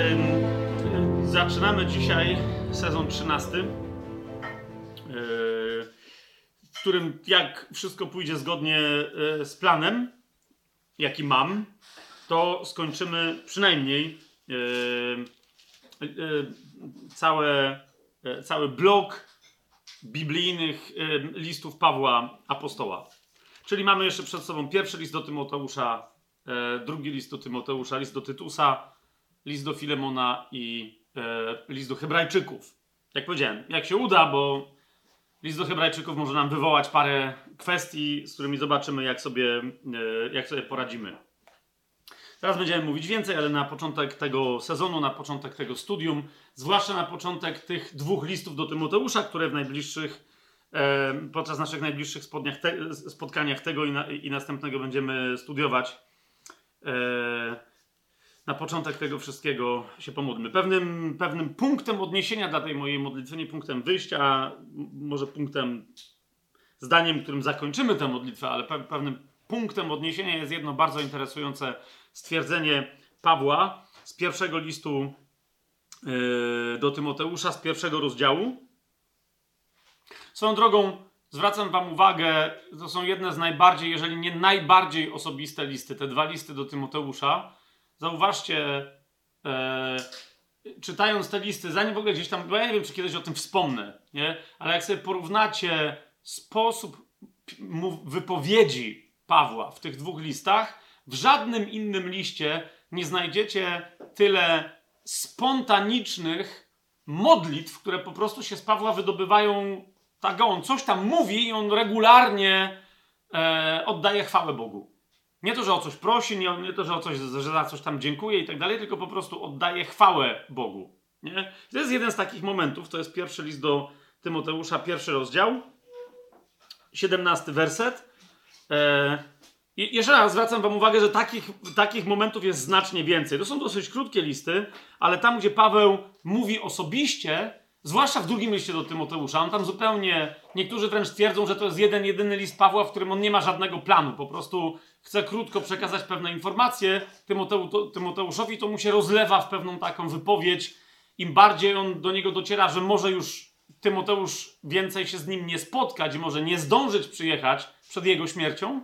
Zaczynamy dzisiaj sezon 13, w którym jak wszystko pójdzie zgodnie z planem, jaki mam, to skończymy przynajmniej cały blok biblijnych listów Pawła Apostoła. Czyli mamy jeszcze przed sobą pierwszy list do Tymoteusza, drugi list do Tymoteusza, list do Tytusa, list do Filemona i list do Hebrajczyków. Jak powiedziałem, jak się uda, bo list do Hebrajczyków może nam wywołać parę kwestii, z którymi zobaczymy, jak sobie poradzimy. Teraz będziemy mówić więcej, ale na początek tego sezonu, na początek tego studium, zwłaszcza na początek tych dwóch listów do Tymoteusza, które podczas naszych najbliższych spotkaniach tego i następnego będziemy studiować. Na początek tego wszystkiego się pomódlmy. Pewnym punktem odniesienia dla tej mojej modlitwy, nie punktem wyjścia, może zdaniem, którym zakończymy tę modlitwę, ale pewnym punktem odniesienia jest jedno bardzo interesujące stwierdzenie Pawła z pierwszego listu do Tymoteusza, z pierwszego rozdziału. Swoją drogą zwracam wam uwagę, to są jedne z najbardziej, jeżeli nie najbardziej osobiste listy, te dwa listy do Tymoteusza. Zauważcie, czytając te listy, zanim w ogóle gdzieś tam, bo ja nie wiem, czy kiedyś o tym wspomnę, nie? Ale jak sobie porównacie sposób wypowiedzi Pawła w tych dwóch listach, w żadnym innym liście nie znajdziecie tyle spontanicznych modlitw, które po prostu się z Pawła wydobywają. Tak, on coś tam mówi i on regularnie oddaje chwałę Bogu. Nie to, że o coś prosi, nie to, że za coś tam dziękuje i tak dalej, tylko po prostu oddaje chwałę Bogu. Nie? To jest jeden z takich momentów, to jest pierwszy list do Tymoteusza, pierwszy rozdział, 17 werset. I jeszcze raz zwracam wam uwagę, że takich momentów jest znacznie więcej. To są dosyć krótkie listy, ale tam, gdzie Paweł mówi osobiście, zwłaszcza w drugim liście do Tymoteusza, on tam zupełnie, niektórzy wręcz twierdzą, że to jest jedyny list Pawła, w którym on nie ma żadnego planu, po prostu chce krótko przekazać pewne informacje Tymoteuszowi, to mu się rozlewa w pewną taką wypowiedź. Im bardziej on do niego dociera, że może już Tymoteusz więcej się z nim nie spotkać i może nie zdążyć przyjechać przed jego śmiercią,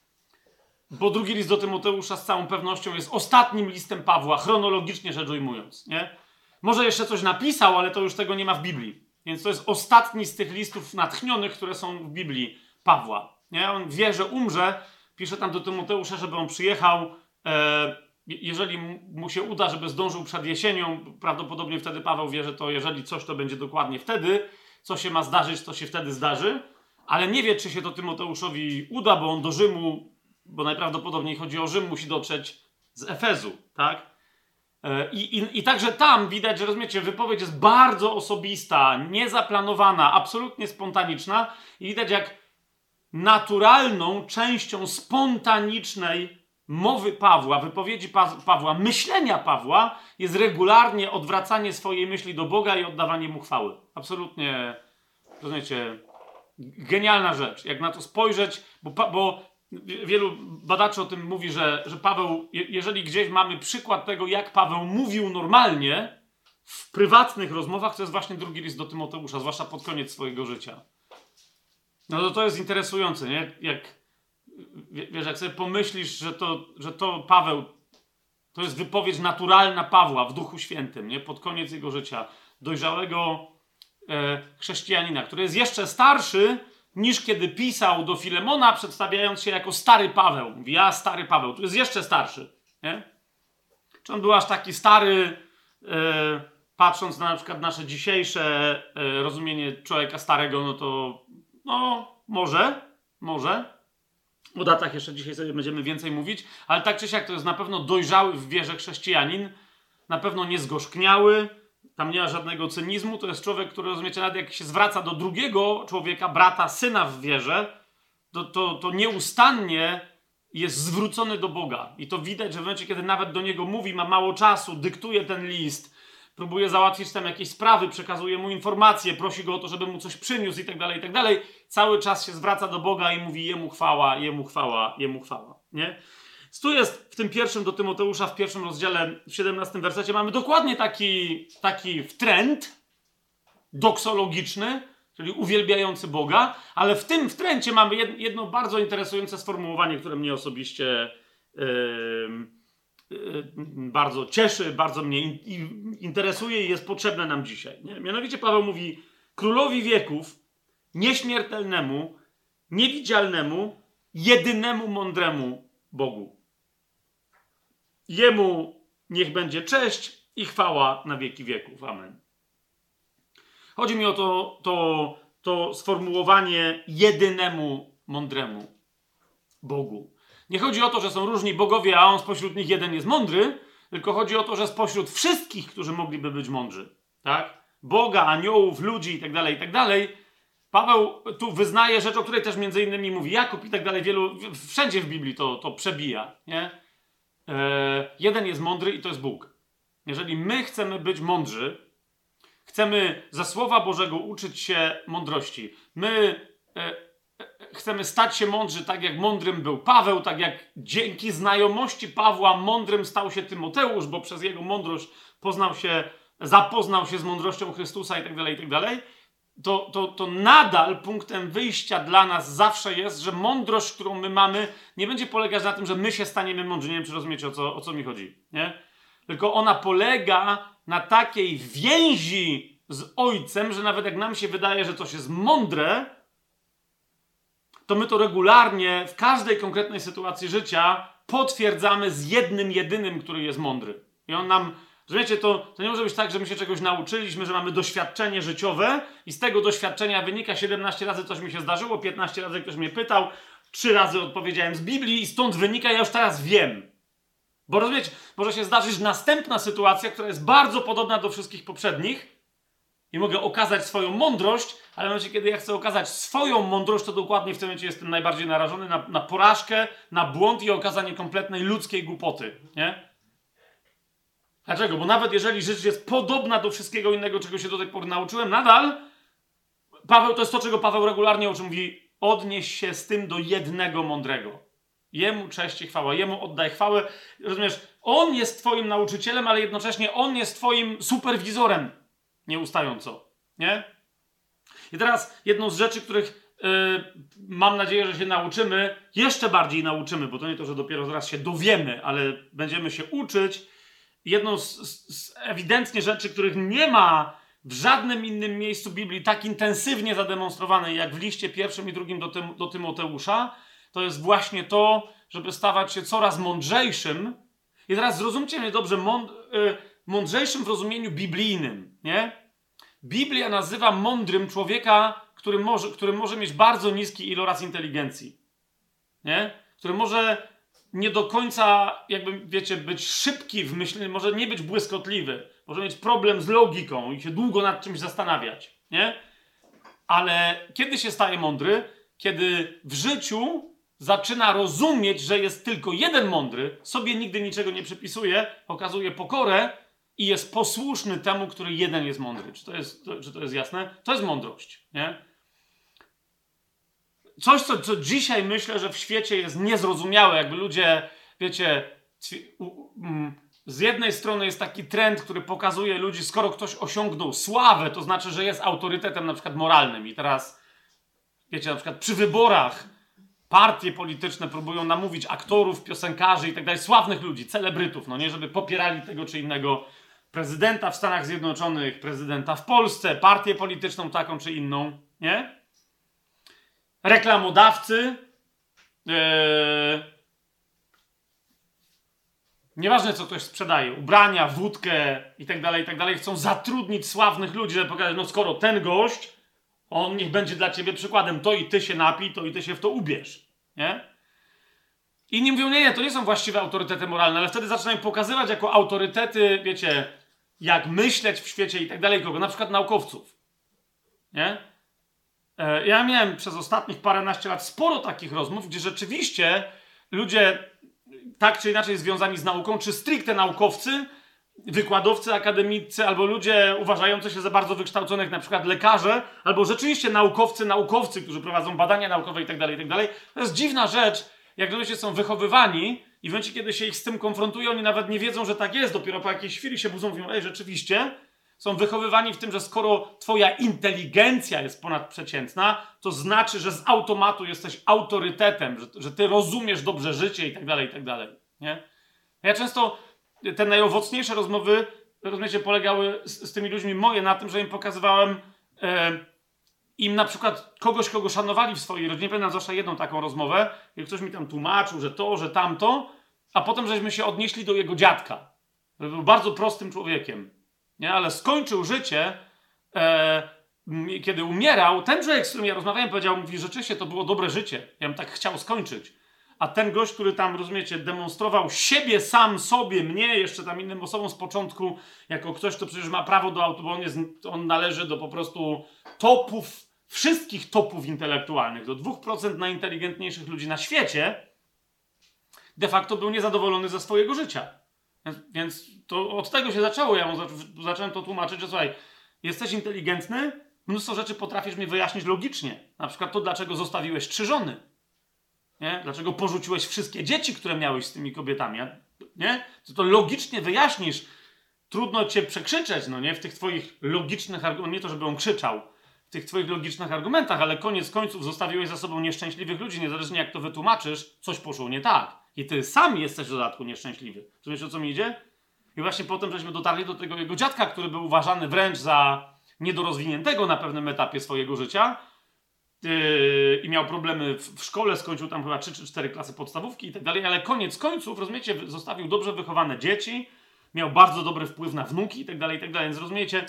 bo drugi list do Tymoteusza z całą pewnością jest ostatnim listem Pawła, chronologicznie rzecz ujmując, nie? Może jeszcze coś napisał, ale to już tego nie ma w Biblii. Więc to jest ostatni z tych listów natchnionych, które są w Biblii Pawła. Nie? On wie, że umrze, pisze tam do Tymoteusza, żeby on przyjechał. Jeżeli mu się uda, żeby zdążył przed jesienią, prawdopodobnie wtedy Paweł wie, że to jeżeli coś, to będzie dokładnie wtedy. Co się ma zdarzyć, to się wtedy zdarzy. Ale nie wie, czy się to Tymoteuszowi uda, bo on do Rzymu, bo najprawdopodobniej chodzi o Rzym, musi dotrzeć z Efezu, tak? I także tam widać, że rozumiecie, wypowiedź jest bardzo osobista, niezaplanowana, absolutnie spontaniczna i widać jak naturalną częścią spontanicznej mowy Pawła, wypowiedzi Pawła, myślenia Pawła jest regularnie odwracanie swojej myśli do Boga i oddawanie mu chwały. Absolutnie, rozumiecie, genialna rzecz. Jak na to spojrzeć, bo wielu badaczy o tym mówi, że Paweł, jeżeli gdzieś mamy przykład tego, jak Paweł mówił normalnie w prywatnych rozmowach, to jest właśnie drugi list do Tymoteusza, zwłaszcza pod koniec swojego życia. No to jest interesujące, nie? Jak sobie pomyślisz, że to Paweł, to jest wypowiedź naturalna Pawła w Duchu Świętym, nie? Pod koniec jego życia. Dojrzałego chrześcijanina, który jest jeszcze starszy niż kiedy pisał do Filemona, przedstawiając się jako stary Paweł. Mówi, ja stary Paweł. Tu jest jeszcze starszy. Nie? Czy on był aż taki stary, patrząc na przykład nasze dzisiejsze rozumienie człowieka starego, no to może. O datach jeszcze dzisiaj sobie będziemy więcej mówić, ale tak czy siak to jest na pewno dojrzały w wierze chrześcijanin, na pewno niezgorzkniały, tam nie ma żadnego cynizmu, to jest człowiek, który, rozumiecie, nawet jak się zwraca do drugiego człowieka, brata, syna w wierze, to nieustannie jest zwrócony do Boga. I to widać, że w momencie, kiedy nawet do niego mówi, ma mało czasu, dyktuje ten list, próbuje załatwić tam jakieś sprawy, przekazuje mu informacje, prosi go o to, żeby mu coś przyniósł i tak dalej, cały czas się zwraca do Boga i mówi jemu chwała, jemu chwała, jemu chwała. Nie? Tu jest w tym pierwszym do Tymoteusza, w pierwszym rozdziale, w 17 wersecie, mamy dokładnie taki trend doksologiczny, czyli uwielbiający Boga, ale w tym trendzie mamy jedno bardzo interesujące sformułowanie, które mnie osobiście bardzo cieszy, bardzo mnie interesuje i jest potrzebne nam dzisiaj. Nie? Mianowicie Paweł mówi: królowi wieków, nieśmiertelnemu, niewidzialnemu, jedynemu mądremu Bogu. Jemu niech będzie cześć i chwała na wieki wieków. Amen. Chodzi mi o to sformułowanie jedynemu mądremu Bogu. Nie chodzi o to, że są różni bogowie, a on spośród nich jeden jest mądry, tylko chodzi o to, że spośród wszystkich, którzy mogliby być mądrzy, tak? Boga, aniołów, ludzi itd., Paweł tu wyznaje rzecz, o której też między innymi mówi Jakub i tak dalej, wszędzie w Biblii to przebija, nie? Jeden jest mądry i to jest Bóg. Jeżeli my chcemy być mądrzy, chcemy ze Słowa Bożego uczyć się mądrości, my chcemy stać się mądrzy tak, jak mądrym był Paweł, tak jak dzięki znajomości Pawła mądrym stał się Tymoteusz, bo przez jego mądrość zapoznał się z mądrością Chrystusa itd., to nadal punktem wyjścia dla nas zawsze jest, że mądrość, którą my mamy, nie będzie polegać na tym, że my się staniemy mądrzy. Nie wiem, czy rozumiecie, o co mi chodzi. Nie? Tylko ona polega na takiej więzi z Ojcem, że nawet jak nam się wydaje, że coś jest mądre, to my to regularnie w każdej konkretnej sytuacji życia potwierdzamy z jednym, jedynym, który jest mądry. I on nam, rozumiecie, to nie może być tak, że my się czegoś nauczyliśmy, że mamy doświadczenie życiowe i z tego doświadczenia wynika 17 razy coś mi się zdarzyło, 15 razy ktoś mnie pytał, 3 razy odpowiedziałem z Biblii i stąd wynika, ja już teraz wiem. Bo rozumiecie, może się zdarzyć następna sytuacja, która jest bardzo podobna do wszystkich poprzednich i mogę okazać swoją mądrość, ale w momencie, kiedy ja chcę okazać swoją mądrość, to dokładnie w tym momencie jestem najbardziej narażony na porażkę, na błąd i okazanie kompletnej ludzkiej głupoty. Nie? Dlaczego? Bo nawet jeżeli rzecz jest podobna do wszystkiego innego, czego się do tej pory nauczyłem, nadal Paweł, to jest to, czego Paweł regularnie uczy. Mówi: odnieś się z tym do jednego mądrego. Jemu cześć i chwała. Jemu oddaj chwałę. Rozumiesz? On jest twoim nauczycielem, ale jednocześnie on jest twoim superwizorem. Nieustająco. Nie? I teraz jedną z rzeczy, których mam nadzieję, że się nauczymy, jeszcze bardziej nauczymy, bo to nie to, że dopiero zaraz się dowiemy, ale będziemy się uczyć. Jedną z ewidentnie rzeczy, których nie ma w żadnym innym miejscu Biblii tak intensywnie zademonstrowanej, jak w liście 1 i 2 do Tymoteusza, to jest właśnie to, żeby stawać się coraz mądrzejszym. I teraz zrozumcie mnie dobrze, mądrzejszym w rozumieniu biblijnym, nie? Biblia nazywa mądrym człowieka, który może mieć bardzo niski iloraz inteligencji, nie? Który może nie do końca, jakby wiecie, być szybki w myśleniu, może nie być błyskotliwy, może mieć problem z logiką i się długo nad czymś zastanawiać, nie? Ale kiedy się staje mądry? Kiedy w życiu zaczyna rozumieć, że jest tylko jeden mądry, sobie nigdy niczego nie przypisuje, okazuje pokorę i jest posłuszny temu, który jeden jest mądry. Czy to jest jasne? To jest mądrość, nie? Coś, co dzisiaj myślę, że w świecie jest niezrozumiałe. Jakby ludzie, wiecie, z jednej strony jest taki trend, który pokazuje ludzi, skoro ktoś osiągnął sławę, to znaczy, że jest autorytetem na przykład moralnym. I teraz, wiecie, na przykład przy wyborach partie polityczne próbują namówić aktorów, piosenkarzy i tak dalej, sławnych ludzi, celebrytów, no nie, żeby popierali tego czy innego prezydenta w Stanach Zjednoczonych, prezydenta w Polsce, partię polityczną taką czy inną, nie? Reklamodawcy, nieważne co ktoś sprzedaje, ubrania, wódkę i tak dalej, chcą zatrudnić sławnych ludzi, żeby pokazać, no skoro ten gość, on niech będzie dla ciebie przykładem, to i ty się napij, to i ty się w to ubierz, nie? Inni mówią, nie, to nie są właściwe autorytety moralne, ale wtedy zaczynają pokazywać jako autorytety, wiecie, jak myśleć w świecie i tak dalej, kogo? Na przykład naukowców, nie? Ja miałem przez ostatnich paręnaście lat sporo takich rozmów, gdzie rzeczywiście ludzie tak czy inaczej związani z nauką, czy stricte naukowcy, wykładowcy akademicy, albo ludzie uważający się za bardzo wykształconych, na przykład lekarze, albo rzeczywiście naukowcy, którzy prowadzą badania naukowe i tak dalej, to jest dziwna rzecz, jak ludzie są wychowywani i w momencie, kiedy się ich z tym konfrontuje, oni nawet nie wiedzą, że tak jest. Dopiero po jakiejś chwili się budzą i mówią, rzeczywiście, są wychowywani w tym, że skoro twoja inteligencja jest ponadprzeciętna, to znaczy, że z automatu jesteś autorytetem, że ty rozumiesz dobrze życie i tak dalej, nie? Ja często te najowocniejsze rozmowy, rozumiecie, polegały z tymi ludźmi moje na tym, że im pokazywałem im na przykład kogoś, kogo szanowali w swojej rodzinie. Pamiętam zwłaszcza jedną taką rozmowę, gdzie ktoś mi tam tłumaczył, że to, że tamto, a potem żeśmy się odnieśli do jego dziadka. Był bardzo prostym człowiekiem, nie? Ale skończył życie, kiedy umierał. Ten człowiek, z którym ja rozmawiałem, powiedział, mówi, rzeczywiście to było dobre życie. Ja bym tak chciał skończyć. A ten gość, który tam, rozumiecie, demonstrował siebie, sam sobie, mnie, jeszcze tam innym osobom z początku, jako ktoś, kto przecież ma prawo do auto, bo on należy do po prostu topów, wszystkich topów intelektualnych, do 2% najinteligentniejszych ludzi na świecie, de facto był niezadowolony ze swojego życia. Więc to od tego się zaczęło. Ja mu zacząłem to tłumaczyć, że słuchaj, jesteś inteligentny, mnóstwo rzeczy potrafisz mi wyjaśnić logicznie. Na przykład to, dlaczego zostawiłeś 3 żony. Nie? Dlaczego porzuciłeś wszystkie dzieci, które miałeś z tymi kobietami? Nie? To logicznie wyjaśnisz. Trudno cię przekrzyczeć, no nie? W tych twoich logicznych argumentach. Nie to, żeby on krzyczał. W tych twoich logicznych argumentach, ale koniec końców zostawiłeś za sobą nieszczęśliwych ludzi. Niezależnie jak to wytłumaczysz, coś poszło nie tak. I ty sam jesteś w dodatku nieszczęśliwy. Rozumiesz, o co mi idzie? I właśnie potem żeśmy dotarli do tego jego dziadka, który był uważany wręcz za niedorozwiniętego na pewnym etapie swojego życia. I miał problemy w szkole, skończył tam chyba 3 czy 4 klasy podstawówki i tak dalej, ale koniec końców, rozumiecie, zostawił dobrze wychowane dzieci, miał bardzo dobry wpływ na wnuki i tak dalej, więc rozumiecie,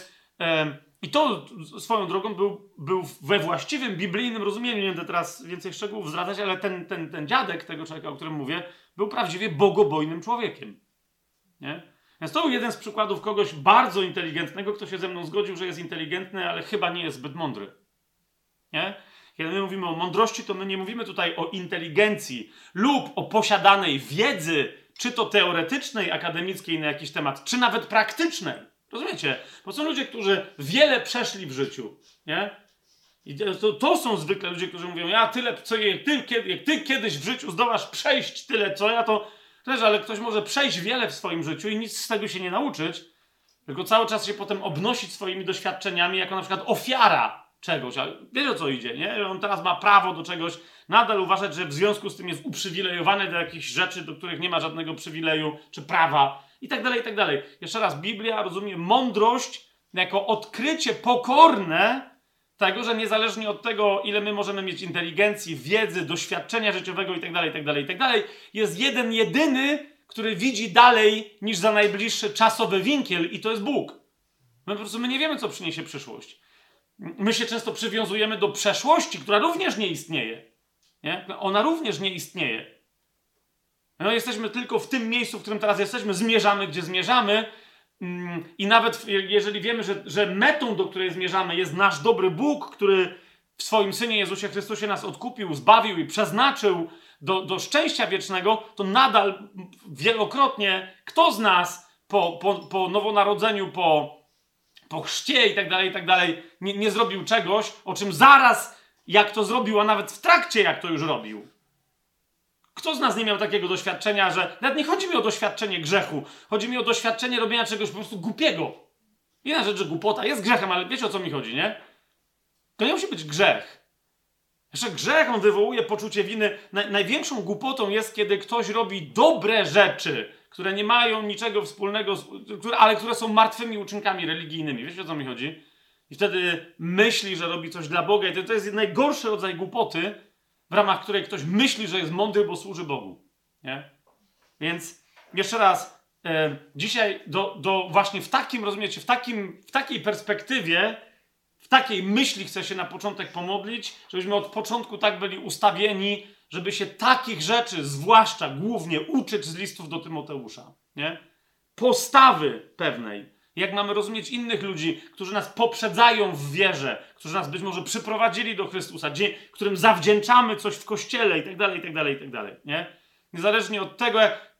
i to swoją drogą był we właściwym biblijnym rozumieniu, nie będę teraz więcej szczegółów zdradzać, ale ten dziadek tego człowieka, o którym mówię, był prawdziwie bogobojnym człowiekiem, nie? Więc to był jeden z przykładów kogoś bardzo inteligentnego, kto się ze mną zgodził, że jest inteligentny, ale chyba nie jest zbyt mądry, nie? Kiedy my mówimy o mądrości, to my nie mówimy tutaj o inteligencji lub o posiadanej wiedzy, czy to teoretycznej, akademickiej na jakiś temat, czy nawet praktycznej. Rozumiecie? Bo są ludzie, którzy wiele przeszli w życiu, nie? I to są zwykle ludzie, którzy mówią, ja tyle, co jak ty kiedyś w życiu zdołasz przejść tyle, co ja, to też, ale ktoś może przejść wiele w swoim życiu i nic z tego się nie nauczyć, tylko cały czas się potem obnosić swoimi doświadczeniami, jako na przykład ofiara czegoś, ale wiesz, o co idzie, nie? On teraz ma prawo do czegoś, nadal uważać, że w związku z tym jest uprzywilejowany do jakichś rzeczy, do których nie ma żadnego przywileju, czy prawa, i tak dalej, i tak dalej. Jeszcze raz, Biblia rozumie mądrość jako odkrycie pokorne tego, że niezależnie od tego, ile my możemy mieć inteligencji, wiedzy, doświadczenia życiowego, i tak dalej, jest jeden, jedyny, który widzi dalej niż za najbliższy czasowy winkiel, i to jest Bóg. My po prostu nie wiemy, co przyniesie przyszłość. My się często przywiązujemy do przeszłości, która również nie istnieje. Nie? Ona również nie istnieje. No, jesteśmy tylko w tym miejscu, w którym teraz jesteśmy, zmierzamy, gdzie zmierzamy, i nawet jeżeli wiemy, że metą, do której zmierzamy, jest nasz dobry Bóg, który w swoim Synie Jezusie Chrystusie nas odkupił, zbawił i przeznaczył do szczęścia wiecznego, to nadal wielokrotnie kto z nas po nowonarodzeniu, po chrzcie i tak dalej, nie zrobił czegoś, o czym zaraz jak to zrobił, a nawet w trakcie jak to już robił. Kto z nas nie miał takiego doświadczenia, że nawet nie chodzi mi o doświadczenie grzechu, chodzi mi o doświadczenie robienia czegoś po prostu głupiego. Inna rzecz, że głupota jest grzechem, ale wiecie, o co mi chodzi, nie? To nie musi być grzech. Jeszcze grzech, on wywołuje poczucie winy. Największą głupotą jest, kiedy ktoś robi dobre rzeczy, które nie mają niczego wspólnego, ale które są martwymi uczynkami religijnymi. Wiecie, o co mi chodzi? I wtedy myśli, że robi coś dla Boga. I to jest najgorszy rodzaj głupoty, w ramach której ktoś myśli, że jest mądry, bo służy Bogu. Nie? Więc jeszcze raz, dzisiaj właśnie w takim, rozumiecie, w takiej perspektywie, w takiej myśli chcę się na początek pomodlić, żebyśmy od początku tak byli ustawieni, żeby się takich rzeczy, zwłaszcza głównie, uczyć z listów do Tymoteusza. Nie? Postawy pewnej. Jak mamy rozumieć innych ludzi, którzy nas poprzedzają w wierze, którzy nas być może przyprowadzili do Chrystusa, którym zawdzięczamy coś w Kościele i tak dalej, nie? Niezależnie od tego,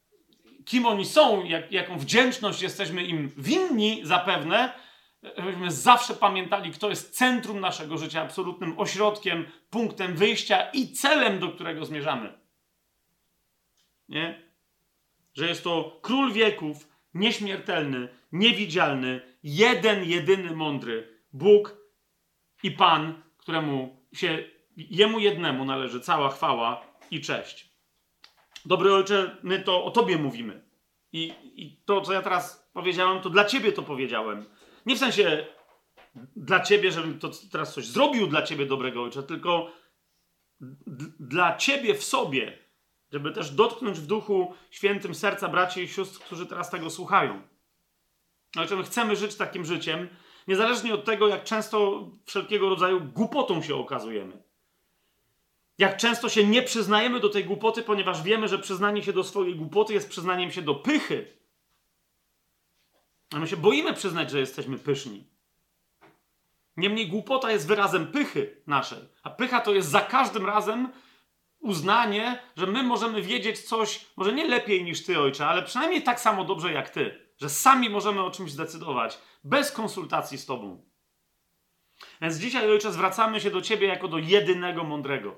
kim oni są, jaką wdzięczność jesteśmy im winni zapewne, żebyśmy zawsze pamiętali, kto jest centrum naszego życia, absolutnym ośrodkiem, punktem wyjścia i celem, do którego zmierzamy. Nie? że jest to Król wieków, nieśmiertelny, niewidzialny, jeden, jedyny mądry Bóg i Pan, Jemu jednemu należy cała chwała i cześć. Dobry Ojcze, my to o Tobie mówimy. I to, co ja teraz powiedziałem, to dla Ciebie to powiedziałem. Nie w sensie dla Ciebie, żebym to teraz coś zrobił dla Ciebie, dobrego Ojcze, tylko dla Ciebie w sobie, żeby też dotknąć w Duchu Świętym serca braci i sióstr, którzy teraz tego słuchają. Ojcze, my chcemy żyć takim życiem, niezależnie od tego, jak często wszelkiego rodzaju głupotą się okazujemy. Jak często się nie przyznajemy do tej głupoty, ponieważ wiemy, że przyznanie się do swojej głupoty jest przyznaniem się do pychy. A my się boimy przyznać, że jesteśmy pyszni. Niemniej głupota jest wyrazem pychy naszej. A pycha to jest za każdym razem uznanie, że my możemy wiedzieć coś, może nie lepiej niż Ty, Ojcze, ale przynajmniej tak samo dobrze jak Ty. Że sami możemy o czymś zdecydować, bez konsultacji z Tobą. Więc dzisiaj, Ojcze, zwracamy się do Ciebie jako do jedynego mądrego.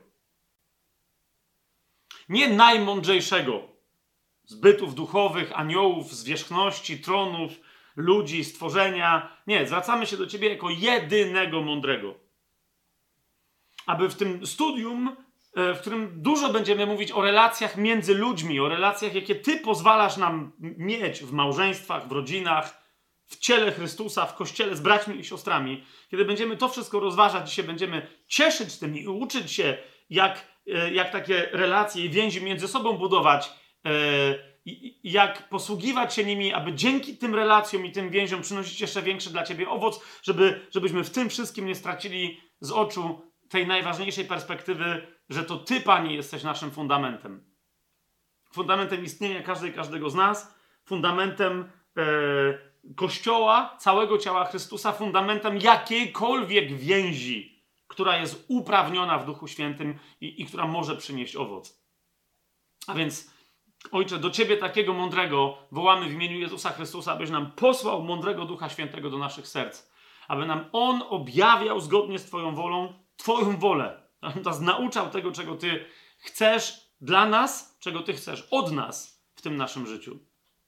Nie najmądrzejszego z bytów duchowych, aniołów, zwierzchności, tronów, ludzi, stworzenia. Nie, zwracamy się do Ciebie jako jedynego mądrego. Aby w tym studium, w którym dużo będziemy mówić o relacjach między ludźmi, o relacjach, jakie Ty pozwalasz nam mieć w małżeństwach, w rodzinach, w ciele Chrystusa, w Kościele z braćmi i siostrami, kiedy będziemy to wszystko rozważać, dzisiaj będziemy cieszyć tym i uczyć się, jak takie relacje i więzi między sobą budować, jak posługiwać się nimi, aby dzięki tym relacjom i tym więziom przynosić jeszcze większy dla Ciebie owoc, żebyśmy w tym wszystkim nie stracili z oczu tej najważniejszej perspektywy, że to Ty, Panie, jesteś naszym fundamentem. Fundamentem istnienia każdego z nas, fundamentem Kościoła, całego ciała Chrystusa, fundamentem jakiejkolwiek więzi, która jest uprawniona w Duchu Świętym i która może przynieść owoc. A więc, Ojcze, do Ciebie takiego mądrego wołamy w imieniu Jezusa Chrystusa, abyś nam posłał mądrego Ducha Świętego do naszych serc. Aby nam On objawiał zgodnie z Twoją wolą, Twoją wolę. Aby nas nauczał tego, czego Ty chcesz dla nas, czego Ty chcesz od nas w tym naszym życiu.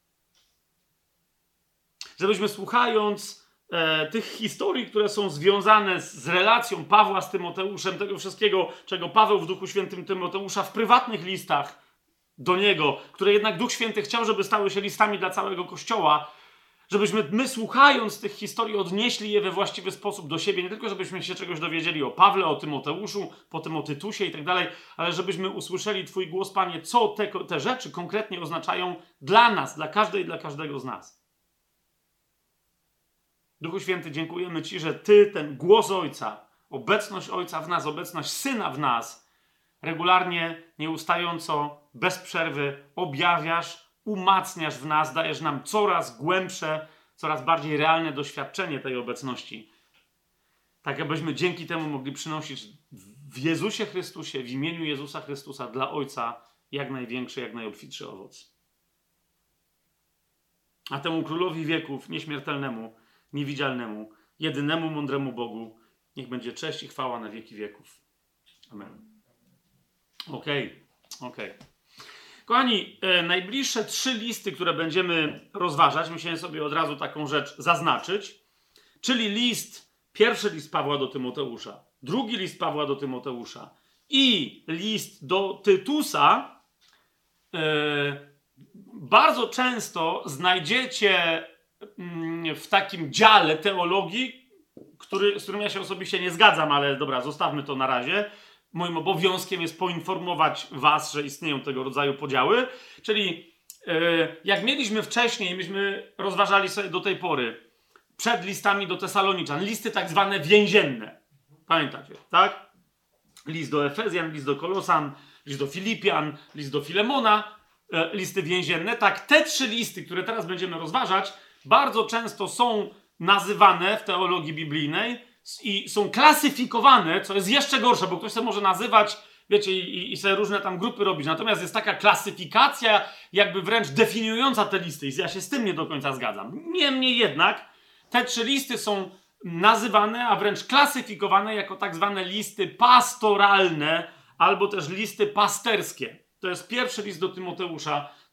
Żebyśmy słuchając tych historii, które są związane z relacją Pawła z Tymoteuszem, tego wszystkiego, czego Paweł w Duchu Świętym Tymoteusza w prywatnych listach do niego, które jednak Duch Święty chciał, żeby stały się listami dla całego Kościoła, żebyśmy my słuchając tych historii odnieśli je we właściwy sposób do siebie, nie tylko żebyśmy się czegoś dowiedzieli o Pawle, o Tymoteuszu, potem o Tytusie i tak dalej, ale żebyśmy usłyszeli Twój głos, Panie, co te rzeczy konkretnie oznaczają dla nas, dla każdej i dla każdego z nas. Duchu Święty, dziękujemy Ci, że Ty, ten głos Ojca, obecność Ojca w nas, obecność Syna w nas, regularnie, nieustająco, bez przerwy objawiasz, umacniasz w nas, dajesz nam coraz głębsze, coraz bardziej realne doświadczenie tej obecności. Tak, abyśmy dzięki temu mogli przynosić w Jezusie Chrystusie, w imieniu Jezusa Chrystusa dla Ojca jak największy, jak najobfitszy owoc. A temu Królowi wieków, nieśmiertelnemu, niewidzialnemu, jedynemu mądremu Bogu, niech będzie cześć i chwała na wieki wieków. Amen. Okej. Kochani, najbliższe 3 listy, które będziemy rozważać, musiałem sobie od razu taką rzecz zaznaczyć, czyli pierwszy list Pawła do Tymoteusza, drugi list Pawła do Tymoteusza i list do Tytusa, bardzo często znajdziecie w takim dziale teologii, z którym ja się osobiście nie zgadzam, ale dobra, zostawmy to na razie. Moim obowiązkiem jest poinformować was, że istnieją tego rodzaju podziały. Czyli jak mieliśmy wcześniej, myśmy rozważali sobie do tej pory przed listami do Tesaloniczan, listy tak zwane więzienne. Pamiętacie, tak? List do Efezjan, list do Kolosan, list do Filipian, list do Filemona, listy więzienne. Tak, te 3 listy, które teraz będziemy rozważać, bardzo często są nazywane w teologii biblijnej i są klasyfikowane, co jest jeszcze gorsze, bo ktoś sobie może nazywać, wiecie, i sobie różne tam grupy robić. Natomiast jest taka klasyfikacja, jakby wręcz definiująca te listy. I ja się z tym nie do końca zgadzam. Niemniej jednak te 3 listy są nazywane, a wręcz klasyfikowane jako tak zwane listy pastoralne albo też listy pasterskie. To jest pierwszy list do Tymoteusza,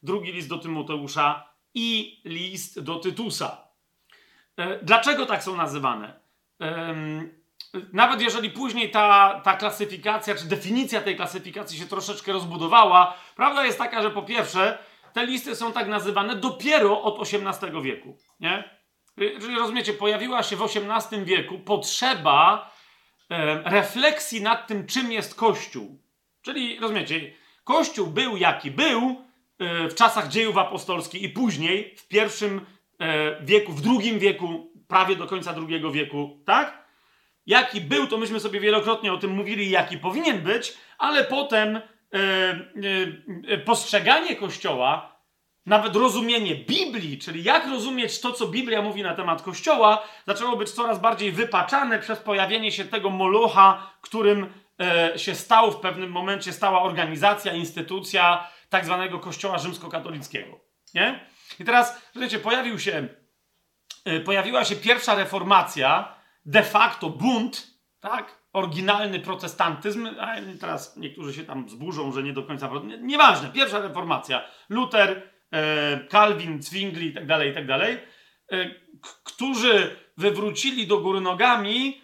drugi list do Tymoteusza i list do Tytusa. Dlaczego tak są nazywane? Nawet jeżeli później ta klasyfikacja, czy definicja tej klasyfikacji się troszeczkę rozbudowała, prawda jest taka, że po pierwsze, te listy są tak nazywane dopiero od XVIII wieku. Nie? Czyli rozumiecie, pojawiła się w XVIII wieku potrzeba refleksji nad tym, czym jest Kościół. Czyli, rozumiecie, Kościół był jaki był w czasach dziejów apostolskich i później w I wieku, w II wieku, prawie do końca II wieku, tak? Jaki był, to myśmy sobie wielokrotnie o tym mówili, jaki powinien być, ale potem postrzeganie Kościoła, nawet rozumienie Biblii, czyli jak rozumieć to, co Biblia mówi na temat Kościoła, zaczęło być coraz bardziej wypaczane przez pojawienie się tego molocha, którym się stał w pewnym momencie, stała organizacja, instytucja tak zwanego Kościoła rzymskokatolickiego. Nie? I teraz, wiecie, pojawiła się pierwsza reformacja, de facto bunt, tak? Oryginalny protestantyzm, a teraz niektórzy się tam zburzą, że nie do końca... Nieważne, pierwsza reformacja. Luther, Calvin, Zwingli i tak dalej, którzy wywrócili do góry nogami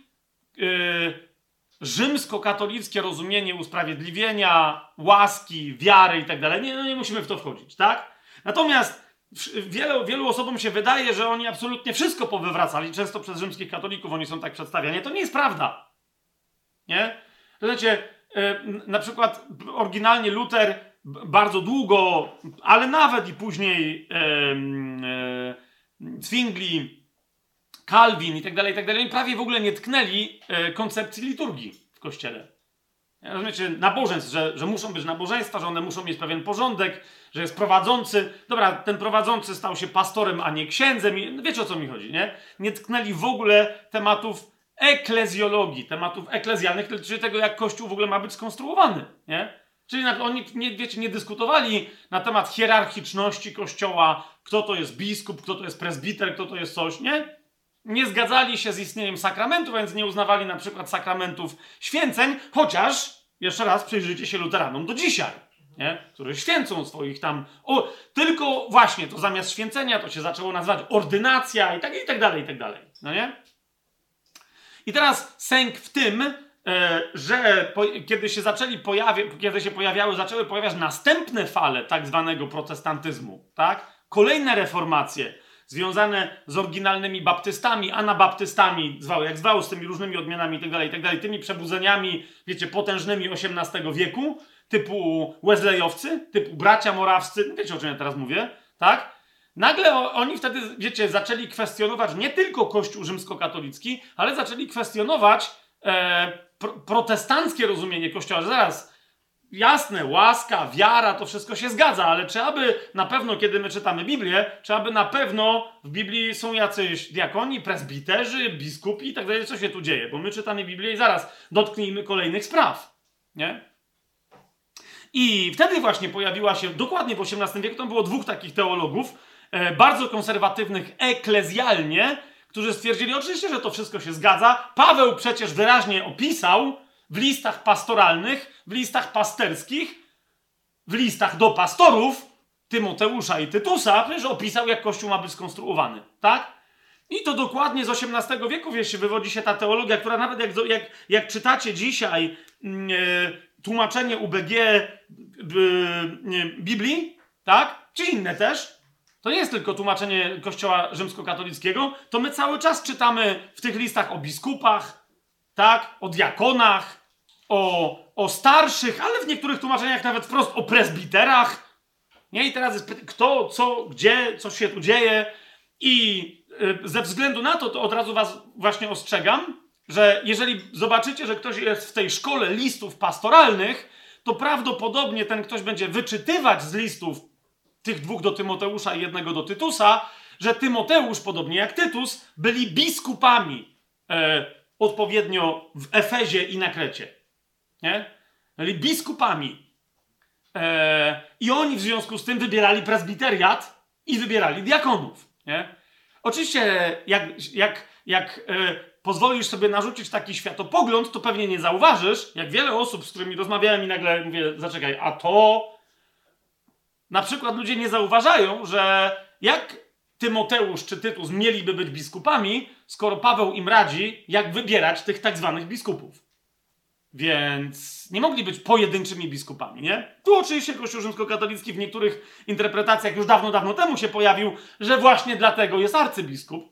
rzymskokatolickie rozumienie usprawiedliwienia, łaski, wiary i tak dalej. Nie musimy w to wchodzić, tak? Natomiast wielu osobom się wydaje, że oni absolutnie wszystko powywracali. Często przez rzymskich katolików oni są tak przedstawiani. To nie jest prawda. Nie? Znacie, na przykład oryginalnie Luther bardzo długo, ale nawet i później Zwingli, Calvin i tak dalej, prawie w ogóle nie tknęli koncepcji liturgii w Kościele. Rozumiecie, nabożeństw, że muszą być nabożeństwa, że one muszą mieć pewien porządek, że jest prowadzący. Dobra, ten prowadzący stał się pastorem, a nie księdzem. I wiecie, o co mi chodzi, nie? Nie tknęli w ogóle tematów eklezjologii, tematów eklezjalnych, czyli tego, jak Kościół w ogóle ma być skonstruowany, nie? Czyli oni, nie dyskutowali na temat hierarchiczności Kościoła, kto to jest biskup, kto to jest prezbiter, kto to jest coś, nie? Nie zgadzali się z istnieniem sakramentu, więc nie uznawali na przykład sakramentów święceń, chociaż, jeszcze raz, przyjrzyjcie się luteranom do dzisiaj, nie? Które święcą swoich tam... tylko właśnie to zamiast święcenia to się zaczęło nazywać ordynacja i tak dalej. No nie? I teraz sęk w tym, że kiedy się zaczęły pojawiać następne fale tak zwanego protestantyzmu, tak? Kolejne reformacje związane z oryginalnymi baptystami, anabaptystami, zwał, z tymi różnymi odmianami itd., tymi przebudzeniami, wiecie, potężnymi XVIII wieku, typu Wesleyowcy, typu bracia morawscy, wiecie, o czym ja teraz mówię, tak? Nagle oni wtedy, wiecie, zaczęli kwestionować nie tylko Kościół rzymskokatolicki, ale zaczęli kwestionować protestanckie rozumienie Kościoła, że zaraz, jasne, łaska, wiara, to wszystko się zgadza, ale czy aby na pewno, kiedy my czytamy Biblię, czy aby na pewno w Biblii są jacyś diakoni, prezbiterzy, biskupi i tak dalej, co się tu dzieje? Bo my czytamy Biblię i zaraz dotknijmy kolejnych spraw, nie? I wtedy właśnie pojawiła się, dokładnie w XVIII wieku, tam było dwóch takich teologów, bardzo konserwatywnych eklezjalnie, którzy stwierdzili, oczywiście, że to wszystko się zgadza. Paweł przecież wyraźnie opisał w listach pastoralnych, w listach pasterskich, w listach do pastorów Tymoteusza i Tytusa, przecież opisał, jak Kościół ma być skonstruowany, tak? I to dokładnie z XVIII wieku, wiesz, wywodzi się ta teologia, która nawet jak czytacie dzisiaj tłumaczenie UBG Biblii, tak? Czy inne też, to nie jest tylko tłumaczenie Kościoła rzymskokatolickiego, to my cały czas czytamy w tych listach o biskupach, tak? O diakonach, o starszych, ale w niektórych tłumaczeniach nawet wprost o prezbiterach. Nie? I teraz jest pytanie, kto, co, gdzie, co się tu dzieje. I ze względu na to od razu was właśnie ostrzegam, że jeżeli zobaczycie, że ktoś jest w tej szkole listów pastoralnych, to prawdopodobnie ten ktoś będzie wyczytywać z listów tych dwóch do Tymoteusza i jednego do Tytusa, że Tymoteusz, podobnie jak Tytus, byli biskupami odpowiednio w Efezie i na Krecie. Nie? Byli biskupami. I oni w związku z tym wybierali prezbiteriat i wybierali diakonów. Nie? Oczywiście, jak pozwolisz sobie narzucić taki światopogląd, to pewnie nie zauważysz, jak wiele osób, z którymi rozmawiałem i nagle mówię, zaczekaj, a to na przykład ludzie nie zauważają, że jak Tymoteusz czy Tytus mieliby być biskupami, skoro Paweł im radzi, jak wybierać tych tak zwanych biskupów. Więc nie mogli być pojedynczymi biskupami, nie? Tu oczywiście Kościół rzymskokatolicki w niektórych interpretacjach już dawno, dawno temu się pojawił, że właśnie dlatego jest arcybiskup.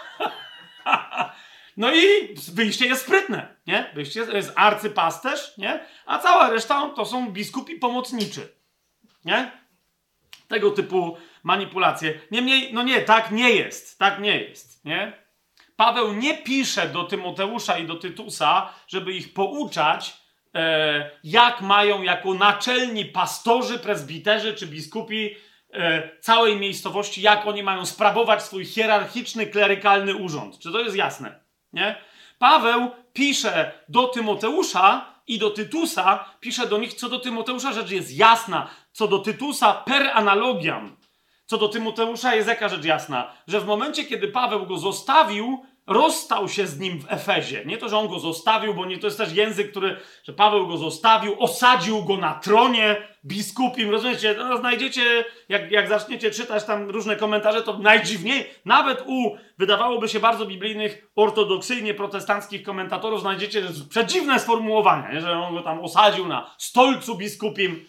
No i wyjście jest sprytne, nie? Wyjście jest arcypasterz, nie? A cała reszta to są biskupi pomocniczy, nie? Tego typu manipulacje. Niemniej, no nie, tak nie jest, nie? Paweł nie pisze do Tymoteusza i do Tytusa, żeby ich pouczać, jak mają jako naczelni pastorzy, prezbiterzy czy biskupi całej miejscowości, jak oni mają sprawować swój hierarchiczny, klerykalny urząd. Czy to jest jasne? Nie? Paweł pisze do Tymoteusza i do Tytusa, pisze do nich, co do Tymoteusza rzecz jest jasna, co do Tytusa per analogiam. Co do Tymoteusza jest jaka rzecz jasna? Że w momencie, kiedy Paweł go zostawił, rozstał się z nim w Efezie. Nie to, że on go zostawił, bo nie, to jest też język, że Paweł go zostawił, osadził go na tronie biskupim. Rozumiecie? No, znajdziecie, jak zaczniecie czytać tam różne komentarze, to najdziwniej, nawet u, wydawałoby się bardzo biblijnych, ortodoksyjnie protestanckich komentatorów, znajdziecie przedziwne sformułowania, nie? Że on go tam osadził na stolcu biskupim.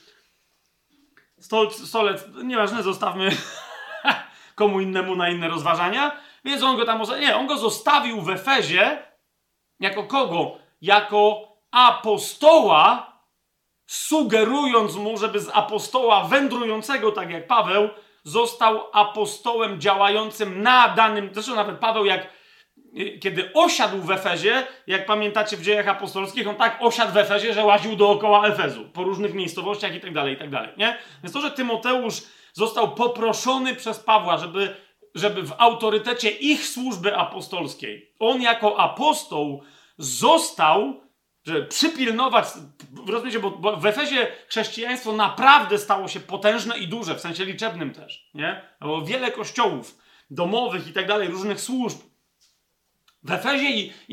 Stolec, nieważne, zostawmy komu innemu na inne rozważania. Więc on go tam... Nie, on go zostawił w Efezie jako kogo? Jako apostoła, sugerując mu, żeby z apostoła wędrującego, tak jak Paweł, został apostołem działającym na danym... Zresztą nawet Paweł, kiedy osiadł w Efezie, jak pamiętacie w Dziejach Apostolskich, on tak osiadł w Efezie, że łaził dookoła Efezu, po różnych miejscowościach i tak dalej, nie? Więc to, że Tymoteusz został poproszony przez Pawła, żeby w autorytecie ich służby apostolskiej, on jako apostoł został, żeby przypilnować, rozumiecie, bo w Efezie chrześcijaństwo naprawdę stało się potężne i duże, w sensie liczebnym też, nie? Było wiele kościołów domowych i tak dalej, różnych służb. W Efezie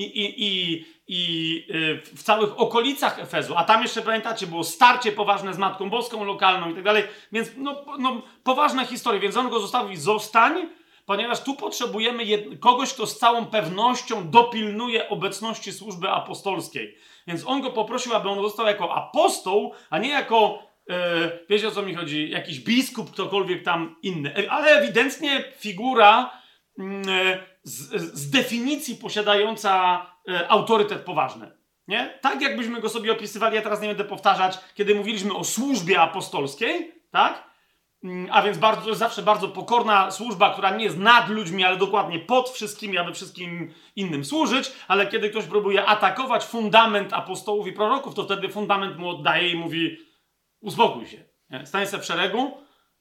i w całych okolicach Efezu, a tam jeszcze, pamiętacie, było starcie poważne z Matką Boską lokalną i tak dalej, więc poważne historie, więc on go zostawił i zostań, ponieważ tu potrzebujemy kogoś, kto z całą pewnością dopilnuje obecności służby apostolskiej. Więc on go poprosił, aby on został jako apostoł, a nie jako, wiecie o co mi chodzi, jakiś biskup, ktokolwiek tam inny. Ale ewidentnie figura z definicji posiadająca autorytet poważny. Nie? Tak jakbyśmy go sobie opisywali, ja teraz nie będę powtarzać, kiedy mówiliśmy o służbie apostolskiej, tak? A więc zawsze bardzo pokorna służba, która nie jest nad ludźmi, ale dokładnie pod wszystkimi, aby wszystkim innym służyć, ale kiedy ktoś próbuje atakować fundament apostołów i proroków, to wtedy fundament mu oddaje i mówi: uspokój się, nie? Stań se w szeregu,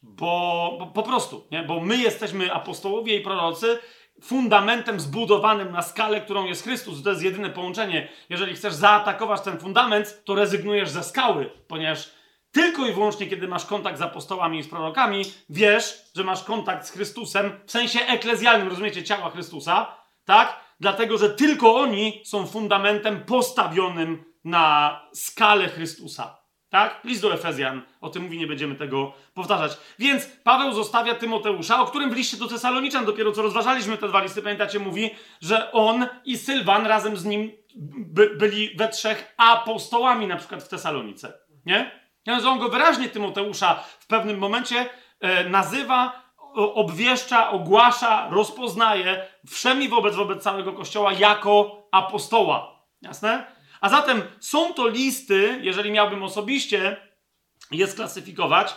bo po prostu, nie? Bo my jesteśmy apostołowie i prorocy fundamentem zbudowanym na skalę, którą jest Chrystus. To jest jedyne połączenie. Jeżeli chcesz zaatakować ten fundament, to rezygnujesz ze skały, ponieważ tylko i wyłącznie, kiedy masz kontakt z apostołami i z prorokami, wiesz, że masz kontakt z Chrystusem, w sensie eklezjalnym, rozumiecie, ciała Chrystusa, tak? Dlatego, że tylko oni są fundamentem postawionym na skalę Chrystusa, tak? List do Efezjan o tym mówi, nie będziemy tego powtarzać. Więc Paweł zostawia Tymoteusza, o którym w liście do Tesaloniczan, dopiero co rozważaliśmy te dwa listy, pamiętacie, mówi, że on i Sylwan razem z nim byli we trzech apostołami, na przykład w Tesalonice, nie? Więc on go wyraźnie, Tymoteusza, w pewnym momencie nazywa, obwieszcza, ogłasza, rozpoznaje wszemi wobec całego Kościoła jako apostoła. Jasne? A zatem są to listy, jeżeli miałbym osobiście je sklasyfikować,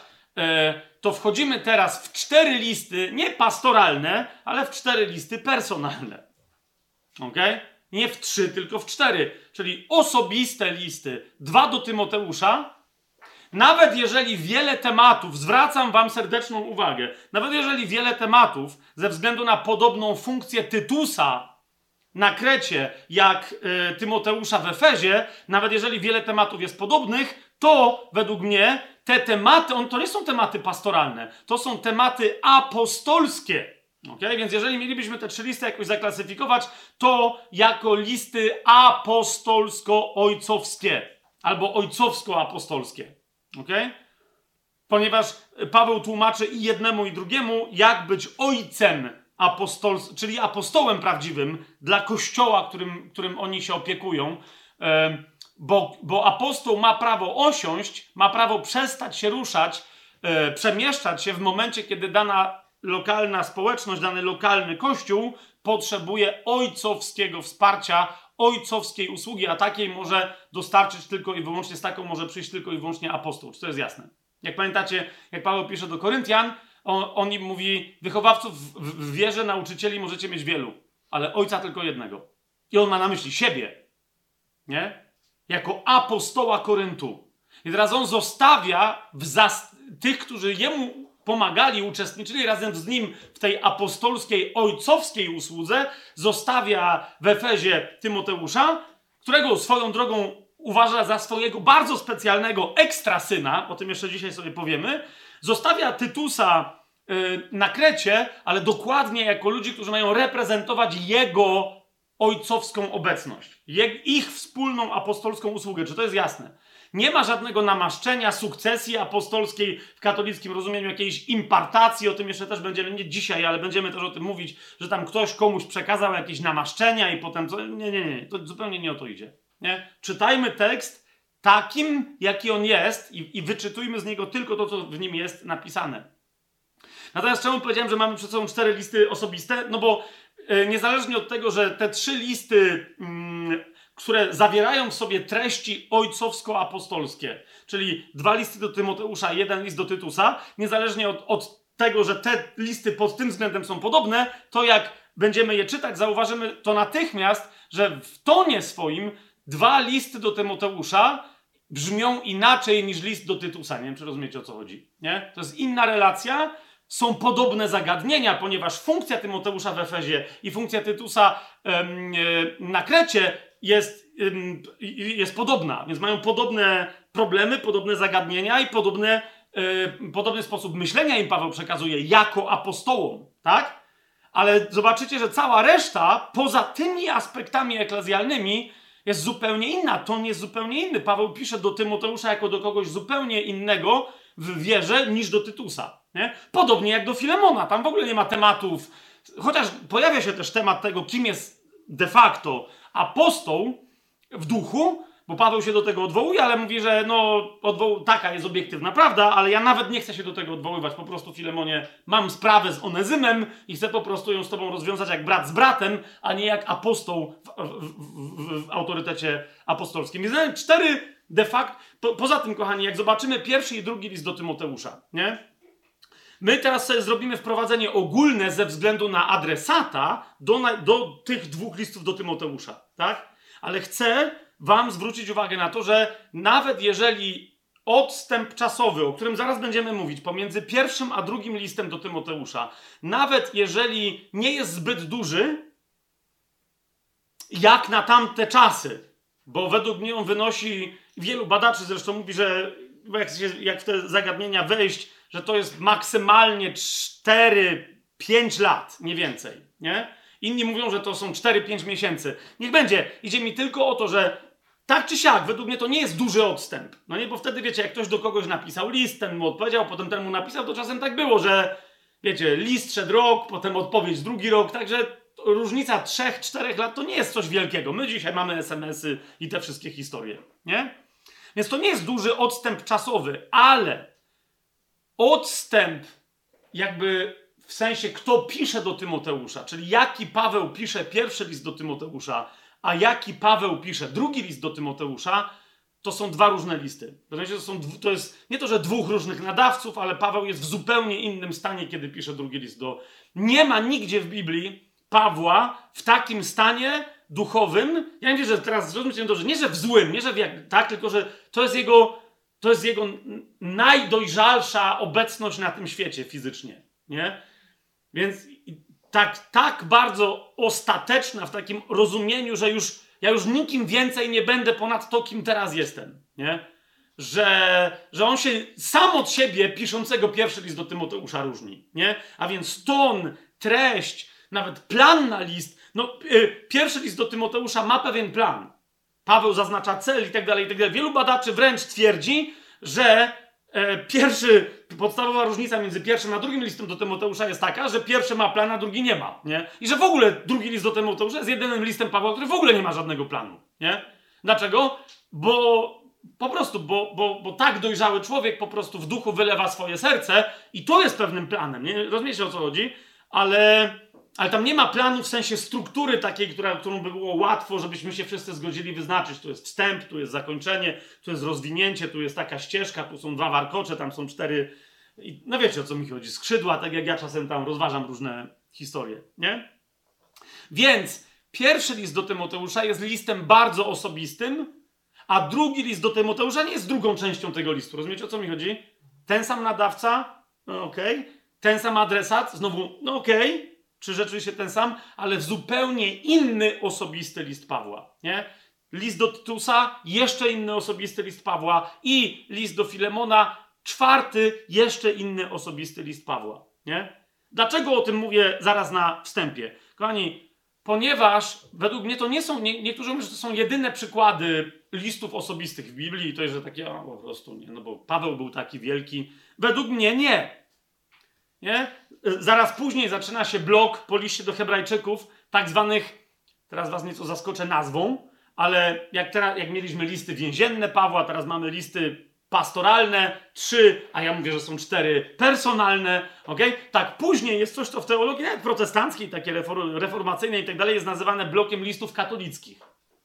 to wchodzimy teraz w 4 listy, nie pastoralne, ale w 4 listy personalne. Okay? Nie w 3, tylko w 4. Czyli osobiste listy. 2 do Tymoteusza. Nawet jeżeli wiele tematów, zwracam wam serdeczną uwagę, nawet jeżeli wiele tematów, ze względu na podobną funkcję Tytusa na Krecie, jak Tymoteusza w Efezie, nawet jeżeli wiele tematów jest podobnych, to według mnie te tematy, to nie są tematy pastoralne, to są tematy apostolskie. Okay? Więc jeżeli mielibyśmy te 3 listy jakoś zaklasyfikować, to jako listy apostolsko-ojcowskie albo ojcowsko-apostolskie. Okay? Ponieważ Paweł tłumaczy i jednemu, i drugiemu, jak być ojcem czyli apostołem prawdziwym dla Kościoła, którym oni się opiekują. Bo apostoł ma prawo osiąść, ma prawo przestać się ruszać, przemieszczać się w momencie, kiedy dana lokalna społeczność, dany lokalny kościół potrzebuje ojcowskiego wsparcia, ojcowskiej usługi, a takiej może dostarczyć tylko i wyłącznie, z taką może przyjść tylko i wyłącznie apostoł. Czy to jest jasne? Jak pamiętacie, jak Paweł pisze do Koryntian, on im mówi, wychowawców w wierze, nauczycieli możecie mieć wielu, ale ojca tylko jednego. I on ma na myśli siebie, nie? Jako apostoła Koryntu. I teraz on zostawia tych, którzy jemu pomagali, uczestniczyli razem z nim w tej apostolskiej, ojcowskiej usłudze, zostawia w Efezie Tymoteusza, którego swoją drogą uważa za swojego bardzo specjalnego ekstrasyna, o tym jeszcze dzisiaj sobie powiemy, zostawia Tytusa na Krecie, ale dokładnie jako ludzi, którzy mają reprezentować jego ojcowską obecność, ich wspólną apostolską usługę. Czy to jest jasne? Nie ma żadnego namaszczenia, sukcesji apostolskiej w katolickim rozumieniu, jakiejś impartacji, o tym jeszcze też będziemy, nie dzisiaj, ale będziemy też o tym mówić, że tam ktoś komuś przekazał jakieś namaszczenia i potem co? Nie, to zupełnie nie o to idzie. Nie? Czytajmy tekst takim, jaki on jest i wyczytujmy z niego tylko to, co w nim jest napisane. Natomiast czemu powiedziałem, że mamy przed sobą 4 listy osobiste? No bo niezależnie od tego, że te 3 listy, które zawierają w sobie treści ojcowsko-apostolskie, czyli 2 listy do Tymoteusza, 1 list do Tytusa, niezależnie od tego, że te listy pod tym względem są podobne, to jak będziemy je czytać, zauważymy to natychmiast, że w tonie swoim 2 listy do Tymoteusza brzmią inaczej niż list do Tytusa. Nie wiem, czy rozumiecie, o co chodzi. Nie? To jest inna relacja. Są podobne zagadnienia, ponieważ funkcja Tymoteusza w Efezie i funkcja Tytusa na Krecie jest podobna. Więc mają podobne problemy, podobne zagadnienia i podobny sposób myślenia im Paweł przekazuje jako apostołom. Tak? Ale zobaczycie, że cała reszta, poza tymi aspektami eklezjalnymi, jest zupełnie inna. Ton jest zupełnie inny. Paweł pisze do Tymoteusza jako do kogoś zupełnie innego w wierze niż do Tytusa. Nie? Podobnie jak do Filemona. Tam w ogóle nie ma tematów. Chociaż pojawia się też temat tego, kim jest de facto apostoł w duchu, bo Paweł się do tego odwołuje, ale mówi, że taka jest obiektywna prawda, ale ja nawet nie chcę się do tego odwoływać. Po prostu, Filemonie, mam sprawę z Onezymem i chcę po prostu ją z tobą rozwiązać jak brat z bratem, a nie jak apostoł w autorytecie apostolskim. Więc 4 de facto. Poza tym, kochani, jak zobaczymy 1 i 2 list do Tymoteusza, nie? My teraz sobie zrobimy wprowadzenie ogólne ze względu na adresata do tych 2 listów do Tymoteusza, tak? Ale chcę wam zwrócić uwagę na to, że nawet jeżeli odstęp czasowy, o którym zaraz będziemy mówić, pomiędzy 1 a 2 listem do Tymoteusza, nawet jeżeli nie jest zbyt duży, jak na tamte czasy, bo według mnie on wynosi, wielu badaczy zresztą mówi, że jak w te zagadnienia wejść, że to jest maksymalnie 4-5 lat, nie więcej, nie? Inni mówią, że to są 4-5 miesięcy. Niech będzie. Idzie mi tylko o to, że tak czy siak, według mnie to nie jest duży odstęp. No nie, bo wtedy, wiecie, jak ktoś do kogoś napisał list, ten mu odpowiedział, potem ten mu napisał, to czasem tak było, że, wiecie, list szedł rok, potem odpowiedź 2 rok, także różnica 3-4 lat to nie jest coś wielkiego. My dzisiaj mamy SMS-y i te wszystkie historie, nie? Więc to nie jest duży odstęp czasowy, ale odstęp jakby w sensie, kto pisze do Tymoteusza, czyli jaki Paweł pisze 1 list do Tymoteusza, a jaki Paweł pisze 2 list do Tymoteusza, to są 2 różne listy. To jest nie to, że 2 różnych nadawców, ale Paweł jest w zupełnie innym stanie, kiedy pisze 2 list do... Nie ma nigdzie w Biblii Pawła w takim stanie duchowym. Ja nie wiem, że teraz zrozumcie dobrze, nie że w złym, nie że tak, tylko że to jest jego najdojrzalsza obecność na tym świecie fizycznie, nie? Więc tak bardzo ostateczna w takim rozumieniu, że ja już nikim więcej nie będę ponad to, kim teraz jestem, nie? Że on się sam od siebie, piszącego 1 list do Tymoteusza, różni, nie? A więc ton, treść, nawet plan na list. 1 list do Tymoteusza ma pewien plan. Paweł zaznacza cel i tak dalej, i tak dalej. Wielu badaczy wręcz twierdzi, że podstawowa różnica między pierwszym a drugim listem do Tymoteusza jest taka, że pierwszy ma plan, a drugi nie ma, nie? I że w ogóle drugi list do Tymoteusza jest jedynym listem Pawła, który w ogóle nie ma żadnego planu, nie? Dlaczego? Bo tak dojrzały człowiek po prostu w duchu wylewa swoje serce i to jest pewnym planem, nie? Rozumiecie, o co chodzi? Ale tam nie ma planu w sensie struktury takiej, którą by było łatwo, żebyśmy się wszyscy zgodzili wyznaczyć. Tu jest wstęp, tu jest zakończenie, tu jest rozwinięcie, tu jest taka ścieżka, tu są 2 warkocze, tam są 4... No wiecie, o co mi chodzi. Skrzydła, tak jak ja czasem tam rozważam różne historie, nie? Więc pierwszy list do Tymoteusza jest listem bardzo osobistym, a drugi list do Tymoteusza nie jest drugą częścią tego listu. Rozumiecie, o co mi chodzi? Ten sam nadawca, no okej. Ten sam adresat, znowu, no okej. Czy rzeczywiście ten sam, ale zupełnie inny osobisty list Pawła, nie? List do Tytusa, jeszcze inny osobisty list Pawła i list do Filemona, 4, jeszcze inny osobisty list Pawła, nie? Dlaczego o tym mówię zaraz na wstępie? Kochani, ponieważ według mnie to nie są, niektórzy mówią, że to są jedyne przykłady listów osobistych w Biblii i to jest, że takie, po prostu nie, no bo Paweł był taki wielki. Według mnie nie. Nie? Zaraz później zaczyna się blok po liście do Hebrajczyków, tak zwanych, teraz was nieco zaskoczę nazwą, ale jak mieliśmy listy więzienne Pawła, teraz mamy listy pastoralne, 3, a ja mówię, że są 4 personalne, okej? Tak, później jest coś, co w teologii nawet protestanckiej, takiej reformacyjnej i tak dalej, jest nazywane blokiem listów katolickich.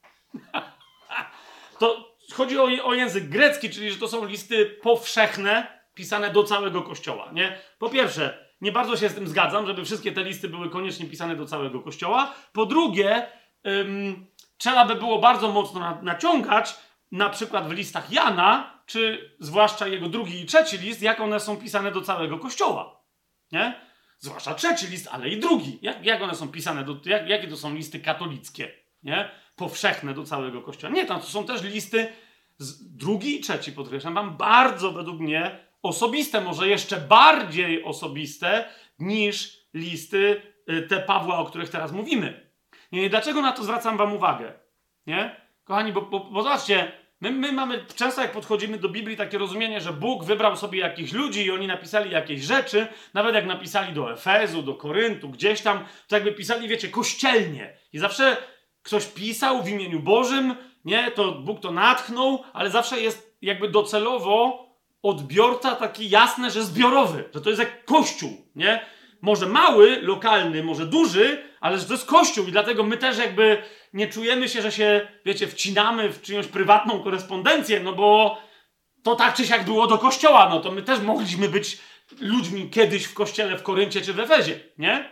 To chodzi o język grecki, czyli że to są listy powszechne, pisane do całego Kościoła, nie? Po pierwsze, nie bardzo się z tym zgadzam, żeby wszystkie te listy były koniecznie pisane do całego Kościoła. Po drugie, trzeba by było bardzo mocno naciągać, na przykład w listach Jana, czy zwłaszcza jego 2. i 3. list, jak one są pisane do całego Kościoła, nie? Zwłaszcza 3. list, ale i 2. Jak one są pisane, jakie to są listy katolickie, nie? Powszechne do całego Kościoła. Nie, tam to są też listy 2. i 3. podkreślam wam, bardzo według mnie osobiste, może jeszcze bardziej osobiste niż listy te Pawła, o których teraz mówimy. Nie, dlaczego na to zwracam wam uwagę? Nie? Kochani, bo zobaczcie, my mamy często, jak podchodzimy do Biblii, takie rozumienie, że Bóg wybrał sobie jakichś ludzi i oni napisali jakieś rzeczy, nawet jak napisali do Efezu, do Koryntu, gdzieś tam, to jakby pisali, wiecie, kościelnie. I zawsze ktoś pisał w imieniu Bożym, nie, to Bóg to natchnął, ale zawsze jest jakby docelowo odbiorca taki jasny, że zbiorowy, że to jest jak kościół, nie? Może mały, lokalny, może duży, ale że to jest kościół i dlatego my też jakby nie czujemy się, że się, wiecie, wcinamy w czyjąś prywatną korespondencję, no bo to tak czy siak było do kościoła, no to my też mogliśmy być ludźmi kiedyś w kościele w Koryncie czy w Efezie, nie?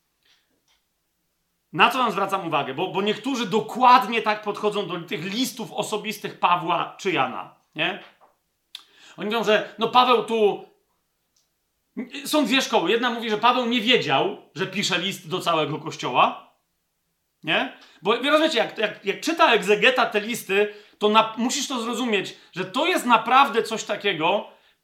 Na co wam zwracam uwagę? Bo niektórzy dokładnie tak podchodzą do tych listów osobistych Pawła czy Jana, nie? Oni mówią, że no Paweł tu... Są 2 szkoły. Jedna mówi, że Paweł nie wiedział, że pisze list do całego Kościoła. Nie? Bo rozumiecie, jak czyta egzegeta te listy, to musisz to zrozumieć, że to jest naprawdę coś takiego,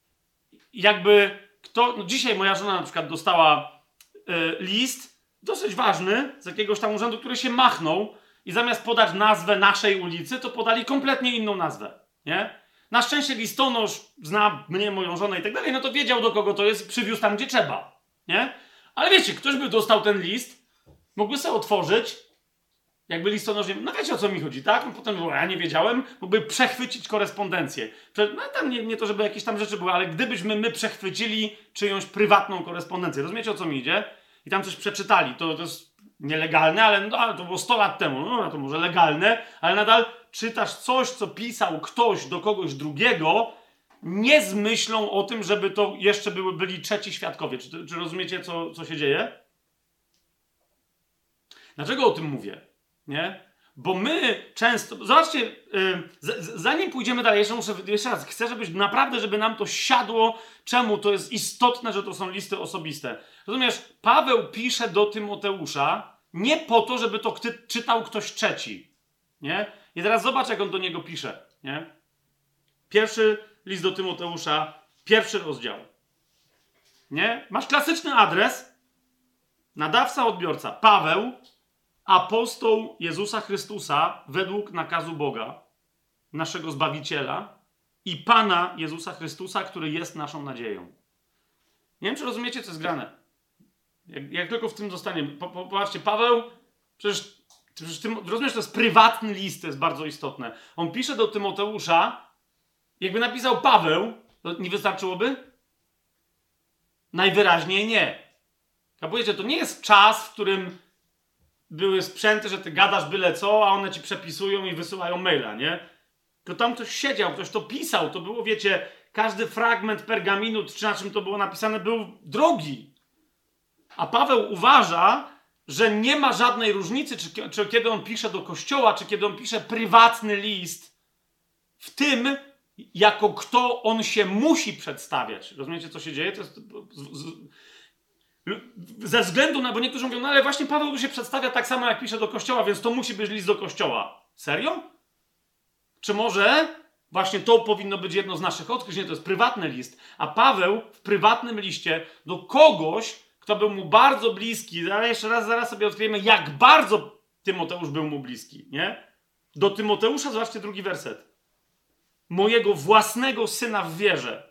jakby no dzisiaj moja żona na przykład dostała list dosyć ważny z jakiegoś tam urzędu, który się machnął i zamiast podać nazwę naszej ulicy, to podali kompletnie inną nazwę. Nie? Na szczęście listonosz zna mnie, moją żonę i tak dalej, no to wiedział, do kogo to jest, przywiózł tam, gdzie trzeba, nie? Ale wiecie, ktoś by dostał ten list, mógłby sobie otworzyć, jakby listonosz, no wiecie, o co mi chodzi, tak? No potem, bo ja nie wiedziałem, mógłby przechwycić korespondencję. No tam nie to, żeby jakieś tam rzeczy były, ale gdybyśmy my przechwycili czyjąś prywatną korespondencję, rozumiecie, o co mi idzie? I tam coś przeczytali, to jest nielegalne, ale to było 100 lat temu, no to może legalne, ale nadal czytasz coś, co pisał ktoś do kogoś drugiego, nie z myślą o tym, żeby to jeszcze byli trzeci świadkowie. Czy rozumiecie, co się dzieje? Dlaczego o tym mówię? Nie? Bo my często... Zobaczcie, zanim pójdziemy dalej, jeszcze raz, chcę, żeby nam to siadło, czemu to jest istotne, że to są listy osobiste. Rozumiesz, Paweł pisze do Tymoteusza nie po to, żeby to czytał ktoś trzeci. Nie? I teraz zobacz, jak on do niego pisze. Nie? Pierwszy list do Tymoteusza, 1 rozdział. Nie? Masz klasyczny adres, nadawca, odbiorca. Paweł, apostoł Jezusa Chrystusa według nakazu Boga, naszego Zbawiciela, i Pana Jezusa Chrystusa, który jest naszą nadzieją. Nie wiem, czy rozumiecie, co jest grane. Jak tylko w tym zostanie. Popatrzcie, Paweł, przecież rozumiesz, to jest prywatny list, to jest bardzo istotne. On pisze do Tymoteusza, jakby napisał Paweł, to nie wystarczyłoby? Najwyraźniej nie. Kapujecie, to nie jest czas, w którym były sprzęty, że ty gadasz byle co, a one ci przepisują i wysyłają maila, nie? To tam ktoś siedział, ktoś to pisał, to było, wiecie, każdy fragment pergaminu, czy na czym to było napisane, był drogi. A Paweł uważa, że nie ma żadnej różnicy, czy kiedy on pisze do kościoła, czy kiedy on pisze prywatny list, w tym, jako kto on się musi przedstawiać. Rozumiecie, co się dzieje? To jest... Ze względu na, bo niektórzy mówią, no ale właśnie Paweł tu się przedstawia tak samo, jak pisze do kościoła, więc to musi być list do kościoła. Serio? Czy może właśnie to powinno być jedno z naszych odkryć? Nie, to jest prywatny list. A Paweł w prywatnym liście do kogoś, kto był mu bardzo bliski, ale jeszcze raz, zaraz sobie odkryjemy, jak bardzo Tymoteusz był mu bliski, nie? Do Tymoteusza, zobaczcie drugi werset. Mojego własnego syna w wierze.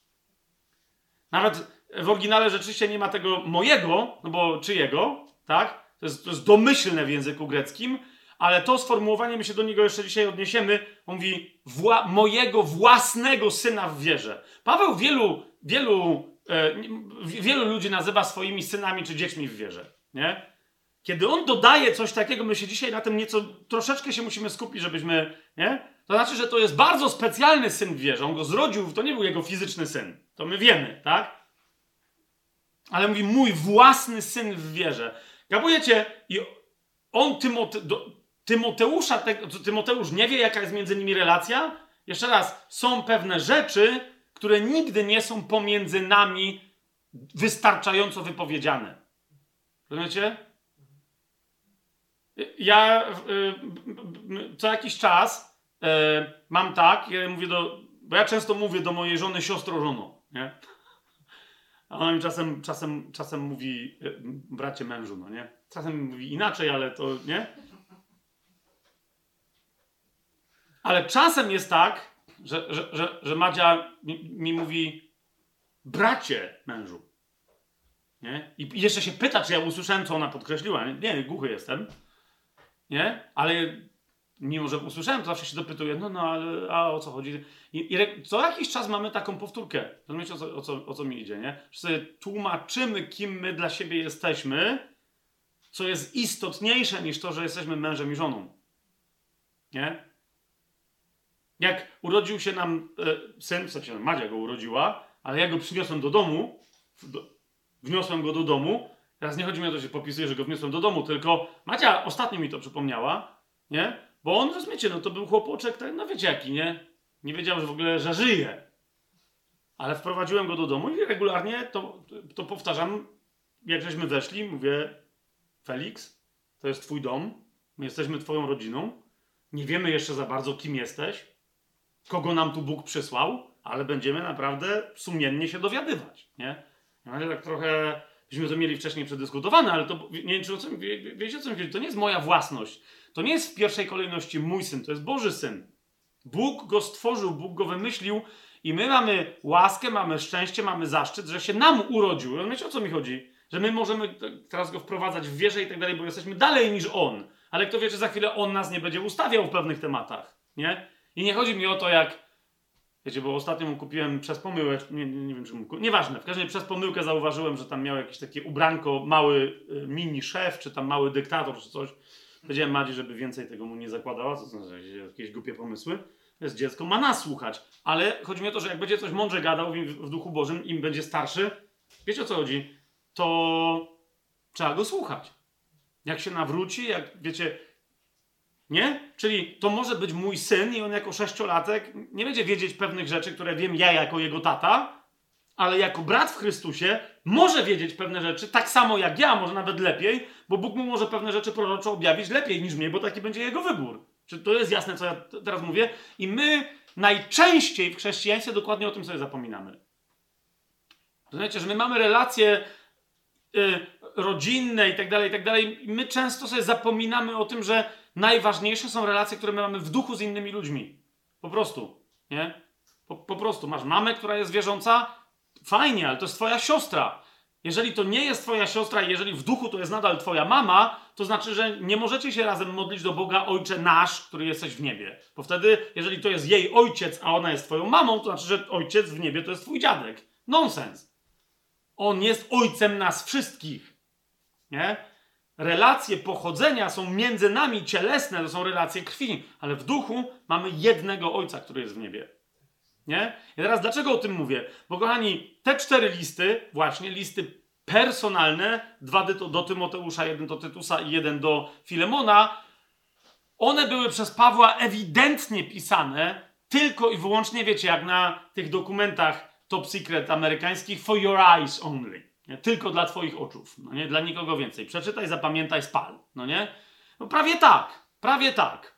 Nawet w oryginale rzeczywiście nie ma tego mojego, no bo czyjego, tak? To jest domyślne w języku greckim, ale to sformułowanie, my się do niego jeszcze dzisiaj odniesiemy, on mówi mojego własnego syna w wierze. Paweł wielu ludzi nazywa swoimi synami czy dziećmi w wierze, nie? Kiedy on dodaje coś takiego, my się dzisiaj na tym troszeczkę się musimy skupić, żebyśmy, nie? To znaczy, że to jest bardzo specjalny syn w wierze. On go zrodził, to nie był jego fizyczny syn. To my wiemy, tak? Ale mówi, mój własny syn w wierze. Kapujecie? I on Tymoteusza, Tymoteusz nie wie, jaka jest między nimi relacja. Jeszcze raz, są pewne rzeczy, które nigdy nie są pomiędzy nami wystarczająco wypowiedziane. Rozumiecie? Ja co jakiś czas mam tak, ja mówię bo ja często mówię do mojej żony siostro, żono, nie? A ona mi czasem mówi bracie, mężu, no nie? Czasem mówi inaczej, ale to, nie? Ale czasem jest tak, że Madzia mi mówi bracie, mężu, nie? I jeszcze się pyta, czy ja usłyszałem, co ona podkreśliła. Nie, głuchy jestem, nie? Ale mimo, że usłyszałem, to zawsze się dopytuję, ale o co chodzi? I co jakiś czas mamy taką powtórkę. Rozumiecie, o co mi idzie, nie? Że sobie tłumaczymy, kim my dla siebie jesteśmy, co jest istotniejsze niż to, że jesteśmy mężem i żoną. Nie? Jak urodził się nam syn, w sensie Madzia go urodziła, ale ja go przyniosłem do domu, wniosłem go do domu, teraz nie chodzi mi o to, że popisuję, że go wniosłem do domu, tylko Madzia ostatnio mi to przypomniała, nie? Bo on, rozumiecie, to był chłopoczek, tak, wiecie jaki, nie? Nie wiedział, że w ogóle, że żyje. Ale wprowadziłem go do domu i regularnie to powtarzam, jak żeśmy weszli, mówię, Felix, to jest twój dom, my jesteśmy twoją rodziną, nie wiemy jeszcze za bardzo, kim jesteś, kogo nam tu Bóg przysłał, ale będziemy naprawdę sumiennie się dowiadywać, nie? No, tak trochę, byśmy to mieli wcześniej przedyskutowane, ale to, nie wiem, czy wiecie, o co mi chodzi, to nie jest moja własność, to nie jest w pierwszej kolejności mój syn, to jest Boży syn. Bóg go stworzył, Bóg go wymyślił i my mamy łaskę, mamy szczęście, mamy zaszczyt, że się nam urodził. Wiecie, o co mi chodzi? Że my możemy teraz go wprowadzać w wierze i tak dalej, bo jesteśmy dalej niż on. Ale kto wie, czy za chwilę on nas nie będzie ustawiał w pewnych tematach, nie? I nie chodzi mi o to, jak... Wiecie, bo ostatnio mu kupiłem przez pomyłkę, nie wiem, czy mu... Nieważne, w każdym razie przez pomyłkę zauważyłem, że tam miał jakieś takie ubranko, mały mini szef, czy tam mały dyktator, czy coś. Powiedziałem Madzi, żeby więcej tego mu nie zakładała, co znaczy jakieś głupie pomysły. To jest dziecko, ma nas słuchać. Ale chodzi mi o to, że jak będzie coś mądrze gadał w Duchu Bożym, im będzie starszy, wiecie, o co chodzi? To trzeba go słuchać. Jak się nawróci, jak wiecie... Nie? Czyli to może być mój syn i on jako 6-latek nie będzie wiedzieć pewnych rzeczy, które wiem ja jako jego tata, ale jako brat w Chrystusie może wiedzieć pewne rzeczy tak samo jak ja, może nawet lepiej, bo Bóg mu może pewne rzeczy proroczo objawić lepiej niż mnie, bo taki będzie jego wybór. Czy to jest jasne, co ja teraz mówię? I my najczęściej w chrześcijaństwie dokładnie o tym sobie zapominamy. Rozumiecie, że my mamy relacje rodzinne i tak dalej, i my często sobie zapominamy o tym, że najważniejsze są relacje, które my mamy w duchu z innymi ludźmi. Po prostu, nie? Po prostu masz mamę, która jest wierząca, fajnie, ale to jest twoja siostra. Jeżeli to nie jest twoja siostra i jeżeli w duchu to jest nadal twoja mama, to znaczy, że nie możecie się razem modlić do Boga Ojcze nasz, który jesteś w niebie. Bo wtedy, jeżeli to jest jej ojciec, a ona jest twoją mamą, to znaczy, że ojciec w niebie to jest twój dziadek. Nonsens. On jest ojcem nas wszystkich. Nie? Relacje pochodzenia są między nami cielesne, to są relacje krwi, ale w duchu mamy jednego ojca, który jest w niebie. Nie? I teraz dlaczego o tym mówię? Bo kochani, te 4 listy, właśnie listy personalne, 2 do Tymoteusza, 1 do Tytusa i 1 do Filemona, one były przez Pawła ewidentnie pisane tylko i wyłącznie, wiecie, jak na tych dokumentach top secret amerykańskich, for your eyes only. Nie? Tylko dla twoich oczów, no nie? Dla nikogo więcej. Przeczytaj, zapamiętaj, spal. No nie? No prawie tak, prawie tak.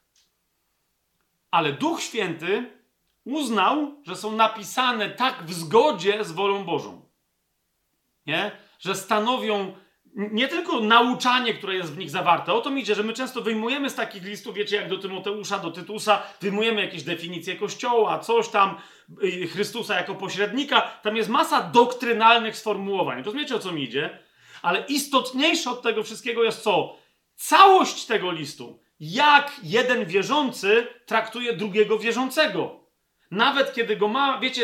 Ale Duch Święty uznał, że są napisane tak w zgodzie z wolą Bożą. Nie? Że stanowią nie tylko nauczanie, które jest w nich zawarte. O to mi idzie, że my często wyjmujemy z takich listów, wiecie, jak do Tymoteusza, do Tytusa, wyjmujemy jakieś definicje Kościoła, coś tam, Chrystusa jako pośrednika. Tam jest masa doktrynalnych sformułowań. Rozumiecie, o co mi idzie? Ale istotniejsze od tego wszystkiego jest co? Całość tego listu. Jak jeden wierzący traktuje drugiego wierzącego. Nawet kiedy go ma, wiecie,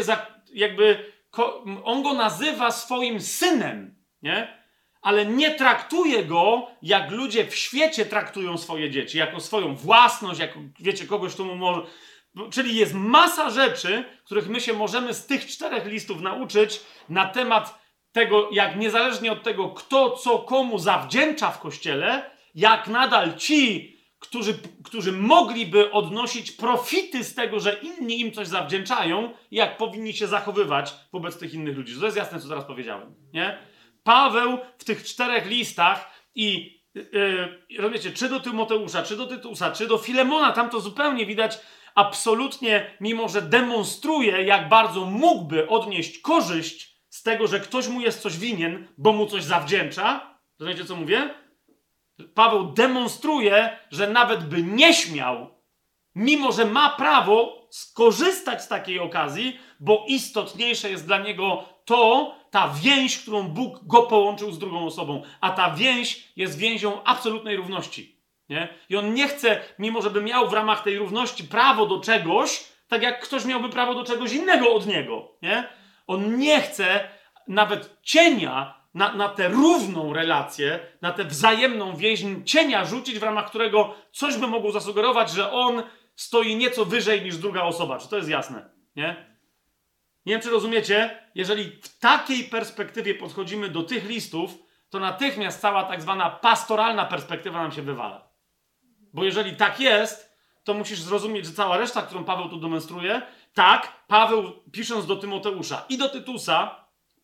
on go nazywa swoim synem, nie? Ale nie traktuje go, jak ludzie w świecie traktują swoje dzieci, jako swoją własność, jako, wiecie, kogoś, kto mu może... Czyli jest masa rzeczy, których my się możemy z tych 4 listów nauczyć na temat tego, jak niezależnie od tego, kto co komu zawdzięcza w Kościele, jak nadal ci, którzy mogliby odnosić profity z tego, że inni im coś zawdzięczają, jak powinni się zachowywać wobec tych innych ludzi. To jest jasne, co teraz powiedziałem, nie? Paweł w tych 4 listach i rozumiecie, czy do Tymoteusza, czy do Tytusa, czy do Filemona, tam to zupełnie widać absolutnie, mimo że demonstruje, jak bardzo mógłby odnieść korzyść z tego, że ktoś mu jest coś winien, bo mu coś zawdzięcza. Rozumiecie, co mówię? Paweł demonstruje, że nawet by nie śmiał, mimo że ma prawo skorzystać z takiej okazji, bo istotniejsze jest dla niego ta więź, którą Bóg go połączył z drugą osobą. A ta więź jest więzią absolutnej równości. Nie? I on nie chce, mimo żeby miał w ramach tej równości prawo do czegoś, tak jak ktoś miałby prawo do czegoś innego od niego. Nie? On nie chce nawet cienia na tę równą relację, na tę wzajemną więź cienia rzucić, w ramach którego coś by mogło zasugerować, że on stoi nieco wyżej niż druga osoba. Czy to jest jasne? Nie? Nie wiem, czy rozumiecie, jeżeli w takiej perspektywie podchodzimy do tych listów, to natychmiast cała tak zwana pastoralna perspektywa nam się wywala. Bo jeżeli tak jest, to musisz zrozumieć, że cała reszta, którą Paweł tu demonstruje, tak, Paweł pisząc do Tymoteusza i do Tytusa,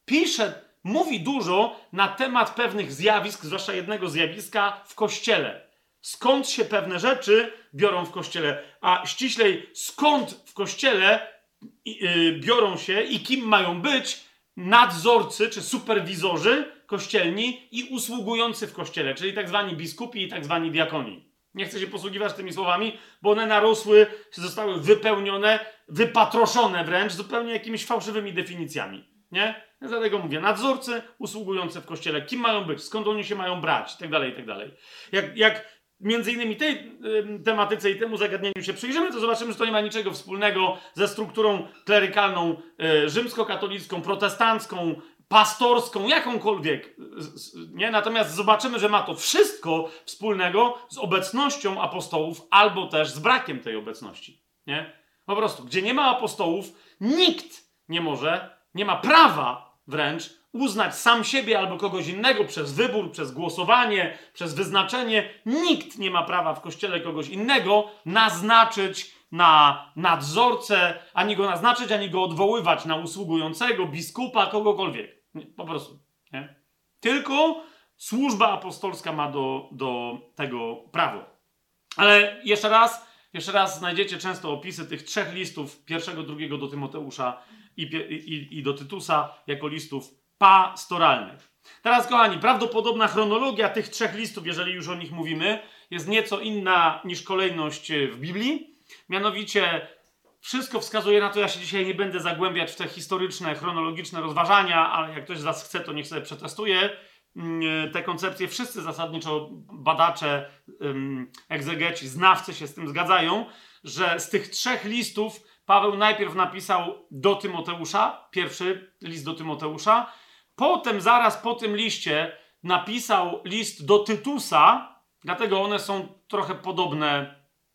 mówi dużo na temat pewnych zjawisk, zwłaszcza jednego zjawiska w Kościele. Skąd się pewne rzeczy biorą w Kościele, a ściślej skąd w Kościele biorą się i kim mają być nadzorcy czy superwizorzy kościelni i usługujący w Kościele, czyli tak zwani biskupi i tak zwani diakoni. Nie chcę się posługiwać tymi słowami, bo one narosły, zostały wypełnione, wypatroszone wręcz zupełnie jakimiś fałszywymi definicjami. Nie? Dlatego mówię, nadzorcy usługujący w Kościele, kim mają być, skąd oni się mają brać, i tak dalej, i tak dalej. Jak między innymi tej tematyce i temu zagadnieniu się przyjrzymy, to zobaczymy, że to nie ma niczego wspólnego ze strukturą klerykalną, rzymskokatolicką, protestancką, pastorską, jakąkolwiek. Nie? Natomiast zobaczymy, że ma to wszystko wspólnego z obecnością apostołów albo też z brakiem tej obecności. Nie? Po prostu, gdzie nie ma apostołów, nikt nie ma prawa wręcz uznać sam siebie albo kogoś innego przez wybór, przez głosowanie, przez wyznaczenie. Nikt nie ma prawa w Kościele kogoś innego naznaczyć na nadzorcę, ani go naznaczyć, ani go odwoływać na usługującego, biskupa, kogokolwiek. Po prostu. Nie? Tylko służba apostolska ma do tego prawo. Ale jeszcze raz znajdziecie często opisy tych 3 listów, 1, 2 do Tymoteusza i do Tytusa jako listów pastoralnych. Teraz, kochani, prawdopodobna chronologia tych 3 listów, jeżeli już o nich mówimy, jest nieco inna niż kolejność w Biblii. Mianowicie wszystko wskazuje na to, ja się dzisiaj nie będę zagłębiać w te historyczne, chronologiczne rozważania, ale jak ktoś z was chce, to niech sobie przetestuje te koncepcje. Wszyscy zasadniczo badacze, egzegeci, znawcy się z tym zgadzają, że z tych 3 listów Paweł najpierw napisał do Tymoteusza, pierwszy list do Tymoteusza, potem zaraz po tym liście napisał list do Tytusa, dlatego one są trochę podobne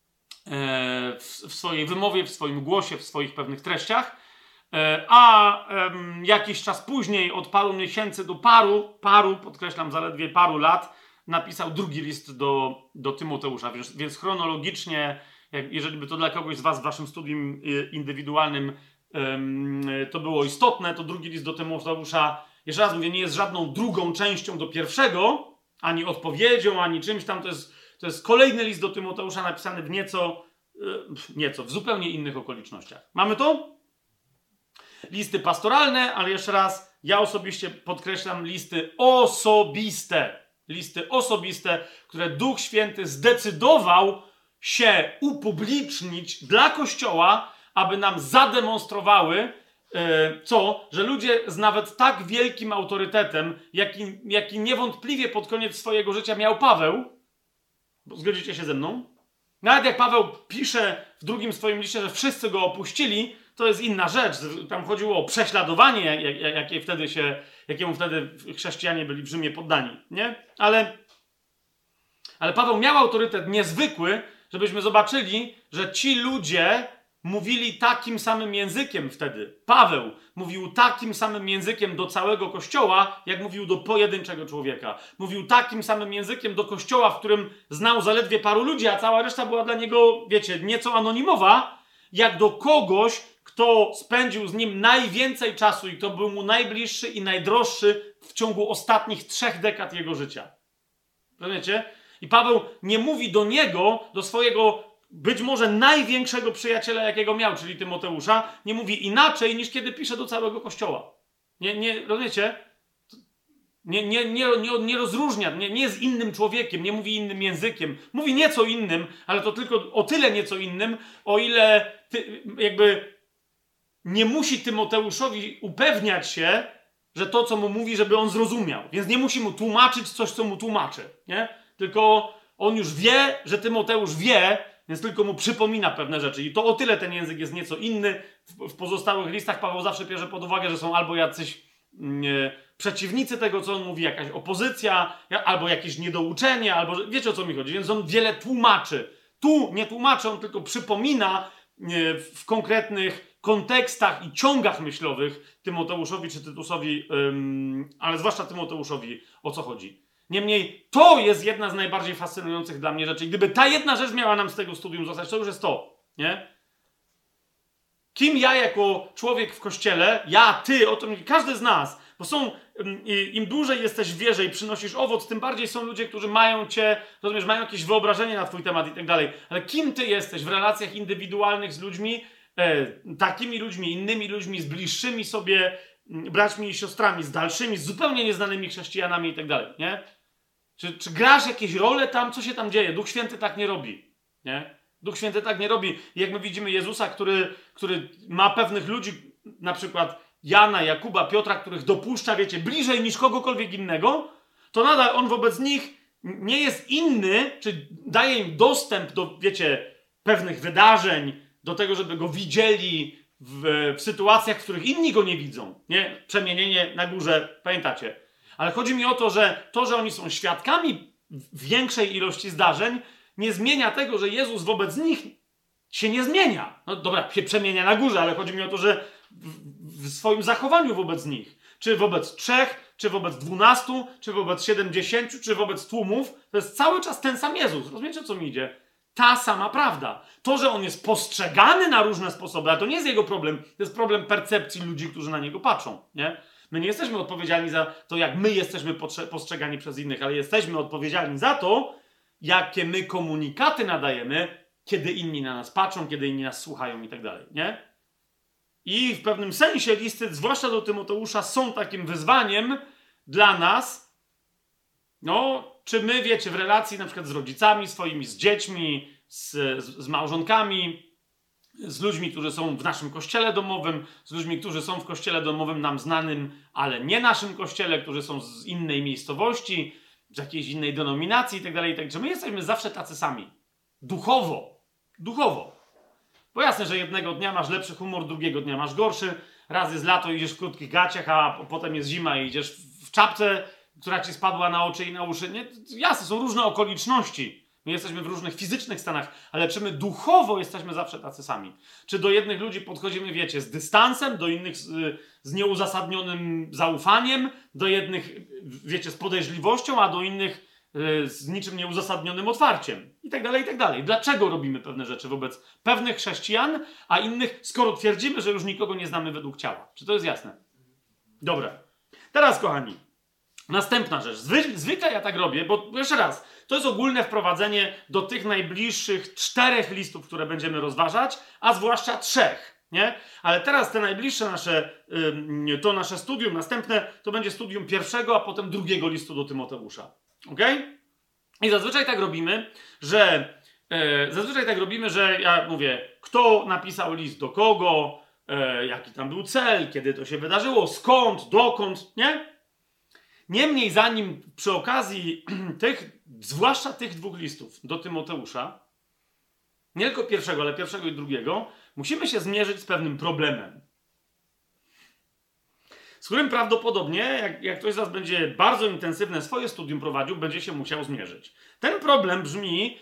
w swojej wymowie, w swoim głosie, w swoich pewnych treściach, a jakiś czas później, od paru miesięcy do paru, podkreślam, zaledwie paru lat, napisał drugi list do Tymoteusza, więc chronologicznie, jeżeli by to dla kogoś z was w waszym studium indywidualnym to było istotne, to drugi list do Tymoteusza, jeszcze raz mówię, nie jest żadną drugą częścią do pierwszego, ani odpowiedzią, ani czymś tam, to jest kolejny list do Tymoteusza napisany w w zupełnie innych okolicznościach. Mamy to? Listy pastoralne, ale jeszcze raz, ja osobiście podkreślam listy osobiste, które Duch Święty zdecydował się upublicznić dla Kościoła, aby nam zademonstrowały, że ludzie z nawet tak wielkim autorytetem, jaki niewątpliwie pod koniec swojego życia miał Paweł, bo zgodzicie się ze mną? Nawet jak Paweł pisze w drugim swoim liście, że wszyscy go opuścili, to jest inna rzecz. Tam chodziło o prześladowanie, jakiemu wtedy chrześcijanie byli w Rzymie poddani, nie? Ale Paweł miał autorytet niezwykły, żebyśmy zobaczyli, że ci ludzie mówili takim samym językiem wtedy. Paweł mówił takim samym językiem do całego Kościoła, jak mówił do pojedynczego człowieka. Mówił takim samym językiem do Kościoła, w którym znał zaledwie paru ludzi, a cała reszta była dla niego, wiecie, nieco anonimowa, jak do kogoś, kto spędził z nim najwięcej czasu i kto był mu najbliższy i najdroższy w ciągu ostatnich 3 dekad jego życia. Rozumiecie? I Paweł nie mówi do niego, do swojego być może największego przyjaciela, jakiego miał, czyli Tymoteusza, nie mówi inaczej, niż kiedy pisze do całego Kościoła. Nie rozumiecie? Nie rozróżnia, nie jest innym człowiekiem, nie mówi innym językiem. Mówi nieco innym, ale to tylko o tyle nieco innym, o ile nie musi Tymoteuszowi upewniać się, że to, co mu mówi, żeby on zrozumiał. Więc nie musi mu tłumaczyć coś, co mu tłumaczy. Nie? Tylko on już wie, że Tymoteusz wie, więc tylko mu przypomina pewne rzeczy. I to o tyle ten język jest nieco inny. W pozostałych listach Paweł zawsze bierze pod uwagę, że są albo jacyś przeciwnicy tego, co on mówi, jakaś opozycja, albo jakieś niedouczenie, albo wiecie, o co mi chodzi. Więc on wiele tłumaczy. Tu nie tłumaczy, on tylko przypomina w konkretnych kontekstach i ciągach myślowych Tymoteuszowi czy Tytusowi, ale zwłaszcza Tymoteuszowi, o co chodzi. Niemniej to jest jedna z najbardziej fascynujących dla mnie rzeczy. I gdyby ta jedna rzecz miała nam z tego studium zostać, to już jest to, nie? Kim ja jako człowiek w Kościele, ty, o to każdy z nas, bo im dłużej jesteś w wierze i przynosisz owoc, tym bardziej są ludzie, którzy mają cię, rozumiesz, mają jakieś wyobrażenie na twój temat i tak dalej. Ale kim ty jesteś w relacjach indywidualnych z ludźmi, takimi ludźmi, innymi ludźmi, z bliższymi sobie braćmi i siostrami, z dalszymi, z zupełnie nieznanymi chrześcijanami i tak dalej, nie? Czy grasz jakieś role tam? Co się tam dzieje? Duch Święty tak nie robi, nie? Duch Święty tak nie robi. I jak my widzimy Jezusa, który ma pewnych ludzi, na przykład Jana, Jakuba, Piotra, których dopuszcza, wiecie, bliżej niż kogokolwiek innego, to nadal on wobec nich nie jest inny, czy daje im dostęp do, wiecie, pewnych wydarzeń, do tego, żeby go widzieli w sytuacjach, w których inni go nie widzą. Nie? Przemienienie na górze, pamiętacie? Ale chodzi mi o to, że oni są świadkami większej ilości zdarzeń, nie zmienia tego, że Jezus wobec nich się nie zmienia. No dobra, się przemienia na górze, ale chodzi mi o to, że w swoim zachowaniu wobec nich, czy wobec 3, czy wobec 12, czy wobec 70, czy wobec tłumów, to jest cały czas ten sam Jezus. Rozumiecie, o co mi idzie? Ta sama prawda. To, że on jest postrzegany na różne sposoby, ale to nie jest jego problem, to jest problem percepcji ludzi, którzy na niego patrzą, nie? My nie jesteśmy odpowiedzialni za to, jak my jesteśmy postrzegani przez innych, ale jesteśmy odpowiedzialni za to, jakie my komunikaty nadajemy, kiedy inni na nas patrzą, kiedy inni nas słuchają i tak dalej, nie? I w pewnym sensie listy, zwłaszcza do Tymoteusza, są takim wyzwaniem dla nas, czy my, wiecie, w relacji na przykład z rodzicami swoimi, z dziećmi, z małżonkami, z ludźmi, którzy są w naszym kościele domowym, z ludźmi, którzy są w kościele domowym nam znanym, ale nie naszym kościele, którzy są z innej miejscowości, z jakiejś innej denominacji itd. Także my jesteśmy zawsze tacy sami. Duchowo. Duchowo. Bo jasne, że jednego dnia masz lepszy humor, drugiego dnia masz gorszy. Raz jest lato, idziesz w krótkich gaciach, a potem jest zima i idziesz w czapce, która ci spadła na oczy i na uszy. Nie? Jasne, są różne okoliczności. My jesteśmy w różnych fizycznych stanach, ale czy my duchowo jesteśmy zawsze tacy sami? Czy do jednych ludzi podchodzimy, wiecie, z dystansem, do innych z nieuzasadnionym zaufaniem, do jednych, wiecie, z podejrzliwością, a do innych z niczym nieuzasadnionym otwarciem i tak dalej, i tak dalej. Dlaczego robimy pewne rzeczy wobec pewnych chrześcijan, a innych, skoro twierdzimy, że już nikogo nie znamy według ciała? Czy to jest jasne? Dobra. Teraz, kochani, następna rzecz. Zwykle ja tak robię, bo jeszcze raz, to jest ogólne wprowadzenie do tych najbliższych 4 listów, które będziemy rozważać, a zwłaszcza 3. Nie? Ale teraz te najbliższe to nasze studium, następne, to będzie studium 1, a potem 2 listu do Tymoteusza. Okej? I zazwyczaj tak robimy, że ja mówię, kto napisał list do kogo, jaki tam był cel, kiedy to się wydarzyło, skąd, dokąd, nie? Niemniej zanim przy okazji zwłaszcza tych 2 listów do Tymoteusza, nie tylko 1, ale 1 i 2, musimy się zmierzyć z pewnym problemem. Z którym prawdopodobnie, jak ktoś z was będzie bardzo intensywne swoje studium prowadził, będzie się musiał zmierzyć. Ten problem brzmi,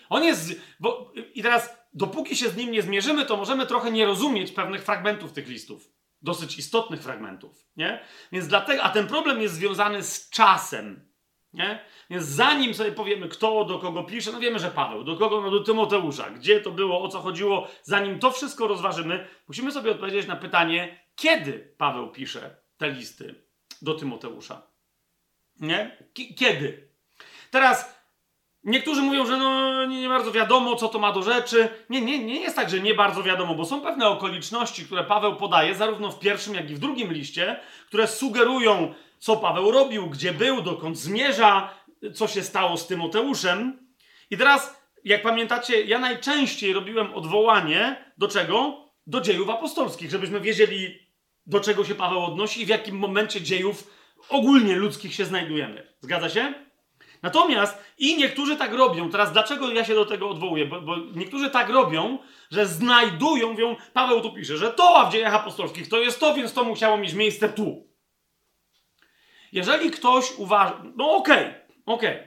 i teraz, dopóki się z nim nie zmierzymy, to możemy trochę nie rozumieć pewnych fragmentów tych listów. Dosyć istotnych fragmentów, nie? Więc dlatego, a ten problem jest związany z czasem, nie? Więc zanim sobie powiemy, kto do kogo pisze, no wiemy, że Paweł, do kogo? No do Tymoteusza. Gdzie to było, o co chodziło? Zanim to wszystko rozważymy, musimy sobie odpowiedzieć na pytanie, kiedy Paweł pisze te listy do Tymoteusza. Nie? Kiedy? Teraz niektórzy mówią, że no nie bardzo wiadomo, co to ma do rzeczy. Nie jest tak, że nie bardzo wiadomo, bo są pewne okoliczności, które Paweł podaje, zarówno w 1 jak i w 2 liście, które sugerują, co Paweł robił, gdzie był, dokąd zmierza, co się stało z Tymoteuszem. I teraz, jak pamiętacie, ja najczęściej robiłem odwołanie do czego? Do dziejów apostolskich, żebyśmy wiedzieli, do czego się Paweł odnosi i w jakim momencie dziejów ogólnie ludzkich się znajdujemy. Zgadza się? Natomiast i niektórzy tak robią. Teraz dlaczego ja się do tego odwołuję? Bo niektórzy tak robią, że znajdują, mówią, Paweł tu pisze, że to, a w dziejach apostolskich to jest to, więc to musiało mieć miejsce tu. Jeżeli ktoś uważa... No okej.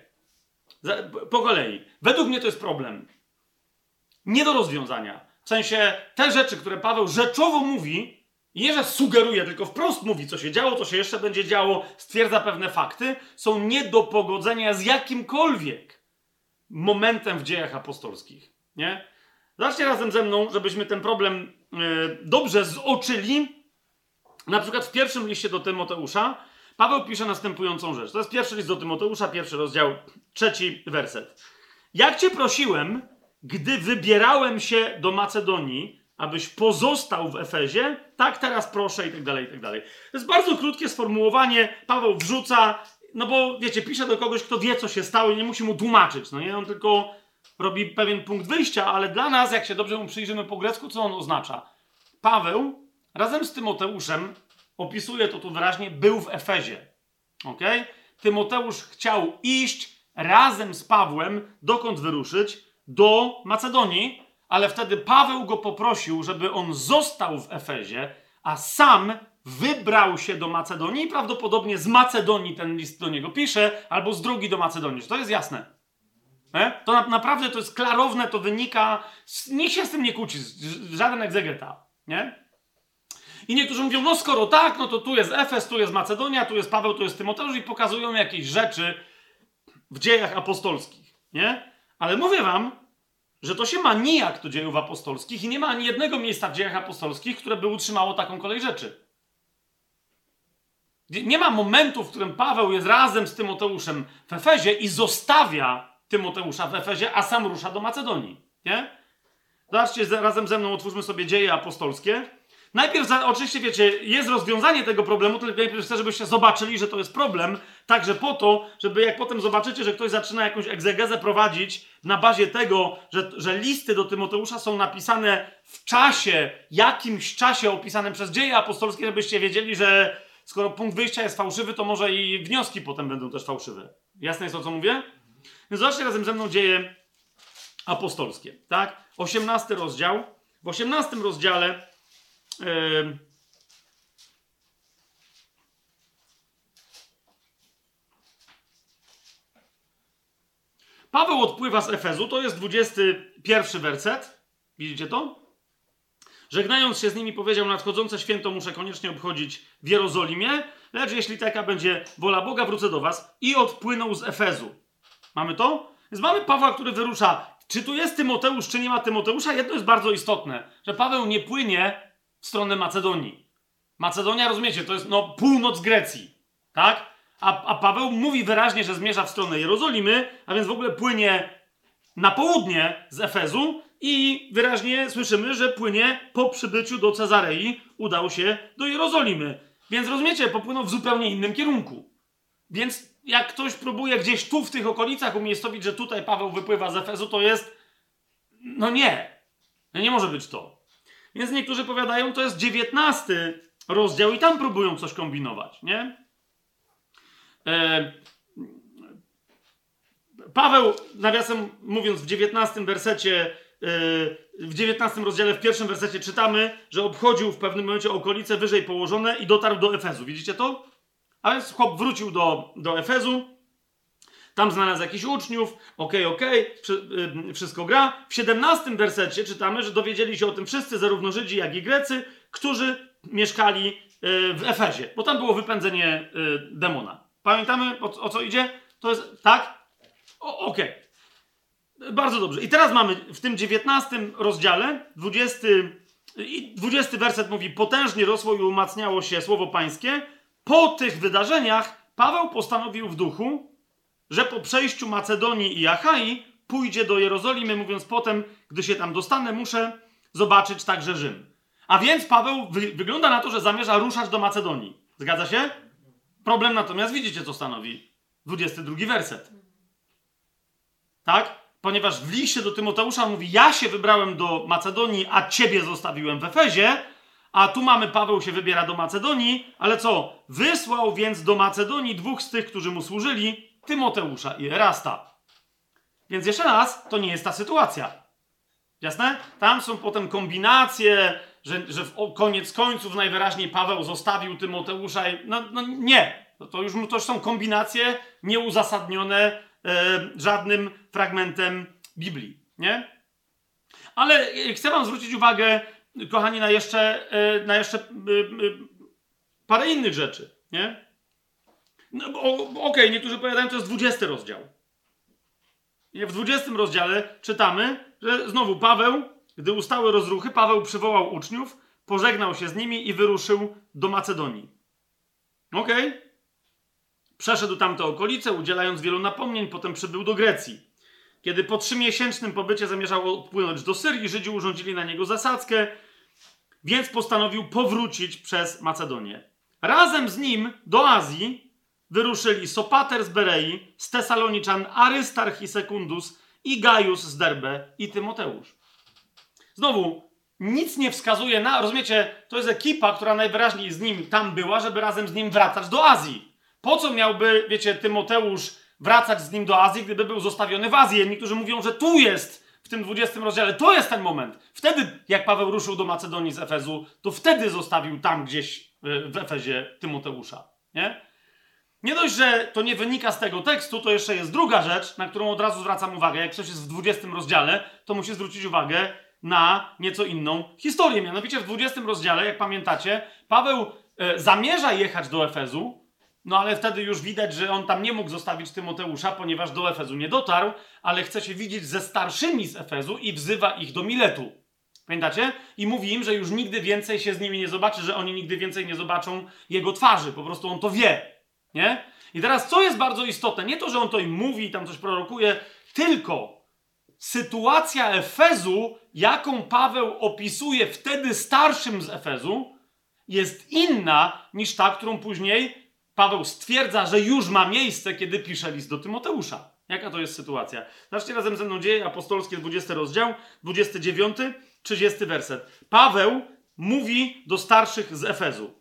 Po kolei. Według mnie to jest problem. Nie do rozwiązania. W sensie te rzeczy, które Paweł rzeczowo mówi, nie, że sugeruje, tylko wprost mówi, co się działo, to się jeszcze będzie działo, stwierdza pewne fakty, są nie do pogodzenia z jakimkolwiek momentem w dziejach apostolskich. Nie? Zobaczcie razem ze mną, żebyśmy ten problem dobrze zoczyli. Na przykład w 1 liście do Tymoteusza Paweł pisze następującą rzecz. To jest 1 list do Tymoteusza, 1 rozdział, 3 werset. Jak cię prosiłem, gdy wybierałem się do Macedonii, abyś pozostał w Efezie, tak teraz proszę i tak dalej, i tak dalej. To jest bardzo krótkie sformułowanie, Paweł wrzuca, no bo wiecie, pisze do kogoś, kto wie, co się stało i nie musi mu tłumaczyć, no nie? On tylko robi pewien punkt wyjścia, ale dla nas, jak się dobrze mu przyjrzymy po grecku, co on oznacza? Paweł razem z Tymoteuszem, opisuje to tu wyraźnie, był w Efezie, okej? Tymoteusz chciał iść razem z Pawłem, dokąd wyruszyć? Do Macedonii, ale wtedy Paweł go poprosił, żeby on został w Efezie, a sam wybrał się do Macedonii i prawdopodobnie z Macedonii ten list do niego pisze, albo z drogi do Macedonii. Czy to jest jasne? To naprawdę to jest klarowne, to wynika, nikt się z tym nie kłóci, żaden egzegeta, nie? I niektórzy mówią, no skoro tak, no to tu jest Efes, tu jest Macedonia, tu jest Paweł, tu jest Tymoteusz i pokazują jakieś rzeczy w dziejach apostolskich, nie? Ale mówię wam, że to się ma nijak do dziejów apostolskich i nie ma ani jednego miejsca w dziejach apostolskich, które by utrzymało taką kolej rzeczy. Nie ma momentu, w którym Paweł jest razem z Tymoteuszem w Efezie i zostawia Tymoteusza w Efezie, a sam rusza do Macedonii, nie? Zobaczcie, razem ze mną otwórzmy sobie dzieje apostolskie. Najpierw, oczywiście wiecie, jest rozwiązanie tego problemu, tylko najpierw chcę, żebyście zobaczyli, że to jest problem, także po to, żeby jak potem zobaczycie, że ktoś zaczyna jakąś egzegezę prowadzić na bazie tego, że listy do Tymoteusza są napisane w czasie, jakimś czasie opisanym przez dzieje apostolskie, żebyście wiedzieli, że skoro punkt wyjścia jest fałszywy, to może i wnioski potem będą też fałszywe. Jasne jest, o co mówię? Więc zobaczcie razem ze mną dzieje apostolskie, tak? 18 rozdział. W 18 rozdziale Paweł odpływa z Efezu, to jest 21 werset. Widzicie to? Żegnając się z nimi powiedział, nadchodzące święto muszę koniecznie obchodzić w Jerozolimie, lecz jeśli taka będzie wola Boga, wrócę do was. I odpłynął z Efezu. Mamy to? Więc mamy Pawła, który wyrusza. Czy tu jest Tymoteusz, czy nie ma Tymoteusza? Jedno jest bardzo istotne, że Paweł nie płynie w stronę Macedonii. Macedonia, rozumiecie, to jest północ Grecji, tak? A Paweł mówi wyraźnie, że zmierza w stronę Jerozolimy, a więc w ogóle płynie na południe z Efezu i wyraźnie słyszymy, że płynie po przybyciu do Cezarei, udał się do Jerozolimy. Więc rozumiecie, popłynął w zupełnie innym kierunku. Więc jak ktoś próbuje gdzieś tu w tych okolicach umiejscowić, że tutaj Paweł wypływa z Efezu, to jest... nie może być to. Więc niektórzy powiadają, to jest 19 rozdział i tam próbują coś kombinować, nie? Paweł, nawiasem mówiąc, w 19 wersecie, w 19 rozdziale, w pierwszym wersecie czytamy, że obchodził w pewnym momencie okolice wyżej położone i dotarł do Efezu. Widzicie to? A więc chłop wrócił do Efezu, tam znalazł jakichś uczniów, wszystko gra. W 17 wersecie czytamy, że dowiedzieli się o tym wszyscy, zarówno Żydzi, jak i Grecy, którzy mieszkali w Efezie, bo tam było wypędzenie demona. Pamiętamy, o co idzie? To jest, tak? Okej. Bardzo dobrze. I teraz mamy w tym 19 rozdziale, 20 werset mówi, potężnie rosło i umacniało się słowo pańskie. Po tych wydarzeniach Paweł postanowił w duchu, że po przejściu Macedonii i Achai pójdzie do Jerozolimy, mówiąc potem, gdy się tam dostanę, muszę zobaczyć także Rzym. A więc Paweł wygląda na to, że zamierza ruszać do Macedonii. Zgadza się? Problem natomiast widzicie, co stanowi 22 werset. Tak? Ponieważ w liście do Tymoteusza mówi, ja się wybrałem do Macedonii, a ciebie zostawiłem w Efezie, a tu mamy, Paweł się wybiera do Macedonii, ale co? Wysłał więc do Macedonii dwóch z tych, którzy mu służyli, Tymoteusza i Erasta. Więc jeszcze raz, to nie jest ta sytuacja. Jasne? Tam są potem kombinacje, że koniec końców najwyraźniej Paweł zostawił Tymoteusza i... nie. To już są kombinacje nieuzasadnione żadnym fragmentem Biblii. Nie? Ale chcę wam zwrócić uwagę, kochani, na jeszcze parę innych rzeczy. Nie? Niektórzy powiadają, to jest 20 rozdział. W 20 rozdziale czytamy, że znowu Paweł, gdy ustały rozruchy, Paweł przywołał uczniów, pożegnał się z nimi i wyruszył do Macedonii. Przeszedł tamte okolice, udzielając wielu napomnień, potem przybył do Grecji. Kiedy po 3-miesięcznym pobycie zamierzał odpłynąć do Syrii, Żydzi urządzili na niego zasadzkę, więc postanowił powrócić przez Macedonię. Razem z nim do Azji wyruszyli Sopater z Berei, z Tesaloniczan Arystarch i Sekundus i Gajus z Derbe i Tymoteusz. Znowu, nic nie wskazuje na... Rozumiecie, to jest ekipa, która najwyraźniej z nim tam była, żeby razem z nim wracać do Azji. Po co miałby, wiecie, Tymoteusz wracać z nim do Azji, gdyby był zostawiony w Azji? Niektórzy mówią, że tu jest, w tym 20 rozdziale, to jest ten moment. Wtedy, jak Paweł ruszył do Macedonii z Efezu, to wtedy zostawił tam gdzieś w Efezie Tymoteusza. Nie? Nie dość, że to nie wynika z tego tekstu, to jeszcze jest druga rzecz, na którą od razu zwracam uwagę. Jak ktoś jest w 20 rozdziale, to musi zwrócić uwagę na nieco inną historię. Mianowicie w 20 rozdziale, jak pamiętacie, Paweł zamierza jechać do Efezu, ale wtedy już widać, że on tam nie mógł zostawić Tymoteusza, ponieważ do Efezu nie dotarł, ale chce się widzieć ze starszymi z Efezu i wzywa ich do Miletu. Pamiętacie? I mówi im, że już nigdy więcej się z nimi nie zobaczy, że oni nigdy więcej nie zobaczą jego twarzy. Po prostu on to wie. Nie? I teraz co jest bardzo istotne? Nie to, że on to im mówi i tam coś prorokuje, tylko sytuacja Efezu, jaką Paweł opisuje wtedy starszym z Efezu, jest inna niż ta, którą później Paweł stwierdza, że już ma miejsce, kiedy pisze list do Tymoteusza. Jaka to jest sytuacja? Zobaczcie razem ze mną Dzieje Apostolskie, 20 rozdział, 29, 30 werset. Paweł mówi do starszych z Efezu.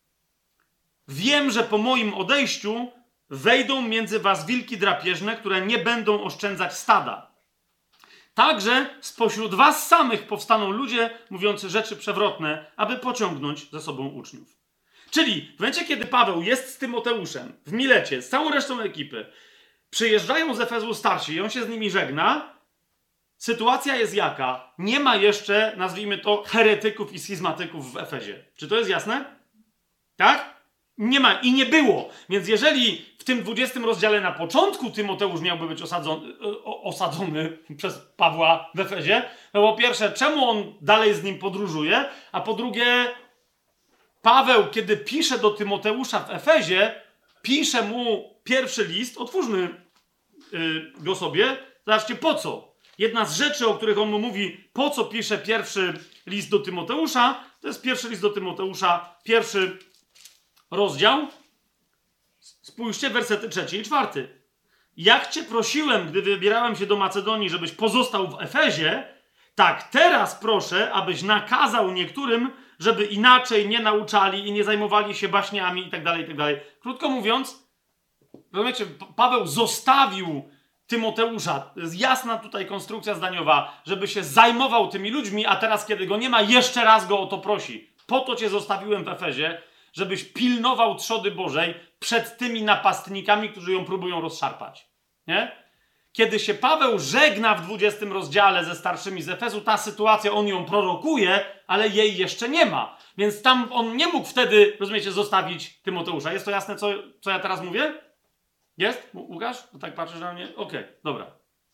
Wiem, że po moim odejściu wejdą między was wilki drapieżne, które nie będą oszczędzać stada. Także spośród was samych powstaną ludzie mówiący rzeczy przewrotne, aby pociągnąć za sobą uczniów. Czyli w momencie, kiedy Paweł jest z Tymoteuszem w Milecie, z całą resztą ekipy, przyjeżdżają z Efezu starsi i on się z nimi żegna, sytuacja jest jaka? Nie ma jeszcze, nazwijmy to, heretyków i schizmatyków w Efezie. Czy to jest jasne? Tak? Nie ma i nie było. Więc jeżeli w tym 20 rozdziale na początku Tymoteusz miałby być osadzony przez Pawła w Efezie, no po pierwsze, czemu on dalej z nim podróżuje, a po drugie, Paweł, kiedy pisze do Tymoteusza w Efezie, pisze mu pierwszy list, otwórzmy go sobie, zobaczcie po co. Jedna z rzeczy, o których on mu mówi, po co pisze pierwszy list do Tymoteusza, to jest pierwszy list do Tymoteusza, pierwszy rozdział. Spójrzcie, wersety 3 i 4. Jak cię prosiłem, gdy wybierałem się do Macedonii, żebyś pozostał w Efezie, tak teraz proszę, abyś nakazał niektórym, żeby inaczej nie nauczali i nie zajmowali się baśniami itd., itd. Krótko mówiąc, rozumiecie, Paweł zostawił Tymoteusza, to jest jasna tutaj konstrukcja zdaniowa, żeby się zajmował tymi ludźmi, a teraz, kiedy go nie ma, jeszcze raz go o to prosi. Po to cię zostawiłem w Efezie, żebyś pilnował trzody Bożej przed tymi napastnikami, którzy ją próbują rozszarpać. Nie? Kiedy się Paweł żegna w 20 rozdziale ze starszymi z Efezu, ta sytuacja, on ją prorokuje, ale jej jeszcze nie ma. Więc tam on nie mógł wtedy, rozumiecie, zostawić Tymoteusza. Jest to jasne, co ja teraz mówię? Jest? Łukasz? No tak patrzysz na mnie? Okej, dobra.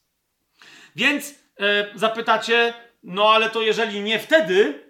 Więc zapytacie, no ale to jeżeli nie wtedy,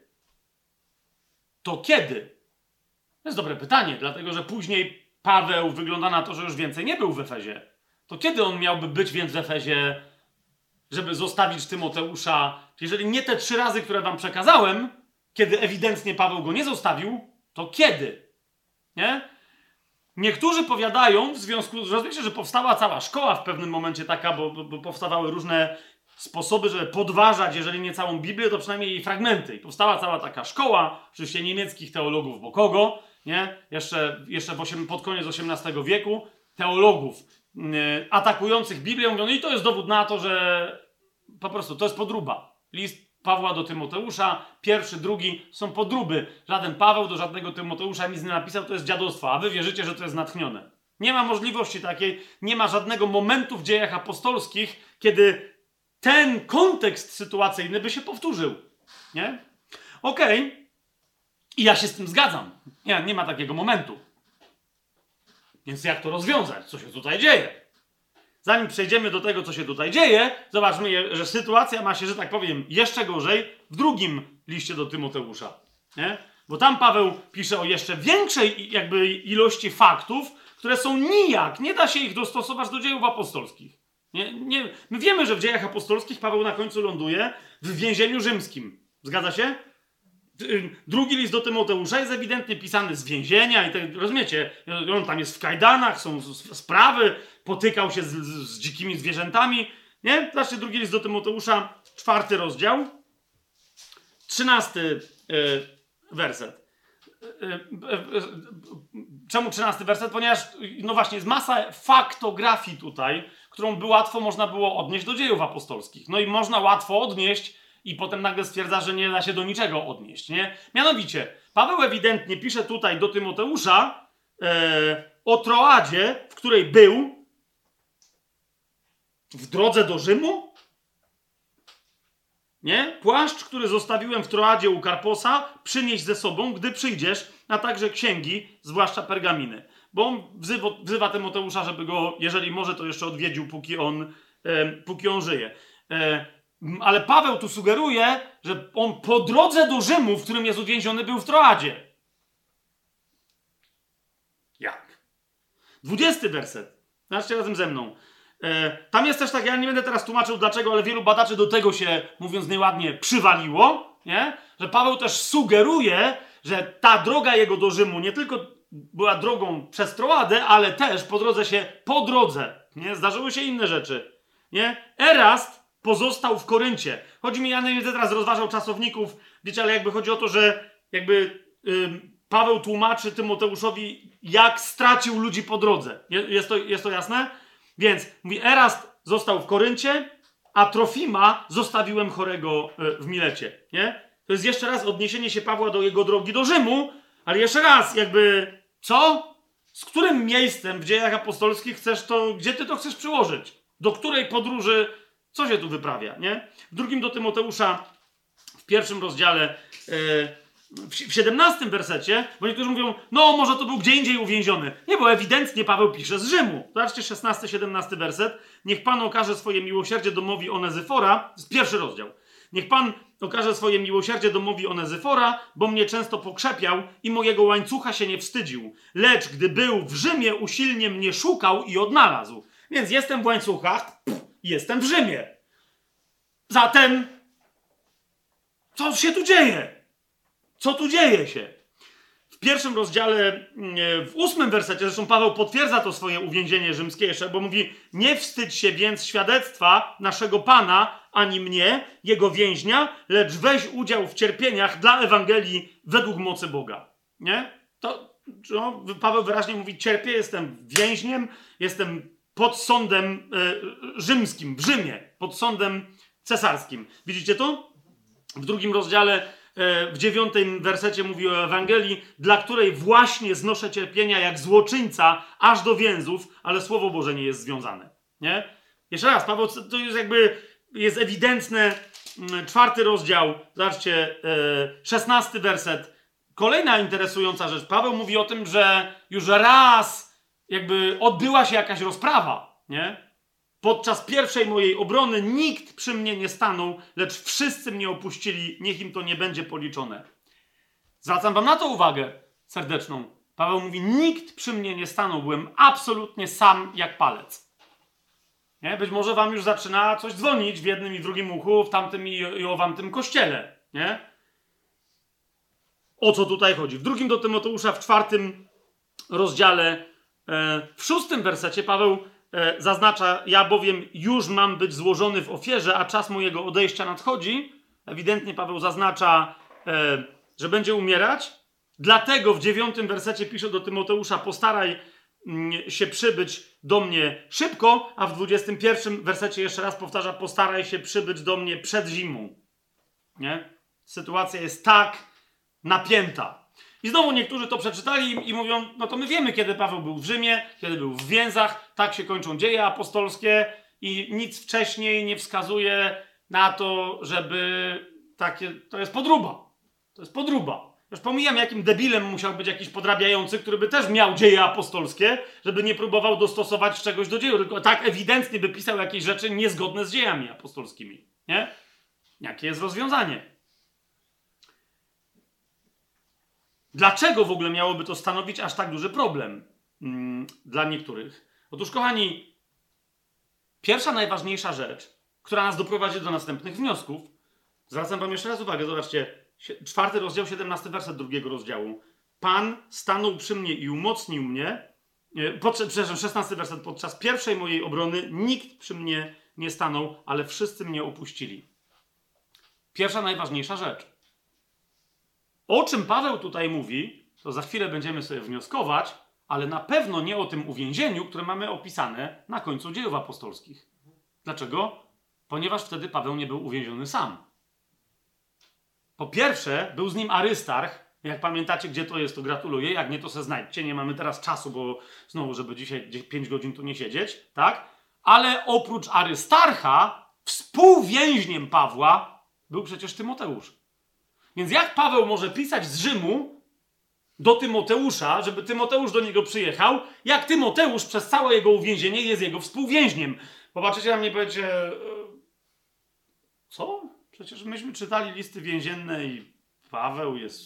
to kiedy? To jest dobre pytanie, dlatego że później Paweł wygląda na to, że już więcej nie był w Efezie. To kiedy on miałby być więc w Efezie, żeby zostawić Tymoteusza? Jeżeli nie te 3 razy, które wam przekazałem, kiedy ewidentnie Paweł go nie zostawił, to kiedy? Nie? Niektórzy powiadają, w związku z rozumiecie, że powstała cała szkoła w pewnym momencie taka, bo powstawały różne sposoby, żeby podważać, jeżeli nie całą Biblię, to przynajmniej jej fragmenty. I powstała cała taka szkoła, oczywiście niemieckich teologów, bo kogo? Nie? Jeszcze pod koniec XVIII wieku teologów atakujących Biblię mówią, no i to jest dowód na to, że po prostu to jest podróba. List Pawła do Tymoteusza, pierwszy, drugi są podróby. Żaden Paweł do żadnego Tymoteusza nic nie napisał, to jest dziadostwo, a wy wierzycie, że to jest natchnione. Nie ma możliwości takiej, nie ma żadnego momentu w dziejach apostolskich, kiedy ten kontekst sytuacyjny by się powtórzył. Nie? Okej. I ja się z tym zgadzam. Nie ma takiego momentu. Więc jak to rozwiązać? Co się tutaj dzieje? Zanim przejdziemy do tego, co się tutaj dzieje, zobaczmy, że sytuacja ma się, że tak powiem, jeszcze gorzej w drugim liście do Tymoteusza. Nie? Bo tam Paweł pisze o jeszcze większej jakby ilości faktów, które są nijak, nie da się ich dostosować do dziejów apostolskich. My wiemy, że w dziejach apostolskich Paweł na końcu ląduje w więzieniu rzymskim. Zgadza się? Drugi list do Tymoteusza jest ewidentnie pisany z więzienia i tak, rozumiecie, on tam jest w kajdanach, są sprawy, potykał się z dzikimi zwierzętami, nie? Zobaczcie, drugi list do Tymoteusza, 4 rozdział, 13 werset. Czemu 13 werset? Ponieważ, no właśnie, jest masa faktografii tutaj, którą by łatwo można było odnieść do dziejów apostolskich. No i można łatwo odnieść i potem nagle stwierdza, że nie da się do niczego odnieść, nie? Mianowicie, Paweł ewidentnie pisze tutaj do Tymoteusza o Troadzie, w której był w drodze do Rzymu. Nie? Płaszcz, który zostawiłem w Troadzie u Karposa, przynieś ze sobą, gdy przyjdziesz, a także księgi, zwłaszcza pergaminy. Bo on wzywa Tymoteusza, żeby go, jeżeli może, to jeszcze odwiedził, póki on żyje. Ale Paweł tu sugeruje, że on po drodze do Rzymu, w którym jest uwięziony, był w Troadzie. Jak? 20 werset. Zobaczcie razem ze mną. Tam jest też tak, ja nie będę teraz tłumaczył dlaczego, ale wielu badaczy do tego się, mówiąc nieładnie, przywaliło, nie? Że Paweł też sugeruje, że ta droga jego do Rzymu nie tylko była drogą przez Troadę, ale też po drodze, nie? Zdarzyły się inne rzeczy, nie? Erast pozostał w Koryncie. Chodzi mi, ja nie będę teraz rozważał czasowników, wiecie, ale jakby chodzi o to, że jakby Paweł tłumaczy Tymoteuszowi, jak stracił ludzi po drodze. Jest to jasne? Więc mówi, Erast został w Koryncie, a Trofima zostawiłem chorego w Milecie, nie? To jest jeszcze raz odniesienie się Pawła do jego drogi do Rzymu, ale jeszcze raz, jakby, co? Z którym miejscem w dziejach apostolskich gdzie ty to chcesz przyłożyć? Do której podróży, co się tu wyprawia, nie? W drugim do Tymoteusza, w 1 rozdziale, w 17 wersecie, bo niektórzy mówią, no może to był gdzie indziej uwięziony. Nie, bo ewidentnie Paweł pisze z Rzymu. Zobaczcie 16-17 werset. Niech Pan okaże swoje miłosierdzie domowi Onezyfora. To jest 1 rozdział. Niech Pan okaże swoje miłosierdzie domowi Onezyfora, bo mnie często pokrzepiał i mojego łańcucha się nie wstydził. Lecz gdy był w Rzymie, usilnie mnie szukał i odnalazł. Więc jestem w łańcuchach, jestem w Rzymie. Zatem, co się tu dzieje? Co tu dzieje się? W 1 rozdziale, w 8 wersecie, zresztą Paweł potwierdza to swoje uwięzienie rzymskie jeszcze, bo mówi, nie wstydź się więc świadectwa naszego Pana, ani mnie, jego więźnia, lecz weź udział w cierpieniach dla Ewangelii według mocy Boga. Nie? Paweł wyraźnie mówi, cierpię, jestem więźniem, jestem pod sądem rzymskim, w Rzymie, pod sądem cesarskim. Widzicie to? W 2 rozdziale, w 9 wersecie mówi o Ewangelii, dla której właśnie znoszę cierpienia jak złoczyńca aż do więzów, ale Słowo Boże nie jest związane. Nie? Jeszcze raz, Paweł, to jest jakby, jest ewidentne, 4 rozdział, zobaczcie, 16 werset. Kolejna interesująca rzecz. Paweł mówi o tym, że już raz jakby odbyła się jakaś rozprawa, nie? Podczas pierwszej mojej obrony nikt przy mnie nie stanął, lecz wszyscy mnie opuścili, niech im to nie będzie policzone. Zwracam wam na to uwagę serdeczną. Paweł mówi, nikt przy mnie nie stanął, byłem absolutnie sam jak palec. Nie? Być może wam już zaczyna coś dzwonić w jednym i w drugim uchu, w tamtym i owamtym kościele. Nie? O co tutaj chodzi? W 2 do Tymoteusza, w 4 rozdziale, w 6 wersecie Paweł zaznacza, ja bowiem już mam być złożony w ofierze, a czas mojego odejścia nadchodzi. Ewidentnie Paweł zaznacza, że będzie umierać. Dlatego w 9 wersecie pisze do Tymoteusza, postaraj się przybyć do mnie szybko, a w 21 wersecie jeszcze raz powtarza, postaraj się przybyć do mnie przed zimą. Nie? Sytuacja jest tak napięta. I znowu niektórzy to przeczytali i mówią, no to my wiemy, kiedy Paweł był w Rzymie, kiedy był w więzach, tak się kończą dzieje apostolskie i nic wcześniej nie wskazuje na to, żeby takie, to jest podróba. To jest podróba. Już pomijam, jakim debilem musiał być jakiś podrabiający, który by też miał dzieje apostolskie, żeby nie próbował dostosować czegoś do dzieju, tylko tak ewidentnie by pisał jakieś rzeczy niezgodne z dziejami apostolskimi. Nie? Jakie jest rozwiązanie? Dlaczego w ogóle miałoby to stanowić aż tak duży problem dla niektórych? Otóż, kochani, pierwsza, najważniejsza rzecz, która nas doprowadzi do następnych wniosków, zwracam wam jeszcze raz uwagę, zobaczcie, 4 rozdział, 17 werset 2 rozdziału. Pan stanął przy mnie i umocnił mnie, przepraszam, 16 werset, podczas pierwszej mojej obrony nikt przy mnie nie stanął, ale wszyscy mnie opuścili. Pierwsza, najważniejsza rzecz. O czym Paweł tutaj mówi, to za chwilę będziemy sobie wnioskować, ale na pewno nie o tym uwięzieniu, które mamy opisane na końcu dziejów apostolskich. Dlaczego? Ponieważ wtedy Paweł nie był uwięziony sam. Po pierwsze, był z nim Arystarch. Jak pamiętacie, gdzie to jest, to gratuluję. Jak nie, to se znajdźcie. Nie mamy teraz czasu, bo znowu, żeby dzisiaj 5 godzin tu nie siedzieć. Tak? Ale oprócz Arystarcha, współwięźniem Pawła był przecież Tymoteusz. Więc jak Paweł może pisać z Rzymu do Tymoteusza, żeby Tymoteusz do niego przyjechał, jak Tymoteusz przez całe jego uwięzienie jest jego współwięźniem? Popatrzycie na mnie i powiecie, co? Przecież myśmy czytali listy więzienne i Paweł jest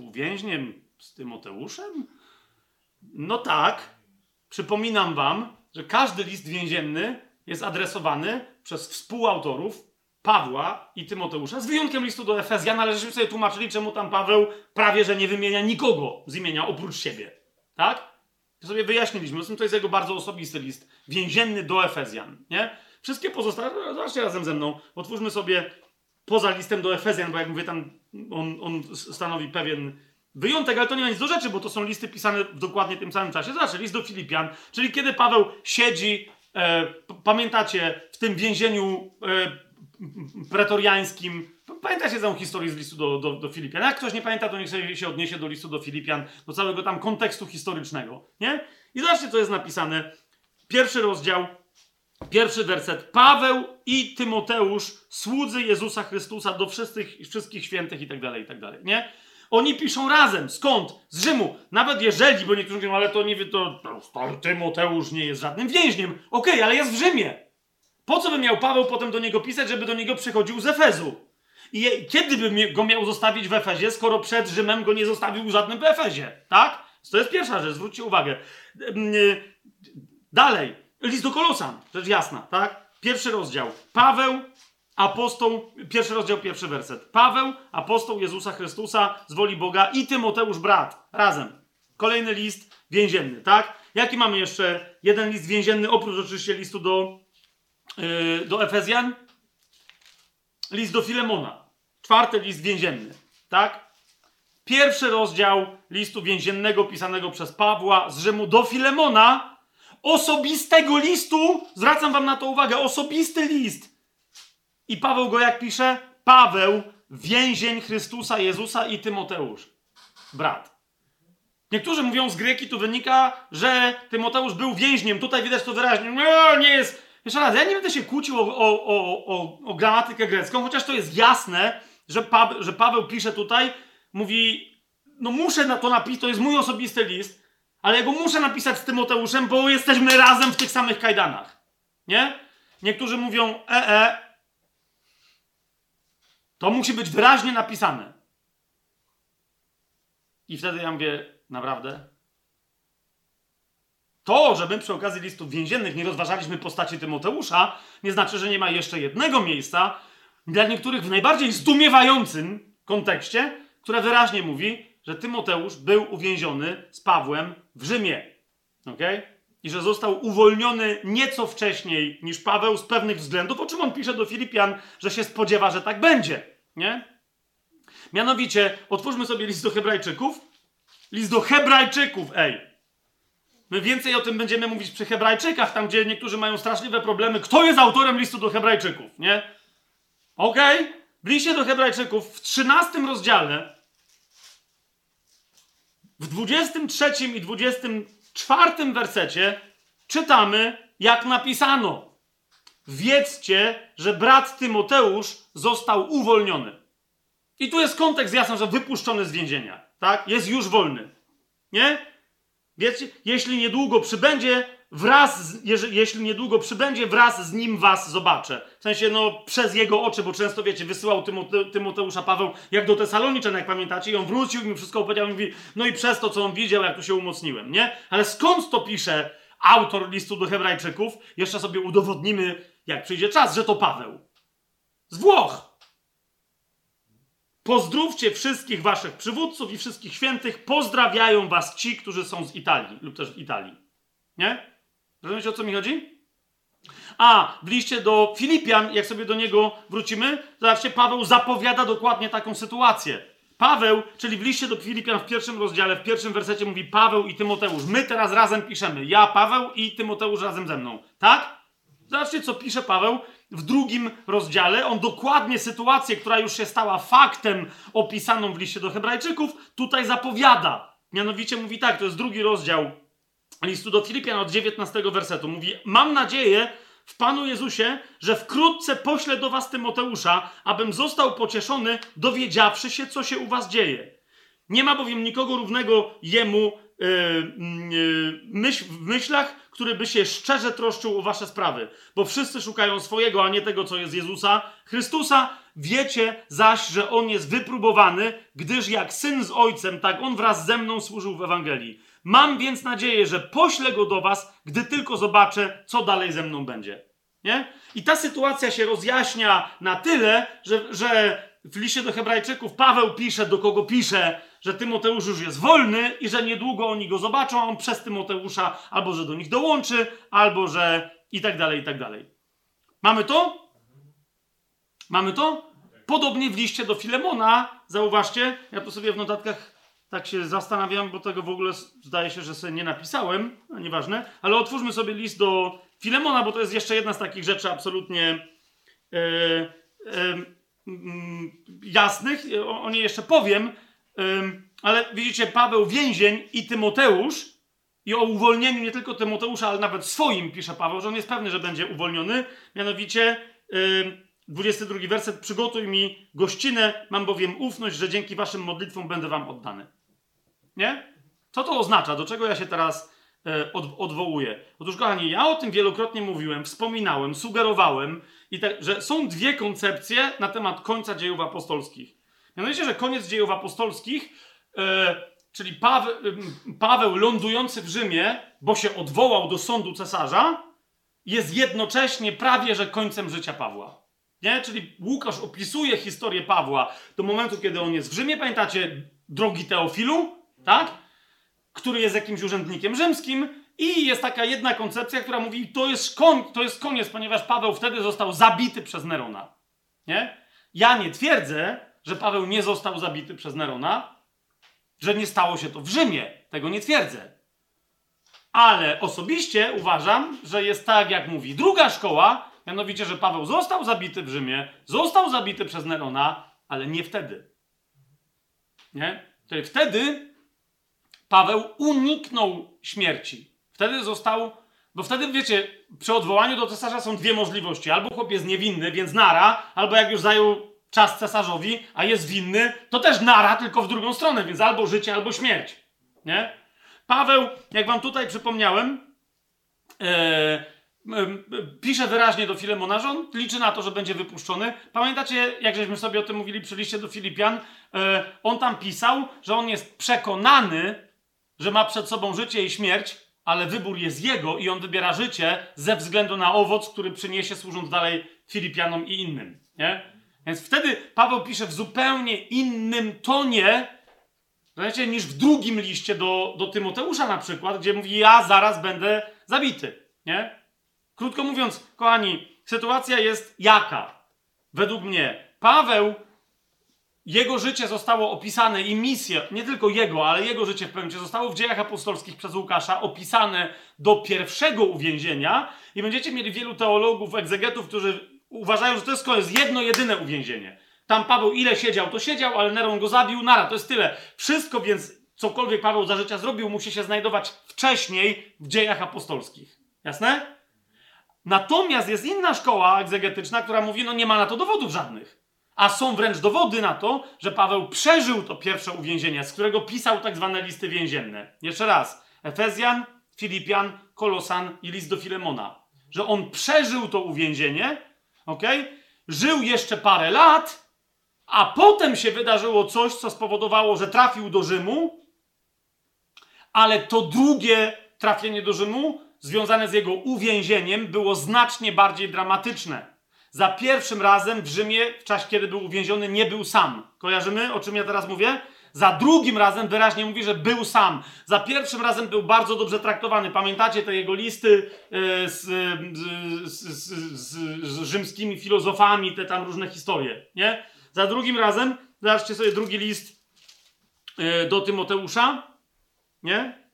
współwięźniem z Tymoteuszem? No tak, przypominam wam, że każdy list więzienny jest adresowany przez współautorów Pawła i Tymoteusza, z wyjątkiem listu do Efezjan, ale żeśmy sobie tłumaczyli, czemu tam Paweł prawie że nie wymienia nikogo z imienia oprócz siebie. Tak? To sobie wyjaśniliśmy. To jest jego bardzo osobisty list więzienny do Efezjan. Nie? Wszystkie pozostałe, zobaczcie razem ze mną, otwórzmy sobie poza listem do Efezjan, bo jak mówię, tam on stanowi pewien wyjątek, ale to nie ma nic do rzeczy, bo to są listy pisane w dokładnie tym samym czasie. Zobaczcie, list do Filipian, czyli kiedy Paweł siedzi, pamiętacie, w tym więzieniu pretoriańskim. Pamiętacie tą historię z listu do Filipian. Jak ktoś nie pamięta, to niech sobie się odniesie do listu do Filipian, do całego tam kontekstu historycznego. Nie? I zobaczcie, co jest napisane. 1 rozdział, 1 werset. Paweł i Tymoteusz, słudzy Jezusa Chrystusa do wszystkich świętych i tak dalej, nie? Oni piszą razem. Skąd? Z Rzymu. Nawet jeżeli, bo niektórzy mówią, ale to nie wie, to Tymoteusz nie jest żadnym więźniem. Okej, ale jest w Rzymie. Po co by miał Paweł potem do niego pisać, żeby do niego przychodził z Efezu? I kiedy by go miał zostawić w Efezie, skoro przed Rzymem go nie zostawił żadnym w Efezie? Tak? To jest pierwsza rzecz, zwróćcie uwagę. Dalej. List do Kolosan, rzecz jasna, tak? 1 rozdział. Paweł, apostoł, 1 rozdział, 1 werset. Paweł, apostoł Jezusa Chrystusa z woli Boga i Tymoteusz, brat. Razem. Kolejny list więzienny, tak? Jaki mamy jeszcze jeden list więzienny, oprócz oczywiście listu do Efezjan? List do Filemona. 4 list więzienny, tak? 1 rozdział listu więziennego pisanego przez Pawła z Rzymu do Filemona. Osobistego listu, zwracam wam na to uwagę, osobisty list. I Paweł go jak pisze? Paweł, więzień Chrystusa Jezusa i Tymoteusz, brat. Niektórzy mówią, z Greki tu wynika, że Tymoteusz był więźniem. Tutaj widać to wyraźnie. No, nie jest... Jeszcze raz, ja nie będę się kłócił o gramatykę grecką, chociaż to jest jasne, że Paweł pisze tutaj, mówi, no muszę na to napisać, to jest mój osobisty list, ale ja go muszę napisać z Tymoteuszem, bo jesteśmy razem w tych samych kajdanach. Nie? Niektórzy mówią, to musi być wyraźnie napisane. I wtedy ja mówię, naprawdę? To, że my przy okazji listów więziennych nie rozważaliśmy postaci Tymoteusza, nie znaczy, że nie ma jeszcze jednego miejsca, dla niektórych w najbardziej zdumiewającym kontekście, które wyraźnie mówi, że Tymoteusz był uwięziony z Pawłem w Rzymie. Okay? I że został uwolniony nieco wcześniej niż Paweł z pewnych względów, o czym on pisze do Filipian, że się spodziewa, że tak będzie. Nie? Mianowicie, otwórzmy sobie list do Hebrajczyków. List do Hebrajczyków, My więcej o tym będziemy mówić przy Hebrajczykach, tam gdzie niektórzy mają straszliwe problemy. Kto jest autorem listu do Hebrajczyków, nie? Okej? W liście do Hebrajczyków w 13 rozdziale, w 23 i 24 wersecie czytamy, jak napisano. Wiedzcie, że brat Tymoteusz został uwolniony. I tu jest kontekst jasny, że wypuszczony z więzienia. Tak? Jest już wolny. Nie? Wiecie, jeśli niedługo przybędzie, wraz z nim was zobaczę. W sensie, przez jego oczy, bo często, wiecie, wysyłał Tymoteusza Paweł jak do Tesaloniczan, jak pamiętacie, i on wrócił i mi wszystko opowiedział i mówi, no i przez to, co on widział, jak tu się umocniłem, nie? Ale skąd to pisze autor listu do Hebrajczyków? Jeszcze sobie udowodnimy, jak przyjdzie czas, że to Paweł. Z Włoch. Pozdrówcie wszystkich waszych przywódców i wszystkich świętych. Pozdrawiają was ci, którzy są z Italii lub też w Italii. Nie? Rozumiecie, o co mi chodzi? A w liście do Filipian, jak sobie do niego wrócimy, zobaczcie, Paweł zapowiada dokładnie taką sytuację. Paweł, czyli w liście do Filipian w 1 rozdziale, w 1 wersecie mówi Paweł i Tymoteusz. My teraz razem piszemy. Ja, Paweł i Tymoteusz razem ze mną. Tak? Zobaczcie, co pisze Paweł w 2 rozdziale. On dokładnie sytuację, która już się stała faktem opisaną w liście do Hebrajczyków, tutaj zapowiada. Mianowicie mówi tak, to jest 2 rozdział listu do Filipian od 19 wersetu. Mówi, mam nadzieję w Panu Jezusie, że wkrótce poślę do was Tymoteusza, abym został pocieszony, dowiedziawszy się, co się u was dzieje. Nie ma bowiem nikogo równego jemu w myślach, który by się szczerze troszczył o wasze sprawy. Bo wszyscy szukają swojego, a nie tego, co jest Jezusa Chrystusa. Wiecie zaś, że On jest wypróbowany, gdyż jak Syn z Ojcem, tak On wraz ze mną służył w Ewangelii. Mam więc nadzieję, że poślę go do was, gdy tylko zobaczę, co dalej ze mną będzie. Nie? I ta sytuacja się rozjaśnia na tyle, że w liście do Hebrajczyków Paweł pisze, do kogo pisze, że Tymoteusz już jest wolny i że niedługo oni go zobaczą, a on przez Tymoteusza albo że do nich dołączy, albo że i tak dalej, i tak dalej. Mamy to? Mamy to? Podobnie w liście do Filemona, zauważcie, ja tu sobie w notatkach tak się zastanawiam, bo tego w ogóle zdaje się, że sobie nie napisałem, no nieważne, ale otwórzmy sobie list do Filemona, bo to jest jeszcze jedna z takich rzeczy absolutnie jasnych, o niej jeszcze powiem, ale widzicie, Paweł więzień i Tymoteusz, i o uwolnieniu nie tylko Tymoteusza, ale nawet swoim pisze Paweł, że on jest pewny, że będzie uwolniony, mianowicie 22 werset, przygotuj mi gościnę, mam bowiem ufność, że dzięki waszym modlitwom będę wam oddany. Nie? Co to oznacza? Do czego ja się teraz odwołuję? Otóż, kochani, ja o tym wielokrotnie mówiłem, wspominałem, sugerowałem, że są dwie koncepcje na temat końca dziejów apostolskich. Mianowicie, że koniec dziejów apostolskich, czyli Paweł lądujący w Rzymie, bo się odwołał do sądu cesarza, jest jednocześnie prawie że końcem życia Pawła. Nie? Czyli Łukasz opisuje historię Pawła do momentu, kiedy on jest w Rzymie. Pamiętacie, drogi Teofilu, tak? Który jest jakimś urzędnikiem rzymskim i jest taka jedna koncepcja, która mówi, to jest koniec, ponieważ Paweł wtedy został zabity przez Nerona. Nie? Ja nie twierdzę, że Paweł nie został zabity przez Nerona, że nie stało się to w Rzymie. Tego nie twierdzę. Ale osobiście uważam, że jest tak, jak mówi druga szkoła, mianowicie, że Paweł został zabity w Rzymie, został zabity przez Nerona, ale nie wtedy. Nie? Czyli wtedy Paweł uniknął śmierci. Wtedy został, bo wtedy, wiecie, przy odwołaniu do cesarza są dwie możliwości. Albo chłop jest niewinny, więc nara, albo jak już zajął czas cesarzowi, a jest winny, to też nara, tylko w drugą stronę, więc albo życie, albo śmierć. Nie? Paweł, jak wam tutaj przypomniałem, pisze wyraźnie do Filemona, że on liczy na to, że będzie wypuszczony. Pamiętacie, jak żeśmy sobie o tym mówili przy liście do Filipian? On tam pisał, że on jest przekonany, że ma przed sobą życie i śmierć, ale wybór jest jego i on wybiera życie ze względu na owoc, który przyniesie, służąc dalej Filipianom i innym. Nie? Więc wtedy Paweł pisze w zupełnie innym tonie, wiecie, niż w drugim liście do Tymoteusza na przykład, gdzie mówi, ja zaraz będę zabity. Nie? Krótko mówiąc, kochani, sytuacja jest jaka? Według mnie Paweł, jego życie zostało opisane i misja, nie tylko jego, ale jego życie w pewnym sensie zostało w dziejach apostolskich przez Łukasza opisane do pierwszego uwięzienia i będziecie mieli wielu teologów, egzegetów, którzy uważają, że to jest koniec, jedno, jedyne uwięzienie. Tam Paweł ile siedział, to siedział, ale Neron go zabił, to jest tyle. Wszystko więc, cokolwiek Paweł za życia zrobił, musi się znajdować wcześniej w dziejach apostolskich. Jasne? Natomiast jest inna szkoła egzegetyczna, która mówi, nie ma na to dowodów żadnych. A są wręcz dowody na to, że Paweł przeżył to pierwsze uwięzienie, z którego pisał tak zwane listy więzienne. Jeszcze raz. Efezjan, Filipian, Kolosan i list do Filemona. Że on przeżył to uwięzienie, żył jeszcze parę lat, a potem się wydarzyło coś, co spowodowało, że trafił do Rzymu, ale to drugie trafienie do Rzymu związane z jego uwięzieniem było znacznie bardziej dramatyczne. Za pierwszym razem w Rzymie, w czasie kiedy był uwięziony, nie był sam. Kojarzymy, o czym ja teraz mówię? Za drugim razem wyraźnie mówi, że był sam. Za pierwszym razem był bardzo dobrze traktowany. Pamiętacie te jego listy z rzymskimi filozofami, te tam różne historie, nie? Za drugim razem, zobaczcie sobie drugi list do Tymoteusza, nie?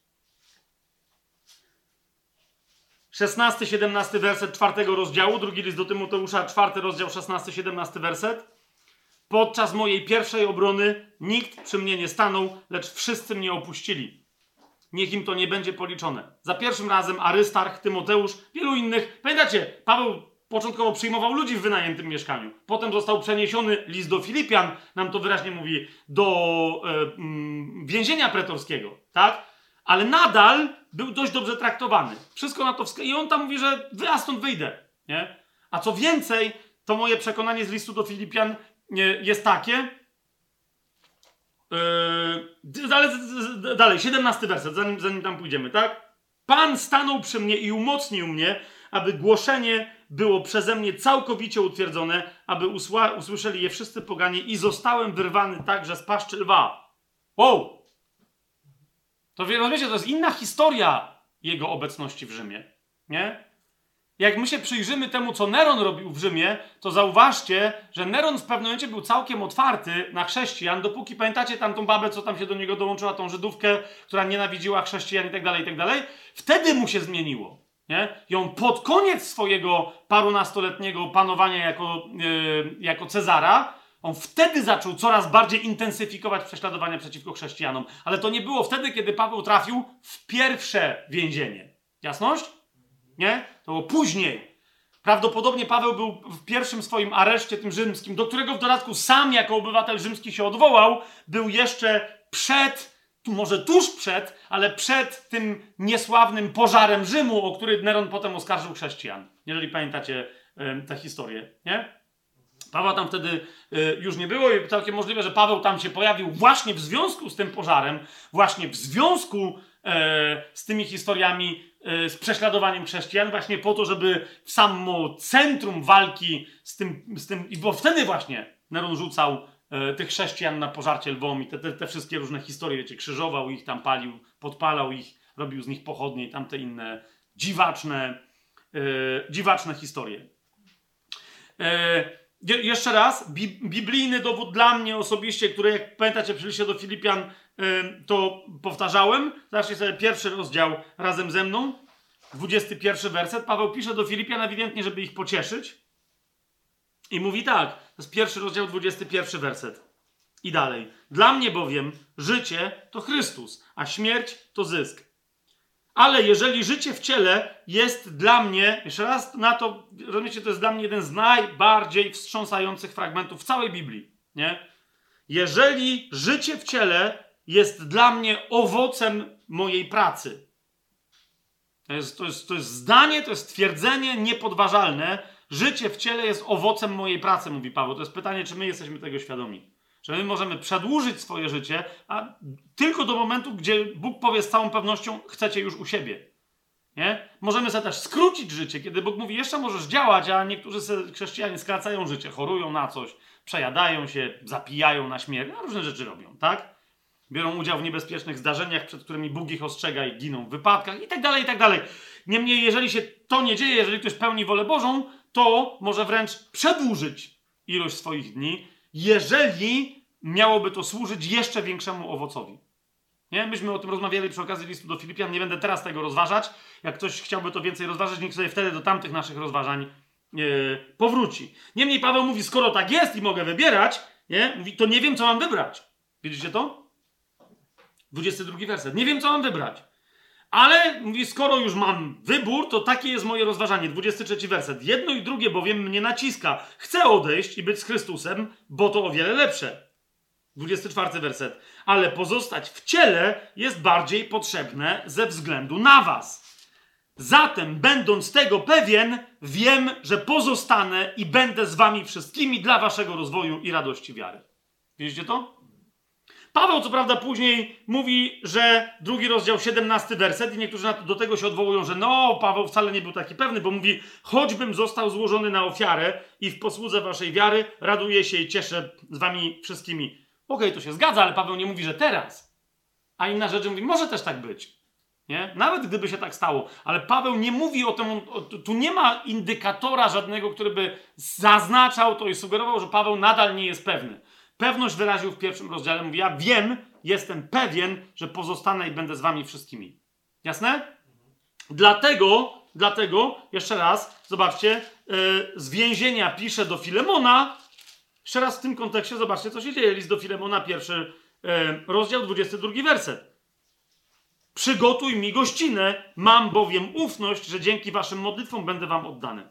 16-17 werset 4 rozdziału, drugi list do Tymoteusza, 4 rozdział, 16-17 werset. Podczas mojej pierwszej obrony nikt przy mnie nie stanął, lecz wszyscy mnie opuścili. Niech im to nie będzie policzone. Za pierwszym razem Arystarch, Tymoteusz, wielu innych. Pamiętacie, Paweł początkowo przyjmował ludzi w wynajętym mieszkaniu. Potem został przeniesiony, list do Filipian, nam to wyraźnie mówi, do więzienia pretorskiego, tak? Ale nadal był dość dobrze traktowany. Wszystko na to i on tam mówi, że ja stąd wyjdę, nie? A co więcej, to moje przekonanie z listu do Filipian jest takie, Ale dalej, 17 werset, zanim tam pójdziemy, tak? Pan stanął przy mnie i umocnił mnie, aby głoszenie było przeze mnie całkowicie utwierdzone, aby usłyszeli je wszyscy poganie i zostałem wyrwany także z paszczy lwa. Wow! To rozumiecie, to jest inna historia jego obecności w Rzymie, nie? Jak my się przyjrzymy temu, co Neron robił w Rzymie, to zauważcie, że Neron w pewnym momencie był całkiem otwarty na chrześcijan, dopóki, pamiętacie tamtą babę, co tam się do niego dołączyła, tą Żydówkę, która nienawidziła chrześcijan i tak dalej, wtedy mu się zmieniło, nie? I on pod koniec swojego parunastoletniego panowania jako Cezara, on wtedy zaczął coraz bardziej intensyfikować prześladowania przeciwko chrześcijanom. Ale to nie było wtedy, kiedy Paweł trafił w pierwsze więzienie. Jasność? Nie? To było później. Prawdopodobnie Paweł był w pierwszym swoim areszcie, tym rzymskim, do którego w dodatku sam jako obywatel rzymski się odwołał, był jeszcze może tuż przed, ale przed tym niesławnym pożarem Rzymu, o który Neron potem oskarżył chrześcijan. Jeżeli pamiętacie tę historię, nie? Pawła tam wtedy już nie było i całkiem możliwe, że Paweł tam się pojawił właśnie w związku z tym pożarem, właśnie w związku z tymi historiami, z prześladowaniem chrześcijan, właśnie po to, żeby w samo centrum walki z tym bo wtedy właśnie Neron rzucał tych chrześcijan na pożarcie lwom i te wszystkie różne historie, wiecie, krzyżował ich, tam palił, podpalał ich, robił z nich pochodnie i tamte inne dziwaczne historie. Jeszcze raz, biblijny dowód dla mnie osobiście, który, jak pamiętacie, przyszliście do Filipian, to powtarzałem. Zobaczcie sobie pierwszy rozdział razem ze mną, 21 werset. Paweł pisze do Filipian ewidentnie, żeby ich pocieszyć. I mówi tak, to jest pierwszy rozdział, 21 werset. I dalej. Dla mnie bowiem życie to Chrystus, a śmierć to zysk. Ale jeżeli życie w ciele jest dla mnie, jeszcze raz na to, rozumiecie, to jest dla mnie jeden z najbardziej wstrząsających fragmentów w całej Biblii, nie? Jeżeli życie w ciele jest dla mnie owocem mojej pracy. To jest zdanie, to jest twierdzenie niepodważalne. Życie w ciele jest owocem mojej pracy, mówi Paweł. To jest pytanie, czy my jesteśmy tego świadomi. Że my możemy przedłużyć swoje życie, a tylko do momentu, gdzie Bóg powie z całą pewnością, chcecie już u siebie. Nie? Możemy sobie też skrócić życie, kiedy Bóg mówi, jeszcze możesz działać, a niektórzy chrześcijanie skracają życie, chorują na coś, przejadają się, zapijają na śmierć, różne rzeczy robią, tak? Biorą udział w niebezpiecznych zdarzeniach, przed którymi Bóg ich ostrzega i giną w wypadkach i tak dalej, i tak dalej. Niemniej, jeżeli się to nie dzieje, jeżeli ktoś pełni wolę Bożą, to może wręcz przedłużyć ilość swoich dni, jeżeli miałoby to służyć jeszcze większemu owocowi. Nie? Myśmy o tym rozmawiali przy okazji listu do Filipian, nie będę teraz tego rozważać. Jak ktoś chciałby to więcej rozważyć, niech sobie wtedy do tamtych naszych rozważań powróci. Niemniej Paweł mówi, skoro tak jest i mogę wybierać, nie? Mówi, to nie wiem, co mam wybrać. Widzicie to? 22 werset. Nie wiem, co mam wybrać. Ale, mówi, skoro już mam wybór, to takie jest moje rozważanie. 23 werset. Jedno i drugie bowiem mnie naciska. Chcę odejść i być z Chrystusem, bo to o wiele lepsze. 24 werset. Ale pozostać w ciele jest bardziej potrzebne ze względu na was. Zatem, będąc tego pewien, wiem, że pozostanę i będę z wami wszystkimi dla waszego rozwoju i radości wiary. Widzicie to? Paweł, co prawda, później mówi, że drugi rozdział, 17 werset i niektórzy do tego się odwołują, że Paweł wcale nie był taki pewny, bo mówi, choćbym został złożony na ofiarę i w posłudze waszej wiary, raduję się i cieszę z wami wszystkimi. Okej, to się zgadza, ale Paweł nie mówi, że teraz. A inna rzecz mówi, może też tak być. Nie? Nawet gdyby się tak stało. Ale Paweł nie mówi o tym, tu nie ma indykatora żadnego, który by zaznaczał to i sugerował, że Paweł nadal nie jest pewny. Pewność wyraził w pierwszym rozdziale. Mówi, ja wiem, jestem pewien, że pozostanę i będę z wami wszystkimi. Jasne? Dlatego, jeszcze raz, zobaczcie, z więzienia pisze do Filemona. Jeszcze raz w tym kontekście zobaczcie, co się dzieje. List do Filemona, pierwszy rozdział, 22 werset. Przygotuj mi gościnę, mam bowiem ufność, że dzięki waszym modlitwom będę wam oddany.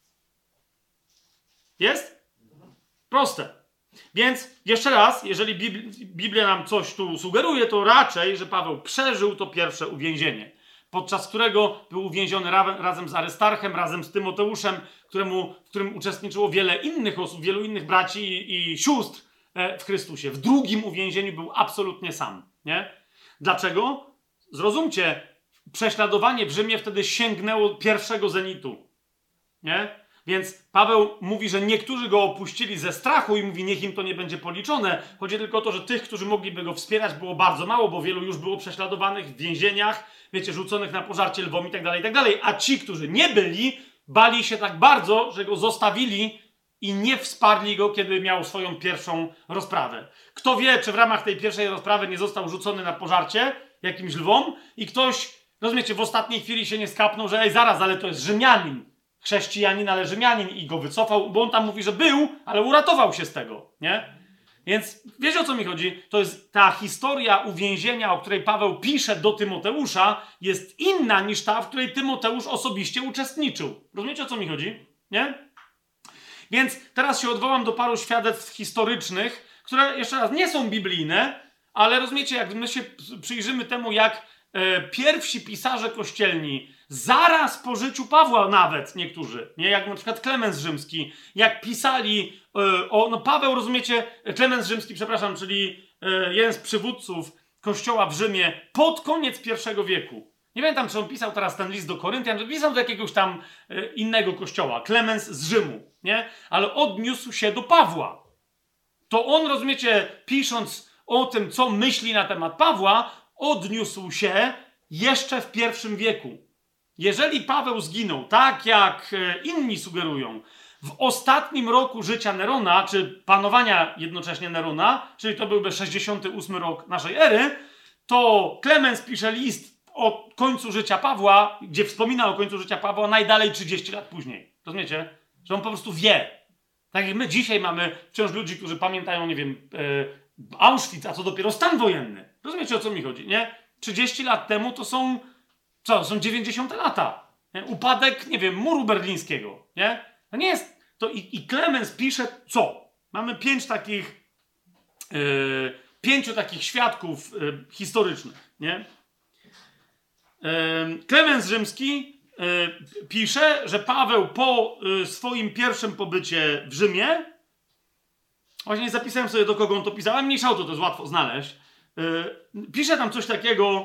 Jest? Proste. Więc jeszcze raz, jeżeli Biblia nam coś tu sugeruje, to raczej, że Paweł przeżył to pierwsze uwięzienie, podczas którego był uwięziony razem z Arystarchem, razem z Tymoteuszem, w którym uczestniczyło wiele innych osób, wielu innych braci i sióstr w Chrystusie. W drugim uwięzieniu był absolutnie sam. Nie? Dlaczego? Zrozumcie, prześladowanie w Rzymie wtedy sięgnęło pierwszego zenitu. Nie? Więc Paweł mówi, że niektórzy go opuścili ze strachu i mówi, niech im to nie będzie policzone. Chodzi tylko o to, że tych, którzy mogliby go wspierać, było bardzo mało, bo wielu już było prześladowanych w więzieniach, wiecie, rzuconych na pożarcie lwom i tak dalej. A ci, którzy nie byli, bali się tak bardzo, że go zostawili i nie wsparli go, kiedy miał swoją pierwszą rozprawę. Kto wie, czy w ramach tej pierwszej rozprawy nie został rzucony na pożarcie jakimś lwom i ktoś, rozumiecie, w ostatniej chwili się nie skapnął, że zaraz, ale to jest Rzymianin. Chrześcijanin, ale Rzymianin i go wycofał, bo on tam mówi, że był, ale uratował się z tego, nie? Więc wiecie, o co mi chodzi? To jest ta historia uwięzienia, o której Paweł pisze do Tymoteusza, jest inna niż ta, w której Tymoteusz osobiście uczestniczył. Rozumiecie, o co mi chodzi? Nie? Więc teraz się odwołam do paru świadectw historycznych, które jeszcze raz nie są biblijne, ale rozumiecie, jak my się przyjrzymy temu, jak pierwsi pisarze kościelni, zaraz po życiu Pawła nawet niektórzy, nie? Jak na przykład Klemens Rzymski, jak pisali Paweł, rozumiecie, Klemens Rzymski, przepraszam, czyli jeden z przywódców kościoła w Rzymie pod koniec I wieku. Nie pamiętam, czy on pisał teraz ten list do Koryntian, czy pisał do jakiegoś tam innego kościoła, Klemens z Rzymu, nie? Ale odniósł się do Pawła. To on, rozumiecie, pisząc o tym, co myśli na temat Pawła, odniósł się jeszcze w I wieku. Jeżeli Paweł zginął, tak jak inni sugerują, w ostatnim roku życia Nerona, czy panowania jednocześnie Nerona, czyli to byłby 68 rok naszej ery, to Klemens pisze list o końcu życia Pawła, gdzie wspomina o końcu życia Pawła najdalej 30 lat później. Rozumiecie? Że on po prostu wie. Tak jak my dzisiaj mamy wciąż ludzi, którzy pamiętają, nie wiem, Auschwitz, a co dopiero stan wojenny. Rozumiecie, o co mi chodzi, nie? 30 lat temu to są, co? Są 90 lata. Nie? Upadek, nie wiem, muru berlińskiego, nie? To nie jest, to i Klemens pisze co? Mamy 5 takich, 5 takich świadków historycznych, nie? Klemens Rzymski pisze, że Paweł po swoim pierwszym pobycie w Rzymie, właśnie zapisałem sobie, do kogo on to pisał, ale mniejsza o to, to jest łatwo znaleźć, pisze tam coś takiego,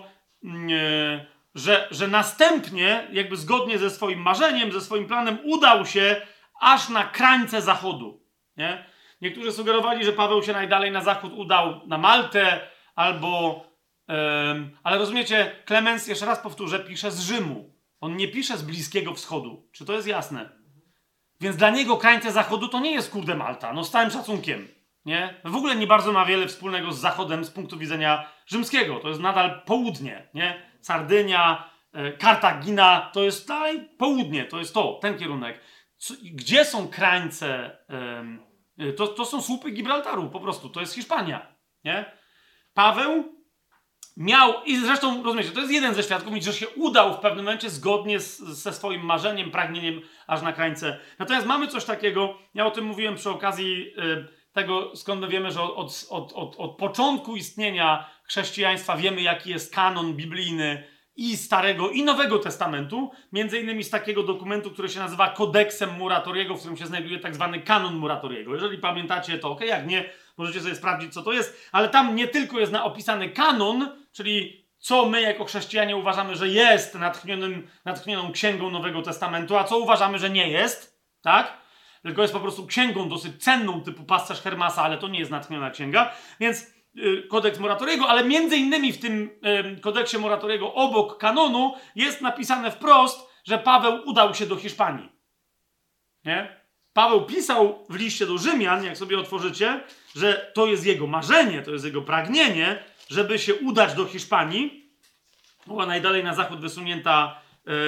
że następnie, jakby zgodnie ze swoim marzeniem, ze swoim planem, udał się aż na krańce zachodu. Nie? Niektórzy sugerowali, że Paweł się najdalej na zachód udał, na Maltę, albo... ale rozumiecie, Klemens, jeszcze raz powtórzę, pisze z Rzymu. On nie pisze z Bliskiego Wschodu. Czy to jest jasne? Więc dla niego krańce zachodu to nie jest, kurde, Malta. No z całym szacunkiem. Nie? W ogóle nie bardzo ma wiele wspólnego z zachodem z punktu widzenia rzymskiego. To jest nadal południe. Nie? Sardynia, Kartagina, to jest dalej południe. To jest to, ten kierunek. Gdzie są krańce? To są słupy Gibraltaru po prostu. To jest Hiszpania. Nie? Paweł miał, i zresztą rozumiecie, to jest jeden ze świadków, że się udał w pewnym momencie zgodnie ze swoim marzeniem, pragnieniem aż na krańce. Natomiast mamy coś takiego, ja o tym mówiłem przy okazji tego, skąd my wiemy, że od początku istnienia chrześcijaństwa wiemy, jaki jest kanon biblijny i Starego i Nowego Testamentu, między innymi z takiego dokumentu, który się nazywa Kodeksem Muratoriego, w którym się znajduje tak zwany kanon Muratoriego. Jeżeli pamiętacie, to okej, jak nie, możecie sobie sprawdzić, co to jest, ale tam nie tylko jest opisany kanon, czyli co my jako chrześcijanie uważamy, że jest natchnioną księgą Nowego Testamentu, a co uważamy, że nie jest, tak? Tylko jest po prostu księgą dosyć cenną, typu Pasterz Hermasa, ale to nie jest natchniona księga, więc kodeks Muratoriego, ale między innymi w tym kodeksie Muratoriego obok kanonu jest napisane wprost, że Paweł udał się do Hiszpanii. Nie? Paweł pisał w liście do Rzymian, jak sobie otworzycie, że to jest jego marzenie, to jest jego pragnienie, żeby się udać do Hiszpanii. Była najdalej na zachód wysunięta,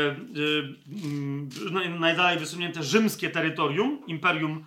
najdalej wysunięte rzymskie terytorium, imperium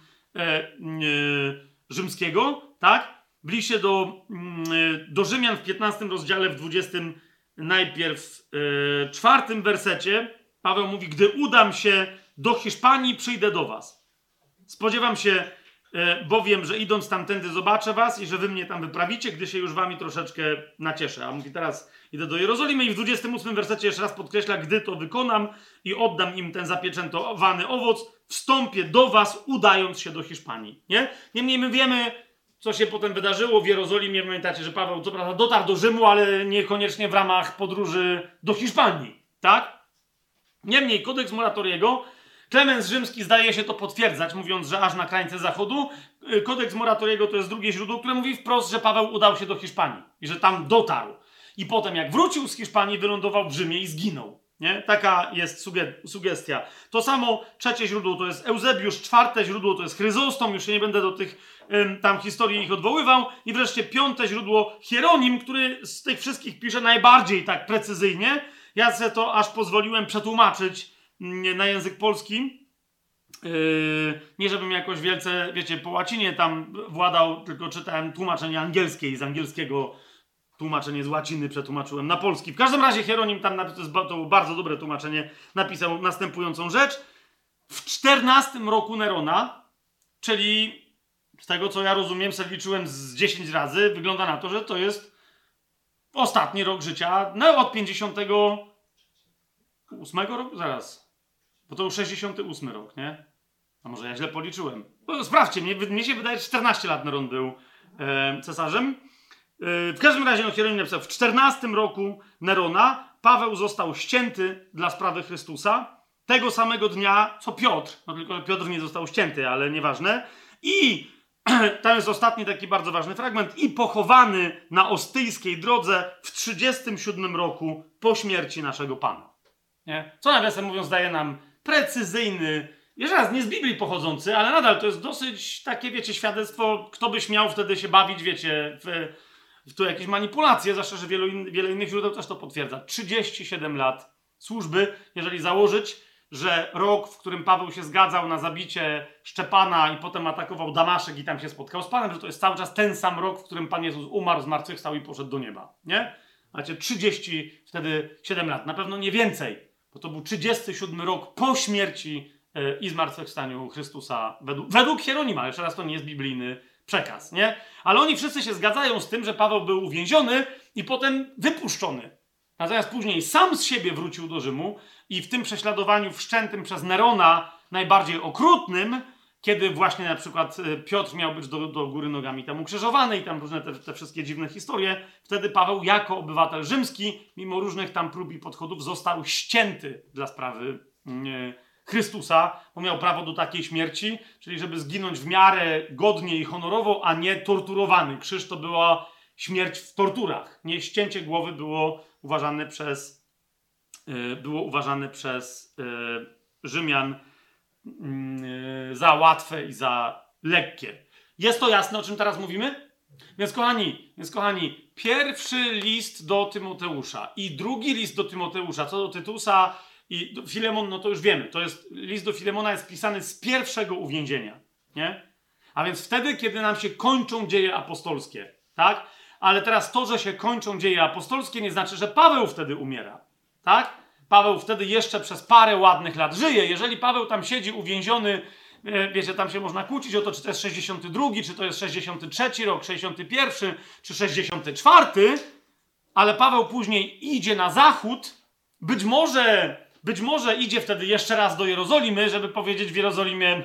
rzymskiego, tak? W liście do Rzymian w 15 rozdziale, w 20 najpierw 4 wersecie Paweł mówi: gdy udam się do Hiszpanii, przyjdę do was. Spodziewam się bowiem, że idąc tamtędy zobaczę was i że wy mnie tam wyprawicie, gdy się już wami troszeczkę nacieszę. A mówi: teraz idę do Jerozolimy, i w 28 wersecie jeszcze raz podkreśla: gdy to wykonam i oddam im ten zapieczętowany owoc, wstąpię do was, udając się do Hiszpanii. Nie? Niemniej my wiemy, co się potem wydarzyło w Jerozolimie. Pamiętacie, że Paweł co prawda dotarł do Rzymu, ale niekoniecznie w ramach podróży do Hiszpanii, tak? Niemniej kodeks moratoriego, Klemens Rzymski zdaje się to potwierdzać, mówiąc, że aż na krańce zachodu. Kodeks moratoriego to jest drugie źródło, które mówi wprost, że Paweł udał się do Hiszpanii i że tam dotarł. I potem jak wrócił z Hiszpanii, wylądował w Rzymie i zginął. Nie? Taka jest sugestia. To samo trzecie źródło to jest Eusebiusz, czwarte źródło to jest Chryzostom, już się nie będę do tych tam historii ich odwoływał. I wreszcie piąte źródło Hieronim, który z tych wszystkich pisze najbardziej tak precyzyjnie. Ja sobie to aż pozwoliłem przetłumaczyć na język polski. Nie żebym jakoś wielce, wiecie, po łacinie tam władał, tylko czytałem tłumaczenie angielskie i z angielskiego tłumaczenie z łaciny przetłumaczyłem na polski. W każdym razie Hieronim tam, to było bardzo dobre tłumaczenie, napisał następującą rzecz. W 14 roku Nerona, czyli z tego co ja rozumiem, sobie liczyłem z 10 razy, wygląda na to, że to jest ostatni rok życia, no od 58 roku? Zaraz. Bo to już 68 rok, nie? A może ja źle policzyłem. No, sprawdźcie, mnie się wydaje, że 14 lat Neron był cesarzem. W każdym razie Hieronim napisał, w 14 roku Nerona Paweł został ścięty dla sprawy Chrystusa tego samego dnia, co Piotr. No tylko, że Piotr nie został ścięty, ale nieważne. I tam jest ostatni taki bardzo ważny fragment. I pochowany na ostyjskiej drodze w 37 roku po śmierci naszego Pana. Nie? Co nawiasem mówiąc daje nam precyzyjny, jeszcze raz, nie z Biblii pochodzący, ale nadal to jest dosyć takie, wiecie, świadectwo, kto by śmiał wtedy się bawić, wiecie, w tu jakieś manipulacje, zwłaszcza, że wiele innych źródeł też to potwierdza. 37 lat służby, jeżeli założyć, że rok, w którym Paweł się zgadzał na zabicie Szczepana i potem atakował Damaszek i tam się spotkał z Panem, że to jest cały czas ten sam rok, w którym Pan Jezus umarł, zmartwychwstał i poszedł do nieba, nie? Macie 37 lat, na pewno nie więcej, bo to był 37 rok po śmierci i zmartwychwstaniu Chrystusa według Hieronima. Jeszcze raz, to nie jest biblijny przekaz, nie? Ale oni wszyscy się zgadzają z tym, że Paweł był uwięziony i potem wypuszczony. Natomiast później sam z siebie wrócił do Rzymu i w tym prześladowaniu wszczętym przez Nerona, najbardziej okrutnym, kiedy właśnie na przykład Piotr miał być do góry nogami tam ukrzyżowany i tam różne te wszystkie dziwne historie, wtedy Paweł jako obywatel rzymski, mimo różnych tam prób i podchodów, został ścięty dla sprawy Chrystusa, bo miał prawo do takiej śmierci, czyli żeby zginąć w miarę godnie i honorowo, a nie torturowany. Krzyż to była śmierć w torturach. Nie ścięcie głowy było uważane przez Rzymian za łatwe i za lekkie. Jest to jasne, o czym teraz mówimy? Więc kochani, pierwszy list do Tymoteusza i drugi list do Tymoteusza, co do Tytusa i do Filemon, no to już wiemy. To jest, list do Filemona jest pisany z pierwszego uwięzienia, nie? A więc wtedy, kiedy nam się kończą dzieje apostolskie, tak? Ale teraz to, że się kończą dzieje apostolskie, nie znaczy, że Paweł wtedy umiera, tak? Paweł wtedy jeszcze przez parę ładnych lat żyje. Jeżeli Paweł tam siedzi uwięziony, wiecie, tam się można kłócić o to, czy to jest 62, czy to jest 63 rok, 61, czy 64, ale Paweł później idzie na zachód, być może idzie wtedy jeszcze raz do Jerozolimy, żeby powiedzieć w Jerozolimie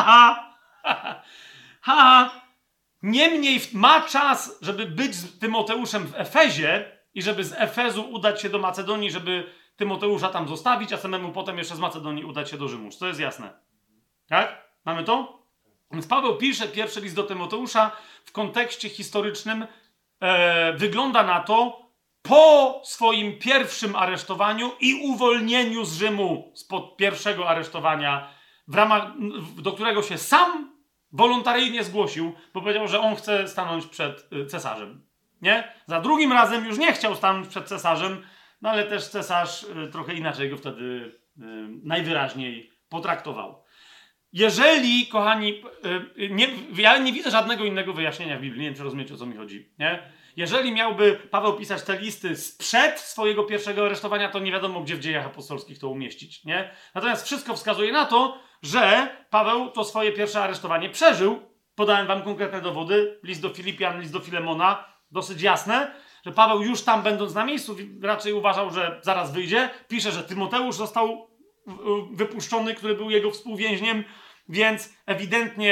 Niemniej ma czas, żeby być z Tymoteuszem w Efezie i żeby z Efezu udać się do Macedonii, żeby Tymoteusza tam zostawić, a samemu potem jeszcze z Macedonii udać się do Rzymu. Czy to jest jasne? Tak? Mamy to? Więc Paweł pisze pierwszy list do Tymoteusza w kontekście historycznym. Wygląda na to po swoim pierwszym aresztowaniu i uwolnieniu z Rzymu spod pierwszego aresztowania, do którego się sam wolontaryjnie zgłosił, bo powiedział, że on chce stanąć przed cesarzem. Nie? Za drugim razem już nie chciał stanąć przed cesarzem, no ale też cesarz trochę inaczej go wtedy najwyraźniej potraktował. Jeżeli, kochani, ja nie widzę żadnego innego wyjaśnienia w Biblii, nie wiem, czy rozumiecie, o co mi chodzi, nie? Jeżeli miałby Paweł pisać te listy sprzed swojego pierwszego aresztowania, to nie wiadomo, gdzie w dziejach apostolskich to umieścić, nie? Natomiast wszystko wskazuje na to, że Paweł to swoje pierwsze aresztowanie przeżył. Podałem wam konkretne dowody. List do Filipian, list do Filemona. Dosyć jasne, że Paweł już tam będąc na miejscu raczej uważał, że zaraz wyjdzie. Pisze, że Tymoteusz został wypuszczony, który był jego współwięźniem, więc ewidentnie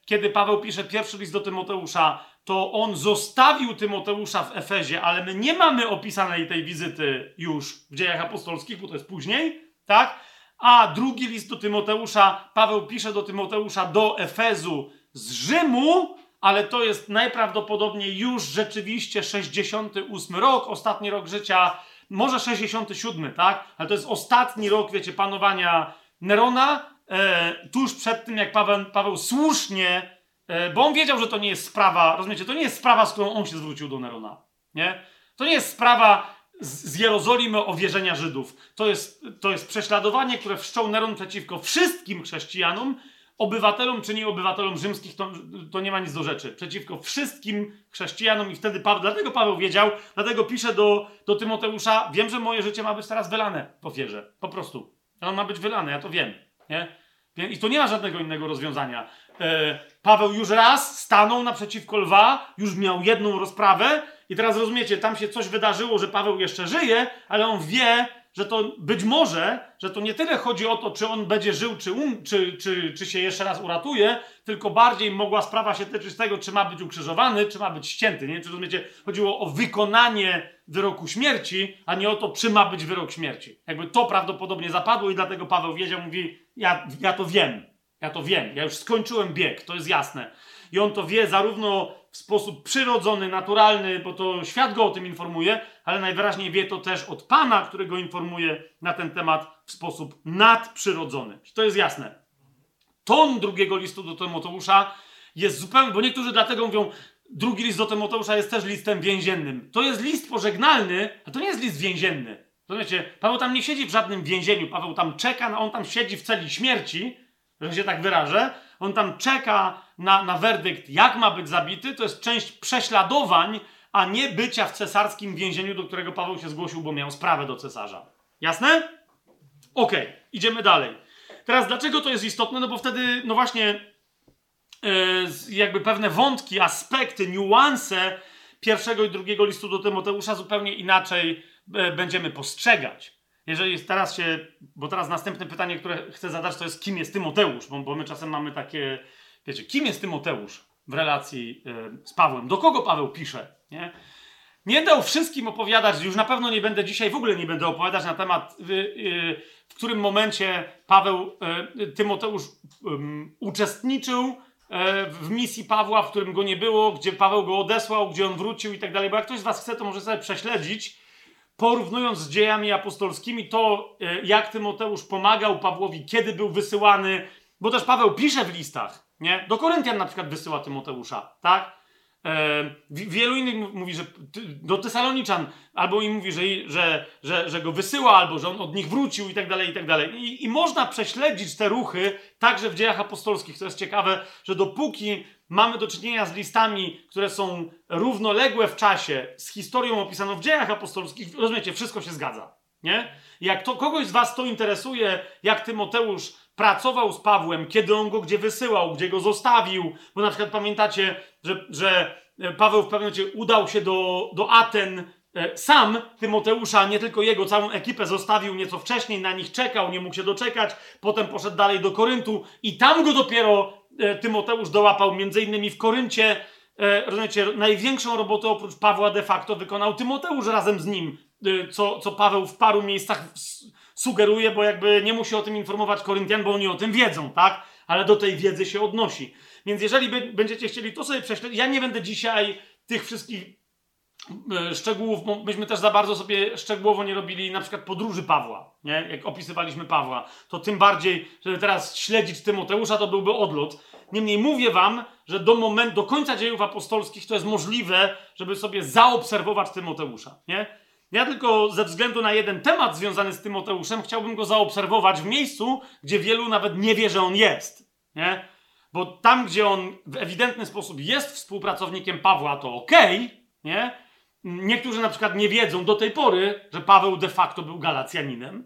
kiedy Paweł pisze pierwszy list do Tymoteusza, to on zostawił Tymoteusza w Efezie, ale my nie mamy opisanej tej wizyty już w Dziejach Apostolskich, bo to jest później, tak? A drugi list do Tymoteusza, Paweł pisze do Tymoteusza do Efezu z Rzymu, ale to jest najprawdopodobniej już rzeczywiście 68 rok, ostatni rok życia, może 67, tak? Ale to jest ostatni rok, wiecie, panowania Nerona, tuż przed tym, jak Paweł słusznie, bo on wiedział, że to nie jest sprawa, rozumiecie, to nie jest sprawa, z którą on się zwrócił do Nerona, nie? To nie jest sprawa z Jerozolimy o wierzenia Żydów. To jest prześladowanie, które wszczął Neron przeciwko wszystkim chrześcijanom, obywatelom czy nie obywatelom rzymskich, to nie ma nic do rzeczy. Przeciwko wszystkim chrześcijanom i wtedy dlatego Paweł wiedział, dlatego pisze do Tymoteusza, wiem, że moje życie ma być teraz wylane w ofierze. Po prostu. On ma być wylane, ja to wiem. Nie? I to nie ma żadnego innego rozwiązania. Paweł już raz stanął naprzeciwko lwa, już miał jedną rozprawę i teraz rozumiecie, tam się coś wydarzyło, że Paweł jeszcze żyje, ale on wie, że to być może, że to nie tyle chodzi o to, czy on będzie żył, czy się jeszcze raz uratuje, tylko bardziej mogła sprawa się tyczyć tego, czy ma być ukrzyżowany, czy ma być ścięty. Nie? Czy rozumiecie? Chodziło o wykonanie wyroku śmierci, a nie o to, czy ma być wyrok śmierci. Jakby to prawdopodobnie zapadło i dlatego Paweł wiedział, mówi, ja to wiem, ja już skończyłem bieg, to jest jasne. I on to wie zarówno w sposób przyrodzony, naturalny, bo to świat go o tym informuje, ale najwyraźniej wie to też od Pana, który go informuje na ten temat w sposób nadprzyrodzony. To jest jasne. Ton drugiego listu do Tymoteusza jest zupełnie, bo niektórzy dlatego mówią, drugi list do Tymoteusza jest też listem więziennym. To jest list pożegnalny, a to nie jest list więzienny. Rozumiecie? Paweł tam nie siedzi w żadnym więzieniu, Paweł tam czeka, on tam siedzi w celi śmierci, że się tak wyrażę, on tam czeka na werdykt, jak ma być zabity, to jest część prześladowań, a nie bycia w cesarskim więzieniu, do którego Paweł się zgłosił, bo miał sprawę do cesarza. Jasne? Okej, idziemy dalej. Teraz dlaczego to jest istotne? No bo wtedy, no właśnie, jakby pewne wątki, aspekty, niuanse pierwszego i drugiego listu do Tymoteusza zupełnie inaczej będziemy postrzegać. Jeżeli teraz bo teraz następne pytanie, które chcę zadać, to jest, kim jest Tymoteusz? Bo my czasem mamy takie, wiecie, kim jest Tymoteusz w relacji z Pawłem? Do kogo Paweł pisze? Nie? Nie będę o wszystkim opowiadać, już na pewno nie będę dzisiaj, w ogóle nie będę opowiadać na temat, w którym momencie Tymoteusz uczestniczył w misji Pawła, w którym go nie było, gdzie Paweł go odesłał, gdzie on wrócił i tak dalej. Bo jak ktoś z was chce, to może sobie prześledzić, porównując z dziejami apostolskimi to, jak Tymoteusz pomagał Pawłowi, kiedy był wysyłany, bo też Paweł pisze w listach, nie? Do Koryntian na przykład wysyła Tymoteusza, tak? Wielu innych mówi, że do Tesaloniczan, albo im mówi, że go wysyła, albo że on od nich wrócił i tak dalej, i tak dalej. I można prześledzić te ruchy także w dziejach apostolskich. To jest ciekawe, że dopóki mamy do czynienia z listami, które są równoległe w czasie z historią opisaną w dziejach apostolskich, rozumiecie, wszystko się zgadza, nie? Jak kogoś z was to interesuje, jak Tymoteusz pracował z Pawłem, kiedy on go gdzie wysyłał, gdzie go zostawił, bo na przykład pamiętacie, że Paweł w pewnym momencie udał się do Aten sam, Tymoteusza, nie tylko jego, całą ekipę zostawił nieco wcześniej, na nich czekał, nie mógł się doczekać, potem poszedł dalej do Koryntu i tam go dopiero Tymoteusz dołapał, między innymi w Koryncie, rozumiecie, największą robotę oprócz Pawła de facto wykonał Tymoteusz razem z nim, co Paweł w paru miejscach sugeruje, bo jakby nie musi o tym informować Koryntian, bo oni o tym wiedzą, tak? Ale do tej wiedzy się odnosi. Więc jeżeli będziecie chcieli to sobie prześledzić, ja nie będę dzisiaj tych wszystkich szczegółów, bo myśmy też za bardzo sobie szczegółowo nie robili na przykład podróży Pawła, nie? Jak opisywaliśmy Pawła, to tym bardziej, żeby teraz śledzić Tymoteusza, to byłby odlot. Niemniej mówię wam, że do końca dziejów apostolskich to jest możliwe, żeby sobie zaobserwować Tymoteusza, nie? Ja tylko ze względu na jeden temat związany z Tymoteuszem chciałbym go zaobserwować w miejscu, gdzie wielu nawet nie wie, że on jest, nie? Bo tam, gdzie on w ewidentny sposób jest współpracownikiem Pawła, to okej, nie? Niektórzy na przykład nie wiedzą do tej pory, że Paweł de facto był Galacjaninem.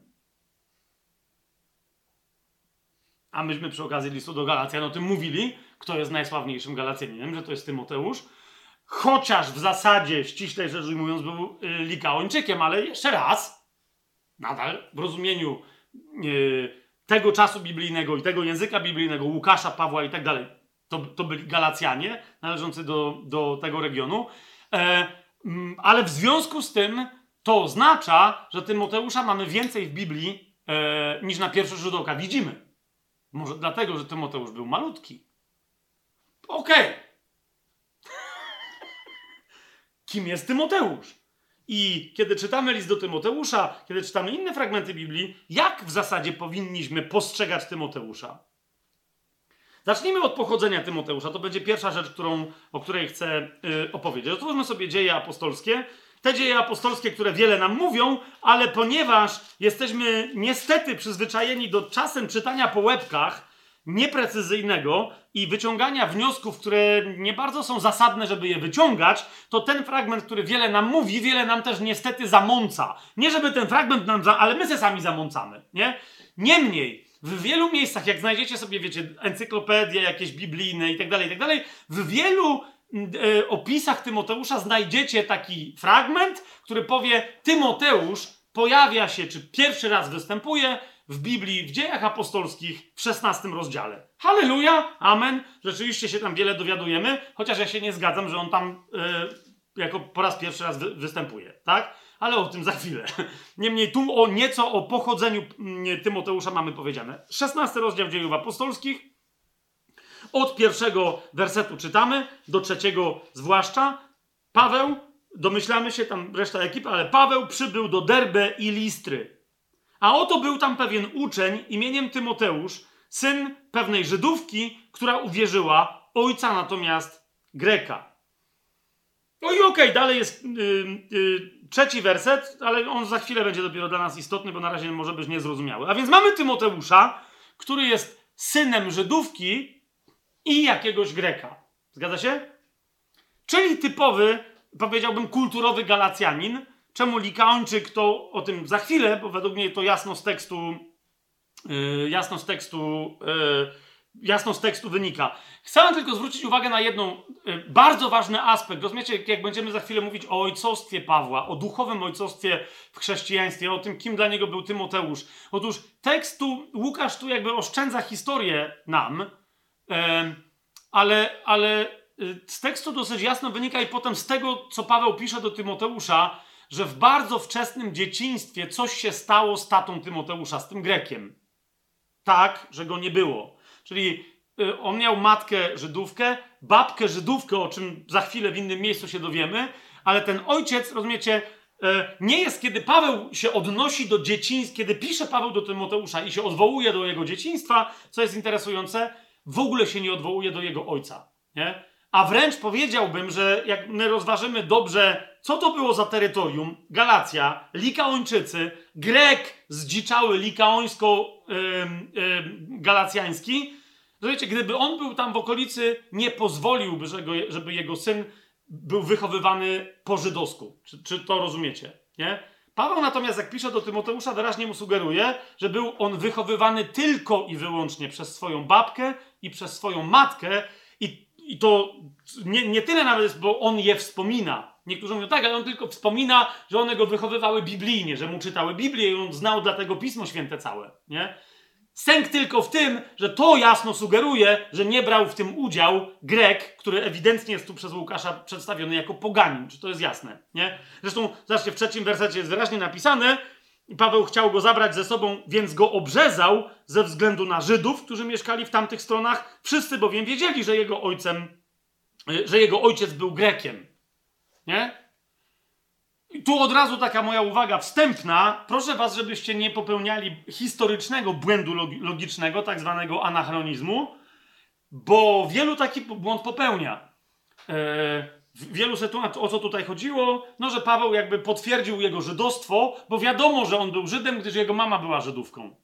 A myśmy przy okazji listu do Galacjan o tym mówili, kto jest najsławniejszym Galacjaninem, że to jest Tymoteusz. Chociaż w zasadzie, ściślej rzecz ujmując, był Likaończykiem, ale jeszcze raz, nadal w rozumieniu tego czasu biblijnego i tego języka biblijnego, Łukasza, Pawła i tak dalej, to byli Galacjanie, należący do tego regionu. Ale w związku z tym to oznacza, że Tymoteusza mamy więcej w Biblii niż na pierwszy rzut oka widzimy. Może dlatego, że Tymoteusz był malutki. Okej. Kim jest Tymoteusz? I kiedy czytamy list do Tymoteusza, kiedy czytamy inne fragmenty Biblii, jak w zasadzie powinniśmy postrzegać Tymoteusza? Zacznijmy od pochodzenia Tymoteusza. To będzie pierwsza rzecz, o której chcę opowiedzieć. Otwórzmy sobie Dzieje apostolskie. Te Dzieje apostolskie, które wiele nam mówią, ale ponieważ jesteśmy niestety przyzwyczajeni do czasem czytania po łebkach nieprecyzyjnego i wyciągania wniosków, które nie bardzo są zasadne, żeby je wyciągać, to ten fragment, który wiele nam mówi, wiele nam też niestety zamąca. Nie żeby ten fragment nam ale my se sami zamącamy, nie? Niemniej, w wielu miejscach, jak znajdziecie sobie, wiecie, encyklopedie jakieś biblijne i tak dalej, w wielu opisach Tymoteusza znajdziecie taki fragment, który powie, Tymoteusz pojawia się, czy pierwszy raz występuje w Biblii, w Dziejach Apostolskich w 16 rozdziale. Halleluja, amen. Rzeczywiście się tam wiele dowiadujemy, chociaż ja się nie zgadzam, że on tam jako po raz pierwszy raz występuje, tak? Ale o tym za chwilę. Niemniej tu nieco o pochodzeniu Tymoteusza mamy powiedziane. 16 rozdział Dziejów Apostolskich. Od 1 wersetu czytamy, do 3 zwłaszcza. Paweł, domyślamy się, tam reszta ekipy, ale Paweł przybył do Derbe i Listry. A oto był tam pewien uczeń imieniem Tymoteusz, syn pewnej Żydówki, która uwierzyła, ojca natomiast Greka. No i okej, dalej jest 3 werset, ale on za chwilę będzie dopiero dla nas istotny, bo na razie może być niezrozumiały. A więc mamy Tymoteusza, który jest synem Żydówki i jakiegoś Greka. Zgadza się? Czyli typowy, powiedziałbym, kulturowy Galacjanin. Czemu Likaończyk, to o tym za chwilę, bo według mnie to jasno z tekstu wynika. Chcę tylko zwrócić uwagę na jedną bardzo ważny aspekt. Rozumiecie, jak będziemy za chwilę mówić o ojcostwie Pawła, o duchowym ojcostwie w chrześcijaństwie, o tym, kim dla niego był Tymoteusz. Otóż Łukasz tu jakby oszczędza historię nam, ale z tekstu dosyć jasno wynika i potem z tego, co Paweł pisze do Tymoteusza, że w bardzo wczesnym dzieciństwie coś się stało z tatą Tymoteusza, z tym Grekiem. Tak, że go nie było. Czyli on miał matkę Żydówkę, babkę Żydówkę, o czym za chwilę w innym miejscu się dowiemy, ale ten ojciec, rozumiecie, nie jest, kiedy Paweł się odnosi do dzieciństwa, kiedy pisze Paweł do Tymoteusza i się odwołuje do jego dzieciństwa, co jest interesujące, w ogóle się nie odwołuje do jego ojca. Nie? A wręcz powiedziałbym, że jak my rozważymy dobrze, co to było za terytorium, Galacja, Likaończycy, Grek zdziczały likaońsko-galacjański, że wiecie, gdyby on był tam w okolicy, nie pozwoliłby, żeby jego syn był wychowywany po żydowsku. Czy to rozumiecie? Nie? Paweł natomiast, jak pisze do Tymoteusza, wyraźnie mu sugeruje, że był on wychowywany tylko i wyłącznie przez swoją babkę i przez swoją matkę i to nie tyle nawet, bo on je wspomina. Niektórzy mówią tak, ale on tylko wspomina, że one go wychowywały biblijnie, że mu czytały Biblię i on znał dlatego Pismo Święte całe. Nie? Sęk tylko w tym, że to jasno sugeruje, że nie brał w tym udział Grek, który ewidentnie jest tu przez Łukasza przedstawiony jako poganin. Czy to jest jasne? Nie? Zresztą, zobaczcie, w 3 wersecie jest wyraźnie napisane, Paweł chciał go zabrać ze sobą, więc go obrzezał ze względu na Żydów, którzy mieszkali w tamtych stronach. Wszyscy bowiem wiedzieli, że jego ojciec był Grekiem. Nie? I tu od razu taka moja uwaga wstępna. Proszę was, żebyście nie popełniali historycznego błędu logicznego, tak zwanego anachronizmu, bo wielu taki błąd popełnia. W wielu sytuacjach, o co tutaj chodziło? No, że Paweł jakby potwierdził jego żydostwo, bo wiadomo, że on był Żydem, gdyż jego mama była Żydówką.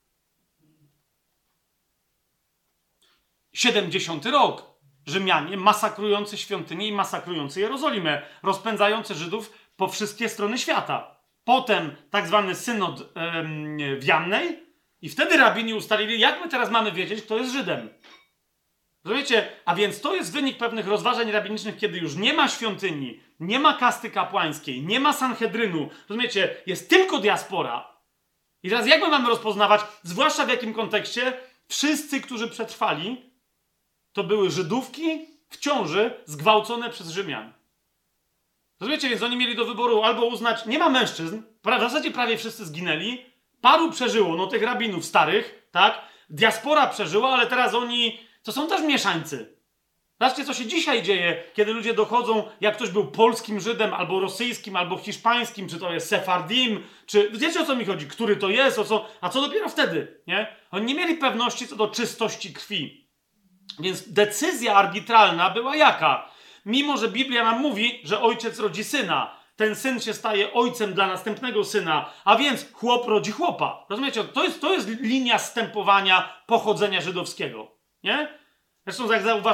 70 rok. Rzymianie masakrujący świątynię i masakrujący Jerozolimę, rozpędzający Żydów po wszystkie strony świata. Potem tak zwany synod w Jannej i wtedy rabini ustalili, jak my teraz mamy wiedzieć, kto jest Żydem. Rozumiecie? A więc to jest wynik pewnych rozważań rabinicznych, kiedy już nie ma świątyni, nie ma kasty kapłańskiej, nie ma Sanhedrynu. Rozumiecie? Jest tylko diaspora. I teraz jak my mamy rozpoznawać, zwłaszcza w jakim kontekście, wszyscy, którzy przetrwali, to były Żydówki w ciąży zgwałcone przez Rzymian. Rozumiecie? Więc oni mieli do wyboru albo uznać, nie ma mężczyzn, w zasadzie prawie wszyscy zginęli, paru przeżyło, no tych rabinów starych, tak? Diaspora przeżyła, ale teraz oni, to są też mieszańcy. Zobaczcie, co się dzisiaj dzieje, kiedy ludzie dochodzą, jak ktoś był polskim Żydem, albo rosyjskim, albo hiszpańskim, czy to jest Sefardim, czy wiecie, o co mi chodzi, który to jest, a co dopiero wtedy, nie? Oni nie mieli pewności co do czystości krwi. Więc decyzja arbitralna była jaka? Mimo że Biblia nam mówi, że ojciec rodzi syna, ten syn się staje ojcem dla następnego syna, a więc chłop rodzi chłopa. Rozumiecie? To jest linia zstępowania pochodzenia żydowskiego, nie? Zresztą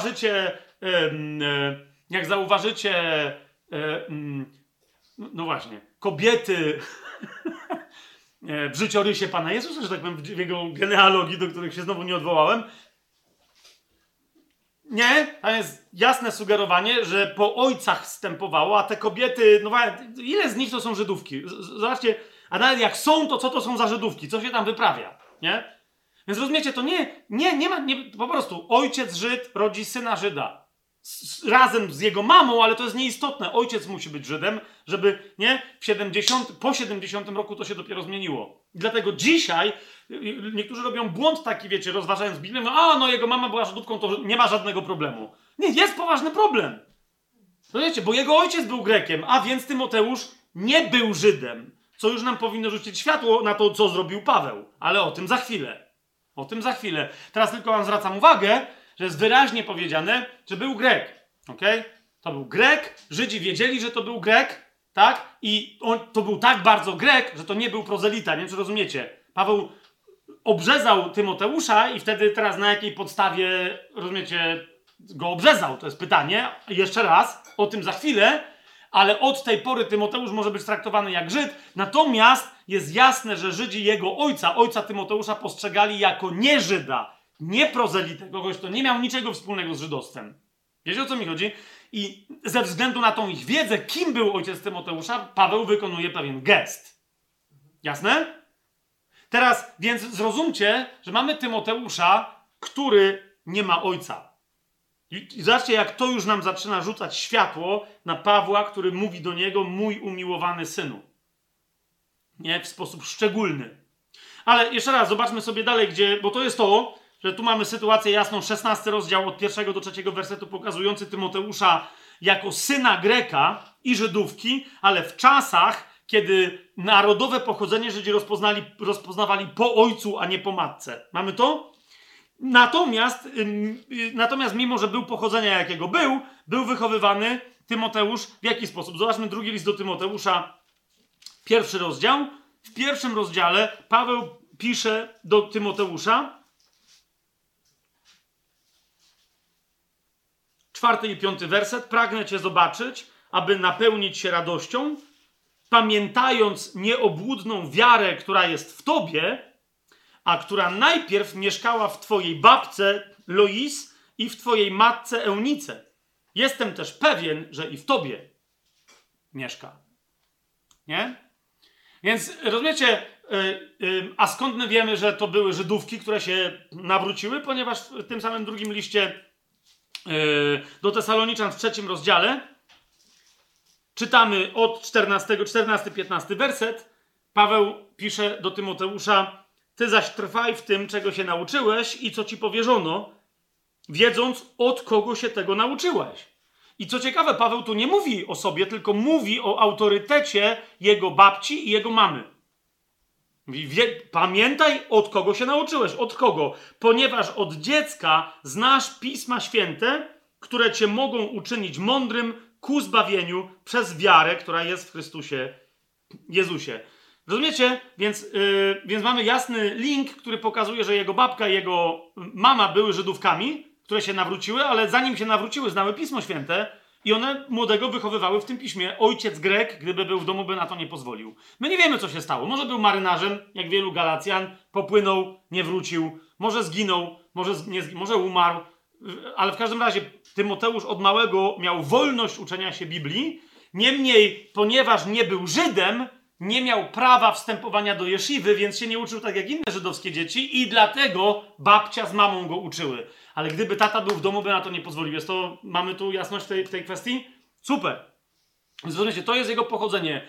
jak zauważycie, no właśnie, kobiety w życiorysie Pana Jezusa, że tak powiem, w jego genealogii, do których się znowu nie odwołałem, nie, tam jest jasne sugerowanie, że po ojcach wstępowało, a te kobiety, no ile z nich to są Żydówki? Zobaczcie, a nawet jak są, to co to są za Żydówki? Co się tam wyprawia, nie? Więc rozumiecie, to nie ma, po prostu ojciec Żyd rodzi syna Żyda. Razem z jego mamą, ale to jest nieistotne. Ojciec musi być Żydem, żeby, nie? Po 70 roku to się dopiero zmieniło. I dlatego dzisiaj niektórzy robią błąd taki, wiecie, rozważając Biblię, no jego mama była Żydówką, to nie ma żadnego problemu. Nie, jest poważny problem. Rozumiecie, bo jego ojciec był Grekiem, a więc Tymoteusz nie był Żydem. Co już nam powinno rzucić światło na to, co zrobił Paweł. Ale o tym za chwilę. O tym za chwilę. Teraz tylko wam zwracam uwagę, że jest wyraźnie powiedziane, że był Grek. Okay? To był Grek, Żydzi wiedzieli, że to był Grek, tak? I to był tak bardzo Grek, że to nie był prozelita. Nie wiem, czy rozumiecie. Paweł obrzezał Tymoteusza i wtedy teraz na jakiej podstawie, rozumiecie, go obrzezał? To jest pytanie. Jeszcze raz, o tym za chwilę. Ale od tej pory Tymoteusz może być traktowany jak Żyd, natomiast jest jasne, że Żydzi jego ojca Tymoteusza postrzegali jako nie Żyda, nie prozelitę, kogoś, kto nie miał niczego wspólnego z żydostwem. Wiecie, o co mi chodzi? I ze względu na tą ich wiedzę, kim był ojciec Tymoteusza, Paweł wykonuje pewien gest. Jasne? Teraz, więc zrozumcie, że mamy Tymoteusza, który nie ma ojca. I zobaczcie, jak to już nam zaczyna rzucać światło na Pawła, który mówi do niego, mój umiłowany synu. Nie? W sposób szczególny. Ale jeszcze raz, zobaczmy sobie dalej, bo to jest to, że tu mamy sytuację jasną, 16 rozdział od 1 do 3 wersetu pokazujący Tymoteusza jako syna Greka i Żydówki, ale w czasach, kiedy narodowe pochodzenie Żydzi rozpoznawali po ojcu, a nie po matce. Mamy to? Natomiast mimo, że był pochodzenia jakiego był wychowywany Tymoteusz w jaki sposób? Zobaczmy drugi list do Tymoteusza, 1 rozdział. W 1 rozdziale Paweł pisze do Tymoteusza, 4 i 5 werset. Pragnę Cię zobaczyć, aby napełnić się radością, pamiętając nieobłudną wiarę, która jest w Tobie, a która najpierw mieszkała w twojej babce Lois i w twojej matce Eunice. Jestem też pewien, że i w tobie mieszka. Nie? Więc rozumiecie, a skąd my wiemy, że to były Żydówki, które się nawróciły? Ponieważ w tym samym drugim liście do Tesaloniczan w 3 rozdziale czytamy od 14-15 werset. Paweł pisze do Tymoteusza: ty zaś trwaj w tym, czego się nauczyłeś i co ci powierzono, wiedząc, od kogo się tego nauczyłeś. I co ciekawe, Paweł tu nie mówi o sobie, tylko mówi o autorytecie jego babci i jego mamy. Mówi, pamiętaj, od kogo się nauczyłeś. Od kogo? Ponieważ od dziecka znasz Pisma Święte, które cię mogą uczynić mądrym ku zbawieniu przez wiarę, która jest w Chrystusie Jezusie. Rozumiecie? Więc mamy jasny link, który pokazuje, że jego babka i jego mama były Żydówkami, które się nawróciły, ale zanim się nawróciły, znały Pismo Święte i one młodego wychowywały w tym piśmie. Ojciec Grek, gdyby był w domu, by na to nie pozwolił. My nie wiemy, co się stało. Może był marynarzem, jak wielu Galacjan, popłynął, nie wrócił, może zginął, może umarł, ale w każdym razie Tymoteusz od małego miał wolność uczenia się Biblii. Niemniej, ponieważ nie był Żydem, nie miał prawa wstępowania do jesziwy, więc się nie uczył tak jak inne żydowskie dzieci i dlatego babcia z mamą go uczyły. Ale gdyby tata był w domu, by na to nie pozwolił. Jest to, mamy tu jasność w tej kwestii? Super. Więc zobaczcie, to jest jego pochodzenie.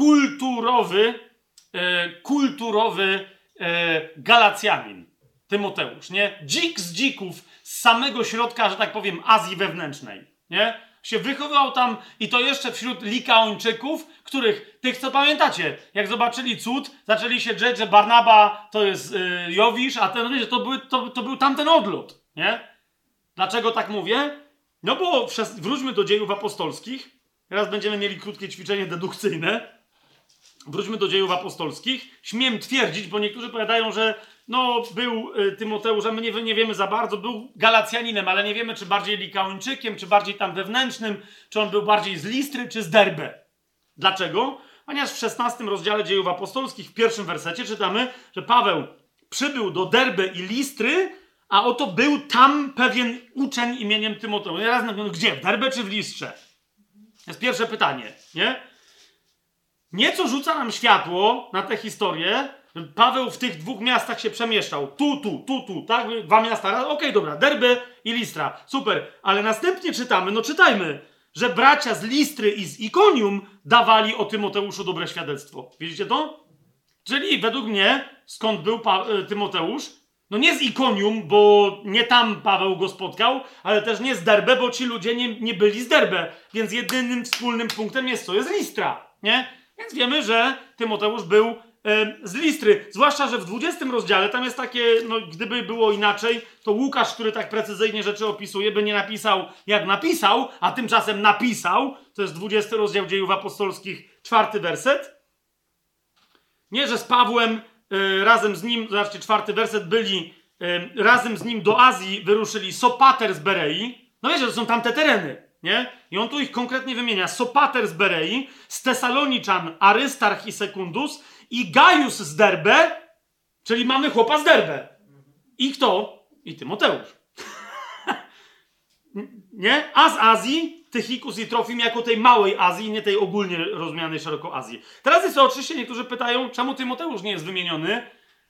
Kulturowy Galacjanin. Tymoteusz, nie? Dzik z dzików, z samego środka, że tak powiem, Azji wewnętrznej, nie? Się wychowywał tam i to jeszcze wśród Likaończyków, których, tych co pamiętacie, jak zobaczyli cud, zaczęli się drzeć, że Barnaba to jest Jowisz, a ten, wiecie, to był tamten odlot, nie? Dlaczego tak mówię? No bo wróćmy do dziejów apostolskich. Teraz będziemy mieli krótkie ćwiczenie dedukcyjne. Wróćmy do dziejów apostolskich. Śmiem twierdzić, bo niektórzy powiadają, że no był Tymoteusz, a my nie wiemy za bardzo, był Galacjaninem, ale nie wiemy, czy bardziej Likaończykiem, czy bardziej tam wewnętrznym, czy on był bardziej z Listry, czy z Derbe. Dlaczego? Ponieważ w 16 rozdziale dziejów apostolskich, w pierwszym wersecie czytamy, że Paweł przybył do Derbe i Listry, a oto był tam pewien uczeń imieniem Tymoteusz. Ja raz gdzie? W Derbe czy w Listrze? To jest pierwsze pytanie, nie? Nieco rzuca nam światło na tę historię. Paweł w tych dwóch miastach się przemieszczał. Tu, tak? Dwa miasta. Okej, dobra, Derbe i Listra. Super. Ale następnie czytamy, czytajmy, że bracia z Listry i z Ikonium dawali o Tymoteuszu dobre świadectwo. Widzicie to? Czyli według mnie, skąd był Tymoteusz? No nie z Ikonium, bo nie tam Paweł go spotkał, ale też nie z Derbe, bo ci ludzie nie byli z Derbe. Więc jedynym wspólnym punktem jest co? Jest Listra, nie? Więc wiemy, że Tymoteusz był z Listry. Zwłaszcza, że w 20 rozdziale tam jest takie, gdyby było inaczej, to Łukasz, który tak precyzyjnie rzeczy opisuje, by nie napisał jak napisał, a tymczasem napisał. To jest 20 rozdział dziejów apostolskich, 4 werset. Nie, że z Pawłem razem z nim, zobaczcie, 4 werset, byli razem z nim do Azji, wyruszyli Sopater z Berei. No wiecie, to są tamte tereny. Nie? I on tu ich konkretnie wymienia. Sopater z Berei, z Tesaloniczan Arystarch i Sekundus i Gajus z Derbe, czyli mamy chłopa z Derbe. I kto? I Tymoteusz. Nie? A z Azji Tychikus i Trofim jako tej małej Azji, nie tej ogólnie rozumianej szeroko Azji. Teraz jest oczywiście, niektórzy pytają, czemu Tymoteusz nie jest wymieniony